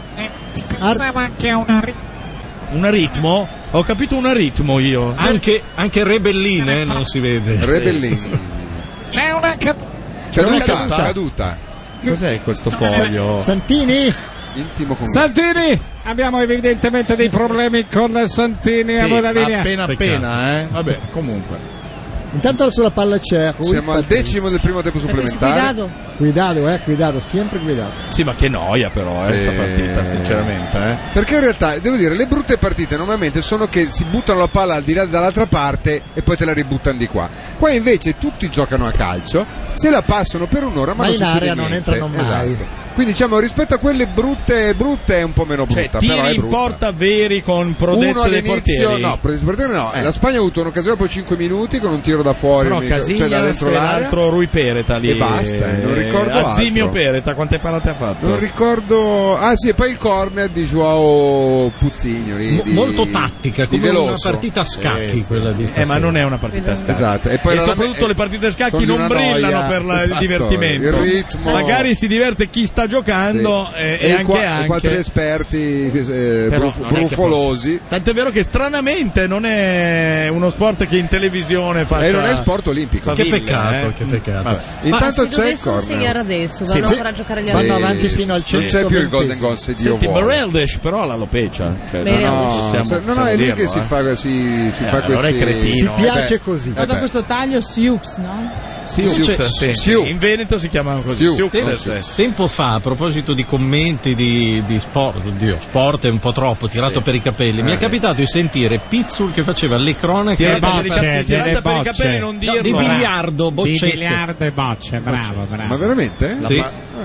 Speaker 14: Pensavo anche a una ri-
Speaker 6: Un ritmo? Ho capito un ritmo io.
Speaker 8: Anche, anche Rebelline eh, non si vede.
Speaker 5: Rebellini.
Speaker 14: C'è una ca-
Speaker 5: Caduta,
Speaker 6: caduta.
Speaker 5: caduta.
Speaker 6: Cos'è questo foglio?
Speaker 2: Santini?
Speaker 5: Intimo con
Speaker 14: Santini! Abbiamo evidentemente dei problemi con Santini a
Speaker 6: Sì,
Speaker 14: voi la linea.
Speaker 6: appena
Speaker 8: Peccato.
Speaker 6: appena, eh. Vabbè, comunque.
Speaker 2: Intanto sulla palla c'è Rui
Speaker 5: Siamo al
Speaker 2: Patricio.
Speaker 5: decimo del primo tempo supplementare.
Speaker 12: Guidado.
Speaker 2: Guidato, eh, guidato, sempre guidato.
Speaker 6: Sì, ma che noia però, eh, sta
Speaker 5: Sì.
Speaker 6: partita, sinceramente, eh.
Speaker 5: Perché in realtà, devo dire, le brutte partite normalmente sono che si buttano la palla al di là dall'altra parte e poi te la ributtano di qua. Qua invece tutti giocano a calcio, se la passano per un'ora ma,
Speaker 2: Ma
Speaker 5: non
Speaker 2: in
Speaker 5: succede
Speaker 2: area non
Speaker 5: niente.
Speaker 2: entrano mai.
Speaker 5: Esatto. Quindi diciamo rispetto a quelle brutte brutte è un po' meno
Speaker 6: Cioè,
Speaker 5: brutta, però
Speaker 6: tiri
Speaker 5: è
Speaker 6: in
Speaker 5: brutta.
Speaker 6: porta veri con
Speaker 5: Uno
Speaker 6: prodezza dei
Speaker 5: all'inizio,
Speaker 6: portieri.
Speaker 5: no, per- portiere no.
Speaker 6: Eh.
Speaker 5: La Spagna ha avuto un'occasione dopo cinque minuti con un tiro da fuori,
Speaker 6: Però
Speaker 5: mi ricordo,
Speaker 6: Casillas
Speaker 5: cioè da dentro
Speaker 6: e
Speaker 5: l'area.
Speaker 6: l'altro Rui Pereta lì.
Speaker 5: E basta, eh, non ricordo
Speaker 6: Azimio
Speaker 5: altro.
Speaker 6: Pereta, quante parate ha fatto?
Speaker 5: Non ricordo. Ah sì, e poi il corner di Joao Puzzigno lì,
Speaker 8: Mo-
Speaker 5: di-
Speaker 8: molto tattica,
Speaker 5: di
Speaker 8: come una
Speaker 5: Veloso.
Speaker 8: partita a scacchi
Speaker 6: Sì,
Speaker 8: quella
Speaker 6: sì,
Speaker 8: di
Speaker 6: sì. Eh, ma
Speaker 8: stasera.
Speaker 6: non è una partita a scacchi.
Speaker 5: Esatto. E,
Speaker 6: E,
Speaker 5: poi
Speaker 6: soprattutto
Speaker 5: raramente-
Speaker 6: le partite a scacchi
Speaker 5: sono di
Speaker 6: non
Speaker 5: una
Speaker 6: brillano
Speaker 5: noia.
Speaker 6: per la- il
Speaker 5: Esatto,
Speaker 6: divertimento.
Speaker 5: il ritmo.
Speaker 6: Magari si diverte chi sta giocando e, e
Speaker 5: i
Speaker 6: anche
Speaker 5: qua- i
Speaker 6: anche.
Speaker 5: quattro esperti eh,
Speaker 6: Però
Speaker 5: bruf-
Speaker 6: non è che
Speaker 5: brufolosi.
Speaker 6: Tant'è vero che stranamente non è uno sport che in televisione fa.
Speaker 5: E non è sport olimpico.
Speaker 8: Che peccato, che peccato.
Speaker 6: Vabbè.
Speaker 5: Intanto
Speaker 12: Ma
Speaker 5: c'è
Speaker 12: si
Speaker 5: il
Speaker 12: dovessero segnare
Speaker 5: corner.
Speaker 12: adesso,
Speaker 6: Sì,
Speaker 12: vanno
Speaker 6: sì.
Speaker 12: ancora a giocare gli
Speaker 2: Vanno
Speaker 12: altri.
Speaker 2: avanti fino al
Speaker 5: Non c'è più il golden
Speaker 2: centoventi.
Speaker 5: goal se Dio
Speaker 6: Senti,
Speaker 5: vuole.
Speaker 6: Bareldes però alla Lopecia. Cioè,
Speaker 12: Bene,
Speaker 6: no,
Speaker 5: No,
Speaker 6: possiamo-
Speaker 5: se- no, no,
Speaker 6: possiamo
Speaker 5: è lui
Speaker 6: dirlo,
Speaker 5: che si
Speaker 6: eh.
Speaker 5: fa, si, si
Speaker 6: Eh,
Speaker 5: fa
Speaker 6: allora è
Speaker 5: questi.
Speaker 6: cretino.
Speaker 2: Si piace
Speaker 5: Eh beh,
Speaker 2: così.
Speaker 5: eh
Speaker 15: Guarda
Speaker 5: beh.
Speaker 15: questo taglio Siux, no?
Speaker 6: Siux,
Speaker 5: Siux.
Speaker 6: sì.
Speaker 5: Siux.
Speaker 6: In Veneto si chiamano così.
Speaker 5: Siux.
Speaker 6: Siux,
Speaker 5: Tempo-
Speaker 6: sì.
Speaker 8: Tempo fa, a proposito di commenti di, di sport, oddio, sport è un po' troppo, tirato
Speaker 6: Sì.
Speaker 8: per i capelli, mi
Speaker 5: Eh.
Speaker 8: è capitato di sentire Pizzul che faceva le cronache
Speaker 6: Tirata per i
Speaker 14: bocce,
Speaker 6: cap- tirata
Speaker 14: delle
Speaker 6: per i
Speaker 14: bocce.
Speaker 6: capelli non
Speaker 8: no,
Speaker 6: dirlo.
Speaker 8: di biliardo,
Speaker 14: Di
Speaker 8: boccette.
Speaker 14: biliardo e bocce, bravo, bravo.
Speaker 5: Ma veramente?
Speaker 8: Sì.
Speaker 5: Ah.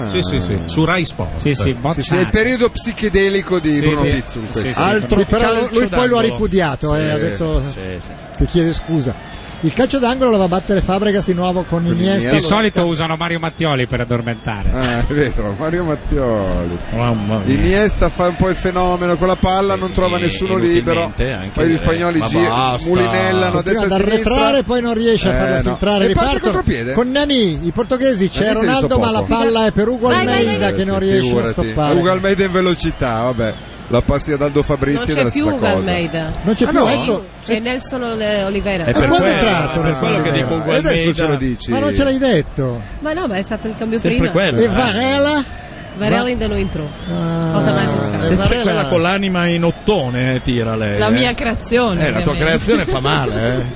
Speaker 8: Ah. Sì, sì, sì, su Rai Sport.
Speaker 14: Sì, sì,
Speaker 5: Sì, sì, è il periodo psichedelico di
Speaker 14: Sì,
Speaker 5: Bruno
Speaker 14: sì.
Speaker 5: Pizzul.
Speaker 14: Sì,
Speaker 5: questo.
Speaker 14: sì.
Speaker 6: Altro
Speaker 2: Sì, però
Speaker 6: calcio
Speaker 2: lui poi lo ha
Speaker 6: d'angolo.
Speaker 2: ripudiato, eh,
Speaker 5: Sì.
Speaker 2: adesso
Speaker 6: Sì, sì, sì.
Speaker 2: ti chiede scusa. Il calcio d'angolo lo va a battere Fabregas di nuovo con Iniesta.
Speaker 14: Di
Speaker 2: lo
Speaker 14: solito usano Mario Mattioli per addormentare.
Speaker 5: Ah, è vero, Mario Mattioli.
Speaker 6: Mamma mia.
Speaker 5: Iniesta fa un po' il fenomeno con la palla, non trova nessuno libero.
Speaker 6: inutilmente, anche
Speaker 5: Poi gli
Speaker 6: direi.
Speaker 5: spagnoli
Speaker 6: Ma
Speaker 5: gi-
Speaker 6: basta.
Speaker 5: mulinellano a destra
Speaker 2: Continua
Speaker 5: e
Speaker 2: ad
Speaker 5: a sinistra.
Speaker 2: arretrare, poi non riesce a
Speaker 5: Eh,
Speaker 2: farla
Speaker 5: no.
Speaker 2: filtrare.
Speaker 5: E parte
Speaker 2: Riparto
Speaker 5: contropiede.
Speaker 2: con Nani, i portoghesi. C'è
Speaker 5: Nani si è visto
Speaker 2: Ronaldo, ma la
Speaker 5: poco.
Speaker 2: palla è per Ugo
Speaker 12: Vai, vai,
Speaker 2: Almeida
Speaker 12: vai.
Speaker 2: che non
Speaker 5: Sì,
Speaker 2: riesce
Speaker 5: figurati.
Speaker 2: a stoppare.
Speaker 5: Ugo Almeida in velocità, vabbè. La passi ad Aldo Fabrizi
Speaker 9: Non
Speaker 5: e
Speaker 9: c'è
Speaker 5: della
Speaker 9: più
Speaker 5: stessa
Speaker 9: Ugo
Speaker 5: cosa.
Speaker 9: Almeida.
Speaker 2: Non c'è
Speaker 5: Ah,
Speaker 2: più,
Speaker 5: no?
Speaker 2: ecco.
Speaker 9: C'è Nelson Oliveira.
Speaker 6: È per
Speaker 2: quando è
Speaker 6: quello,
Speaker 2: entrato
Speaker 6: per
Speaker 2: nel
Speaker 6: quello che
Speaker 2: Almeida?
Speaker 6: dico Ugo
Speaker 5: E adesso
Speaker 6: Almeida.
Speaker 5: ce lo dici.
Speaker 2: Ma non ce l'hai detto.
Speaker 9: Ma no, ma è stato il cambio
Speaker 6: Sempre
Speaker 9: prima.
Speaker 6: quello.
Speaker 2: E
Speaker 6: eh.
Speaker 2: Varela?
Speaker 9: Varela ainda non entrò.
Speaker 2: Ah,
Speaker 9: Automaticamente.
Speaker 6: Sempre
Speaker 2: Varela-
Speaker 6: quella con l'anima in ottone, eh, tira lei.
Speaker 3: La
Speaker 6: eh.
Speaker 3: mia creazione.
Speaker 6: Eh, la tua
Speaker 3: ovviamente.
Speaker 6: creazione fa male, eh.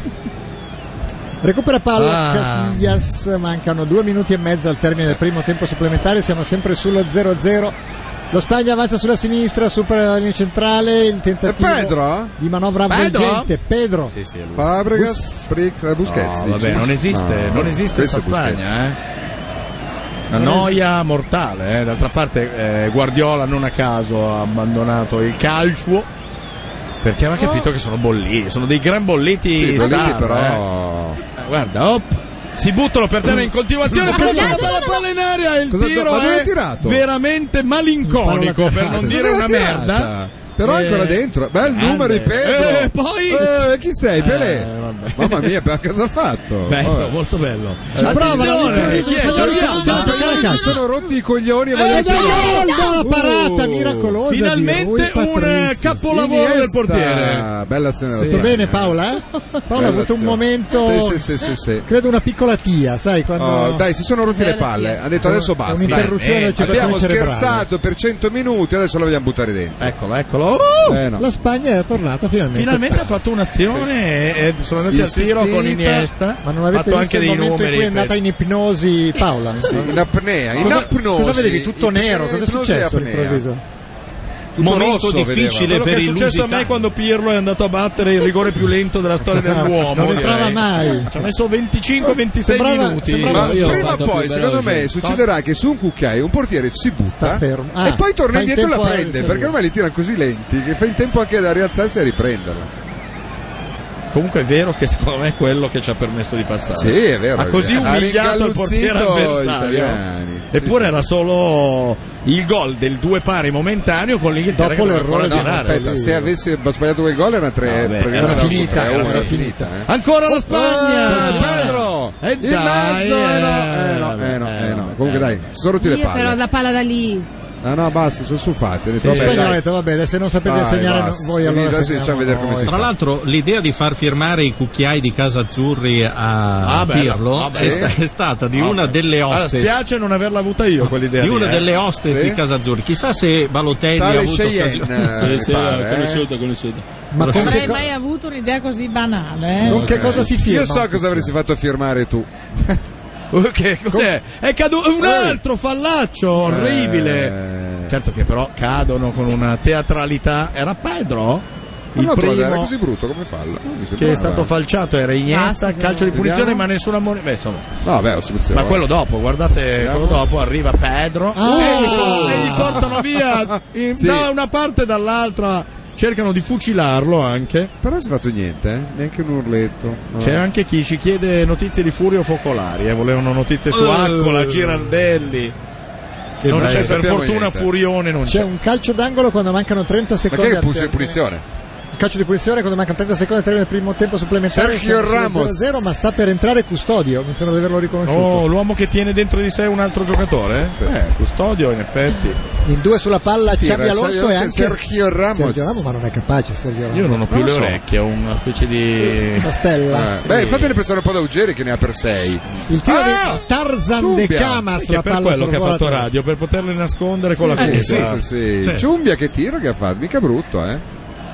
Speaker 2: Recupera palla
Speaker 6: Ah.
Speaker 2: Casillas, mancano due minuti e mezzo al termine del primo tempo supplementare, siamo sempre sullo zero a zero. Lo Spagna avanza sulla sinistra, supera la linea centrale, il tentativo
Speaker 5: E Pedro?
Speaker 2: di manovra
Speaker 6: Pedro?
Speaker 2: avvolgente. Pedro.
Speaker 6: Sì, sì, è lui.
Speaker 5: Fabregas, Sprix, eh, Busquets.
Speaker 6: No,
Speaker 5: dici?
Speaker 6: vabbè, non esiste,
Speaker 5: No,
Speaker 6: non esiste
Speaker 5: questo
Speaker 6: questa
Speaker 5: è Busquets.
Speaker 6: Spagna, eh. Una noia mortale, eh. D'altra parte eh, Guardiola non a caso ha abbandonato il calcio perché aveva capito che sono bolliti, sono dei gran bolliti.
Speaker 5: Sì, bolliti,
Speaker 6: star,
Speaker 5: però.
Speaker 6: eh. Eh, Guarda, op. Si buttano per terra in continuazione, poi la palla, palla in aria, il
Speaker 5: Cosa-
Speaker 6: tiro
Speaker 5: ma dove
Speaker 6: è
Speaker 5: hai tirato?
Speaker 6: veramente malinconico, per non dire
Speaker 5: Dove
Speaker 6: una
Speaker 5: l'ha tirata?
Speaker 6: merda.
Speaker 5: Però è
Speaker 6: Eh,
Speaker 5: ancora dentro. Bel
Speaker 6: grande.
Speaker 5: numero di Pedro.
Speaker 6: Eh, poi
Speaker 5: Eh, chi sei? Pelé?
Speaker 6: Eh, vabbè.
Speaker 5: Mamma mia, per cosa ha fatto?
Speaker 6: Bello,
Speaker 5: Vabbè.
Speaker 6: molto bello.
Speaker 2: Ci provano,
Speaker 6: Attenzione,
Speaker 2: all'improvviso,
Speaker 6: chi è?
Speaker 2: gli
Speaker 6: Giorgiano?
Speaker 2: spagnoli
Speaker 5: Gli spagnoli si sono rotti i coglioni e vogliono
Speaker 2: Eh, gol, la parata
Speaker 5: Uh.
Speaker 2: miracolosa di
Speaker 6: Finalmente
Speaker 2: Rui
Speaker 6: un
Speaker 2: Patrizi.
Speaker 6: capolavoro del
Speaker 5: Iniesta.
Speaker 6: portiere.
Speaker 5: Bella azione dello
Speaker 2: Sto
Speaker 5: Spagna.
Speaker 2: bene Paola? Paola ha
Speaker 5: Bella
Speaker 2: avuto un
Speaker 5: azione.
Speaker 2: momento,
Speaker 5: Sì, sì, sì, sì, sì.
Speaker 2: credo una piccola tia, sai quando...
Speaker 5: Oh, dai, si sono rotti le palle. Ha detto adesso basta.
Speaker 2: Un'interruzione
Speaker 5: Dai,
Speaker 2: del circolazione
Speaker 5: abbiamo
Speaker 2: cerebrale.
Speaker 5: scherzato per cento minuti, adesso lo vogliamo buttare dentro.
Speaker 6: Eccolo, eccolo.
Speaker 5: Eh, no.
Speaker 2: La Spagna è tornata finalmente.
Speaker 6: Finalmente ha fatto un'azione e sono andati al tiro
Speaker 5: Insistita.
Speaker 6: con Iniesta.
Speaker 2: Ma non
Speaker 6: Ha
Speaker 2: avete
Speaker 6: fatto
Speaker 2: visto
Speaker 6: anche
Speaker 2: il
Speaker 6: dei
Speaker 2: momento
Speaker 6: numeri.
Speaker 2: in cui è andata in ipnosi Paola?
Speaker 5: Sì, in apnea, in
Speaker 2: Cosa-
Speaker 5: apnosi.
Speaker 2: cosa vedevi? Tutto
Speaker 5: Ipnosi,
Speaker 2: nero? Cosa è
Speaker 5: ipnosi e
Speaker 2: successo
Speaker 5: apnea.
Speaker 2: all'improvviso?
Speaker 5: Tutto
Speaker 8: Momento
Speaker 5: rosso,
Speaker 8: difficile
Speaker 6: Quello che
Speaker 8: per
Speaker 6: è successo a
Speaker 8: illusità.
Speaker 6: me quando Pirlo è andato a battere il rigore più lento della storia dell'uomo.
Speaker 2: Non entrava
Speaker 6: direi.
Speaker 2: mai.
Speaker 6: Ci ha messo venticinque ventisei
Speaker 2: Sembrava-
Speaker 6: minuti.
Speaker 2: sembrava-
Speaker 5: Ma
Speaker 16: Io ho
Speaker 5: prima o
Speaker 16: fatto
Speaker 5: poi,
Speaker 16: più
Speaker 5: secondo
Speaker 16: veloce.
Speaker 5: me, succederà che su un cucchiaio un portiere si butta
Speaker 2: Sta fermo. Ah,
Speaker 5: e poi torna
Speaker 2: fa in
Speaker 5: indietro e la
Speaker 2: tempo a
Speaker 5: prende,
Speaker 2: risalire.
Speaker 5: perché ormai li tirano così lenti che fa in tempo anche da rialzarsi e a riprenderla.
Speaker 6: Comunque è vero che secondo me è quello che ci ha permesso di passare.
Speaker 5: Sì, è vero.
Speaker 6: Ha così
Speaker 5: Ha
Speaker 6: umiliato il portiere
Speaker 5: ringalluzzito gli
Speaker 6: avversario.
Speaker 5: italiani.
Speaker 6: Eppure era solo il gol del due pari momentaneo con l'Inghilterra
Speaker 2: Dopo
Speaker 6: che doveva
Speaker 2: l'errore
Speaker 6: ancora
Speaker 2: di-
Speaker 6: tirare.
Speaker 5: Aspetta,
Speaker 2: lì.
Speaker 5: se avessi sbagliato quel gol era tre,
Speaker 6: Vabbè,
Speaker 5: praticamente
Speaker 6: era
Speaker 5: era
Speaker 2: finita,
Speaker 5: tre a uno,
Speaker 2: era
Speaker 5: era
Speaker 2: finita.
Speaker 5: finita. eh.
Speaker 6: Ancora la Spagna!
Speaker 5: Ah, Pedro!
Speaker 6: E
Speaker 5: In
Speaker 6: dai,
Speaker 5: mezzo, eh, no,
Speaker 6: eh,
Speaker 5: eh, no,
Speaker 6: vabbè,
Speaker 5: eh, no,
Speaker 6: eh,
Speaker 5: eh, no.
Speaker 6: vabbè.
Speaker 5: Comunque dai, si sono rotti le
Speaker 9: Io però
Speaker 5: palle.
Speaker 9: la palla da lì.
Speaker 5: Ah no, basta, sono stufati. Ho detto,
Speaker 2: Lo
Speaker 5: vabbè,
Speaker 2: Spagna ha
Speaker 5: dai.
Speaker 2: detto vabbè, se non sapete
Speaker 5: Dai,
Speaker 2: segnare
Speaker 5: basta.
Speaker 2: voi allora
Speaker 5: Adesso
Speaker 2: segniamo
Speaker 5: facciamo vedere come
Speaker 2: noi.
Speaker 5: si
Speaker 8: Tra l'altro l'idea di far firmare i cucchiai di Casa Azzurri a
Speaker 6: Ah, bella.
Speaker 8: Pirlo
Speaker 6: Ah, beh.
Speaker 8: è, sta- è stata di
Speaker 6: Ah,
Speaker 8: una
Speaker 6: beh.
Speaker 8: delle
Speaker 6: Allora,
Speaker 8: hostess
Speaker 6: spiace non averla avuta io quell'idea
Speaker 8: di
Speaker 6: lì,
Speaker 8: una
Speaker 6: eh.
Speaker 8: delle hostess
Speaker 5: Sì.
Speaker 8: di Casa Azzurri. Chissà se Balotelli
Speaker 5: Tale
Speaker 8: ha avuto
Speaker 5: Cheyenne,
Speaker 8: occasione.
Speaker 5: eh,
Speaker 16: Sì, sì,
Speaker 5: mi pare, eh.
Speaker 16: conosciuta, conosciuta.
Speaker 2: Ma con
Speaker 15: Non
Speaker 2: che,
Speaker 15: avrei
Speaker 2: co-
Speaker 15: mai avuto un'idea così banale. Eh?
Speaker 2: con che cosa si firma?
Speaker 5: Io so cosa avresti fatto firmare tu.
Speaker 6: Che cos'è? È caduto un altro fallaccio orribile.
Speaker 5: Eh.
Speaker 6: Certo che però cadono con una teatralità. Era Pedro?
Speaker 5: Ma
Speaker 6: Il
Speaker 5: no, tra l'altro era
Speaker 6: primo
Speaker 5: così brutto come fallo. Mi
Speaker 6: che
Speaker 5: sembrava.
Speaker 6: è stato falciato era Iniesta,
Speaker 15: Ah, sì,
Speaker 6: calcio di punizione,
Speaker 5: Vediamo.
Speaker 6: ma nessuna amore. Beh, insomma.
Speaker 5: No, beh, ostruzione.
Speaker 6: Ma quello dopo, guardate,
Speaker 5: Vediamo.
Speaker 6: quello dopo arriva Pedro
Speaker 2: Ah!
Speaker 6: e, gli, por- e gli portano via in-
Speaker 5: Sì.
Speaker 6: da una parte e dall'altra. Cercano di fucilarlo anche.
Speaker 5: Però non si è fatto niente, eh? Neanche un urletto. No.
Speaker 6: C'è anche chi ci chiede notizie di Furio Focolari, eh? Volevano notizie su
Speaker 8: Uh.
Speaker 6: Accola, Girardelli.
Speaker 8: Che
Speaker 6: Non
Speaker 8: bello.
Speaker 6: c'è, per
Speaker 5: sappiamo
Speaker 6: fortuna
Speaker 5: niente.
Speaker 6: Furione non
Speaker 2: C'è
Speaker 6: c'è.
Speaker 2: un calcio d'angolo quando mancano trenta
Speaker 5: Ma
Speaker 2: secondi.
Speaker 5: che è
Speaker 2: al
Speaker 5: il pulso di
Speaker 2: termine.
Speaker 5: punizione?
Speaker 2: Calcio di punizione quando mancano trenta secondi al termine del primo tempo supplementare.
Speaker 5: Sergio
Speaker 2: Siamo sullo
Speaker 5: Ramos.
Speaker 2: zero a zero, ma sta per entrare Custodio, mi sembra di averlo riconosciuto.
Speaker 6: Oh, l'uomo che tiene dentro di sé un altro giocatore?
Speaker 5: Sì.
Speaker 6: Eh, Custodio in effetti.
Speaker 2: In due sulla palla
Speaker 5: Chi
Speaker 2: Xabi
Speaker 5: era?
Speaker 2: Alonso
Speaker 5: Sergio-
Speaker 2: e anche
Speaker 5: Sergio Ramos.
Speaker 2: Sergio Ramos, ma non è capace Sergio Ramos.
Speaker 6: Io non ho più
Speaker 5: Non
Speaker 6: le
Speaker 5: lo so.
Speaker 6: orecchie, ho una specie di...
Speaker 2: La stella.
Speaker 5: Eh, Beh, fatene pensare un po' da Ugeri che ne ha per sei.
Speaker 2: Il tiro
Speaker 5: Ah!
Speaker 2: di Tarzan
Speaker 5: Ciumbia.
Speaker 2: de Camas,
Speaker 6: Che
Speaker 2: la
Speaker 6: è per
Speaker 2: palla
Speaker 6: quello
Speaker 2: sul
Speaker 6: che ha
Speaker 2: volo
Speaker 6: fatto
Speaker 2: laterale.
Speaker 6: radio, per poterle nascondere con la
Speaker 5: Eh,
Speaker 6: cuffia.
Speaker 5: sì, sì, sì.
Speaker 8: Sì.
Speaker 5: Ciumbia che tiro che ha fatto, mica brutto, eh.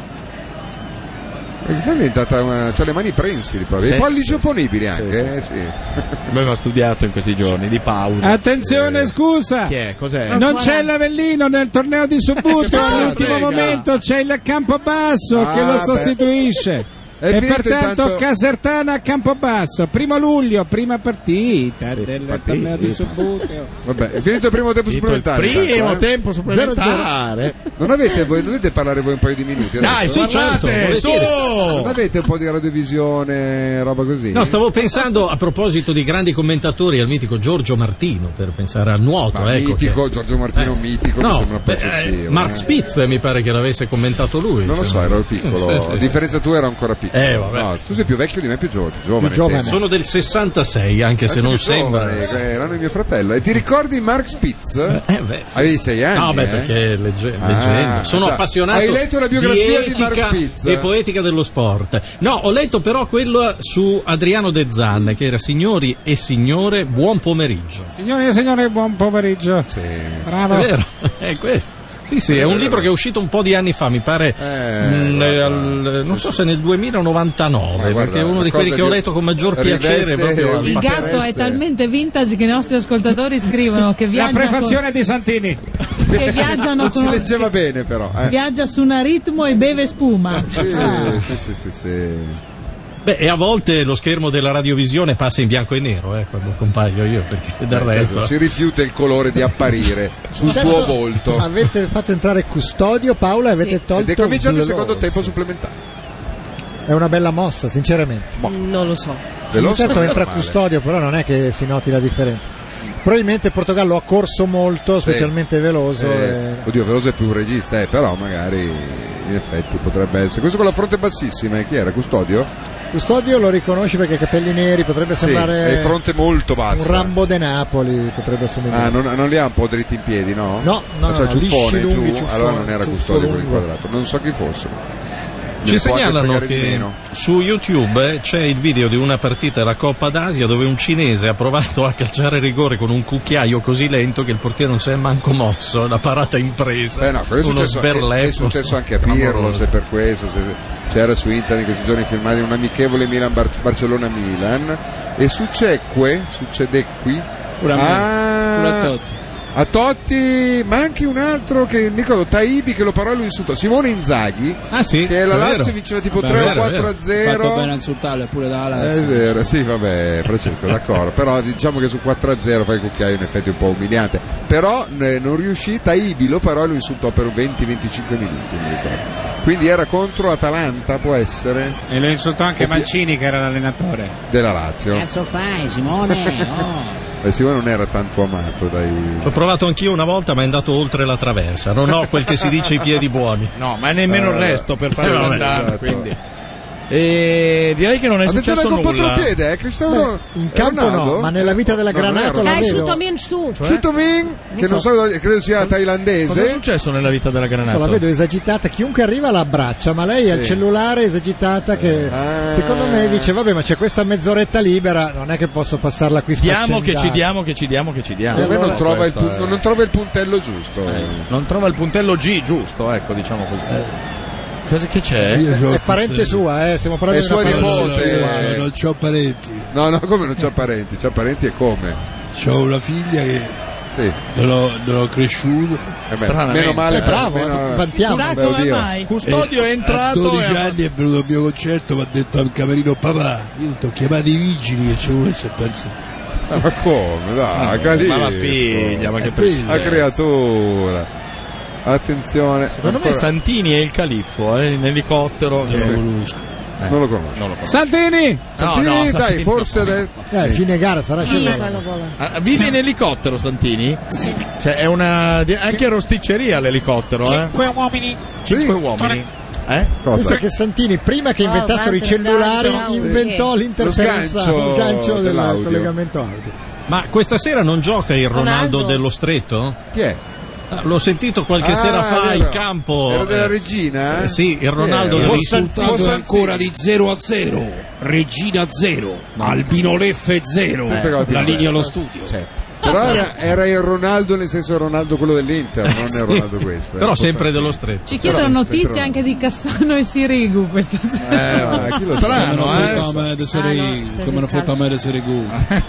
Speaker 5: È diventata una... c'ha le mani prensili proprio.
Speaker 6: Sì,
Speaker 5: I pollici
Speaker 6: sì,
Speaker 5: opponibili
Speaker 6: sì,
Speaker 5: anche,
Speaker 6: sì,
Speaker 5: eh,
Speaker 6: sì.
Speaker 5: sì.
Speaker 6: Abbiamo studiato in questi giorni di pausa.
Speaker 14: Attenzione, scusa.
Speaker 6: Chi è? Cos'è?
Speaker 14: Non c'è l'Avellino nel torneo di Subbuteo,
Speaker 6: Che
Speaker 14: all'ultimo
Speaker 6: frega.
Speaker 14: momento c'è il Campobasso che
Speaker 5: Ah,
Speaker 14: lo
Speaker 5: beh.
Speaker 14: sostituisce.
Speaker 19: È
Speaker 14: e
Speaker 19: finito
Speaker 14: pertanto
Speaker 19: intanto-
Speaker 14: Casertana a Campobasso, primo luglio, prima partita del
Speaker 5: partita.
Speaker 14: torneo di Subbuteo.
Speaker 5: Vabbè, è finito il primo tempo
Speaker 6: Finito
Speaker 5: supplementare.
Speaker 6: il primo
Speaker 5: intanto, eh?
Speaker 6: tempo supplementare.
Speaker 5: Non avete voi, dovete parlare voi un paio di minuti
Speaker 6: Dai,
Speaker 5: adesso?
Speaker 6: sì, parlate, su!
Speaker 5: Non avete un po' di radiovisione, roba così?
Speaker 8: No, stavo pensando a proposito di grandi commentatori al mitico Giorgio Martino, per pensare al nuoto.
Speaker 5: Ma
Speaker 8: ecco,
Speaker 5: mitico,
Speaker 8: che-
Speaker 5: Giorgio Martino mitico, mi
Speaker 8: No,
Speaker 5: sembra un po'
Speaker 8: beh,
Speaker 5: eccessivo.
Speaker 8: Mark
Speaker 5: eh.
Speaker 8: Spitz mi pare che l'avesse commentato lui.
Speaker 5: Non lo so, ero piccolo.
Speaker 8: Sì, sì,
Speaker 5: A
Speaker 8: sì.
Speaker 5: differenza tua ero ancora piccolo.
Speaker 8: Eh, vabbè.
Speaker 5: No, tu sei più vecchio di me, più giovane. giovane,
Speaker 8: Più giovane.
Speaker 5: te.
Speaker 8: Sono del sessantasei, anche
Speaker 5: Ah,
Speaker 8: se
Speaker 5: sei
Speaker 8: non
Speaker 5: più
Speaker 8: sembra.
Speaker 5: giovane, eh, erano il mio fratello. E ti ricordi Mark Spitz?
Speaker 8: Eh, beh, sì.
Speaker 5: Avevi sei anni.
Speaker 8: No, beh,
Speaker 5: eh?
Speaker 8: perché legge-
Speaker 5: Ah,
Speaker 8: leggenda. Sono
Speaker 5: sa-
Speaker 8: appassionato
Speaker 5: Hai letto la biografia
Speaker 8: di
Speaker 5: di Mark
Speaker 8: etica
Speaker 5: Spitz?
Speaker 8: e poetica dello sport. No, ho letto però quello su Adriano De Zanne, che era signori e signore, buon pomeriggio.
Speaker 14: Signori e signori, buon pomeriggio.
Speaker 5: Sì.
Speaker 14: Bravo.
Speaker 8: È vero, è questo. Sì, sì, è un libro che è uscito un po' di anni fa, mi pare,
Speaker 5: Eh,
Speaker 8: mh,
Speaker 5: guarda,
Speaker 8: al- non so se nel duemilanovantanove,
Speaker 5: Ma guarda,
Speaker 8: perché è uno
Speaker 5: una
Speaker 8: di quelli
Speaker 5: cosa
Speaker 8: che ho
Speaker 5: di-
Speaker 8: letto con maggior piacere
Speaker 5: riveste
Speaker 8: proprio al
Speaker 15: Il
Speaker 8: passato.
Speaker 15: gatto è talmente vintage che i nostri ascoltatori scrivono che
Speaker 14: La
Speaker 15: viaggia,
Speaker 14: prefazione di Santini.
Speaker 15: con, che viaggiano
Speaker 5: Non si
Speaker 15: con,
Speaker 5: leggeva bene però. Eh.
Speaker 15: viaggia su un aritmo e beve spuma.
Speaker 5: Sì, sì, sì, sì, sì.
Speaker 8: Beh, e a volte lo schermo della radiovisione passa in bianco e nero, eh, quando compaio io, perché del
Speaker 5: Eh,
Speaker 8: resto...
Speaker 5: certo, si rifiuta il colore di apparire sul
Speaker 2: Certo,
Speaker 5: suo volto.
Speaker 2: Avete fatto entrare Custodio, Paola, e avete tolto
Speaker 5: Ed è cominciato il
Speaker 2: Veloso.
Speaker 5: secondo tempo supplementare.
Speaker 2: È una bella mossa, sinceramente.
Speaker 9: Non lo so.
Speaker 5: Veloso
Speaker 2: certo
Speaker 5: non è
Speaker 2: entra
Speaker 5: male.
Speaker 2: Custodio, però non è che si noti la differenza. Probabilmente il Portogallo ha corso molto, specialmente Veloso.
Speaker 5: Eh,
Speaker 2: e-
Speaker 5: Oddio, Veloso è più un regista, eh, però magari in effetti potrebbe essere. Questo con la fronte bassissima, eh, chi era? Custodio?
Speaker 2: Custodio lo riconosci perché ha capelli neri, potrebbe
Speaker 5: Sì,
Speaker 2: sembrare
Speaker 5: è il fronte molto basso.
Speaker 2: un Rambo de Napoli, potrebbe assomigliare.
Speaker 5: Ah, non, non li ha un po' dritti in piedi, no?
Speaker 2: No, no,
Speaker 5: Ah, cioè
Speaker 2: no,
Speaker 5: ciuffone
Speaker 2: lisci, lunghi,
Speaker 5: giù,
Speaker 2: ciuffone,
Speaker 5: allora non era
Speaker 2: ciuffo
Speaker 5: Custodio quello
Speaker 2: lungo.
Speaker 5: inquadrato. Non so chi fosse.
Speaker 8: Ci
Speaker 5: Ne può anche
Speaker 8: segnalano
Speaker 5: fregare di
Speaker 8: che
Speaker 5: meno.
Speaker 8: su YouTube eh, c'è il video di una partita della Coppa d'Asia dove un cinese ha provato a calciare rigore con un cucchiaio così lento che il portiere non si è manco mosso, la parata impresa.
Speaker 5: Eh no, quello è
Speaker 8: uno
Speaker 5: successo, è,
Speaker 8: sberleffo.
Speaker 5: è successo anche a Pirlo,
Speaker 8: Clamoroso.
Speaker 5: se per questo, se c'era su internet in questi giorni filmati un amichevole Milan-Barcellona-Milan e succede succede qui
Speaker 16: Pure a me, pure a
Speaker 5: a,
Speaker 16: Totti.
Speaker 5: a Totti, ma anche un altro che mi ricordo, Taibi, che lo parò e lo insultò, Simone Inzaghi,
Speaker 8: Ah sì,
Speaker 5: che la
Speaker 8: è
Speaker 5: Lazio
Speaker 8: vero.
Speaker 5: vinceva tipo
Speaker 8: Vabbè,
Speaker 5: tre
Speaker 8: è
Speaker 5: o
Speaker 8: vero, è
Speaker 5: quattro a
Speaker 8: vero.
Speaker 5: zero.
Speaker 16: Fatto bene a insultarle pure da
Speaker 5: È
Speaker 16: Lazio.
Speaker 5: vero, sì, vabbè, Francesco, d'accordo. Però diciamo che su quattro a zero fai il cucchiaio in effetti un po' umiliante. Però eh, non riuscì, Taibi lo parò e lo insultò per venti venticinque minuti, mi ricordo. Quindi era contro Atalanta, può essere,
Speaker 14: E lo insultò anche
Speaker 5: Oppure-
Speaker 14: Mancini, che era l'allenatore.
Speaker 5: della Lazio.
Speaker 11: Cazzo fai, Simone? Oh.
Speaker 5: E Simone non era tanto amato dai.
Speaker 8: Ci ho provato anch'io una volta, ma è andato oltre la traversa. Non ho quel che si dice i piedi buoni.
Speaker 6: No, ma nemmeno il
Speaker 5: Eh,
Speaker 6: resto per fare
Speaker 8: eh,
Speaker 6: il
Speaker 8: vabbè,
Speaker 6: lontano,
Speaker 5: esatto.
Speaker 6: quindi. E direi che non è
Speaker 5: Attenzione
Speaker 6: successo
Speaker 5: al
Speaker 6: nulla.
Speaker 5: contropiede, eh, Cristiano
Speaker 2: Beh, in campo
Speaker 5: Ronaldo?
Speaker 2: no, ma nella vita della
Speaker 5: No, non
Speaker 2: Granata
Speaker 5: era.
Speaker 2: la
Speaker 9: Dai,
Speaker 2: vedo.
Speaker 9: Shutomin Stu.
Speaker 6: Cioè?
Speaker 5: Chutomin, che non so, credo sia
Speaker 6: Cosa è
Speaker 5: thailandese.
Speaker 6: successo nella vita della
Speaker 2: Non so,
Speaker 6: Granata?
Speaker 2: la vedo esagitata, chiunque arriva la abbraccia, ma lei ha il
Speaker 5: Sì.
Speaker 2: cellulare esagitata che
Speaker 5: Ah.
Speaker 2: secondo me dice vabbè ma c'è questa mezz'oretta libera, non è che posso passarla qui
Speaker 6: Diamo che ci
Speaker 2: sfaccendata.
Speaker 6: diamo, che ci diamo, che ci diamo.
Speaker 5: Secondo me non
Speaker 2: allora,
Speaker 5: trova, il
Speaker 6: questo
Speaker 5: pun-
Speaker 6: è-
Speaker 5: non trova il puntello giusto.
Speaker 6: Eh, non trova il puntello G giusto, ecco, diciamo così. Cosa che c'è?
Speaker 19: Io c'ho
Speaker 2: È parente sua, eh, stiamo parlando
Speaker 5: È
Speaker 2: di una
Speaker 5: sua
Speaker 2: parente
Speaker 5: nipote.
Speaker 19: Io
Speaker 2: sua.
Speaker 19: c'ho- non c'ho parenti.
Speaker 5: No, no, come non c'ha parenti? C'ha parenti e come?
Speaker 19: C'ho una figlia che
Speaker 5: Sì.
Speaker 19: non ho, non ho cresciuto.
Speaker 5: Eh beh,
Speaker 6: Stranamente.
Speaker 5: meno male,
Speaker 2: È bravo,
Speaker 5: meno-
Speaker 2: vantiamo.
Speaker 5: Beh,
Speaker 15: Chissà come
Speaker 5: oddio.
Speaker 15: mai.
Speaker 6: Custodio è
Speaker 19: A
Speaker 6: entrato
Speaker 19: dodici
Speaker 6: e...
Speaker 19: anni è venuto al mio concerto, mi ha detto al camerino papà. Io ho detto chiamate i vigili che c'è uno che si è perso.
Speaker 5: Ma come? Dai,
Speaker 6: Ma la figlia, ma che
Speaker 19: Eh,
Speaker 6: tristezza.
Speaker 5: La creatura. Attenzione.
Speaker 6: Secondo me
Speaker 5: ancora-
Speaker 6: Santini è il califfo, eh, in elicottero.
Speaker 19: Non lo conosco.
Speaker 6: Eh,
Speaker 5: non lo conosco.
Speaker 6: non lo conosco.
Speaker 14: Santini!
Speaker 6: No,
Speaker 5: Santini,
Speaker 6: no,
Speaker 5: dai,
Speaker 6: Santini
Speaker 5: forse
Speaker 6: no.
Speaker 5: adesso.
Speaker 2: Eh, fine gara sarà scegliere.
Speaker 6: Ah, vive in elicottero Santini? Sì. Cioè è una di- anche rosticceria l'elicottero, eh?
Speaker 14: Cinque uomini.
Speaker 6: Cinque uomini. Eh?
Speaker 2: Pensa
Speaker 5: Cosa?
Speaker 2: che Santini, prima che
Speaker 9: Oh,
Speaker 2: inventassero i
Speaker 9: quanto
Speaker 2: cellulari,
Speaker 9: sgancio.
Speaker 2: inventò
Speaker 9: Sì.
Speaker 2: l'interferenza,
Speaker 5: Lo sgancio
Speaker 2: lo sgancio del
Speaker 5: dell'audio.
Speaker 2: collegamento audio.
Speaker 8: Ma questa sera non gioca il Ronaldo,
Speaker 9: Ronaldo?
Speaker 8: dello Stretto?
Speaker 5: Chi è?
Speaker 8: Ah, l'ho sentito qualche
Speaker 5: Ah,
Speaker 8: sera fa
Speaker 5: è
Speaker 8: in
Speaker 5: vero.
Speaker 8: campo.
Speaker 5: Era della
Speaker 8: eh,
Speaker 5: regina?
Speaker 8: eh, sì, il Ronaldo
Speaker 5: Chi era?
Speaker 8: del
Speaker 5: Fosse-
Speaker 19: risultato
Speaker 5: fosse
Speaker 19: è ancora di zero a zero. Regina zero, Albino Leffe zero.
Speaker 5: Sempre con
Speaker 19: La
Speaker 5: Albino
Speaker 19: linea allo
Speaker 5: Leffe.
Speaker 19: studio.
Speaker 5: Certo. Però era, era il Ronaldo nel senso Ronaldo quello dell'Inter, non
Speaker 8: Sì.
Speaker 5: è Ronaldo questo.
Speaker 8: Però sempre dello stretto.
Speaker 15: Ci chiedono
Speaker 5: Però-
Speaker 15: notizie
Speaker 5: però-
Speaker 15: anche di Cassano e Sirigu questa sera.
Speaker 5: Eh, chi lo sa?
Speaker 6: Strano,
Speaker 19: Come
Speaker 6: eh?
Speaker 19: non fa me di Sirigu,
Speaker 15: per
Speaker 19: come non
Speaker 15: il
Speaker 19: fa
Speaker 15: calcio.
Speaker 19: me di Sirigu.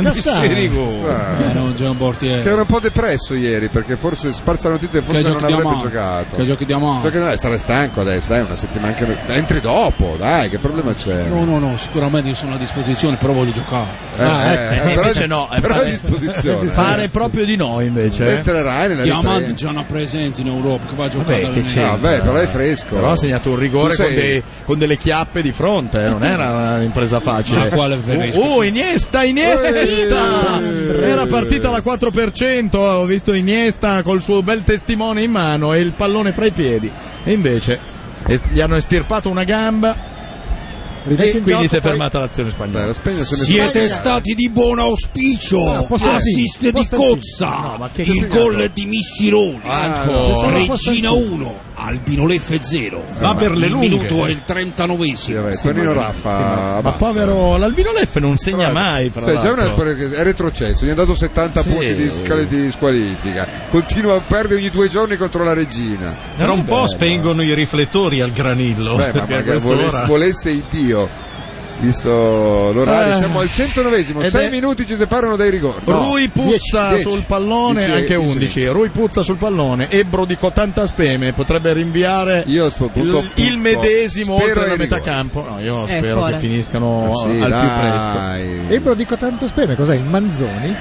Speaker 6: Sirigu.
Speaker 19: Eh, non c'è un
Speaker 5: Che
Speaker 19: portiere.
Speaker 5: era un po' depresso ieri perché forse sparsa la notizia forse
Speaker 19: Che
Speaker 5: non
Speaker 19: giochi di
Speaker 5: avrebbe
Speaker 19: amore.
Speaker 5: giocato.
Speaker 19: Che giochi di amore.
Speaker 5: Cioè che no, sarà stanco adesso, dai, una settimana anche entri dopo, dai, che problema c'è?
Speaker 19: No, no, no, sicuramente io sono a disposizione, però voglio giocare.
Speaker 5: Eh,
Speaker 6: Ah,
Speaker 5: eh,
Speaker 6: ecco.
Speaker 5: eh, però,
Speaker 6: Invece no, è
Speaker 5: però a
Speaker 6: fare-
Speaker 5: disposizione.
Speaker 6: Fare proprio di noi invece. eh.
Speaker 5: Entrerai nella
Speaker 19: Diamanti
Speaker 5: ripresa.
Speaker 19: già una presenza in Europa che va a giocare
Speaker 6: Vabbè, che
Speaker 19: da
Speaker 6: c'è?
Speaker 5: No, beh, però è fresco.
Speaker 6: Però ha segnato un rigore
Speaker 5: Tu
Speaker 6: con,
Speaker 5: sei-
Speaker 6: dei- con delle chiappe di fronte, eh, non era un'impresa facile.
Speaker 19: Ma quale fresco?
Speaker 6: Oh, oh, Iniesta, Iniesta! Era partita la quattro per cento, ho visto Iniesta col suo bel testimone in mano e il pallone fra i piedi. E invece est- gli hanno estirpato una gamba
Speaker 2: Rimesso
Speaker 6: e
Speaker 2: in
Speaker 6: quindi
Speaker 2: gioco,
Speaker 6: si è
Speaker 2: poi-
Speaker 6: fermata l'azione
Speaker 5: Dai,
Speaker 6: spagnola.
Speaker 5: lo Spagna se ne
Speaker 19: Siete
Speaker 5: fa-
Speaker 19: stati di buon auspicio.
Speaker 2: Ah, posso
Speaker 19: Assist
Speaker 2: dire,
Speaker 19: di
Speaker 2: posso dire.
Speaker 19: Cozza.
Speaker 6: No, ma che-
Speaker 19: il
Speaker 5: che
Speaker 19: gol
Speaker 5: segnato?
Speaker 19: di Missiroli.
Speaker 6: Ancora.
Speaker 19: Regina uno, Albino Leffe zero.
Speaker 8: Va per le
Speaker 19: il
Speaker 8: lunghe.
Speaker 19: minuto è il
Speaker 5: Sì,
Speaker 19: trentanovesimo.
Speaker 5: vabbè, Tonino Raffa,
Speaker 6: Ma
Speaker 5: basta.
Speaker 6: povero l'Albino Leffe non segna mai, fra
Speaker 5: Cioè, già una,
Speaker 6: l'altro.
Speaker 5: perché è retrocesso, gli hanno dato settanta
Speaker 6: Sì.
Speaker 5: punti di, scale di squalifica. Continua a perdere ogni due giorni contro la Regina.
Speaker 8: Tra un po' spengono i riflettori al Granillo.
Speaker 5: Beh, ma
Speaker 8: perché a
Speaker 5: magari volesse,
Speaker 8: quest'ora-
Speaker 5: volesse il Dio. Visto l'orario,
Speaker 6: Eh.
Speaker 5: siamo al centonovesimo,
Speaker 6: Ed
Speaker 5: sei
Speaker 6: è-
Speaker 5: minuti ci separano dai rigori. No,
Speaker 6: Rui puzza
Speaker 5: dieci,
Speaker 6: sul pallone,
Speaker 5: dieci,
Speaker 6: anche
Speaker 5: dieci.
Speaker 6: undici. Rui puzza sul pallone. Ebbro di tanta speme potrebbe rinviare
Speaker 5: Io a sto punto
Speaker 6: il, il
Speaker 5: punto,
Speaker 6: medesimo
Speaker 5: spero
Speaker 6: oltre la
Speaker 5: ai
Speaker 6: metà
Speaker 5: rigori.
Speaker 6: campo. No, io
Speaker 15: Eh,
Speaker 6: spero
Speaker 15: fuori.
Speaker 6: che finiscano
Speaker 5: Ah, sì,
Speaker 6: al
Speaker 5: dai.
Speaker 6: più presto.
Speaker 2: Ebro dico tanto speme, cos'è? Il Manzoni?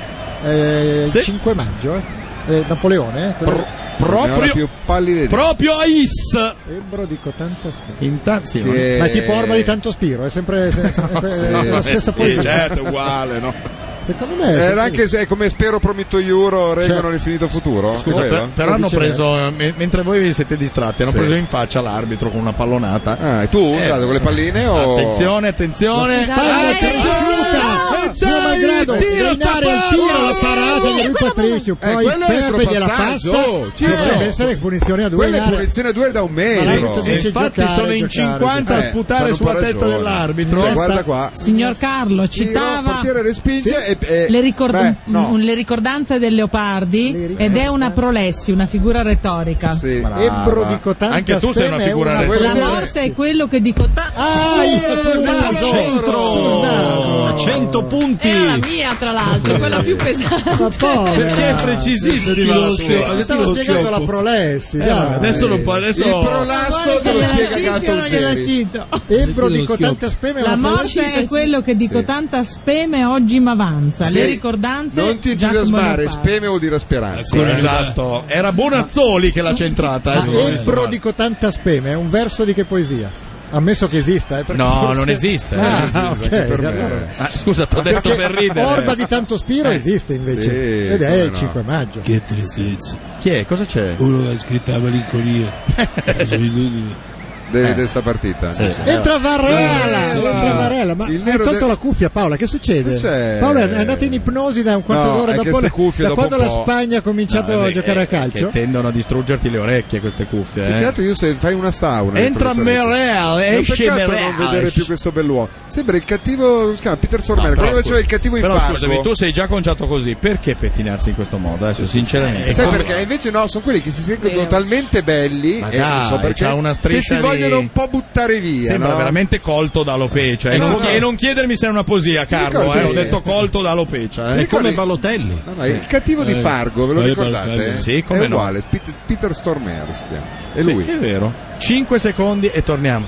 Speaker 2: Eh,
Speaker 6: Sì.
Speaker 2: Il cinque maggio? Eh, Napoleone? eh? Quello-
Speaker 5: Non ne ho la
Speaker 6: Proprio,
Speaker 5: più pallida idea.
Speaker 6: proprio a Is.
Speaker 2: Ebro dico tanto speme.
Speaker 6: Intanto, sì, no?
Speaker 5: Che-
Speaker 2: Ma è tipo Orba di tanto spiro, è sempre, se- se- è la
Speaker 6: Vabbè,
Speaker 2: stessa
Speaker 6: sì,
Speaker 2: poesia.
Speaker 6: certo, è uguale, no?
Speaker 2: Secondo me è
Speaker 5: Era
Speaker 2: sempre-
Speaker 5: anche se è come spero prometto Euro regano
Speaker 2: Certo.
Speaker 5: l'infinito futuro.
Speaker 6: Scusa,
Speaker 5: Quello?
Speaker 6: per- però
Speaker 2: O
Speaker 6: hanno
Speaker 2: viceversa.
Speaker 6: preso, me- mentre voi vi siete distratti, hanno
Speaker 5: Sì.
Speaker 6: preso in faccia l'arbitro con una pallonata.
Speaker 5: Ah, e tu
Speaker 6: Eh,
Speaker 5: usato con le palline o
Speaker 6: Attenzione, attenzione.
Speaker 2: Spagna
Speaker 6: Ah,
Speaker 2: che rifiuta
Speaker 6: eh,
Speaker 2: suo
Speaker 6: dai,
Speaker 2: malgrado
Speaker 6: il tiro
Speaker 2: Reinare al
Speaker 6: sta
Speaker 2: tiro, la
Speaker 6: palla!
Speaker 2: parata di Rui Patricio,
Speaker 5: Eh,
Speaker 2: poi
Speaker 5: quello è
Speaker 2: Pepe gliela
Speaker 5: retropassaggio.
Speaker 2: passa,
Speaker 5: Ciccio.
Speaker 2: dovrebbe essere punizione a due
Speaker 5: quella
Speaker 2: in
Speaker 5: è
Speaker 2: area.
Speaker 5: punizione a due da un
Speaker 2: Ma l'arbitro
Speaker 5: metro.
Speaker 2: dice
Speaker 6: Infatti
Speaker 2: giocare,
Speaker 6: sono in
Speaker 2: giocare,
Speaker 6: cinquanta a
Speaker 5: Eh,
Speaker 6: sputare
Speaker 5: c'hanno un
Speaker 6: sulla
Speaker 5: po'
Speaker 6: testa
Speaker 5: ragione.
Speaker 6: dell'arbitro.
Speaker 5: Cioè, guarda qua.
Speaker 15: Signor Carlo,
Speaker 5: Tiro,
Speaker 15: citava
Speaker 5: portiere respinge e, e-
Speaker 15: le, ricord-
Speaker 5: beh, no.
Speaker 15: mm, le ricordanze del Leopardi ed è una prolessi, una figura retorica.
Speaker 5: Sì.
Speaker 2: Ebro dico tanta
Speaker 6: Anche tu sei una
Speaker 2: speme,
Speaker 6: figura
Speaker 2: una-
Speaker 6: retorica.
Speaker 15: La morte è quello che dico ta-
Speaker 2: Ah, sul naso! Sul naso!
Speaker 8: A cento punti.
Speaker 3: Era la mia, tra l'altro, quella più pesante.
Speaker 2: Ma povera!
Speaker 6: Perché è precisissima la tua.
Speaker 2: Stavo spiegando la prolessi,
Speaker 6: Eh,
Speaker 2: dai.
Speaker 6: adesso non può, adesso
Speaker 5: Il prolasso te lo
Speaker 15: gliela
Speaker 5: spiega
Speaker 15: cito,
Speaker 5: Gatto
Speaker 15: non gliela
Speaker 5: Ugeri.
Speaker 15: cito.
Speaker 2: Ebro dico tanta speme,
Speaker 15: La
Speaker 2: una
Speaker 15: morte
Speaker 2: prolessi-
Speaker 15: è quello che dico
Speaker 5: Sì.
Speaker 15: tanta speme oggi m'avanza.
Speaker 5: Sì.
Speaker 15: Le ricordanze
Speaker 5: Non ti
Speaker 15: Giacomo
Speaker 5: entusiasmare,
Speaker 15: Leopardi.
Speaker 5: speme vuol dire speranza.
Speaker 19: Ancora
Speaker 6: esatto, era Bonazzoli che l'ha centrata.
Speaker 2: Ma
Speaker 6: adesso non esiste
Speaker 2: Ebro
Speaker 6: male.
Speaker 2: dico tanta speme, è un verso di che poesia? Ammesso che esista, eh, perché
Speaker 6: No,
Speaker 2: forse-
Speaker 6: non esiste.
Speaker 2: Ah,
Speaker 6: Non esiste,
Speaker 2: ok,
Speaker 5: anche per me.
Speaker 2: allora-
Speaker 6: Ah, scusa, ti ho detto
Speaker 2: Perché
Speaker 6: per ridere.
Speaker 2: Orba di tanto spiro
Speaker 6: Eh.
Speaker 2: esiste invece,
Speaker 5: Sì,
Speaker 2: ed è
Speaker 5: come
Speaker 2: il
Speaker 5: no.
Speaker 2: cinque maggio.
Speaker 19: Che tristezza.
Speaker 6: Chi è? Cosa c'è?
Speaker 19: Uno che ha scritto la malinconia, la solitudine.
Speaker 5: Devi vedere sta partita.
Speaker 2: Entra Varela,
Speaker 5: Eh,
Speaker 2: entra Varela, ma
Speaker 5: il
Speaker 2: hai
Speaker 5: nero
Speaker 2: tolto
Speaker 5: de-
Speaker 2: la cuffia Paola, che succede?
Speaker 5: C'è?
Speaker 2: Paola è andata in ipnosi da un quarto
Speaker 5: No,
Speaker 2: d'ora
Speaker 5: è che
Speaker 2: dopo,
Speaker 5: se cuffie
Speaker 2: da
Speaker 5: dopo
Speaker 2: quando
Speaker 5: un
Speaker 2: la
Speaker 5: po'.
Speaker 2: Spagna ha cominciato
Speaker 6: No,
Speaker 2: a
Speaker 6: è-
Speaker 2: giocare
Speaker 6: è-
Speaker 2: a calcio.
Speaker 6: Che tendono a distruggerti le orecchie queste cuffie.
Speaker 5: Più che
Speaker 6: Eh?
Speaker 5: altro io se fai una sauna.
Speaker 6: Entra
Speaker 5: dentro questa
Speaker 6: Merel,
Speaker 5: vita. È un
Speaker 6: esce
Speaker 5: peccato
Speaker 6: Merel.
Speaker 5: non vedere più questo bell'uomo. Sembra il cattivo, come si chiama? Peter Sormer,
Speaker 6: No, però
Speaker 5: quello che faceva il
Speaker 6: scusa-
Speaker 5: cattivo in
Speaker 6: Però
Speaker 5: Fargo.
Speaker 6: scusami, tu sei già conciato così, perché pettinarsi in questo modo? Adesso, sinceramente.
Speaker 5: Sai perché? Invece no, sono quelli che si sentono
Speaker 6: Vero.
Speaker 5: talmente belli
Speaker 6: Ma
Speaker 5: e
Speaker 6: dai,
Speaker 5: non so perché,
Speaker 6: c'ha una
Speaker 5: che
Speaker 6: striscia
Speaker 5: si vogliono
Speaker 6: di-
Speaker 5: un po' buttare via.
Speaker 6: Sembra
Speaker 5: no?
Speaker 6: veramente colto da alopecia. E,
Speaker 5: No,
Speaker 6: non,
Speaker 5: no.
Speaker 6: e non chiedermi se è una poesia, Carlo.
Speaker 5: ricordi-
Speaker 6: Eh, ho detto colto da alopecia. Eh.
Speaker 8: È come Balotelli.
Speaker 5: No, no, il cattivo di
Speaker 6: Eh,
Speaker 5: Fargo, ve lo
Speaker 6: eh,
Speaker 5: ricordate?
Speaker 6: Balotelli. Sì, come
Speaker 5: è
Speaker 6: no.
Speaker 5: uguale, Peter, Peter Stormare si chiama. È lui.
Speaker 6: È vero. cinque secondi e torniamo.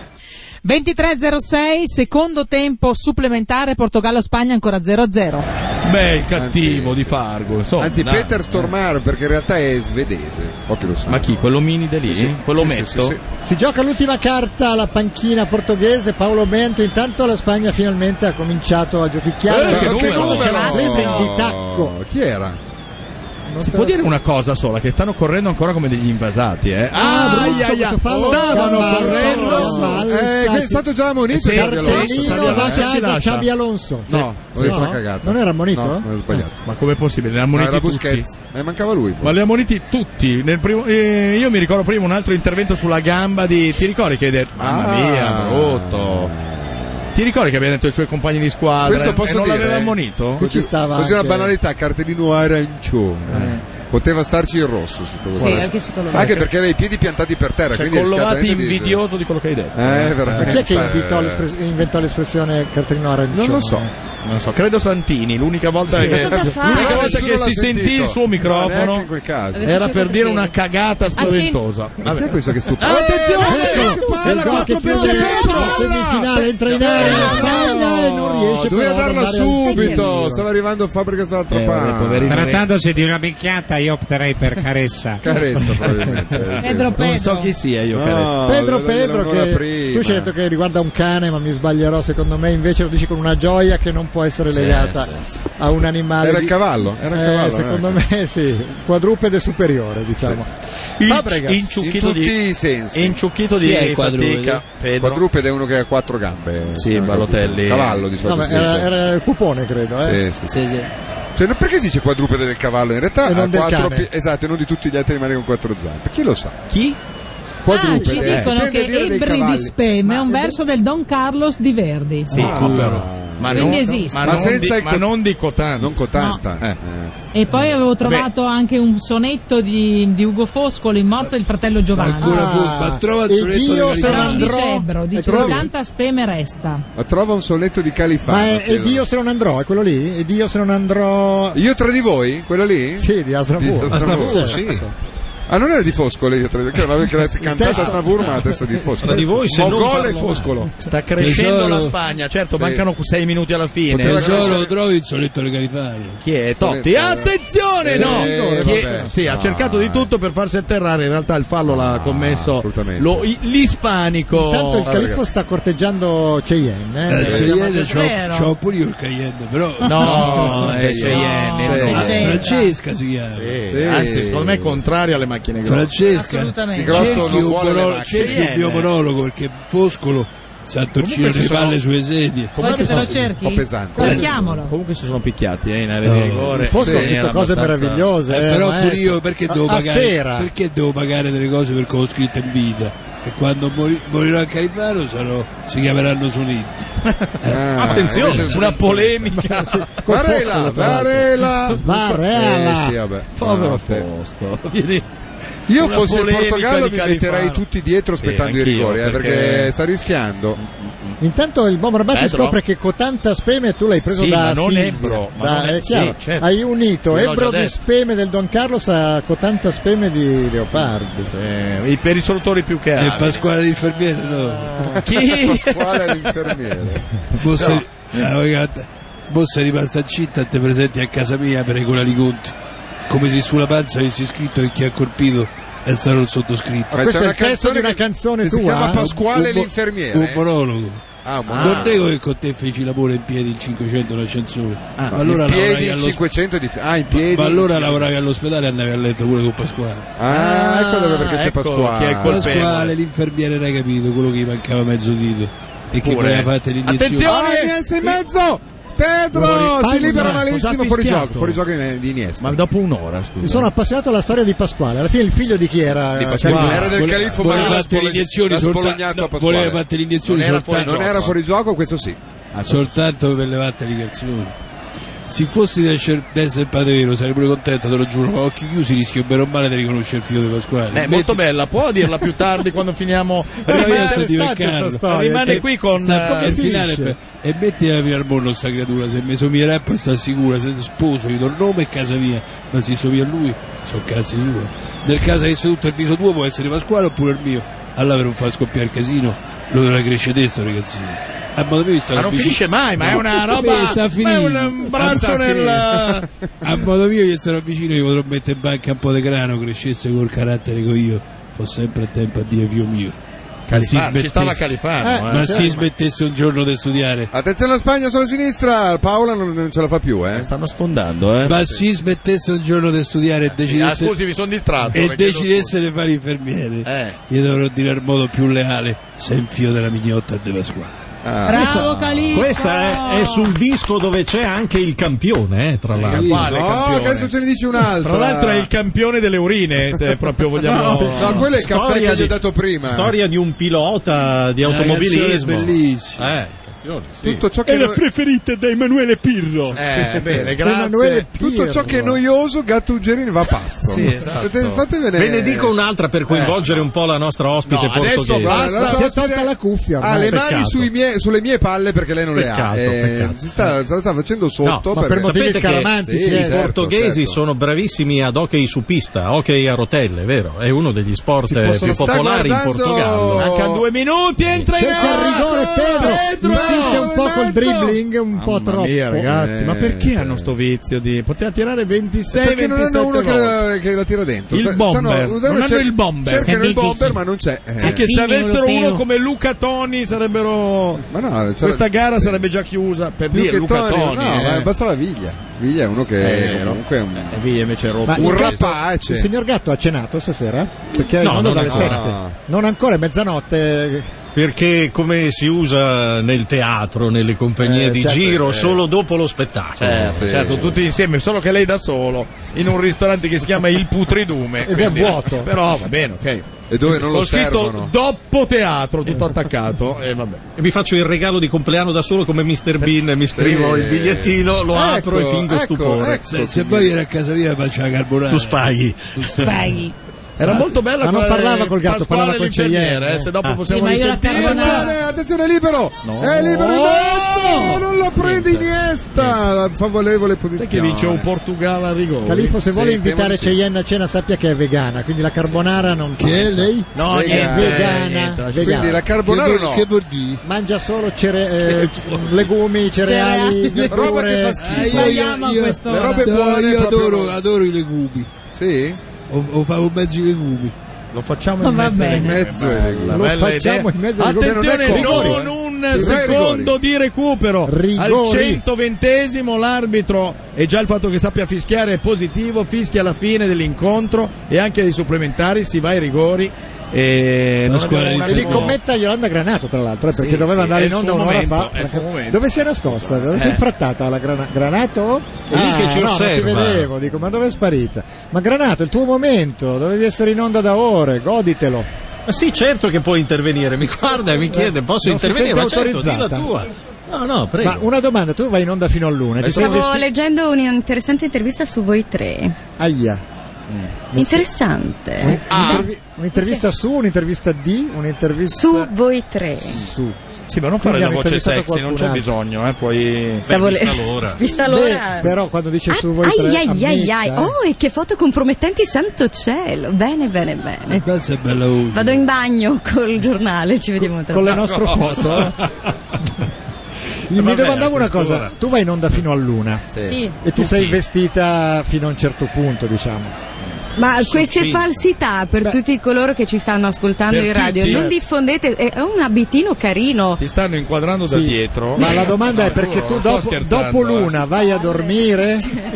Speaker 4: ventitré zero sei, secondo tempo supplementare, Portogallo-Spagna ancora zero a zero.
Speaker 6: Beh, il cattivo di Fargo. Insomma,
Speaker 5: Anzi,
Speaker 6: dai.
Speaker 5: Peter Stormare, perché in realtà è svedese. Pochi lo sanno.
Speaker 6: Ma chi? Quello minide lì?
Speaker 5: Sì, sì.
Speaker 6: Quello
Speaker 5: Sì, sì,
Speaker 6: metto?
Speaker 5: sì, sì.
Speaker 2: Si gioca l'ultima carta alla panchina portoghese, Paolo Bento. Intanto la Spagna finalmente ha cominciato a giochicchiare.
Speaker 6: Eh, che
Speaker 2: Qualche
Speaker 6: numero?
Speaker 2: cosa ce l'ha sempre in
Speaker 5: No.
Speaker 2: ditacco.
Speaker 5: Chi era?
Speaker 2: Non
Speaker 6: Si
Speaker 2: te
Speaker 6: può
Speaker 2: la
Speaker 6: dire
Speaker 2: so.
Speaker 6: una cosa sola, che stanno correndo ancora come degli invasati, eh?
Speaker 2: Ah, brutto
Speaker 6: ai, ai,
Speaker 2: questo fallo.
Speaker 6: stavano
Speaker 2: Fallo,
Speaker 6: correndo.
Speaker 2: fallo,
Speaker 5: Eh, che è stato già ammonito.
Speaker 6: Sì,
Speaker 5: Xabi Alonso.
Speaker 6: Xabi
Speaker 2: Cartellino va a
Speaker 6: Alonso ci
Speaker 2: casa
Speaker 6: lascia.
Speaker 2: Xabi Alonso.
Speaker 5: No, ho detto
Speaker 2: No?
Speaker 5: una cagata.
Speaker 2: Non era ammonito?
Speaker 5: No, ho sbagliato.
Speaker 6: Ma com'è possibile? Ne ha
Speaker 5: No,
Speaker 6: ammoniti
Speaker 5: era
Speaker 6: tutti.
Speaker 5: Busquets. Eh, mancava lui. forse.
Speaker 6: Ma li ha ammoniti tutti. Nel primo, eh, io mi ricordo prima un altro intervento sulla gamba di. Ti ricordi che hai detto? Mamma
Speaker 5: Ah.
Speaker 6: mia, brutto. Ti ricordi che aveva detto ai suoi compagni di squadra?
Speaker 5: Questo posso
Speaker 6: e non
Speaker 5: dire,
Speaker 6: l'aveva
Speaker 5: eh?
Speaker 6: ammonito?
Speaker 2: Qui ci stava
Speaker 5: Così una
Speaker 2: anche-
Speaker 5: banalità, cartellino arancione.
Speaker 6: Eh.
Speaker 5: Poteva starci il rosso su tutto
Speaker 9: Sì,
Speaker 5: quello.
Speaker 9: anche secondo me.
Speaker 5: Anche perché aveva i piedi piantati per terra.
Speaker 6: Cioè,
Speaker 5: quindi è
Speaker 6: Collovati
Speaker 5: scatenante di-
Speaker 6: invidioso di quello che hai detto.
Speaker 5: Eh, veramente.
Speaker 2: Chi è che inventò l'espres- inventò l'espressione cartellino arancione?
Speaker 5: Non lo so.
Speaker 6: Non so, credo Santini. L'unica volta
Speaker 2: Sì.
Speaker 6: che,
Speaker 2: Cosa
Speaker 9: fa?
Speaker 6: l'unica
Speaker 5: Però
Speaker 6: volta
Speaker 5: nessuno
Speaker 6: che
Speaker 5: l'ha
Speaker 6: si sentì
Speaker 5: sentito.
Speaker 6: il suo
Speaker 5: No,
Speaker 6: microfono
Speaker 5: neanche in quel caso.
Speaker 9: Avesse
Speaker 6: era per
Speaker 9: cercato
Speaker 6: dire
Speaker 9: bene.
Speaker 6: una cagata spaventosa.
Speaker 5: Ma chi è questo che stupido?
Speaker 6: Attenzione!
Speaker 2: Il gol che chiude la semifinale, entra in area la Spagna e non riesce
Speaker 5: Doveva
Speaker 2: però ad
Speaker 5: darla
Speaker 2: andare al
Speaker 5: subito.
Speaker 2: tiro.
Speaker 5: Stava arrivando Fabregas dall'altra
Speaker 6: Eh,
Speaker 5: parte.
Speaker 6: poverino.
Speaker 14: Trattandosi di una minchiata, io opterei per Caressa.
Speaker 5: Caressa, probabilmente.
Speaker 15: Pedro
Speaker 6: Non
Speaker 15: Pedro.
Speaker 6: so chi sia io, Caressa.
Speaker 5: No,
Speaker 2: Pedro
Speaker 5: devo
Speaker 2: Pedro
Speaker 5: dirlo ancora
Speaker 2: che
Speaker 5: prima.
Speaker 2: tu ci hai detto che riguarda un cane, ma mi sbaglierò, secondo me invece lo dici con una gioia che non può essere legata
Speaker 6: sì, sì.
Speaker 2: a un animale.
Speaker 5: Era
Speaker 2: di-
Speaker 5: il cavallo, era il
Speaker 2: Eh,
Speaker 5: cavallo,
Speaker 2: secondo
Speaker 5: eh.
Speaker 2: me sì, un quadrupede superiore, diciamo. Fabregas.
Speaker 6: Inciucchito
Speaker 5: in tutti
Speaker 6: di
Speaker 5: i sensi.
Speaker 6: inciucchito
Speaker 16: Chi è
Speaker 6: di
Speaker 16: il quadrupede?
Speaker 6: fatica. Pedro.
Speaker 5: Quadrupede è uno che ha quattro gambe.
Speaker 6: Sì,
Speaker 5: Eh,
Speaker 6: Balotelli.
Speaker 5: Cavallo di
Speaker 2: No,
Speaker 5: solito.
Speaker 2: ma
Speaker 5: si
Speaker 2: era,
Speaker 5: dice.
Speaker 2: era il cupone, credo, eh.
Speaker 5: Sì, sì.
Speaker 16: Sì, sì.
Speaker 5: Cioè, no, perché si dice quadrupede del cavallo? In realtà
Speaker 2: E non
Speaker 5: ha
Speaker 2: del
Speaker 5: quattro
Speaker 2: cane.
Speaker 5: pi- esatto, e non di tutti gli altri animali con quattro zampe. Chi lo sa?
Speaker 6: Chi?
Speaker 15: Ah,
Speaker 5: Quadrupede.
Speaker 15: ci
Speaker 5: eh.
Speaker 15: dicono
Speaker 5: Tende a
Speaker 15: che
Speaker 5: dire dei
Speaker 15: Ebri di
Speaker 5: cavalli.
Speaker 15: Speme è un verso del Don Carlos di Verdi.
Speaker 6: Sì, però. Ma
Speaker 15: Quindi
Speaker 6: non,
Speaker 15: esiste.
Speaker 6: ma
Speaker 5: Ma
Speaker 6: non
Speaker 5: senza
Speaker 6: di,
Speaker 5: il
Speaker 6: ma
Speaker 5: co-
Speaker 6: non di Cotanta.
Speaker 5: Non Cotanta.
Speaker 6: No.
Speaker 5: Eh.
Speaker 15: E poi avevo trovato anche un sonetto di, di Ugo Foscolo, in morte del fratello Giovanni.
Speaker 19: Ancora fu, ma trova il
Speaker 2: e
Speaker 19: sonetto
Speaker 2: Dio
Speaker 19: di
Speaker 2: se non
Speaker 15: Però
Speaker 19: Califano.
Speaker 15: dice
Speaker 2: andrò.
Speaker 15: Ebbro, dice
Speaker 2: Ecco,
Speaker 15: tanta speme resta.
Speaker 5: Ma trova un sonetto di Califano.
Speaker 2: Ma è, e
Speaker 5: chiedo.
Speaker 2: Dio se non andrò, è quello lì? E Dio se non andrò.
Speaker 5: Io tra di voi? Quello lì?
Speaker 2: Sì, di Asnavour.
Speaker 5: Di Asnavour, sì. Ah, non era di Foscolo, io tra di che non aveva cantato
Speaker 2: testo.
Speaker 5: Asnavour, ma adesso di Foscolo.
Speaker 8: Tra di voi, se non
Speaker 5: Mogol e
Speaker 8: parlo-
Speaker 5: Foscolo.
Speaker 6: Sta crescendo
Speaker 19: Tesoro.
Speaker 6: la Spagna, certo,
Speaker 5: Sì.
Speaker 6: mancano sei minuti alla fine.
Speaker 5: Poteva
Speaker 19: Tesoro,
Speaker 5: crescere-
Speaker 19: trovi il sonetto di Califano.
Speaker 6: Chi è? Totti.
Speaker 5: Sonetto.
Speaker 6: Attenzione,
Speaker 5: Sì,
Speaker 6: no!
Speaker 5: eh,
Speaker 6: Chi è-
Speaker 5: vabbè.
Speaker 6: Sì, ha
Speaker 5: No,
Speaker 6: cercato di
Speaker 5: eh.
Speaker 6: tutto per farsi atterrare, in realtà il fallo l'ha commesso
Speaker 5: assolutamente.
Speaker 6: lo- i- l'ispanico.
Speaker 2: Intanto il
Speaker 5: Ah,
Speaker 2: scaliffo
Speaker 5: ragazzi.
Speaker 2: sta corteggiando Cheyenne.
Speaker 19: Eh,
Speaker 2: Eh.
Speaker 19: Cheyenne
Speaker 15: Vero.
Speaker 19: c'ho, c'ho pure io il Cayenne, però.
Speaker 6: No, è Cheyenne.
Speaker 5: Cheyenne.
Speaker 6: no.
Speaker 5: Sì.
Speaker 19: Francesca si chiama.
Speaker 6: Sì,
Speaker 5: Sì.
Speaker 6: Anzi, secondo me è contrario alle macchine grosse.
Speaker 19: Francesca,
Speaker 15: Assolutamente.
Speaker 5: Di grosso
Speaker 19: cerchi,
Speaker 5: non
Speaker 19: un,
Speaker 5: vuole le
Speaker 19: monolo-
Speaker 5: macchine.
Speaker 19: cerchi un mio monologo perché Foscolo sa torcere
Speaker 6: Comunque
Speaker 19: le
Speaker 6: ci sono-
Speaker 19: palle sulle sedie.
Speaker 15: Vuoi che te lo cerchi?
Speaker 5: Un po' pesante.
Speaker 15: Cerchiamolo.
Speaker 6: Comunque si sono picchiati eh, in area
Speaker 19: No.
Speaker 6: di rigore.
Speaker 2: Il Fosco ha
Speaker 6: Sì,
Speaker 2: scritto
Speaker 6: era
Speaker 2: cose
Speaker 6: abbastanza-
Speaker 2: meravigliose.
Speaker 19: Eh,
Speaker 2: eh,
Speaker 19: però
Speaker 2: maestro.
Speaker 19: pure io perché devo
Speaker 2: A- a
Speaker 19: pagare
Speaker 2: sera.
Speaker 19: perché devo pagare delle cose per come ho scritto in vita e quando mori- morirò a Califano sarò, si chiameranno sonetti.
Speaker 5: Ah,
Speaker 8: Attenzione,
Speaker 5: invece
Speaker 6: Una
Speaker 5: sono-
Speaker 6: polemica.
Speaker 2: Col
Speaker 5: Varela,
Speaker 2: Foscolo, tra l'altro.
Speaker 5: Varela.
Speaker 2: Varela.
Speaker 5: Eh, sì, vabbè.
Speaker 6: Povero
Speaker 5: Notte.
Speaker 6: Fosco. Vedi?
Speaker 5: Io
Speaker 6: Una
Speaker 5: fossi il
Speaker 6: polemica
Speaker 5: Portogallo
Speaker 6: di
Speaker 5: mi metterei
Speaker 6: Califano.
Speaker 5: tutti dietro
Speaker 6: Sì,
Speaker 5: aspettando i
Speaker 6: anch'io,
Speaker 5: rigori, eh, perché...
Speaker 6: perché
Speaker 5: sta rischiando.
Speaker 2: Intanto il Bob Rabati
Speaker 6: Pedro?
Speaker 2: scopre che Cotanta Speme tu l'hai preso
Speaker 6: Sì,
Speaker 2: da
Speaker 6: ma non
Speaker 2: Silvia.
Speaker 6: Ebbro, ma
Speaker 2: Da-
Speaker 6: non è-
Speaker 2: è chiaro.
Speaker 6: sì, certo.
Speaker 2: Hai unito
Speaker 6: Gliel'ho
Speaker 2: Ebbro
Speaker 6: già
Speaker 2: di
Speaker 6: detto.
Speaker 2: Speme del Don Carlos a Cotanta Speme di Leopardi.
Speaker 6: Eh, per i solutori più che
Speaker 19: E
Speaker 6: altri.
Speaker 19: Pasquale l'infermiere no.
Speaker 6: Chi?
Speaker 5: Pasquale è l'infermiere.
Speaker 19: Bossa,
Speaker 5: No.
Speaker 19: ah, guarda, Bossa è rimasta incinta e te presenti a casa mia per i colali conti. Come se sulla panza avessi scritto che chi ha colpito è stato il sottoscritto.
Speaker 5: Ma
Speaker 2: questo
Speaker 5: c'è
Speaker 2: è
Speaker 5: una
Speaker 2: il testo di una
Speaker 5: che-
Speaker 2: canzone
Speaker 5: che
Speaker 2: tua?
Speaker 5: si chiama Pasquale
Speaker 19: Un mo-
Speaker 5: l'infermiere.
Speaker 19: Un monologo.
Speaker 5: Ah, un
Speaker 19: Non
Speaker 5: monologo.
Speaker 19: nego che con te feci l'amore in piedi il cinquecento l'ascensore.
Speaker 5: Ah,
Speaker 19: ma allora
Speaker 5: in piedi
Speaker 19: lavoravi
Speaker 5: il
Speaker 19: allo-
Speaker 5: cinquecento di... Ah, in piedi.
Speaker 19: ma allora lavoravi all'ospedale e andavi a letto pure con Pasquale.
Speaker 5: Ah, ecco dove perché c'è
Speaker 6: ecco
Speaker 5: Pasquale.
Speaker 6: chi è il colpevole.
Speaker 19: Pasquale l'infermiere, non hai capito, quello che gli mancava mezzo dito e che
Speaker 6: Pure.
Speaker 19: poi ha fatto l'iniezione.
Speaker 6: Attenzione!
Speaker 5: Ah, Iniesta in mezzo! Pedro
Speaker 2: Fuori-
Speaker 5: si libera
Speaker 2: Cosa-
Speaker 5: malissimo
Speaker 2: cosa ha
Speaker 5: fuori
Speaker 2: fischiato?
Speaker 5: gioco, fuori gioco di di Iniesta.
Speaker 6: Ma dopo un'ora, scusa.
Speaker 2: Mi sono appassionato alla storia di Pasquale. Alla fine il figlio di chi era?
Speaker 5: Di Pasquale.
Speaker 2: Califano?
Speaker 5: Era del
Speaker 19: Vole-
Speaker 5: califfo,
Speaker 19: voleva
Speaker 5: ma l'ha
Speaker 19: battere
Speaker 5: spolo-
Speaker 19: iniezioni
Speaker 5: l'ha
Speaker 19: soltanto-
Speaker 5: spolognato a
Speaker 19: no,
Speaker 5: Pasquale.
Speaker 19: voleva battere iniezioni
Speaker 6: Non era
Speaker 19: soltanto,
Speaker 6: fuori
Speaker 5: Non era fuori gioco, questo sì.
Speaker 19: soltanto per le vatte di calzoni. Se fossi da esser- da essere padre vero sarei pure contento, te lo giuro, ma a occhi chiusi rischio bene o male di riconoscere il figlio di Pasquale.
Speaker 6: È molto bella, può dirla più tardi quando finiamo?
Speaker 19: Però io
Speaker 6: Rimane-
Speaker 19: sto
Speaker 2: interessante
Speaker 19: diventando
Speaker 2: sta storia.
Speaker 6: rimane
Speaker 19: E-
Speaker 6: qui con
Speaker 19: sta-
Speaker 6: eh,
Speaker 19: il finale
Speaker 2: finisce?
Speaker 19: per- e metti a via al mondo sta creatura, se mi somiglia poi sta sicura, se sposo gli do il nome e casa mia, ma si somiglia a lui sono cazzi sue. Nel caso che sia tutto il viso tuo può essere Pasquale oppure il mio, allora per non far scoppiare il casino lo dovrà crescere te sto ragazzino. A modo mio sto
Speaker 6: Ma non finisce mai, ma è una
Speaker 19: Beh,
Speaker 6: roba.
Speaker 19: sta
Speaker 6: Ma è
Speaker 19: finendo.
Speaker 6: un braccio
Speaker 19: Sta
Speaker 6: nel.
Speaker 19: finendo. A modo mio io sarò vicino, gli potrò mettere in banca un po' di grano, crescesse col carattere che ho io, fo sempre a tempo a dire figlio mio.
Speaker 6: Califano,
Speaker 19: Si
Speaker 6: ci stava
Speaker 19: smettesse-
Speaker 6: Califano.
Speaker 2: Eh,
Speaker 6: eh.
Speaker 19: ma
Speaker 2: certo.
Speaker 19: si smettesse un giorno di studiare,
Speaker 5: Attenzione alla Spagna sulla sinistra, Paola non, non ce la fa più, eh.
Speaker 6: Stanno sfondando, eh.
Speaker 19: ma si smettesse un giorno di studiare e
Speaker 6: Ah,
Speaker 19: decidesse,
Speaker 6: scusi, mi sono distratto.
Speaker 19: e
Speaker 6: le chiedo
Speaker 19: decidesse di fare infermiere,
Speaker 6: Eh.
Speaker 19: io dovrò dire al modo più leale, sei in fio della mignotta di Pasquale.
Speaker 5: Ah.
Speaker 15: Bravo Califano.
Speaker 8: Questa è, è sul disco dove c'è anche il campione, eh, tra l'altro.
Speaker 6: Quale
Speaker 5: No,
Speaker 6: campione?
Speaker 5: che adesso ce ne dici un'altra.
Speaker 6: Tra l'altro è il campione delle urine, se proprio vogliamo.
Speaker 5: No, quello è il caffè
Speaker 8: Storia
Speaker 5: che gli ho
Speaker 8: di-
Speaker 5: dato prima.
Speaker 8: Storia di un pilota di
Speaker 19: Una
Speaker 8: automobilismo.
Speaker 19: canzone bellissima.
Speaker 8: Eh, Sì.
Speaker 5: Tutto ciò che
Speaker 19: è la
Speaker 5: no-
Speaker 19: preferita da Emanuele Pirro.
Speaker 6: Eh, bene, grazie.
Speaker 2: Emanuele
Speaker 5: tutto ciò che è noioso, Gattugerini va pazzo.
Speaker 6: Sì, esatto.
Speaker 5: Fatevene...
Speaker 8: Ve ne dico un'altra per coinvolgere un po' la nostra ospite
Speaker 6: No, adesso
Speaker 8: portoghese.
Speaker 6: basta.
Speaker 5: La
Speaker 2: Si
Speaker 5: sua
Speaker 2: è tolta la cuffia
Speaker 5: ha
Speaker 2: ormai.
Speaker 5: le mani
Speaker 8: Peccato.
Speaker 5: sui miei- sulle mie palle perché lei non
Speaker 8: Peccato,
Speaker 5: le ha. Eh,
Speaker 8: peccato.
Speaker 5: si sta, se la sta facendo sotto.
Speaker 2: ma per
Speaker 5: perché-
Speaker 2: motivi
Speaker 8: Sapete che
Speaker 2: scaramantici,
Speaker 5: sì,
Speaker 2: eh.
Speaker 8: i
Speaker 5: certo,
Speaker 8: portoghesi
Speaker 5: certo.
Speaker 8: sono bravissimi ad hockey su pista, hockey a rotelle, vero? È uno degli sport
Speaker 2: Si
Speaker 8: eh,
Speaker 2: possono-
Speaker 8: più
Speaker 5: sta
Speaker 8: popolari
Speaker 5: guardando-
Speaker 8: in Portogallo.
Speaker 6: Mancano due minuti, entra in
Speaker 2: Cerca il rigore Pedro,
Speaker 6: Pedro!
Speaker 2: insiste un po' col dribbling, un po'
Speaker 6: Mamma
Speaker 2: troppo.
Speaker 6: mia, ragazzi,
Speaker 5: Eh,
Speaker 6: ma perché
Speaker 5: eh.
Speaker 6: hanno sto vizio di poteva tirare ventisei
Speaker 5: perché non hanno
Speaker 6: ventisette
Speaker 5: uno che
Speaker 6: volte?
Speaker 5: la, che la tira dentro.
Speaker 6: Il
Speaker 5: Cioè,
Speaker 6: bomber.
Speaker 5: sanno-
Speaker 6: Non hanno
Speaker 5: cer-
Speaker 6: il bomber.
Speaker 5: Cercano il bomber, ma non c'è. Eh.
Speaker 6: Perché se avessero uno come Luca Toni sarebbero.
Speaker 5: Ma no, c'era-
Speaker 6: questa gara sarebbe già chiusa per
Speaker 5: più
Speaker 6: dire
Speaker 5: che
Speaker 6: Luca
Speaker 5: Toni,
Speaker 6: Toni.
Speaker 5: no,
Speaker 6: eh.
Speaker 5: ma bastava Viglia. Viglia è uno che
Speaker 6: Eh,
Speaker 5: comunque è un,
Speaker 6: E via invece è rotto.
Speaker 2: Ma
Speaker 5: un
Speaker 2: il gatto-
Speaker 5: rapace.
Speaker 2: Il signor Gatto ha cenato stasera? Perché è in
Speaker 8: No,
Speaker 2: onda
Speaker 8: non
Speaker 2: dalle
Speaker 8: ancora.
Speaker 2: sette. Non ancora, è mezzanotte.
Speaker 8: Perché come si usa nel teatro, nelle compagnie
Speaker 2: Eh,
Speaker 8: di
Speaker 2: certo,
Speaker 8: giro,
Speaker 6: eh.
Speaker 8: solo dopo lo spettacolo.
Speaker 6: Certo,
Speaker 5: Sì,
Speaker 6: certo,
Speaker 5: sì.
Speaker 6: tutti insieme, solo che lei da solo in un ristorante che si chiama Il Putridume.
Speaker 2: Ed è
Speaker 6: quindi-
Speaker 2: vuoto.
Speaker 6: Però va bene, ok.
Speaker 5: E dove non lo
Speaker 6: Ho scritto
Speaker 5: servono.
Speaker 6: dopo teatro, tutto attaccato. E vabbè.
Speaker 8: E mi faccio il regalo di compleanno da solo come mister Bean, mi scrivo
Speaker 5: Sì.
Speaker 8: il bigliettino, lo
Speaker 5: Ecco,
Speaker 8: apro e fingo
Speaker 5: ecco,
Speaker 8: stupore.
Speaker 5: ecco.
Speaker 19: Se, se poi viene a casa mia faccio la carbonara.
Speaker 8: Tu spaghi.
Speaker 9: Spaghi.
Speaker 6: Era molto bella
Speaker 2: Ma non
Speaker 6: quella
Speaker 2: parlava
Speaker 6: di
Speaker 2: col gatto,
Speaker 6: Pasquale
Speaker 2: parlava con
Speaker 6: l'infermiere,
Speaker 2: Cheyenne,
Speaker 6: eh,
Speaker 2: eh.
Speaker 6: se dopo
Speaker 8: Ah.
Speaker 6: possiamo
Speaker 9: Sì, ma io la
Speaker 6: risentirla.
Speaker 9: carbonara-
Speaker 5: Attenzione, attenzione, libero!
Speaker 6: No.
Speaker 5: È libero il
Speaker 6: Oh!
Speaker 5: gatto! Non lo prende Iniesta! Favorevole
Speaker 6: Sai
Speaker 5: posizione.
Speaker 6: che vince un Portogallo a rigore?
Speaker 2: Califo, se
Speaker 5: Sì,
Speaker 2: vuole invitare
Speaker 5: temo di sì.
Speaker 2: Cheyenne a cena sappia che è vegana, quindi la carbonara non
Speaker 19: Che è
Speaker 2: passa.
Speaker 19: lei?
Speaker 6: No,
Speaker 5: Vegana.
Speaker 6: niente,
Speaker 2: Vegana.
Speaker 6: niente, lascia-
Speaker 2: Vegana.
Speaker 5: Quindi la carbonara
Speaker 19: che, vuol-
Speaker 5: no.
Speaker 19: che vuol dire?
Speaker 2: Mangia solo cere- eh, legumi, cereali,
Speaker 9: Cereali.
Speaker 5: Roba che
Speaker 2: verdure.
Speaker 5: fa schifo.
Speaker 19: Ah, io,
Speaker 15: Sbagliamo a
Speaker 19: io,
Speaker 15: quest'ora.
Speaker 5: Le robe
Speaker 19: no,
Speaker 5: buone
Speaker 19: io
Speaker 5: proprio
Speaker 19: adoro,
Speaker 5: no.
Speaker 19: adoro i legumi.
Speaker 5: Sì?
Speaker 19: O, o favo mezzi legumi.
Speaker 6: Lo facciamo in
Speaker 15: Va
Speaker 6: mezzo ai
Speaker 15: bene.
Speaker 6: mezzo
Speaker 5: Bella,
Speaker 6: ai
Speaker 2: Lo
Speaker 6: bella
Speaker 2: facciamo
Speaker 6: idea.
Speaker 2: in mezzo ai rigori,
Speaker 6: Attenzione,
Speaker 2: non è
Speaker 5: rigori,
Speaker 6: non
Speaker 5: eh.
Speaker 6: un
Speaker 5: Sì, dai,
Speaker 6: secondo
Speaker 5: rigori.
Speaker 6: di recupero.
Speaker 2: Rigori.
Speaker 6: Al centoventesimo l'arbitro, e già il fatto che sappia fischiare è positivo, fischia alla fine dell'incontro e anche dei supplementari, si va ai rigori. E non
Speaker 19: Pasquale
Speaker 6: abbiamo un
Speaker 2: E li
Speaker 6: attimo-
Speaker 2: commenta Yolanda Granato, tra l'altro, eh, perché
Speaker 6: Sì,
Speaker 2: doveva
Speaker 6: sì,
Speaker 2: andare
Speaker 6: è
Speaker 2: in
Speaker 6: il
Speaker 2: onda
Speaker 6: suo
Speaker 2: un'ora
Speaker 6: momento,
Speaker 2: fa.
Speaker 6: è il suo momento.
Speaker 2: Dove si è nascosta? Dove si è
Speaker 6: Eh.
Speaker 2: infrattata la grana- Granato?
Speaker 8: È lì che ci
Speaker 2: no, non ti
Speaker 8: osserva.
Speaker 2: vedevo, dico, ma dove è sparita? Ma Granato, il tuo momento, dovevi essere in onda da ore, goditelo.
Speaker 8: Ma sì, certo che puoi intervenire, mi guarda e mi chiede, posso
Speaker 2: Non si
Speaker 8: intervenire? Ma
Speaker 2: sente
Speaker 8: certo, di la
Speaker 2: autorizzata.
Speaker 8: tua. No, no, prego.
Speaker 2: Ma una domanda, tu vai in onda fino all'una, ti sei
Speaker 17: Stavo
Speaker 2: vestito?
Speaker 17: leggendo un'interessante intervista su voi tre.
Speaker 2: Aia.
Speaker 17: Interessante.
Speaker 2: Un'intervi- un'intervista su, un'intervista di, un'intervista
Speaker 17: Su voi tre.
Speaker 2: su.
Speaker 6: Sì, ma non fare
Speaker 2: Quindi
Speaker 6: la
Speaker 2: hanno
Speaker 6: voce
Speaker 2: intervistato
Speaker 6: sexy, non c'è
Speaker 2: qualcun
Speaker 6: bisogno, eh, poi...
Speaker 17: Stavo
Speaker 8: Beh,
Speaker 17: le-
Speaker 8: vista l'ora.
Speaker 17: Vista
Speaker 2: Beh,
Speaker 17: l'ora.
Speaker 2: però quando dice su voi
Speaker 17: Ai
Speaker 2: tre,
Speaker 17: ai ai ai ai.
Speaker 2: ammetta,
Speaker 17: Oh, e che foto compromettenti, santo cielo. Bene, bene, bene.
Speaker 19: Questa è bella utile.
Speaker 17: Vado in bagno col giornale, ci vediamo tra
Speaker 2: con le
Speaker 17: poco.
Speaker 2: nostre foto. Mi
Speaker 8: Vabbè,
Speaker 2: domandavo
Speaker 8: a
Speaker 2: una cosa,
Speaker 8: quest'ora.
Speaker 2: tu vai in onda fino all'una
Speaker 17: Sì.
Speaker 2: e ti sei vestita fino a un certo punto, diciamo.
Speaker 17: Ma queste
Speaker 8: sì.
Speaker 17: falsità per
Speaker 2: Beh.
Speaker 17: tutti coloro che ci stanno ascoltando
Speaker 6: Per
Speaker 17: in radio,
Speaker 6: tutti.
Speaker 17: non diffondete, è un abitino carino.
Speaker 6: Ti stanno inquadrando da
Speaker 2: Sì.
Speaker 6: dietro.
Speaker 2: Ma la domanda è
Speaker 6: No,
Speaker 2: perché
Speaker 6: giuro,
Speaker 2: tu
Speaker 6: non sto
Speaker 2: dopo,
Speaker 6: scherzando,
Speaker 2: dopo
Speaker 6: eh.
Speaker 2: l'una vai a dormire?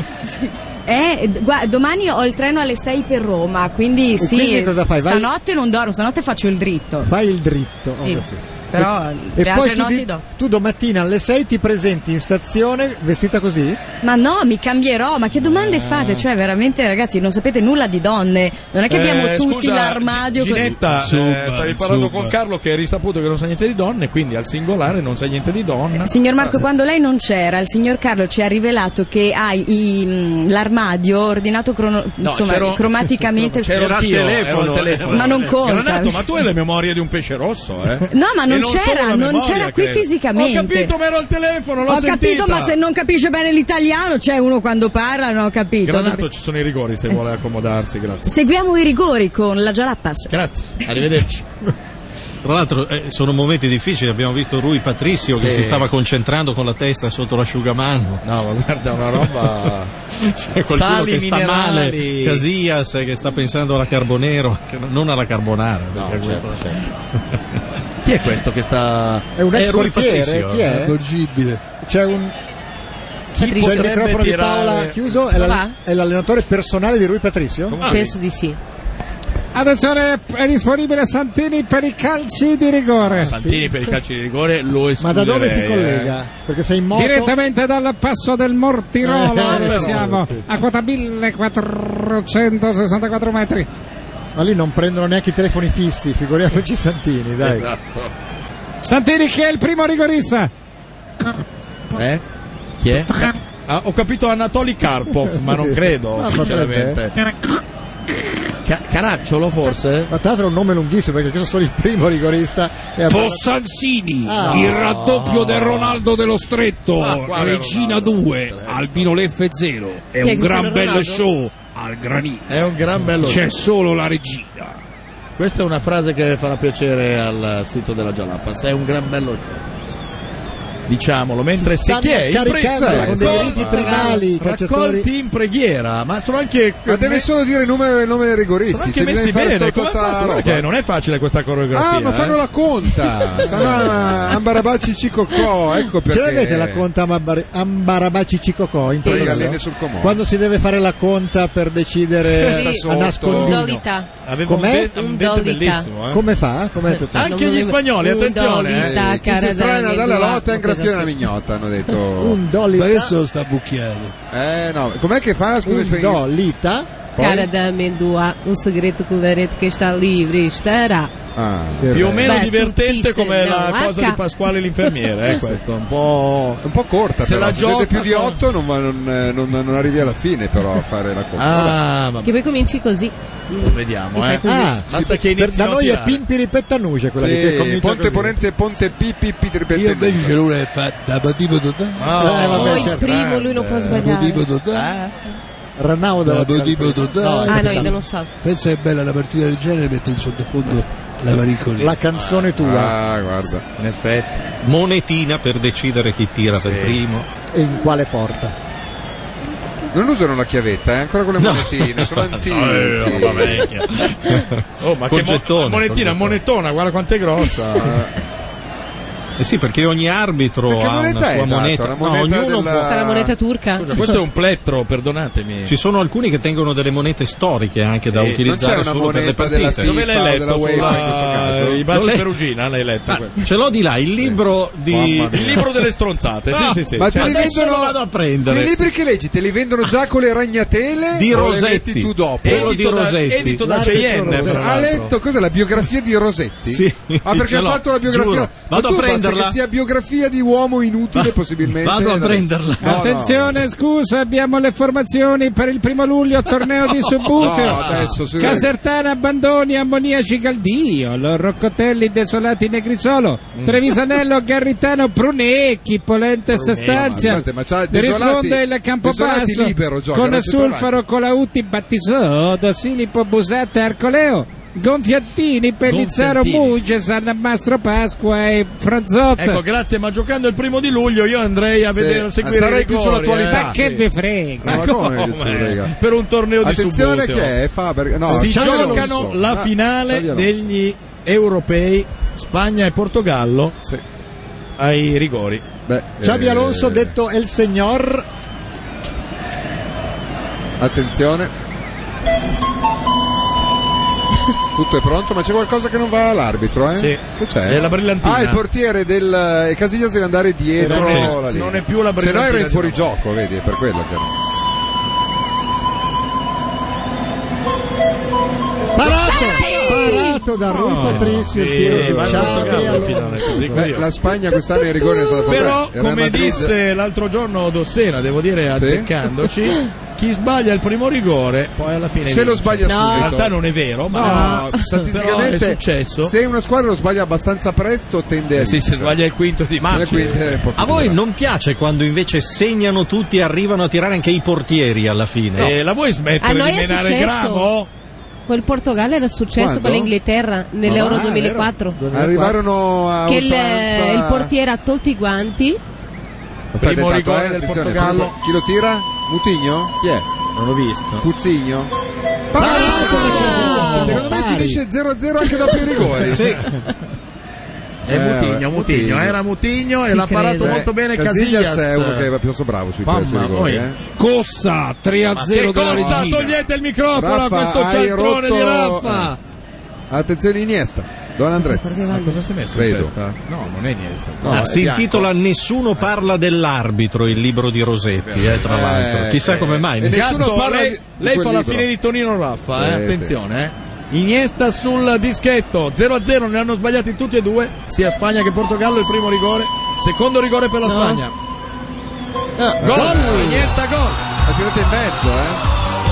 Speaker 17: Eh, guarda, domani ho il treno alle sei per Roma, quindi sì,
Speaker 2: quindi cosa fai? Vai-
Speaker 17: stanotte non dormo, stanotte faccio il dritto.
Speaker 2: Fai il dritto. ho
Speaker 17: Sì.
Speaker 2: capito.
Speaker 17: Però
Speaker 2: e
Speaker 17: le
Speaker 2: poi
Speaker 17: altre
Speaker 2: tu,
Speaker 17: notti
Speaker 2: di-
Speaker 17: do.
Speaker 2: tu domattina alle sei ti presenti in stazione vestita così?
Speaker 17: Ma no, mi cambierò, ma che domande fate? Cioè, veramente, ragazzi, non sapete nulla di donne. Non è che abbiamo
Speaker 6: Eh,
Speaker 17: tutti
Speaker 6: scusa,
Speaker 17: l'armadio.
Speaker 6: Gi-
Speaker 17: con-
Speaker 6: Ginetta, eh,
Speaker 19: Insomma,
Speaker 6: stavi parlando
Speaker 19: insomma.
Speaker 6: con Carlo che è risaputo che non sa niente di donne, quindi al singolare non sa niente di donna.
Speaker 17: Signor Marco, quando lei non c'era, il signor Carlo ci ha rivelato che ha i- mh, l'armadio ordinato crono-
Speaker 6: No,
Speaker 17: insomma,
Speaker 6: c'ero-
Speaker 17: cromaticamente.
Speaker 6: C'ero
Speaker 8: Era al
Speaker 6: anch'io,
Speaker 8: telefono,
Speaker 6: ero al telefono.
Speaker 17: Ma non conta.
Speaker 6: Granato, ma tu hai la memoria di un pesce rosso, eh?
Speaker 17: No, ma non
Speaker 6: E non
Speaker 17: c'era,
Speaker 6: solo la
Speaker 17: non
Speaker 6: memoria,
Speaker 17: c'era qui
Speaker 6: credo.
Speaker 17: fisicamente.
Speaker 6: Ho capito, ma ero al telefono, l'ho
Speaker 17: Ho capito,
Speaker 6: sentita.
Speaker 17: ma se non capisce bene l'italiano, c'è uno quando parla, non ho capito.
Speaker 6: Granato, ci sono i rigori se vuole accomodarsi, grazie.
Speaker 17: Seguiamo i rigori con la Jalapas.
Speaker 6: Grazie, arrivederci.
Speaker 8: Tra l'altro eh, sono momenti difficili, abbiamo visto Rui Patricio che
Speaker 6: Sì.
Speaker 8: si stava concentrando con la testa sotto l'asciugamano.
Speaker 6: No, ma guarda, una roba...
Speaker 8: C'è qualcuno
Speaker 6: Sali
Speaker 8: che sta male,
Speaker 6: minerali.
Speaker 8: Casillas che sta pensando alla Carbonero, che non alla Carbonara.
Speaker 6: No,
Speaker 8: perché
Speaker 6: certo,
Speaker 8: questo-
Speaker 6: certo. Chi è questo che sta...
Speaker 2: È un ex
Speaker 8: È Rui
Speaker 2: portiere?
Speaker 8: Patricio.
Speaker 2: Chi è?
Speaker 19: Accorgibile.
Speaker 2: C'è un
Speaker 6: Chi
Speaker 2: c'è il
Speaker 6: potrebbe
Speaker 2: microfono di
Speaker 6: tirare-
Speaker 2: Paola chiuso? È, la-
Speaker 9: Va?
Speaker 2: è l'allenatore personale di Rui Patricio?
Speaker 8: Ah,
Speaker 9: Penso di sì.
Speaker 14: Attenzione, è disponibile Santini per i calci di rigore.
Speaker 6: Santini per i calci di rigore lo
Speaker 2: Ma
Speaker 6: escluderei.
Speaker 2: da dove si
Speaker 6: eh.
Speaker 2: collega? Perché sei in moto?
Speaker 14: Direttamente dal passo del Mortirolo,
Speaker 2: Eh,
Speaker 14: dove
Speaker 2: no,
Speaker 14: siamo
Speaker 2: sì.
Speaker 14: a quota millequattrocentosessantaquattro metri.
Speaker 2: Ma lì non prendono neanche i telefoni fissi, figuriamoci Santini, dai.
Speaker 6: Esatto.
Speaker 14: Santini che è il primo rigorista.
Speaker 6: Eh? Chi è? Ah, ho capito Anatoli Karpov, ma non credo,
Speaker 2: No,
Speaker 6: sinceramente. Ca- Caracciolo forse?
Speaker 2: Ma tra l'altro è un nome lunghissimo perché questo sono il primo rigorista. E
Speaker 19: Possansini,
Speaker 2: Ah.
Speaker 19: il raddoppio del Ronaldo dello Stretto,
Speaker 6: Ah, quale
Speaker 19: Regina
Speaker 6: Ronaldo?
Speaker 19: due, Albino Leffe zero. È
Speaker 3: Chi è
Speaker 19: un
Speaker 3: che
Speaker 19: gran
Speaker 3: sono
Speaker 19: bello
Speaker 3: Ronaldo?
Speaker 19: show al granito.
Speaker 6: È un gran bello.
Speaker 19: C'è solo la regina.
Speaker 6: Questa è una frase che farà piacere al sito della Jalapas. È un gran bello show. Diciamolo, mentre
Speaker 2: Si
Speaker 6: se
Speaker 2: stanno
Speaker 6: chi è in
Speaker 2: caricando
Speaker 6: preghiera,
Speaker 2: con dei riti tribali, i calciatori.
Speaker 6: raccolti in preghiera, ma sono anche
Speaker 5: Ma deve solo dire il nome, il nome dei rigoristi.
Speaker 6: sono anche
Speaker 5: cioè,
Speaker 6: messi
Speaker 5: devi fare
Speaker 6: bene.
Speaker 5: sotto
Speaker 6: Come ha
Speaker 5: sta
Speaker 6: fatto? Guarda
Speaker 5: roba.
Speaker 6: che non è facile questa coreografia.
Speaker 5: Ah, ma fanno
Speaker 6: eh.
Speaker 5: la conta. Stanno a Ambarabaci Cicocò, ecco perché.
Speaker 2: Ce l'avete la conta Ambar- Ambarabaci Cicocò in
Speaker 5: Le
Speaker 2: Portogallo?
Speaker 5: galline sul comò.
Speaker 2: Quando si deve fare la conta per decidere
Speaker 5: Sta
Speaker 2: a
Speaker 5: sotto.
Speaker 2: nascondino.
Speaker 9: Indolita.
Speaker 6: Aveva un,
Speaker 2: Com'è?
Speaker 6: de- un dente
Speaker 9: Indolita.
Speaker 6: bellissimo. Eh.
Speaker 2: Come fa? Com'è tutto?
Speaker 6: Anche gli spagnoli, attenzione. Eh.
Speaker 9: Indolita,
Speaker 5: Chi si
Speaker 9: cara
Speaker 5: strana
Speaker 9: Dani,
Speaker 5: dalla
Speaker 9: guarda,
Speaker 5: lotta in grazione
Speaker 9: cosa
Speaker 5: alla
Speaker 9: si-
Speaker 5: mignotta, hanno detto.
Speaker 2: Un dolita.
Speaker 19: Ma adesso sta bucchiando.
Speaker 5: Eh no, com'è che fa? Scusa,
Speaker 2: Un
Speaker 5: spieghi-
Speaker 2: dolita.
Speaker 5: Poi?
Speaker 9: Cara da amendoa, um segredo que o Larete que está livre estará.
Speaker 5: Ah,
Speaker 6: Più o meno
Speaker 9: Beh,
Speaker 6: divertente
Speaker 9: tutti
Speaker 6: come
Speaker 9: se
Speaker 6: la
Speaker 9: no,
Speaker 6: cosa
Speaker 9: H.
Speaker 6: di Pasquale l'infermiere, eh, questo un po'.
Speaker 5: un po' corta,
Speaker 6: Se
Speaker 5: però.
Speaker 6: la
Speaker 5: Se siete
Speaker 6: gioca
Speaker 5: più di
Speaker 6: con-
Speaker 5: otto non, va- non, eh, non- non arrivi alla fine però a fare la conta.
Speaker 6: Ah, vabbè,
Speaker 9: Che poi cominci così.
Speaker 6: vediamo, eh.
Speaker 2: Ah,
Speaker 6: Basta
Speaker 2: sì,
Speaker 6: che
Speaker 2: per-
Speaker 6: inizino
Speaker 2: da
Speaker 6: a
Speaker 2: noi è
Speaker 6: tirare.
Speaker 2: Pimpiri Pettanuce quella
Speaker 5: Sì,
Speaker 2: che comincia
Speaker 5: Ponte
Speaker 2: così.
Speaker 5: Ponente Ponte Pipi Pipi
Speaker 19: Io invece ce l'ho è fatta da tipo totale.
Speaker 6: Ah,
Speaker 2: Eh, vabbè,
Speaker 9: Poi il
Speaker 2: certo.
Speaker 9: primo lui non può
Speaker 19: Da
Speaker 9: sbagliare.
Speaker 19: tipo totale.
Speaker 2: Ranaudo
Speaker 19: Da tipo totale.
Speaker 9: Ah no, io non lo so.
Speaker 19: Pensa che è bella una partita del genere, mette in sottofondo la malinconia.
Speaker 2: la canzone tua.
Speaker 5: Ah, guarda.
Speaker 6: In effetti.
Speaker 8: Monetina per decidere chi tira
Speaker 6: Sì.
Speaker 8: per primo.
Speaker 2: E in quale porta?
Speaker 5: Non usano la chiavetta, è ancora con le monetine, sono antichi.
Speaker 8: roba vecchia.
Speaker 6: Oh, ma
Speaker 8: Col
Speaker 6: che mo-
Speaker 8: gettone,
Speaker 6: monetina,
Speaker 8: col
Speaker 6: monetona, guarda quanto è grossa.
Speaker 8: Eh sì, perché ogni arbitro
Speaker 5: Perché
Speaker 8: ha una
Speaker 5: moneta è,
Speaker 8: sua
Speaker 5: dato?
Speaker 8: moneta.
Speaker 5: La
Speaker 8: No,
Speaker 5: moneta
Speaker 8: ognuno
Speaker 5: della-
Speaker 8: può.
Speaker 9: Sarà moneta turca?
Speaker 6: Scusa, questo è un plettro, perdonatemi.
Speaker 8: Ci sono alcuni che tengono delle monete storiche anche da
Speaker 6: Sì,
Speaker 8: utilizzare
Speaker 5: non c'è una
Speaker 8: solo per le
Speaker 5: moneta della
Speaker 8: partite.
Speaker 6: Dove l'hai
Speaker 5: FIFA o
Speaker 6: letto?
Speaker 5: della UEFA
Speaker 6: Sulla-
Speaker 5: in questo caso?
Speaker 6: I baci
Speaker 8: L'ho letto.
Speaker 6: Perugina l'hai letto?
Speaker 8: Ah,
Speaker 6: quello.
Speaker 8: ce l'ho di là, il libro di.
Speaker 6: Mamma mia. Il libro delle stronzate, sì,
Speaker 8: No,
Speaker 6: sì, sì.
Speaker 5: Ma te
Speaker 6: Cioè,
Speaker 5: li
Speaker 8: adesso
Speaker 5: vendono
Speaker 8: lo vado a prendere.
Speaker 5: I libri che leggi te li vendono già con le ragnatele
Speaker 8: Di
Speaker 5: o le
Speaker 8: Rosetti.
Speaker 5: metti tu dopo?
Speaker 8: Quello
Speaker 6: edito
Speaker 8: di
Speaker 6: da-
Speaker 8: Rosetti.
Speaker 6: edito da
Speaker 2: L'arbitro
Speaker 6: Cheyenne,
Speaker 2: Rosetti.
Speaker 6: fra
Speaker 5: Ha
Speaker 6: l'altro.
Speaker 5: letto cos'è la biografia di Rosetti?
Speaker 8: Sì,
Speaker 5: Ah, perché
Speaker 8: ce
Speaker 5: ha
Speaker 8: l'ho,
Speaker 5: fatto la biografia.
Speaker 8: giuro.
Speaker 5: Ma
Speaker 8: Vado
Speaker 5: tu
Speaker 8: a
Speaker 5: basta
Speaker 8: prenderla.
Speaker 5: che sia biografia di uomo inutile, possibilmente.
Speaker 8: Vado a
Speaker 5: no.
Speaker 8: prenderla.
Speaker 5: No, no.
Speaker 14: Attenzione, scusa, abbiamo le formazioni per il primo luglio, torneo di Subbuteo.
Speaker 5: No, adesso si-
Speaker 14: Casertana, Abbandoni, Ammoniaci, Caldio, lo Roccotelli, Desolati, Negrisolo,
Speaker 5: Mm.
Speaker 14: Trevisanello, Garritano, Prunecchi, Polente, Sestanzia.
Speaker 5: Ma, scusate, ma c'ha Desolati-
Speaker 14: risponde il Campobasso
Speaker 5: Desolati libero gioca,
Speaker 14: con
Speaker 5: non c'è
Speaker 14: Sulfaro, Colautti, Battisodo, Silipo, Busate, Arcoleo. Gonfiattini, Pellizzaro,
Speaker 6: Gonfiattini.
Speaker 14: Muge, San Mastro Pasqua e Franzotta.
Speaker 6: Ecco, grazie, ma giocando il primo di luglio io andrei a
Speaker 5: Sì,
Speaker 6: vedere a seguire
Speaker 5: sarei
Speaker 6: i
Speaker 5: più
Speaker 6: rigori,
Speaker 5: sull'attualità.
Speaker 6: eh.
Speaker 14: Ma che
Speaker 5: sì.
Speaker 14: vi frega?
Speaker 5: Ma
Speaker 6: Ma
Speaker 5: come
Speaker 6: come?
Speaker 5: che tu frega?
Speaker 6: Per un torneo di
Speaker 5: Attenzione
Speaker 6: Subbuteo.
Speaker 5: che è Faber. No,
Speaker 6: si
Speaker 5: Xavi
Speaker 6: giocano
Speaker 5: Alonso.
Speaker 6: la
Speaker 5: Ah,
Speaker 6: finale
Speaker 5: Xavi Alonso.
Speaker 6: degli europei Spagna e Portogallo
Speaker 5: Sì.
Speaker 6: ai rigori.
Speaker 5: Beh,
Speaker 2: Xabi
Speaker 5: eh,
Speaker 2: Alonso detto El Señor.
Speaker 5: Attenzione. Tutto è pronto, ma c'è qualcosa che non va all'arbitro, eh?
Speaker 6: Sì.
Speaker 5: Che c'è?
Speaker 6: È la brillantina.
Speaker 5: Ah, il portiere del e Casillas deve andare dietro
Speaker 6: Sì.
Speaker 5: la linea.
Speaker 6: Non è più la
Speaker 5: Se no
Speaker 6: brillantina
Speaker 5: era in
Speaker 6: di
Speaker 5: fuori
Speaker 6: una volta.
Speaker 5: gioco, vedi, è per quello che no.
Speaker 2: Parato! Parato da Rui Patricio il tiro
Speaker 6: Sì,
Speaker 2: di
Speaker 6: va in
Speaker 2: Xabi
Speaker 6: Portogallo
Speaker 2: Alonso.
Speaker 6: finale, così, così.
Speaker 5: Beh, la Spagna quest'anno in rigore è stata fatta.
Speaker 6: Però,
Speaker 5: il Real
Speaker 6: come
Speaker 5: Madrid-
Speaker 6: disse l'altro giorno Dossena, devo dire azzeccandoci, chi sbaglia il primo rigore poi alla fine
Speaker 5: se
Speaker 6: vince.
Speaker 5: lo sbaglia
Speaker 6: No.
Speaker 5: subito.
Speaker 6: In realtà non è vero, ma
Speaker 5: No,
Speaker 6: però
Speaker 5: statisticamente
Speaker 6: è successo.
Speaker 5: se una squadra lo sbaglia abbastanza presto tende a
Speaker 6: Eh sì, se
Speaker 5: vincere.
Speaker 6: sbaglia il quinto di
Speaker 5: Ma quindi è un po' più
Speaker 8: A voi
Speaker 5: grave.
Speaker 8: non piace quando invece segnano tutti e arrivano a tirare anche i portieri alla fine?
Speaker 6: Eh, la vuoi smettere
Speaker 9: A noi
Speaker 6: di
Speaker 9: è
Speaker 6: menare il
Speaker 9: successo.
Speaker 6: gramo?
Speaker 9: Quel Portogallo era successo
Speaker 5: Quando?
Speaker 9: con l'Inghilterra nell'Euro
Speaker 5: Ah,
Speaker 9: duemilaquattro.
Speaker 5: Arrivarono a
Speaker 9: Che il,
Speaker 5: oltranza-
Speaker 9: il portiere ha tolto i guanti.
Speaker 5: Aspetta,
Speaker 6: Primo
Speaker 5: intanto,
Speaker 6: rigore
Speaker 5: eh,
Speaker 6: del
Speaker 5: attenzione,
Speaker 6: Portogallo.
Speaker 5: primo- Chi lo tira? Mutigno? Chi è?
Speaker 6: Non l'ho visto.
Speaker 5: Puzzigno?
Speaker 2: Parato!
Speaker 5: Secondo me
Speaker 2: Pari.
Speaker 5: finisce zero a zero anche dopo i rigori.
Speaker 8: Sì.
Speaker 6: È
Speaker 5: Eh,
Speaker 6: Mutigno,
Speaker 5: vabbè,
Speaker 6: Mutigno,
Speaker 5: Mutigno.
Speaker 6: era Mutigno e
Speaker 9: Ci
Speaker 6: l'ha parato
Speaker 9: credo.
Speaker 6: molto bene
Speaker 5: Casillas
Speaker 6: Casillas.
Speaker 5: è uno che va piuttosto bravo sui
Speaker 6: Mamma,
Speaker 5: sui rigori,
Speaker 6: poi.
Speaker 5: eh.
Speaker 19: Cossa tre a
Speaker 6: Ma
Speaker 19: zero
Speaker 6: che
Speaker 19: della
Speaker 6: cosa?
Speaker 19: regina.
Speaker 6: Togliete il microfono
Speaker 5: Raffa,
Speaker 6: a questo
Speaker 5: hai
Speaker 6: cialtrone
Speaker 5: rotto-
Speaker 6: di Raffa.
Speaker 5: Attenzione Iniesta, Don Andres.
Speaker 6: Ma cosa si è messo
Speaker 5: Credo.
Speaker 6: in testa? No, non è Iniesta.
Speaker 5: No,
Speaker 8: Ah,
Speaker 5: è
Speaker 8: si
Speaker 5: bianco.
Speaker 8: intitola Nessuno parla dell'arbitro, il libro di Rosetti, eh, tra
Speaker 5: Eh,
Speaker 8: l'altro. Chissà
Speaker 5: eh,
Speaker 8: come mai.
Speaker 5: e
Speaker 6: Gatto,
Speaker 5: nessuno parla
Speaker 6: lei,
Speaker 5: di- di
Speaker 6: lei
Speaker 5: quel
Speaker 6: fa la
Speaker 5: libro.
Speaker 6: fine di Tonino Raffa, eh?
Speaker 5: Sì,
Speaker 6: Attenzione, eh. Iniesta sul dischetto, zero a zero, ne hanno sbagliati tutti e due, sia Spagna che Portogallo, il primo rigore Secondo rigore per la
Speaker 3: No.
Speaker 6: Spagna.
Speaker 3: No.
Speaker 6: Gol, Iniesta gol.
Speaker 5: La tirata in mezzo, eh.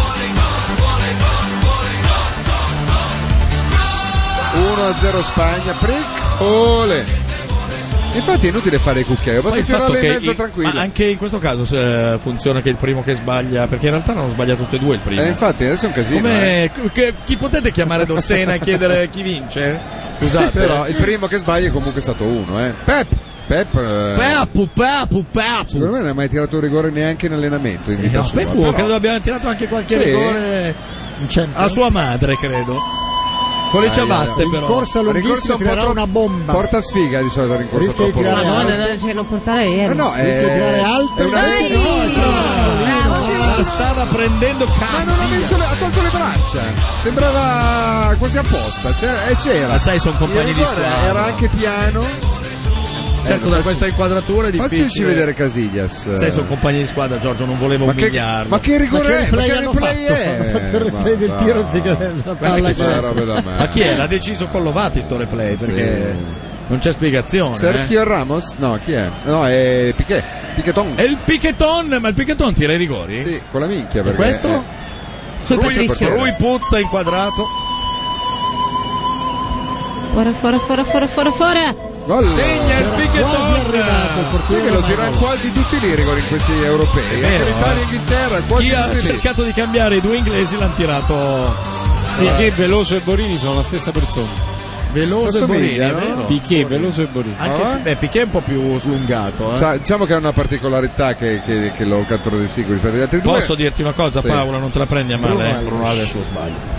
Speaker 5: uno a zero Spagna, Prick, ole. Infatti è inutile fare il cucchiaio,
Speaker 6: Poi
Speaker 5: basta
Speaker 6: il fatto
Speaker 5: tirarla in
Speaker 6: che
Speaker 5: mezzo
Speaker 6: i-
Speaker 5: tranquillo.
Speaker 6: ma anche in questo caso se funziona che il primo che sbaglia, perché in realtà non sbaglia tutte e due il primo.
Speaker 5: Eh, infatti adesso è un casino.
Speaker 6: Come,
Speaker 5: eh.
Speaker 6: che- chi potete chiamare Dossena e chiedere chi vince? Scusate.
Speaker 5: Sì, però il primo che sbaglia è comunque stato uno, eh. Pep, Pep, eh,
Speaker 6: Papu, papu, papu.
Speaker 5: secondo me non ha mai tirato un rigore neanche in allenamento. in
Speaker 6: Sì,
Speaker 5: vita
Speaker 6: no,
Speaker 5: sua,
Speaker 6: Pepu,
Speaker 5: però-
Speaker 6: credo abbia tirato anche qualche
Speaker 5: Sì.
Speaker 6: rigore a sua madre, credo. Con le
Speaker 5: Ah,
Speaker 6: ciabatte,
Speaker 5: in
Speaker 6: però.
Speaker 2: Corsa lunghissima,
Speaker 5: Rincorsa un po'
Speaker 2: tirerà
Speaker 5: troppo-
Speaker 2: una bomba.
Speaker 5: Porta sfiga di solito rincorsa
Speaker 2: Rischia di
Speaker 5: troppo
Speaker 2: tirare
Speaker 5: lungo.
Speaker 9: Madonna, non, cioè, non portare aereo.
Speaker 5: Eh no,
Speaker 2: Rischia di
Speaker 5: è,
Speaker 2: tirare alto.
Speaker 5: è una
Speaker 9: Dai!
Speaker 5: vecchia- no, è troppo-
Speaker 6: La stava prendendo
Speaker 5: Ma non ha
Speaker 6: Cassia.
Speaker 5: messo le- ha tolto le braccia. Sembrava quasi apposta. C'era, e c'era.
Speaker 6: Ma sai, sono compagni
Speaker 5: Il
Speaker 6: di
Speaker 5: rigore
Speaker 6: squadra.
Speaker 5: Era anche piano.
Speaker 6: Certo,
Speaker 5: Eh,
Speaker 6: da
Speaker 5: facci-
Speaker 6: questa inquadratura è difficile.
Speaker 5: Faccici vedere Casillas.
Speaker 6: Sai, sono compagni di squadra, Giorgio, non volevo
Speaker 5: Ma che,
Speaker 6: umiliarlo.
Speaker 5: ma che rigore
Speaker 2: Ma che
Speaker 5: è? Ma
Speaker 2: replay
Speaker 5: che
Speaker 2: hanno
Speaker 5: replay
Speaker 2: fatto?
Speaker 5: è?
Speaker 2: Hanno fatto il replay
Speaker 5: Ma
Speaker 2: del
Speaker 5: va.
Speaker 2: tiro anziché della
Speaker 6: Guarda
Speaker 2: palla
Speaker 6: che
Speaker 2: che-
Speaker 5: c'è roba da me.
Speaker 6: Ma chi è? L'ha deciso Collovati sto replay, perché non c'è spiegazione.
Speaker 5: Sergio
Speaker 6: eh.
Speaker 5: Ramos? No, chi è? No, è Piquet. Piqueton.
Speaker 6: È il Piqueton, ma il Piqueton tira i rigori?
Speaker 5: Sì, con la minchia.
Speaker 6: E
Speaker 5: Perché
Speaker 6: questo?
Speaker 3: Coi
Speaker 6: Rui,
Speaker 3: Patricio.
Speaker 6: Rui Puzza inquadrato.
Speaker 3: Fuori, fuori, fuori, fuori, fuori, fuori.
Speaker 5: Gol.
Speaker 6: Segna il
Speaker 2: Quasi
Speaker 6: Piqueton.
Speaker 2: arrivato il
Speaker 5: Sì,
Speaker 2: portiere.
Speaker 5: che lo
Speaker 2: ma
Speaker 5: tirano
Speaker 2: no.
Speaker 5: quasi tutti i rigori in questi europei.
Speaker 6: È
Speaker 5: Anche
Speaker 6: vero,
Speaker 5: l'Italia
Speaker 6: eh.
Speaker 5: e Inghilterra, quasi
Speaker 6: Chi ha
Speaker 5: tutti lì.
Speaker 6: cercato di cambiare i due inglesi l'hanno tirato
Speaker 13: Piquet, Veloso e Borini sono la stessa persona.
Speaker 6: veloce e
Speaker 5: S'assomiglia,
Speaker 6: Borini, è
Speaker 5: no?
Speaker 6: vero?
Speaker 13: Piquet, Veloso e Borini.
Speaker 6: Anche
Speaker 5: Ah.
Speaker 6: beh, Piquet è un po' più slungato. Eh.
Speaker 5: Cioè, diciamo che è una particolarità che, che, che lo contraddistingue rispetto agli altri due.
Speaker 6: Posso dirti una cosa,
Speaker 5: Sì.
Speaker 6: Paola? Non te la prendi a male,
Speaker 2: Bruno
Speaker 6: eh?
Speaker 2: Alves.
Speaker 6: Bruno Alves lo sbaglio.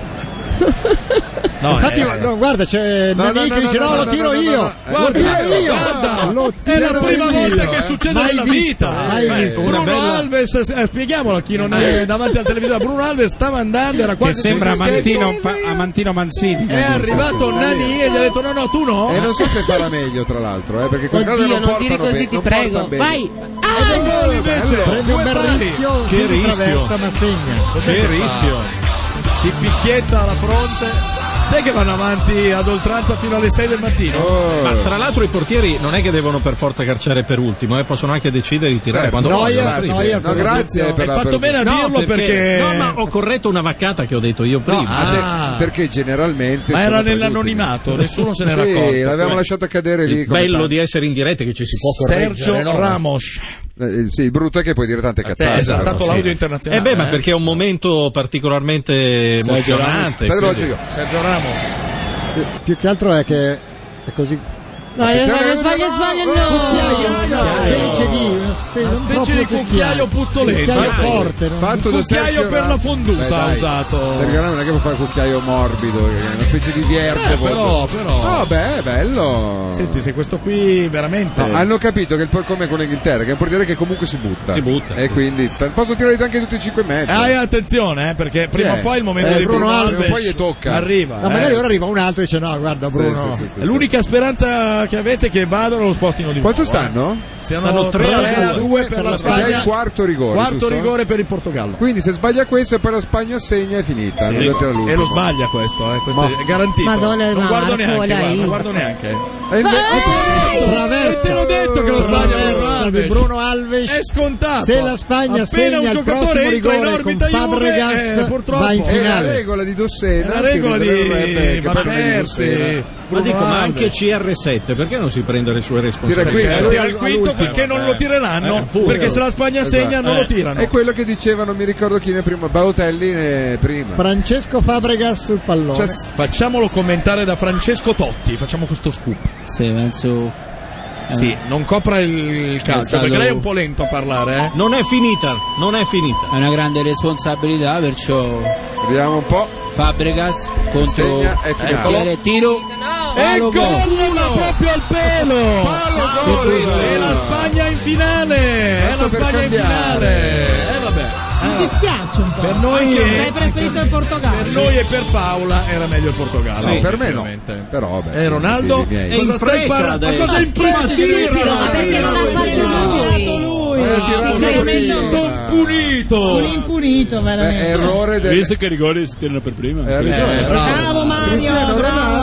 Speaker 6: No,
Speaker 2: Infatti,
Speaker 6: eh,
Speaker 2: no, guarda, c'è
Speaker 5: No, no,
Speaker 2: Nani
Speaker 5: no,
Speaker 2: che dice:
Speaker 5: no,
Speaker 2: No,
Speaker 5: no,
Speaker 2: lo
Speaker 5: no,
Speaker 2: tiro
Speaker 5: no, no,
Speaker 2: io.
Speaker 5: no.
Speaker 2: Lo
Speaker 6: Guarda,
Speaker 2: tiro io.
Speaker 6: guarda,
Speaker 2: Lo
Speaker 6: è
Speaker 2: tiro
Speaker 6: la prima
Speaker 2: io.
Speaker 6: volta che succede
Speaker 2: Mai
Speaker 6: nella
Speaker 2: visto,
Speaker 6: vita.
Speaker 2: mai
Speaker 6: Eh,
Speaker 2: visto.
Speaker 6: Bruno
Speaker 2: Una bella-
Speaker 6: Alves, eh, spieghiamolo a chi non è davanti al televisore. Bruno Alves stava andando, era
Speaker 13: Che
Speaker 6: quasi
Speaker 13: sembra
Speaker 6: sul dischetto.
Speaker 13: Amantino, Pa- Amantino Manzini.
Speaker 6: È arrivato Nani e gli ha detto: No, no, tu no.
Speaker 5: E non so se farà meglio, tra l'altro, eh, perché queste cose
Speaker 9: Oddio,
Speaker 5: non
Speaker 9: non dire
Speaker 5: portano
Speaker 9: così,
Speaker 5: bene.
Speaker 9: ti
Speaker 5: non
Speaker 9: prego.
Speaker 5: portano bene.
Speaker 9: Vai.
Speaker 6: Ah, il gol invece.
Speaker 2: Prende un
Speaker 6: Due
Speaker 2: bel
Speaker 6: pali.
Speaker 2: rischio.
Speaker 8: Che
Speaker 2: Gini
Speaker 8: rischio.
Speaker 2: traversa, ma segna.
Speaker 8: Che rischio.
Speaker 6: Si picchietta alla fronte. Sai che vanno avanti ad oltranza fino alle sei del mattino?
Speaker 5: Oh.
Speaker 8: Ma tra l'altro i portieri non è che devono per forza carciare per ultimo, eh, possono anche decidere di tirare
Speaker 5: Certo.
Speaker 8: quando
Speaker 2: Neuer,
Speaker 8: vogliono.
Speaker 2: Neuer,
Speaker 8: Prima.
Speaker 5: No,
Speaker 2: per
Speaker 5: grazie
Speaker 2: esempio.
Speaker 5: per
Speaker 6: Hai
Speaker 5: la
Speaker 6: fatto bene a
Speaker 8: No,
Speaker 6: dirlo perché.
Speaker 8: No, ma ho corretto una vaccata che ho detto io prima.
Speaker 5: Ah,
Speaker 6: Ah.
Speaker 5: beh, perché generalmente
Speaker 6: Ma
Speaker 5: sono
Speaker 6: era
Speaker 5: tra gli
Speaker 6: nell'anonimato,
Speaker 5: ultimi.
Speaker 6: nessuno se n'era
Speaker 5: Sì,
Speaker 6: accorto.
Speaker 5: l'avevamo
Speaker 6: Come-
Speaker 5: lasciato cadere lì
Speaker 8: Il
Speaker 5: come
Speaker 8: bello
Speaker 5: tanti.
Speaker 8: di essere in diretta è che ci si può correggere.
Speaker 6: Sergio
Speaker 8: no?
Speaker 6: Ramos.
Speaker 5: Eh, sì, il brutto è che puoi dire tante cazzate.
Speaker 6: È esaltato
Speaker 5: però,
Speaker 6: l'audio
Speaker 5: sì.
Speaker 6: internazionale.
Speaker 8: Eh beh, ma
Speaker 6: eh.
Speaker 8: perché è un momento particolarmente
Speaker 13: Sergio
Speaker 8: emozionante.
Speaker 5: Fai veloce
Speaker 8: quindi-
Speaker 5: io.
Speaker 6: Sergio Ramos.
Speaker 2: Sì, più che altro è che è così.
Speaker 3: No,
Speaker 2: Attenzione,
Speaker 3: sbaglio, sbaglio, sbaglio,
Speaker 2: Cucchiaio,
Speaker 3: no.
Speaker 2: una specie di una specie,
Speaker 6: Una
Speaker 2: non
Speaker 6: specie
Speaker 2: proprio
Speaker 6: di cucchiaio puzzolente.
Speaker 2: Cucchiaio
Speaker 6: Dai.
Speaker 2: forte, non-
Speaker 5: Fatto da
Speaker 6: Cucchiaio
Speaker 5: Sergio
Speaker 6: per la
Speaker 5: Ramos.
Speaker 6: fonduta
Speaker 5: Beh,
Speaker 6: ha
Speaker 5: dai.
Speaker 6: usato.
Speaker 5: Sergio Ramos non è che può fare un cucchiaio morbido, è una specie di vierco.
Speaker 6: Eh, però, però.
Speaker 5: No, beh, è bello.
Speaker 6: Senti, se questo qui veramente.
Speaker 5: No, hanno capito che il po- come con l'Inghilterra, che è un portiere che comunque si butta.
Speaker 8: Si butta,
Speaker 5: E
Speaker 8: sì.
Speaker 5: quindi t- posso tirare anche tutti i cinque metri.
Speaker 6: Eh, attenzione, eh, perché prima
Speaker 5: è?
Speaker 6: o poi il momento
Speaker 2: Eh,
Speaker 6: di
Speaker 2: Bruno
Speaker 6: Bruno
Speaker 2: Alves.
Speaker 6: Alves
Speaker 5: Poi gli tocca.
Speaker 6: arriva.
Speaker 2: No, magari
Speaker 6: eh.
Speaker 2: ora arriva un altro e dice: No, guarda,
Speaker 5: Sì,
Speaker 2: Bruno.
Speaker 5: sì, sì, sì, sì.
Speaker 6: L'unica speranza che avete è che vadano e lo spostino di
Speaker 5: Quanto
Speaker 6: nuovo.
Speaker 5: stanno?
Speaker 6: eh. Siano
Speaker 8: Stanno tre
Speaker 6: tre
Speaker 8: a
Speaker 6: a due per la
Speaker 5: È
Speaker 6: Spagna.
Speaker 5: il quarto rigore.
Speaker 6: Quarto
Speaker 5: giusto?
Speaker 6: rigore per il Portogallo.
Speaker 5: Quindi se sbaglia questo e poi la Spagna segna è finita.
Speaker 6: Sì,
Speaker 5: non lo tira l'ultimo.
Speaker 6: e lo sbaglia questo, eh, questo
Speaker 5: Ma-
Speaker 6: è garantito.
Speaker 9: Madonna,
Speaker 6: non guardo
Speaker 9: Marco,
Speaker 6: neanche,
Speaker 9: dai.
Speaker 6: guarda, non guardo neanche.
Speaker 5: E invece-
Speaker 2: Traversa.
Speaker 6: E te l'ho detto che lo sbaglia Bruno
Speaker 2: Traversa di
Speaker 6: Alves.
Speaker 2: Bruno Alves.
Speaker 6: È scontato.
Speaker 2: Se la Spagna
Speaker 6: Appena
Speaker 2: segna
Speaker 6: un
Speaker 2: il
Speaker 6: giocatore
Speaker 2: prossimo
Speaker 6: entra in
Speaker 2: rigore
Speaker 6: orbita
Speaker 2: con
Speaker 6: Juve,
Speaker 2: Fabregas,
Speaker 6: eh, purtroppo
Speaker 2: va in
Speaker 5: È la
Speaker 2: finale.
Speaker 5: regola di Dossena.
Speaker 6: È la regola
Speaker 5: si
Speaker 6: di
Speaker 5: ridurrebbe che
Speaker 6: Van
Speaker 5: poi non è di
Speaker 6: Persie.
Speaker 5: Dossena.
Speaker 8: Ma dico, ma
Speaker 6: Alves.
Speaker 8: anche C R sette, perché non si prende le sue responsabilità?
Speaker 5: Tira qui,
Speaker 6: Eh,
Speaker 5: lui
Speaker 6: tira
Speaker 5: al-
Speaker 6: il quinto
Speaker 5: all'ultimo.
Speaker 6: perché non lo tireranno.
Speaker 8: Eh, appunto.
Speaker 6: perché se la Spagna segna
Speaker 5: Esatto.
Speaker 6: non lo
Speaker 8: Eh.
Speaker 6: tirano.
Speaker 5: È quello che diceva, non mi ricordo chi ne prima, Balotelli ne prima.
Speaker 2: Francesco Fabregas sul pallone.
Speaker 5: Cioè,
Speaker 6: Facciamolo commentare da Francesco Totti. Facciamo questo scoop.
Speaker 16: Sì, penso. eh,
Speaker 6: Sì, non copra il calcio
Speaker 16: stato-
Speaker 6: perché lei è un po' lento a parlare. Eh?
Speaker 8: Non è finita, non è finita.
Speaker 16: È una grande responsabilità, perciò
Speaker 5: vediamo un po'.
Speaker 16: Fabregas contro
Speaker 5: Segna, è finale.
Speaker 16: portiere, tiro.
Speaker 6: E
Speaker 16: Palo,
Speaker 6: gol,
Speaker 16: gol.
Speaker 6: ma proprio al pelo.
Speaker 5: Palo, gol.
Speaker 6: E la Spagna in finale. È
Speaker 5: Tanto
Speaker 6: la
Speaker 5: per
Speaker 6: Spagna in
Speaker 5: cambiare.
Speaker 6: finale. Eh vabbè.
Speaker 15: Mi dispiace un po'.
Speaker 6: Per noi
Speaker 15: Avrei
Speaker 6: è-
Speaker 15: preferito il Portogallo.
Speaker 6: Per noi e per Paola era meglio il Portogallo.
Speaker 5: No, per me no.
Speaker 6: effettivamente.
Speaker 5: Però vabbè.
Speaker 6: E Ronaldo?
Speaker 5: figli miei.
Speaker 8: È in
Speaker 6: Cosa stai
Speaker 8: preca
Speaker 6: parlando? Ma
Speaker 8: adesso.
Speaker 6: cosa in preca?
Speaker 9: Ma perché non l'ha fatto lui?
Speaker 5: Eh, tirato
Speaker 15: Veramente
Speaker 5: prima.
Speaker 6: Un punito.
Speaker 15: Un impunito,
Speaker 5: Eh,
Speaker 15: veramente.
Speaker 5: errore del
Speaker 13: Visto che i rigori si tirano per prima.
Speaker 5: Eh,
Speaker 6: Eh, bravo.
Speaker 15: Bravo Mario,
Speaker 5: Cristiano
Speaker 15: bravo.
Speaker 5: Ronaldo doveva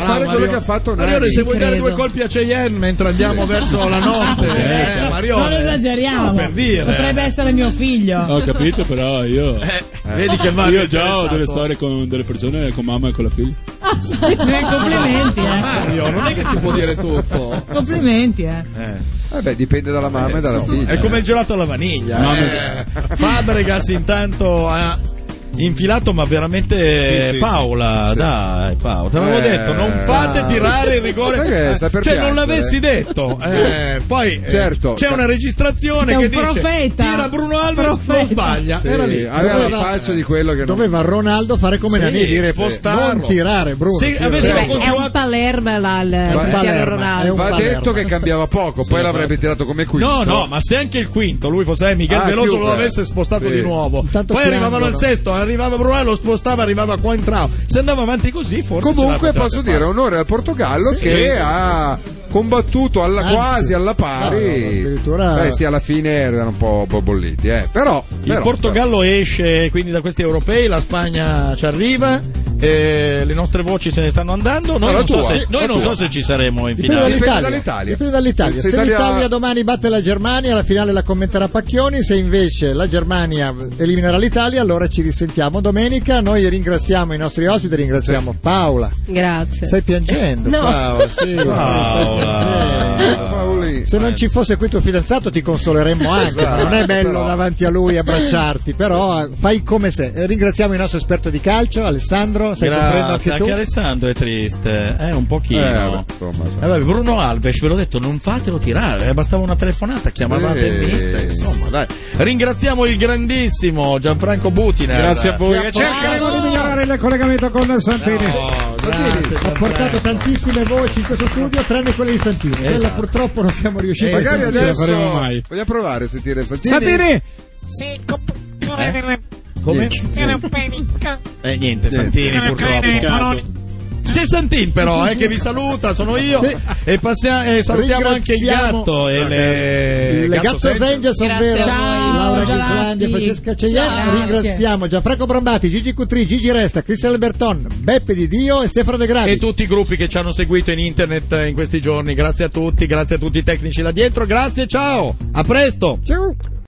Speaker 5: fare quello che ha fatto Nani.
Speaker 6: Marione, se vuoi dare
Speaker 3: credo.
Speaker 6: due colpi a Cheyenne mentre andiamo verso la notte, eh, Marione.
Speaker 15: Non esageriamo.
Speaker 6: No, per dire.
Speaker 15: Potrebbe essere mio figlio.
Speaker 13: Ho capito, però io.
Speaker 6: Eh, vedi che Mario
Speaker 13: Io
Speaker 6: è
Speaker 13: già ho
Speaker 6: interessato.
Speaker 13: delle storie con delle persone, con mamma e con la figlia.
Speaker 15: Ah, sì, complimenti, eh.
Speaker 6: Mario, non è che si può dire tutto.
Speaker 15: Complimenti, eh.
Speaker 6: Eh.
Speaker 5: Vabbè, dipende dalla mamma e dalla figlia.
Speaker 6: È come il gelato alla vaniglia.
Speaker 13: No,
Speaker 6: eh. Fabregas intanto ha infilato, ma veramente
Speaker 13: Sì, sì,
Speaker 6: Paola,
Speaker 5: sì.
Speaker 6: dai Paola, te l'avevo
Speaker 5: Eh,
Speaker 6: detto, non fate
Speaker 5: no.
Speaker 6: tirare il rigore.
Speaker 5: Sai che sta per
Speaker 6: Cioè, non
Speaker 5: piangere.
Speaker 6: l'avessi detto. Eh, poi eh,
Speaker 5: Certo.
Speaker 6: c'è una registrazione
Speaker 15: È un
Speaker 6: che dice
Speaker 15: profeta.
Speaker 6: tira Bruno Alves,
Speaker 15: Profeta.
Speaker 6: non sbaglia.
Speaker 5: Sì,
Speaker 6: Era lì.
Speaker 5: aveva la
Speaker 2: Doveva-
Speaker 5: faccia di quello che non...
Speaker 2: Doveva Ronaldo fare come
Speaker 6: Sì,
Speaker 2: Nani e dire
Speaker 6: spostarlo.
Speaker 2: non tirare Bruno.
Speaker 6: Se
Speaker 2: tira.
Speaker 6: avessimo
Speaker 3: Beh, è
Speaker 6: continuato-
Speaker 3: un Palermo là, il
Speaker 2: un
Speaker 3: Cristiano
Speaker 2: Palermo, è
Speaker 3: Ronaldo.
Speaker 2: un
Speaker 5: Va
Speaker 2: Palermo.
Speaker 5: detto che cambiava poco, poi l'avrebbe tirato come quinto.
Speaker 6: No, no, ma se anche il quinto lui fosse eh, Miguel
Speaker 5: Ah,
Speaker 6: Veloso
Speaker 5: chiude.
Speaker 6: lo avesse spostato
Speaker 5: Sì.
Speaker 6: di nuovo,
Speaker 2: Intanto
Speaker 6: poi arrivavano
Speaker 2: piangono.
Speaker 6: al sesto, arrivava Bruno, lo spostava, arrivava qua, entrava. Se andava avanti così, forse.
Speaker 5: Comunque
Speaker 6: ce la
Speaker 5: posso
Speaker 6: potrebbe
Speaker 5: dire
Speaker 6: fare.
Speaker 5: onore al Portogallo
Speaker 6: Sì,
Speaker 5: che
Speaker 6: sì.
Speaker 5: ha combattuto alla
Speaker 2: Anzi,
Speaker 5: quasi alla
Speaker 2: no, no,
Speaker 5: pari.
Speaker 2: addirittura-
Speaker 5: Beh, sì, alla fine erano un po', un po' bolliti, eh. Però
Speaker 6: Il
Speaker 5: però,
Speaker 6: Portogallo esce quindi da questi europei, la Spagna ci arriva, eh, le nostre voci se ne stanno andando. Noi
Speaker 5: No, la
Speaker 6: non, so
Speaker 5: tua,
Speaker 6: se,
Speaker 5: sì,
Speaker 6: noi
Speaker 5: la
Speaker 6: non
Speaker 5: tua.
Speaker 6: so se ci saremo in
Speaker 2: Dipende
Speaker 6: finale.
Speaker 2: dall'Italia.
Speaker 5: dall'Italia.
Speaker 2: Dipende dall'Italia.
Speaker 5: Se
Speaker 2: Se
Speaker 5: Italia-
Speaker 2: l'Italia domani batte la Germania, alla finale la commenterà Pacchioni. Se invece la Germania eliminerà l'Italia, allora ci risentiamo domenica. Noi ringraziamo i nostri ospiti, ringraziamo Paola.
Speaker 3: Grazie.
Speaker 2: Stai piangendo,
Speaker 3: No.
Speaker 2: Paola? Sì,
Speaker 6: Paola.
Speaker 2: stai piangendo.
Speaker 5: Paoli.
Speaker 2: Se non ci fosse qui tuo fidanzato ti consoleremmo anche, ma non è bello
Speaker 5: Però-
Speaker 2: davanti a lui abbracciarti, però eh, fai come se. Eh, Ringraziamo il nostro esperto di calcio, Alessandro, stai soffrendo anche
Speaker 6: Grazie,
Speaker 2: tu.
Speaker 6: anche Alessandro è triste, eh, un pochino.
Speaker 5: Eh, vabbè, insomma,
Speaker 6: Eh, vabbè, Bruno Alves, ve l'ho detto, non fatelo tirare, eh, bastava una telefonata, chiamavate
Speaker 5: Eh.
Speaker 6: il mister, insomma, dai. Ringraziamo il grandissimo Gianfranco Butiner.
Speaker 14: Grazie a voi.
Speaker 2: Ti ha
Speaker 14: Cercheremo
Speaker 2: portato-
Speaker 14: di migliorare il collegamento con Santini.
Speaker 6: No, grazie,
Speaker 2: Ha portato
Speaker 6: Gianfranco.
Speaker 2: tantissime voci in questo studio, tranne quelle di Santini. Quella
Speaker 6: Esatto.
Speaker 2: purtroppo non siamo riusciti a
Speaker 5: Magari
Speaker 2: sentire.
Speaker 5: adesso
Speaker 13: faremo mai.
Speaker 5: vogliamo provare a sentire Santini.
Speaker 14: Santini!
Speaker 16: Sì, comporre delle
Speaker 6: Come?
Speaker 16: pedica.
Speaker 6: Eh, niente, Santini purtroppo. C'è Santin però eh, che vi saluta, sono io
Speaker 2: Sì.
Speaker 6: e, passiamo, e salutiamo anche il
Speaker 2: Ringraziamo-
Speaker 6: gatto e le
Speaker 2: Le Gatto Angels, ovvero
Speaker 3: Grazie a voi.
Speaker 2: Laura
Speaker 15: Ciao,
Speaker 2: Ghislandia e
Speaker 15: Gianni.
Speaker 2: Francesca Ceian.
Speaker 15: Ciao.
Speaker 2: Ringraziamo Gianfranco Brambati, Gigi Cutri, Gigi Resta, Cristian Alberton, Beppe Di Dio e Stefano De Gradi.
Speaker 6: e tutti i gruppi che ci hanno seguito in internet in questi giorni. Grazie a tutti, grazie a tutti i tecnici là dietro, grazie, ciao, a presto.
Speaker 2: Ciao.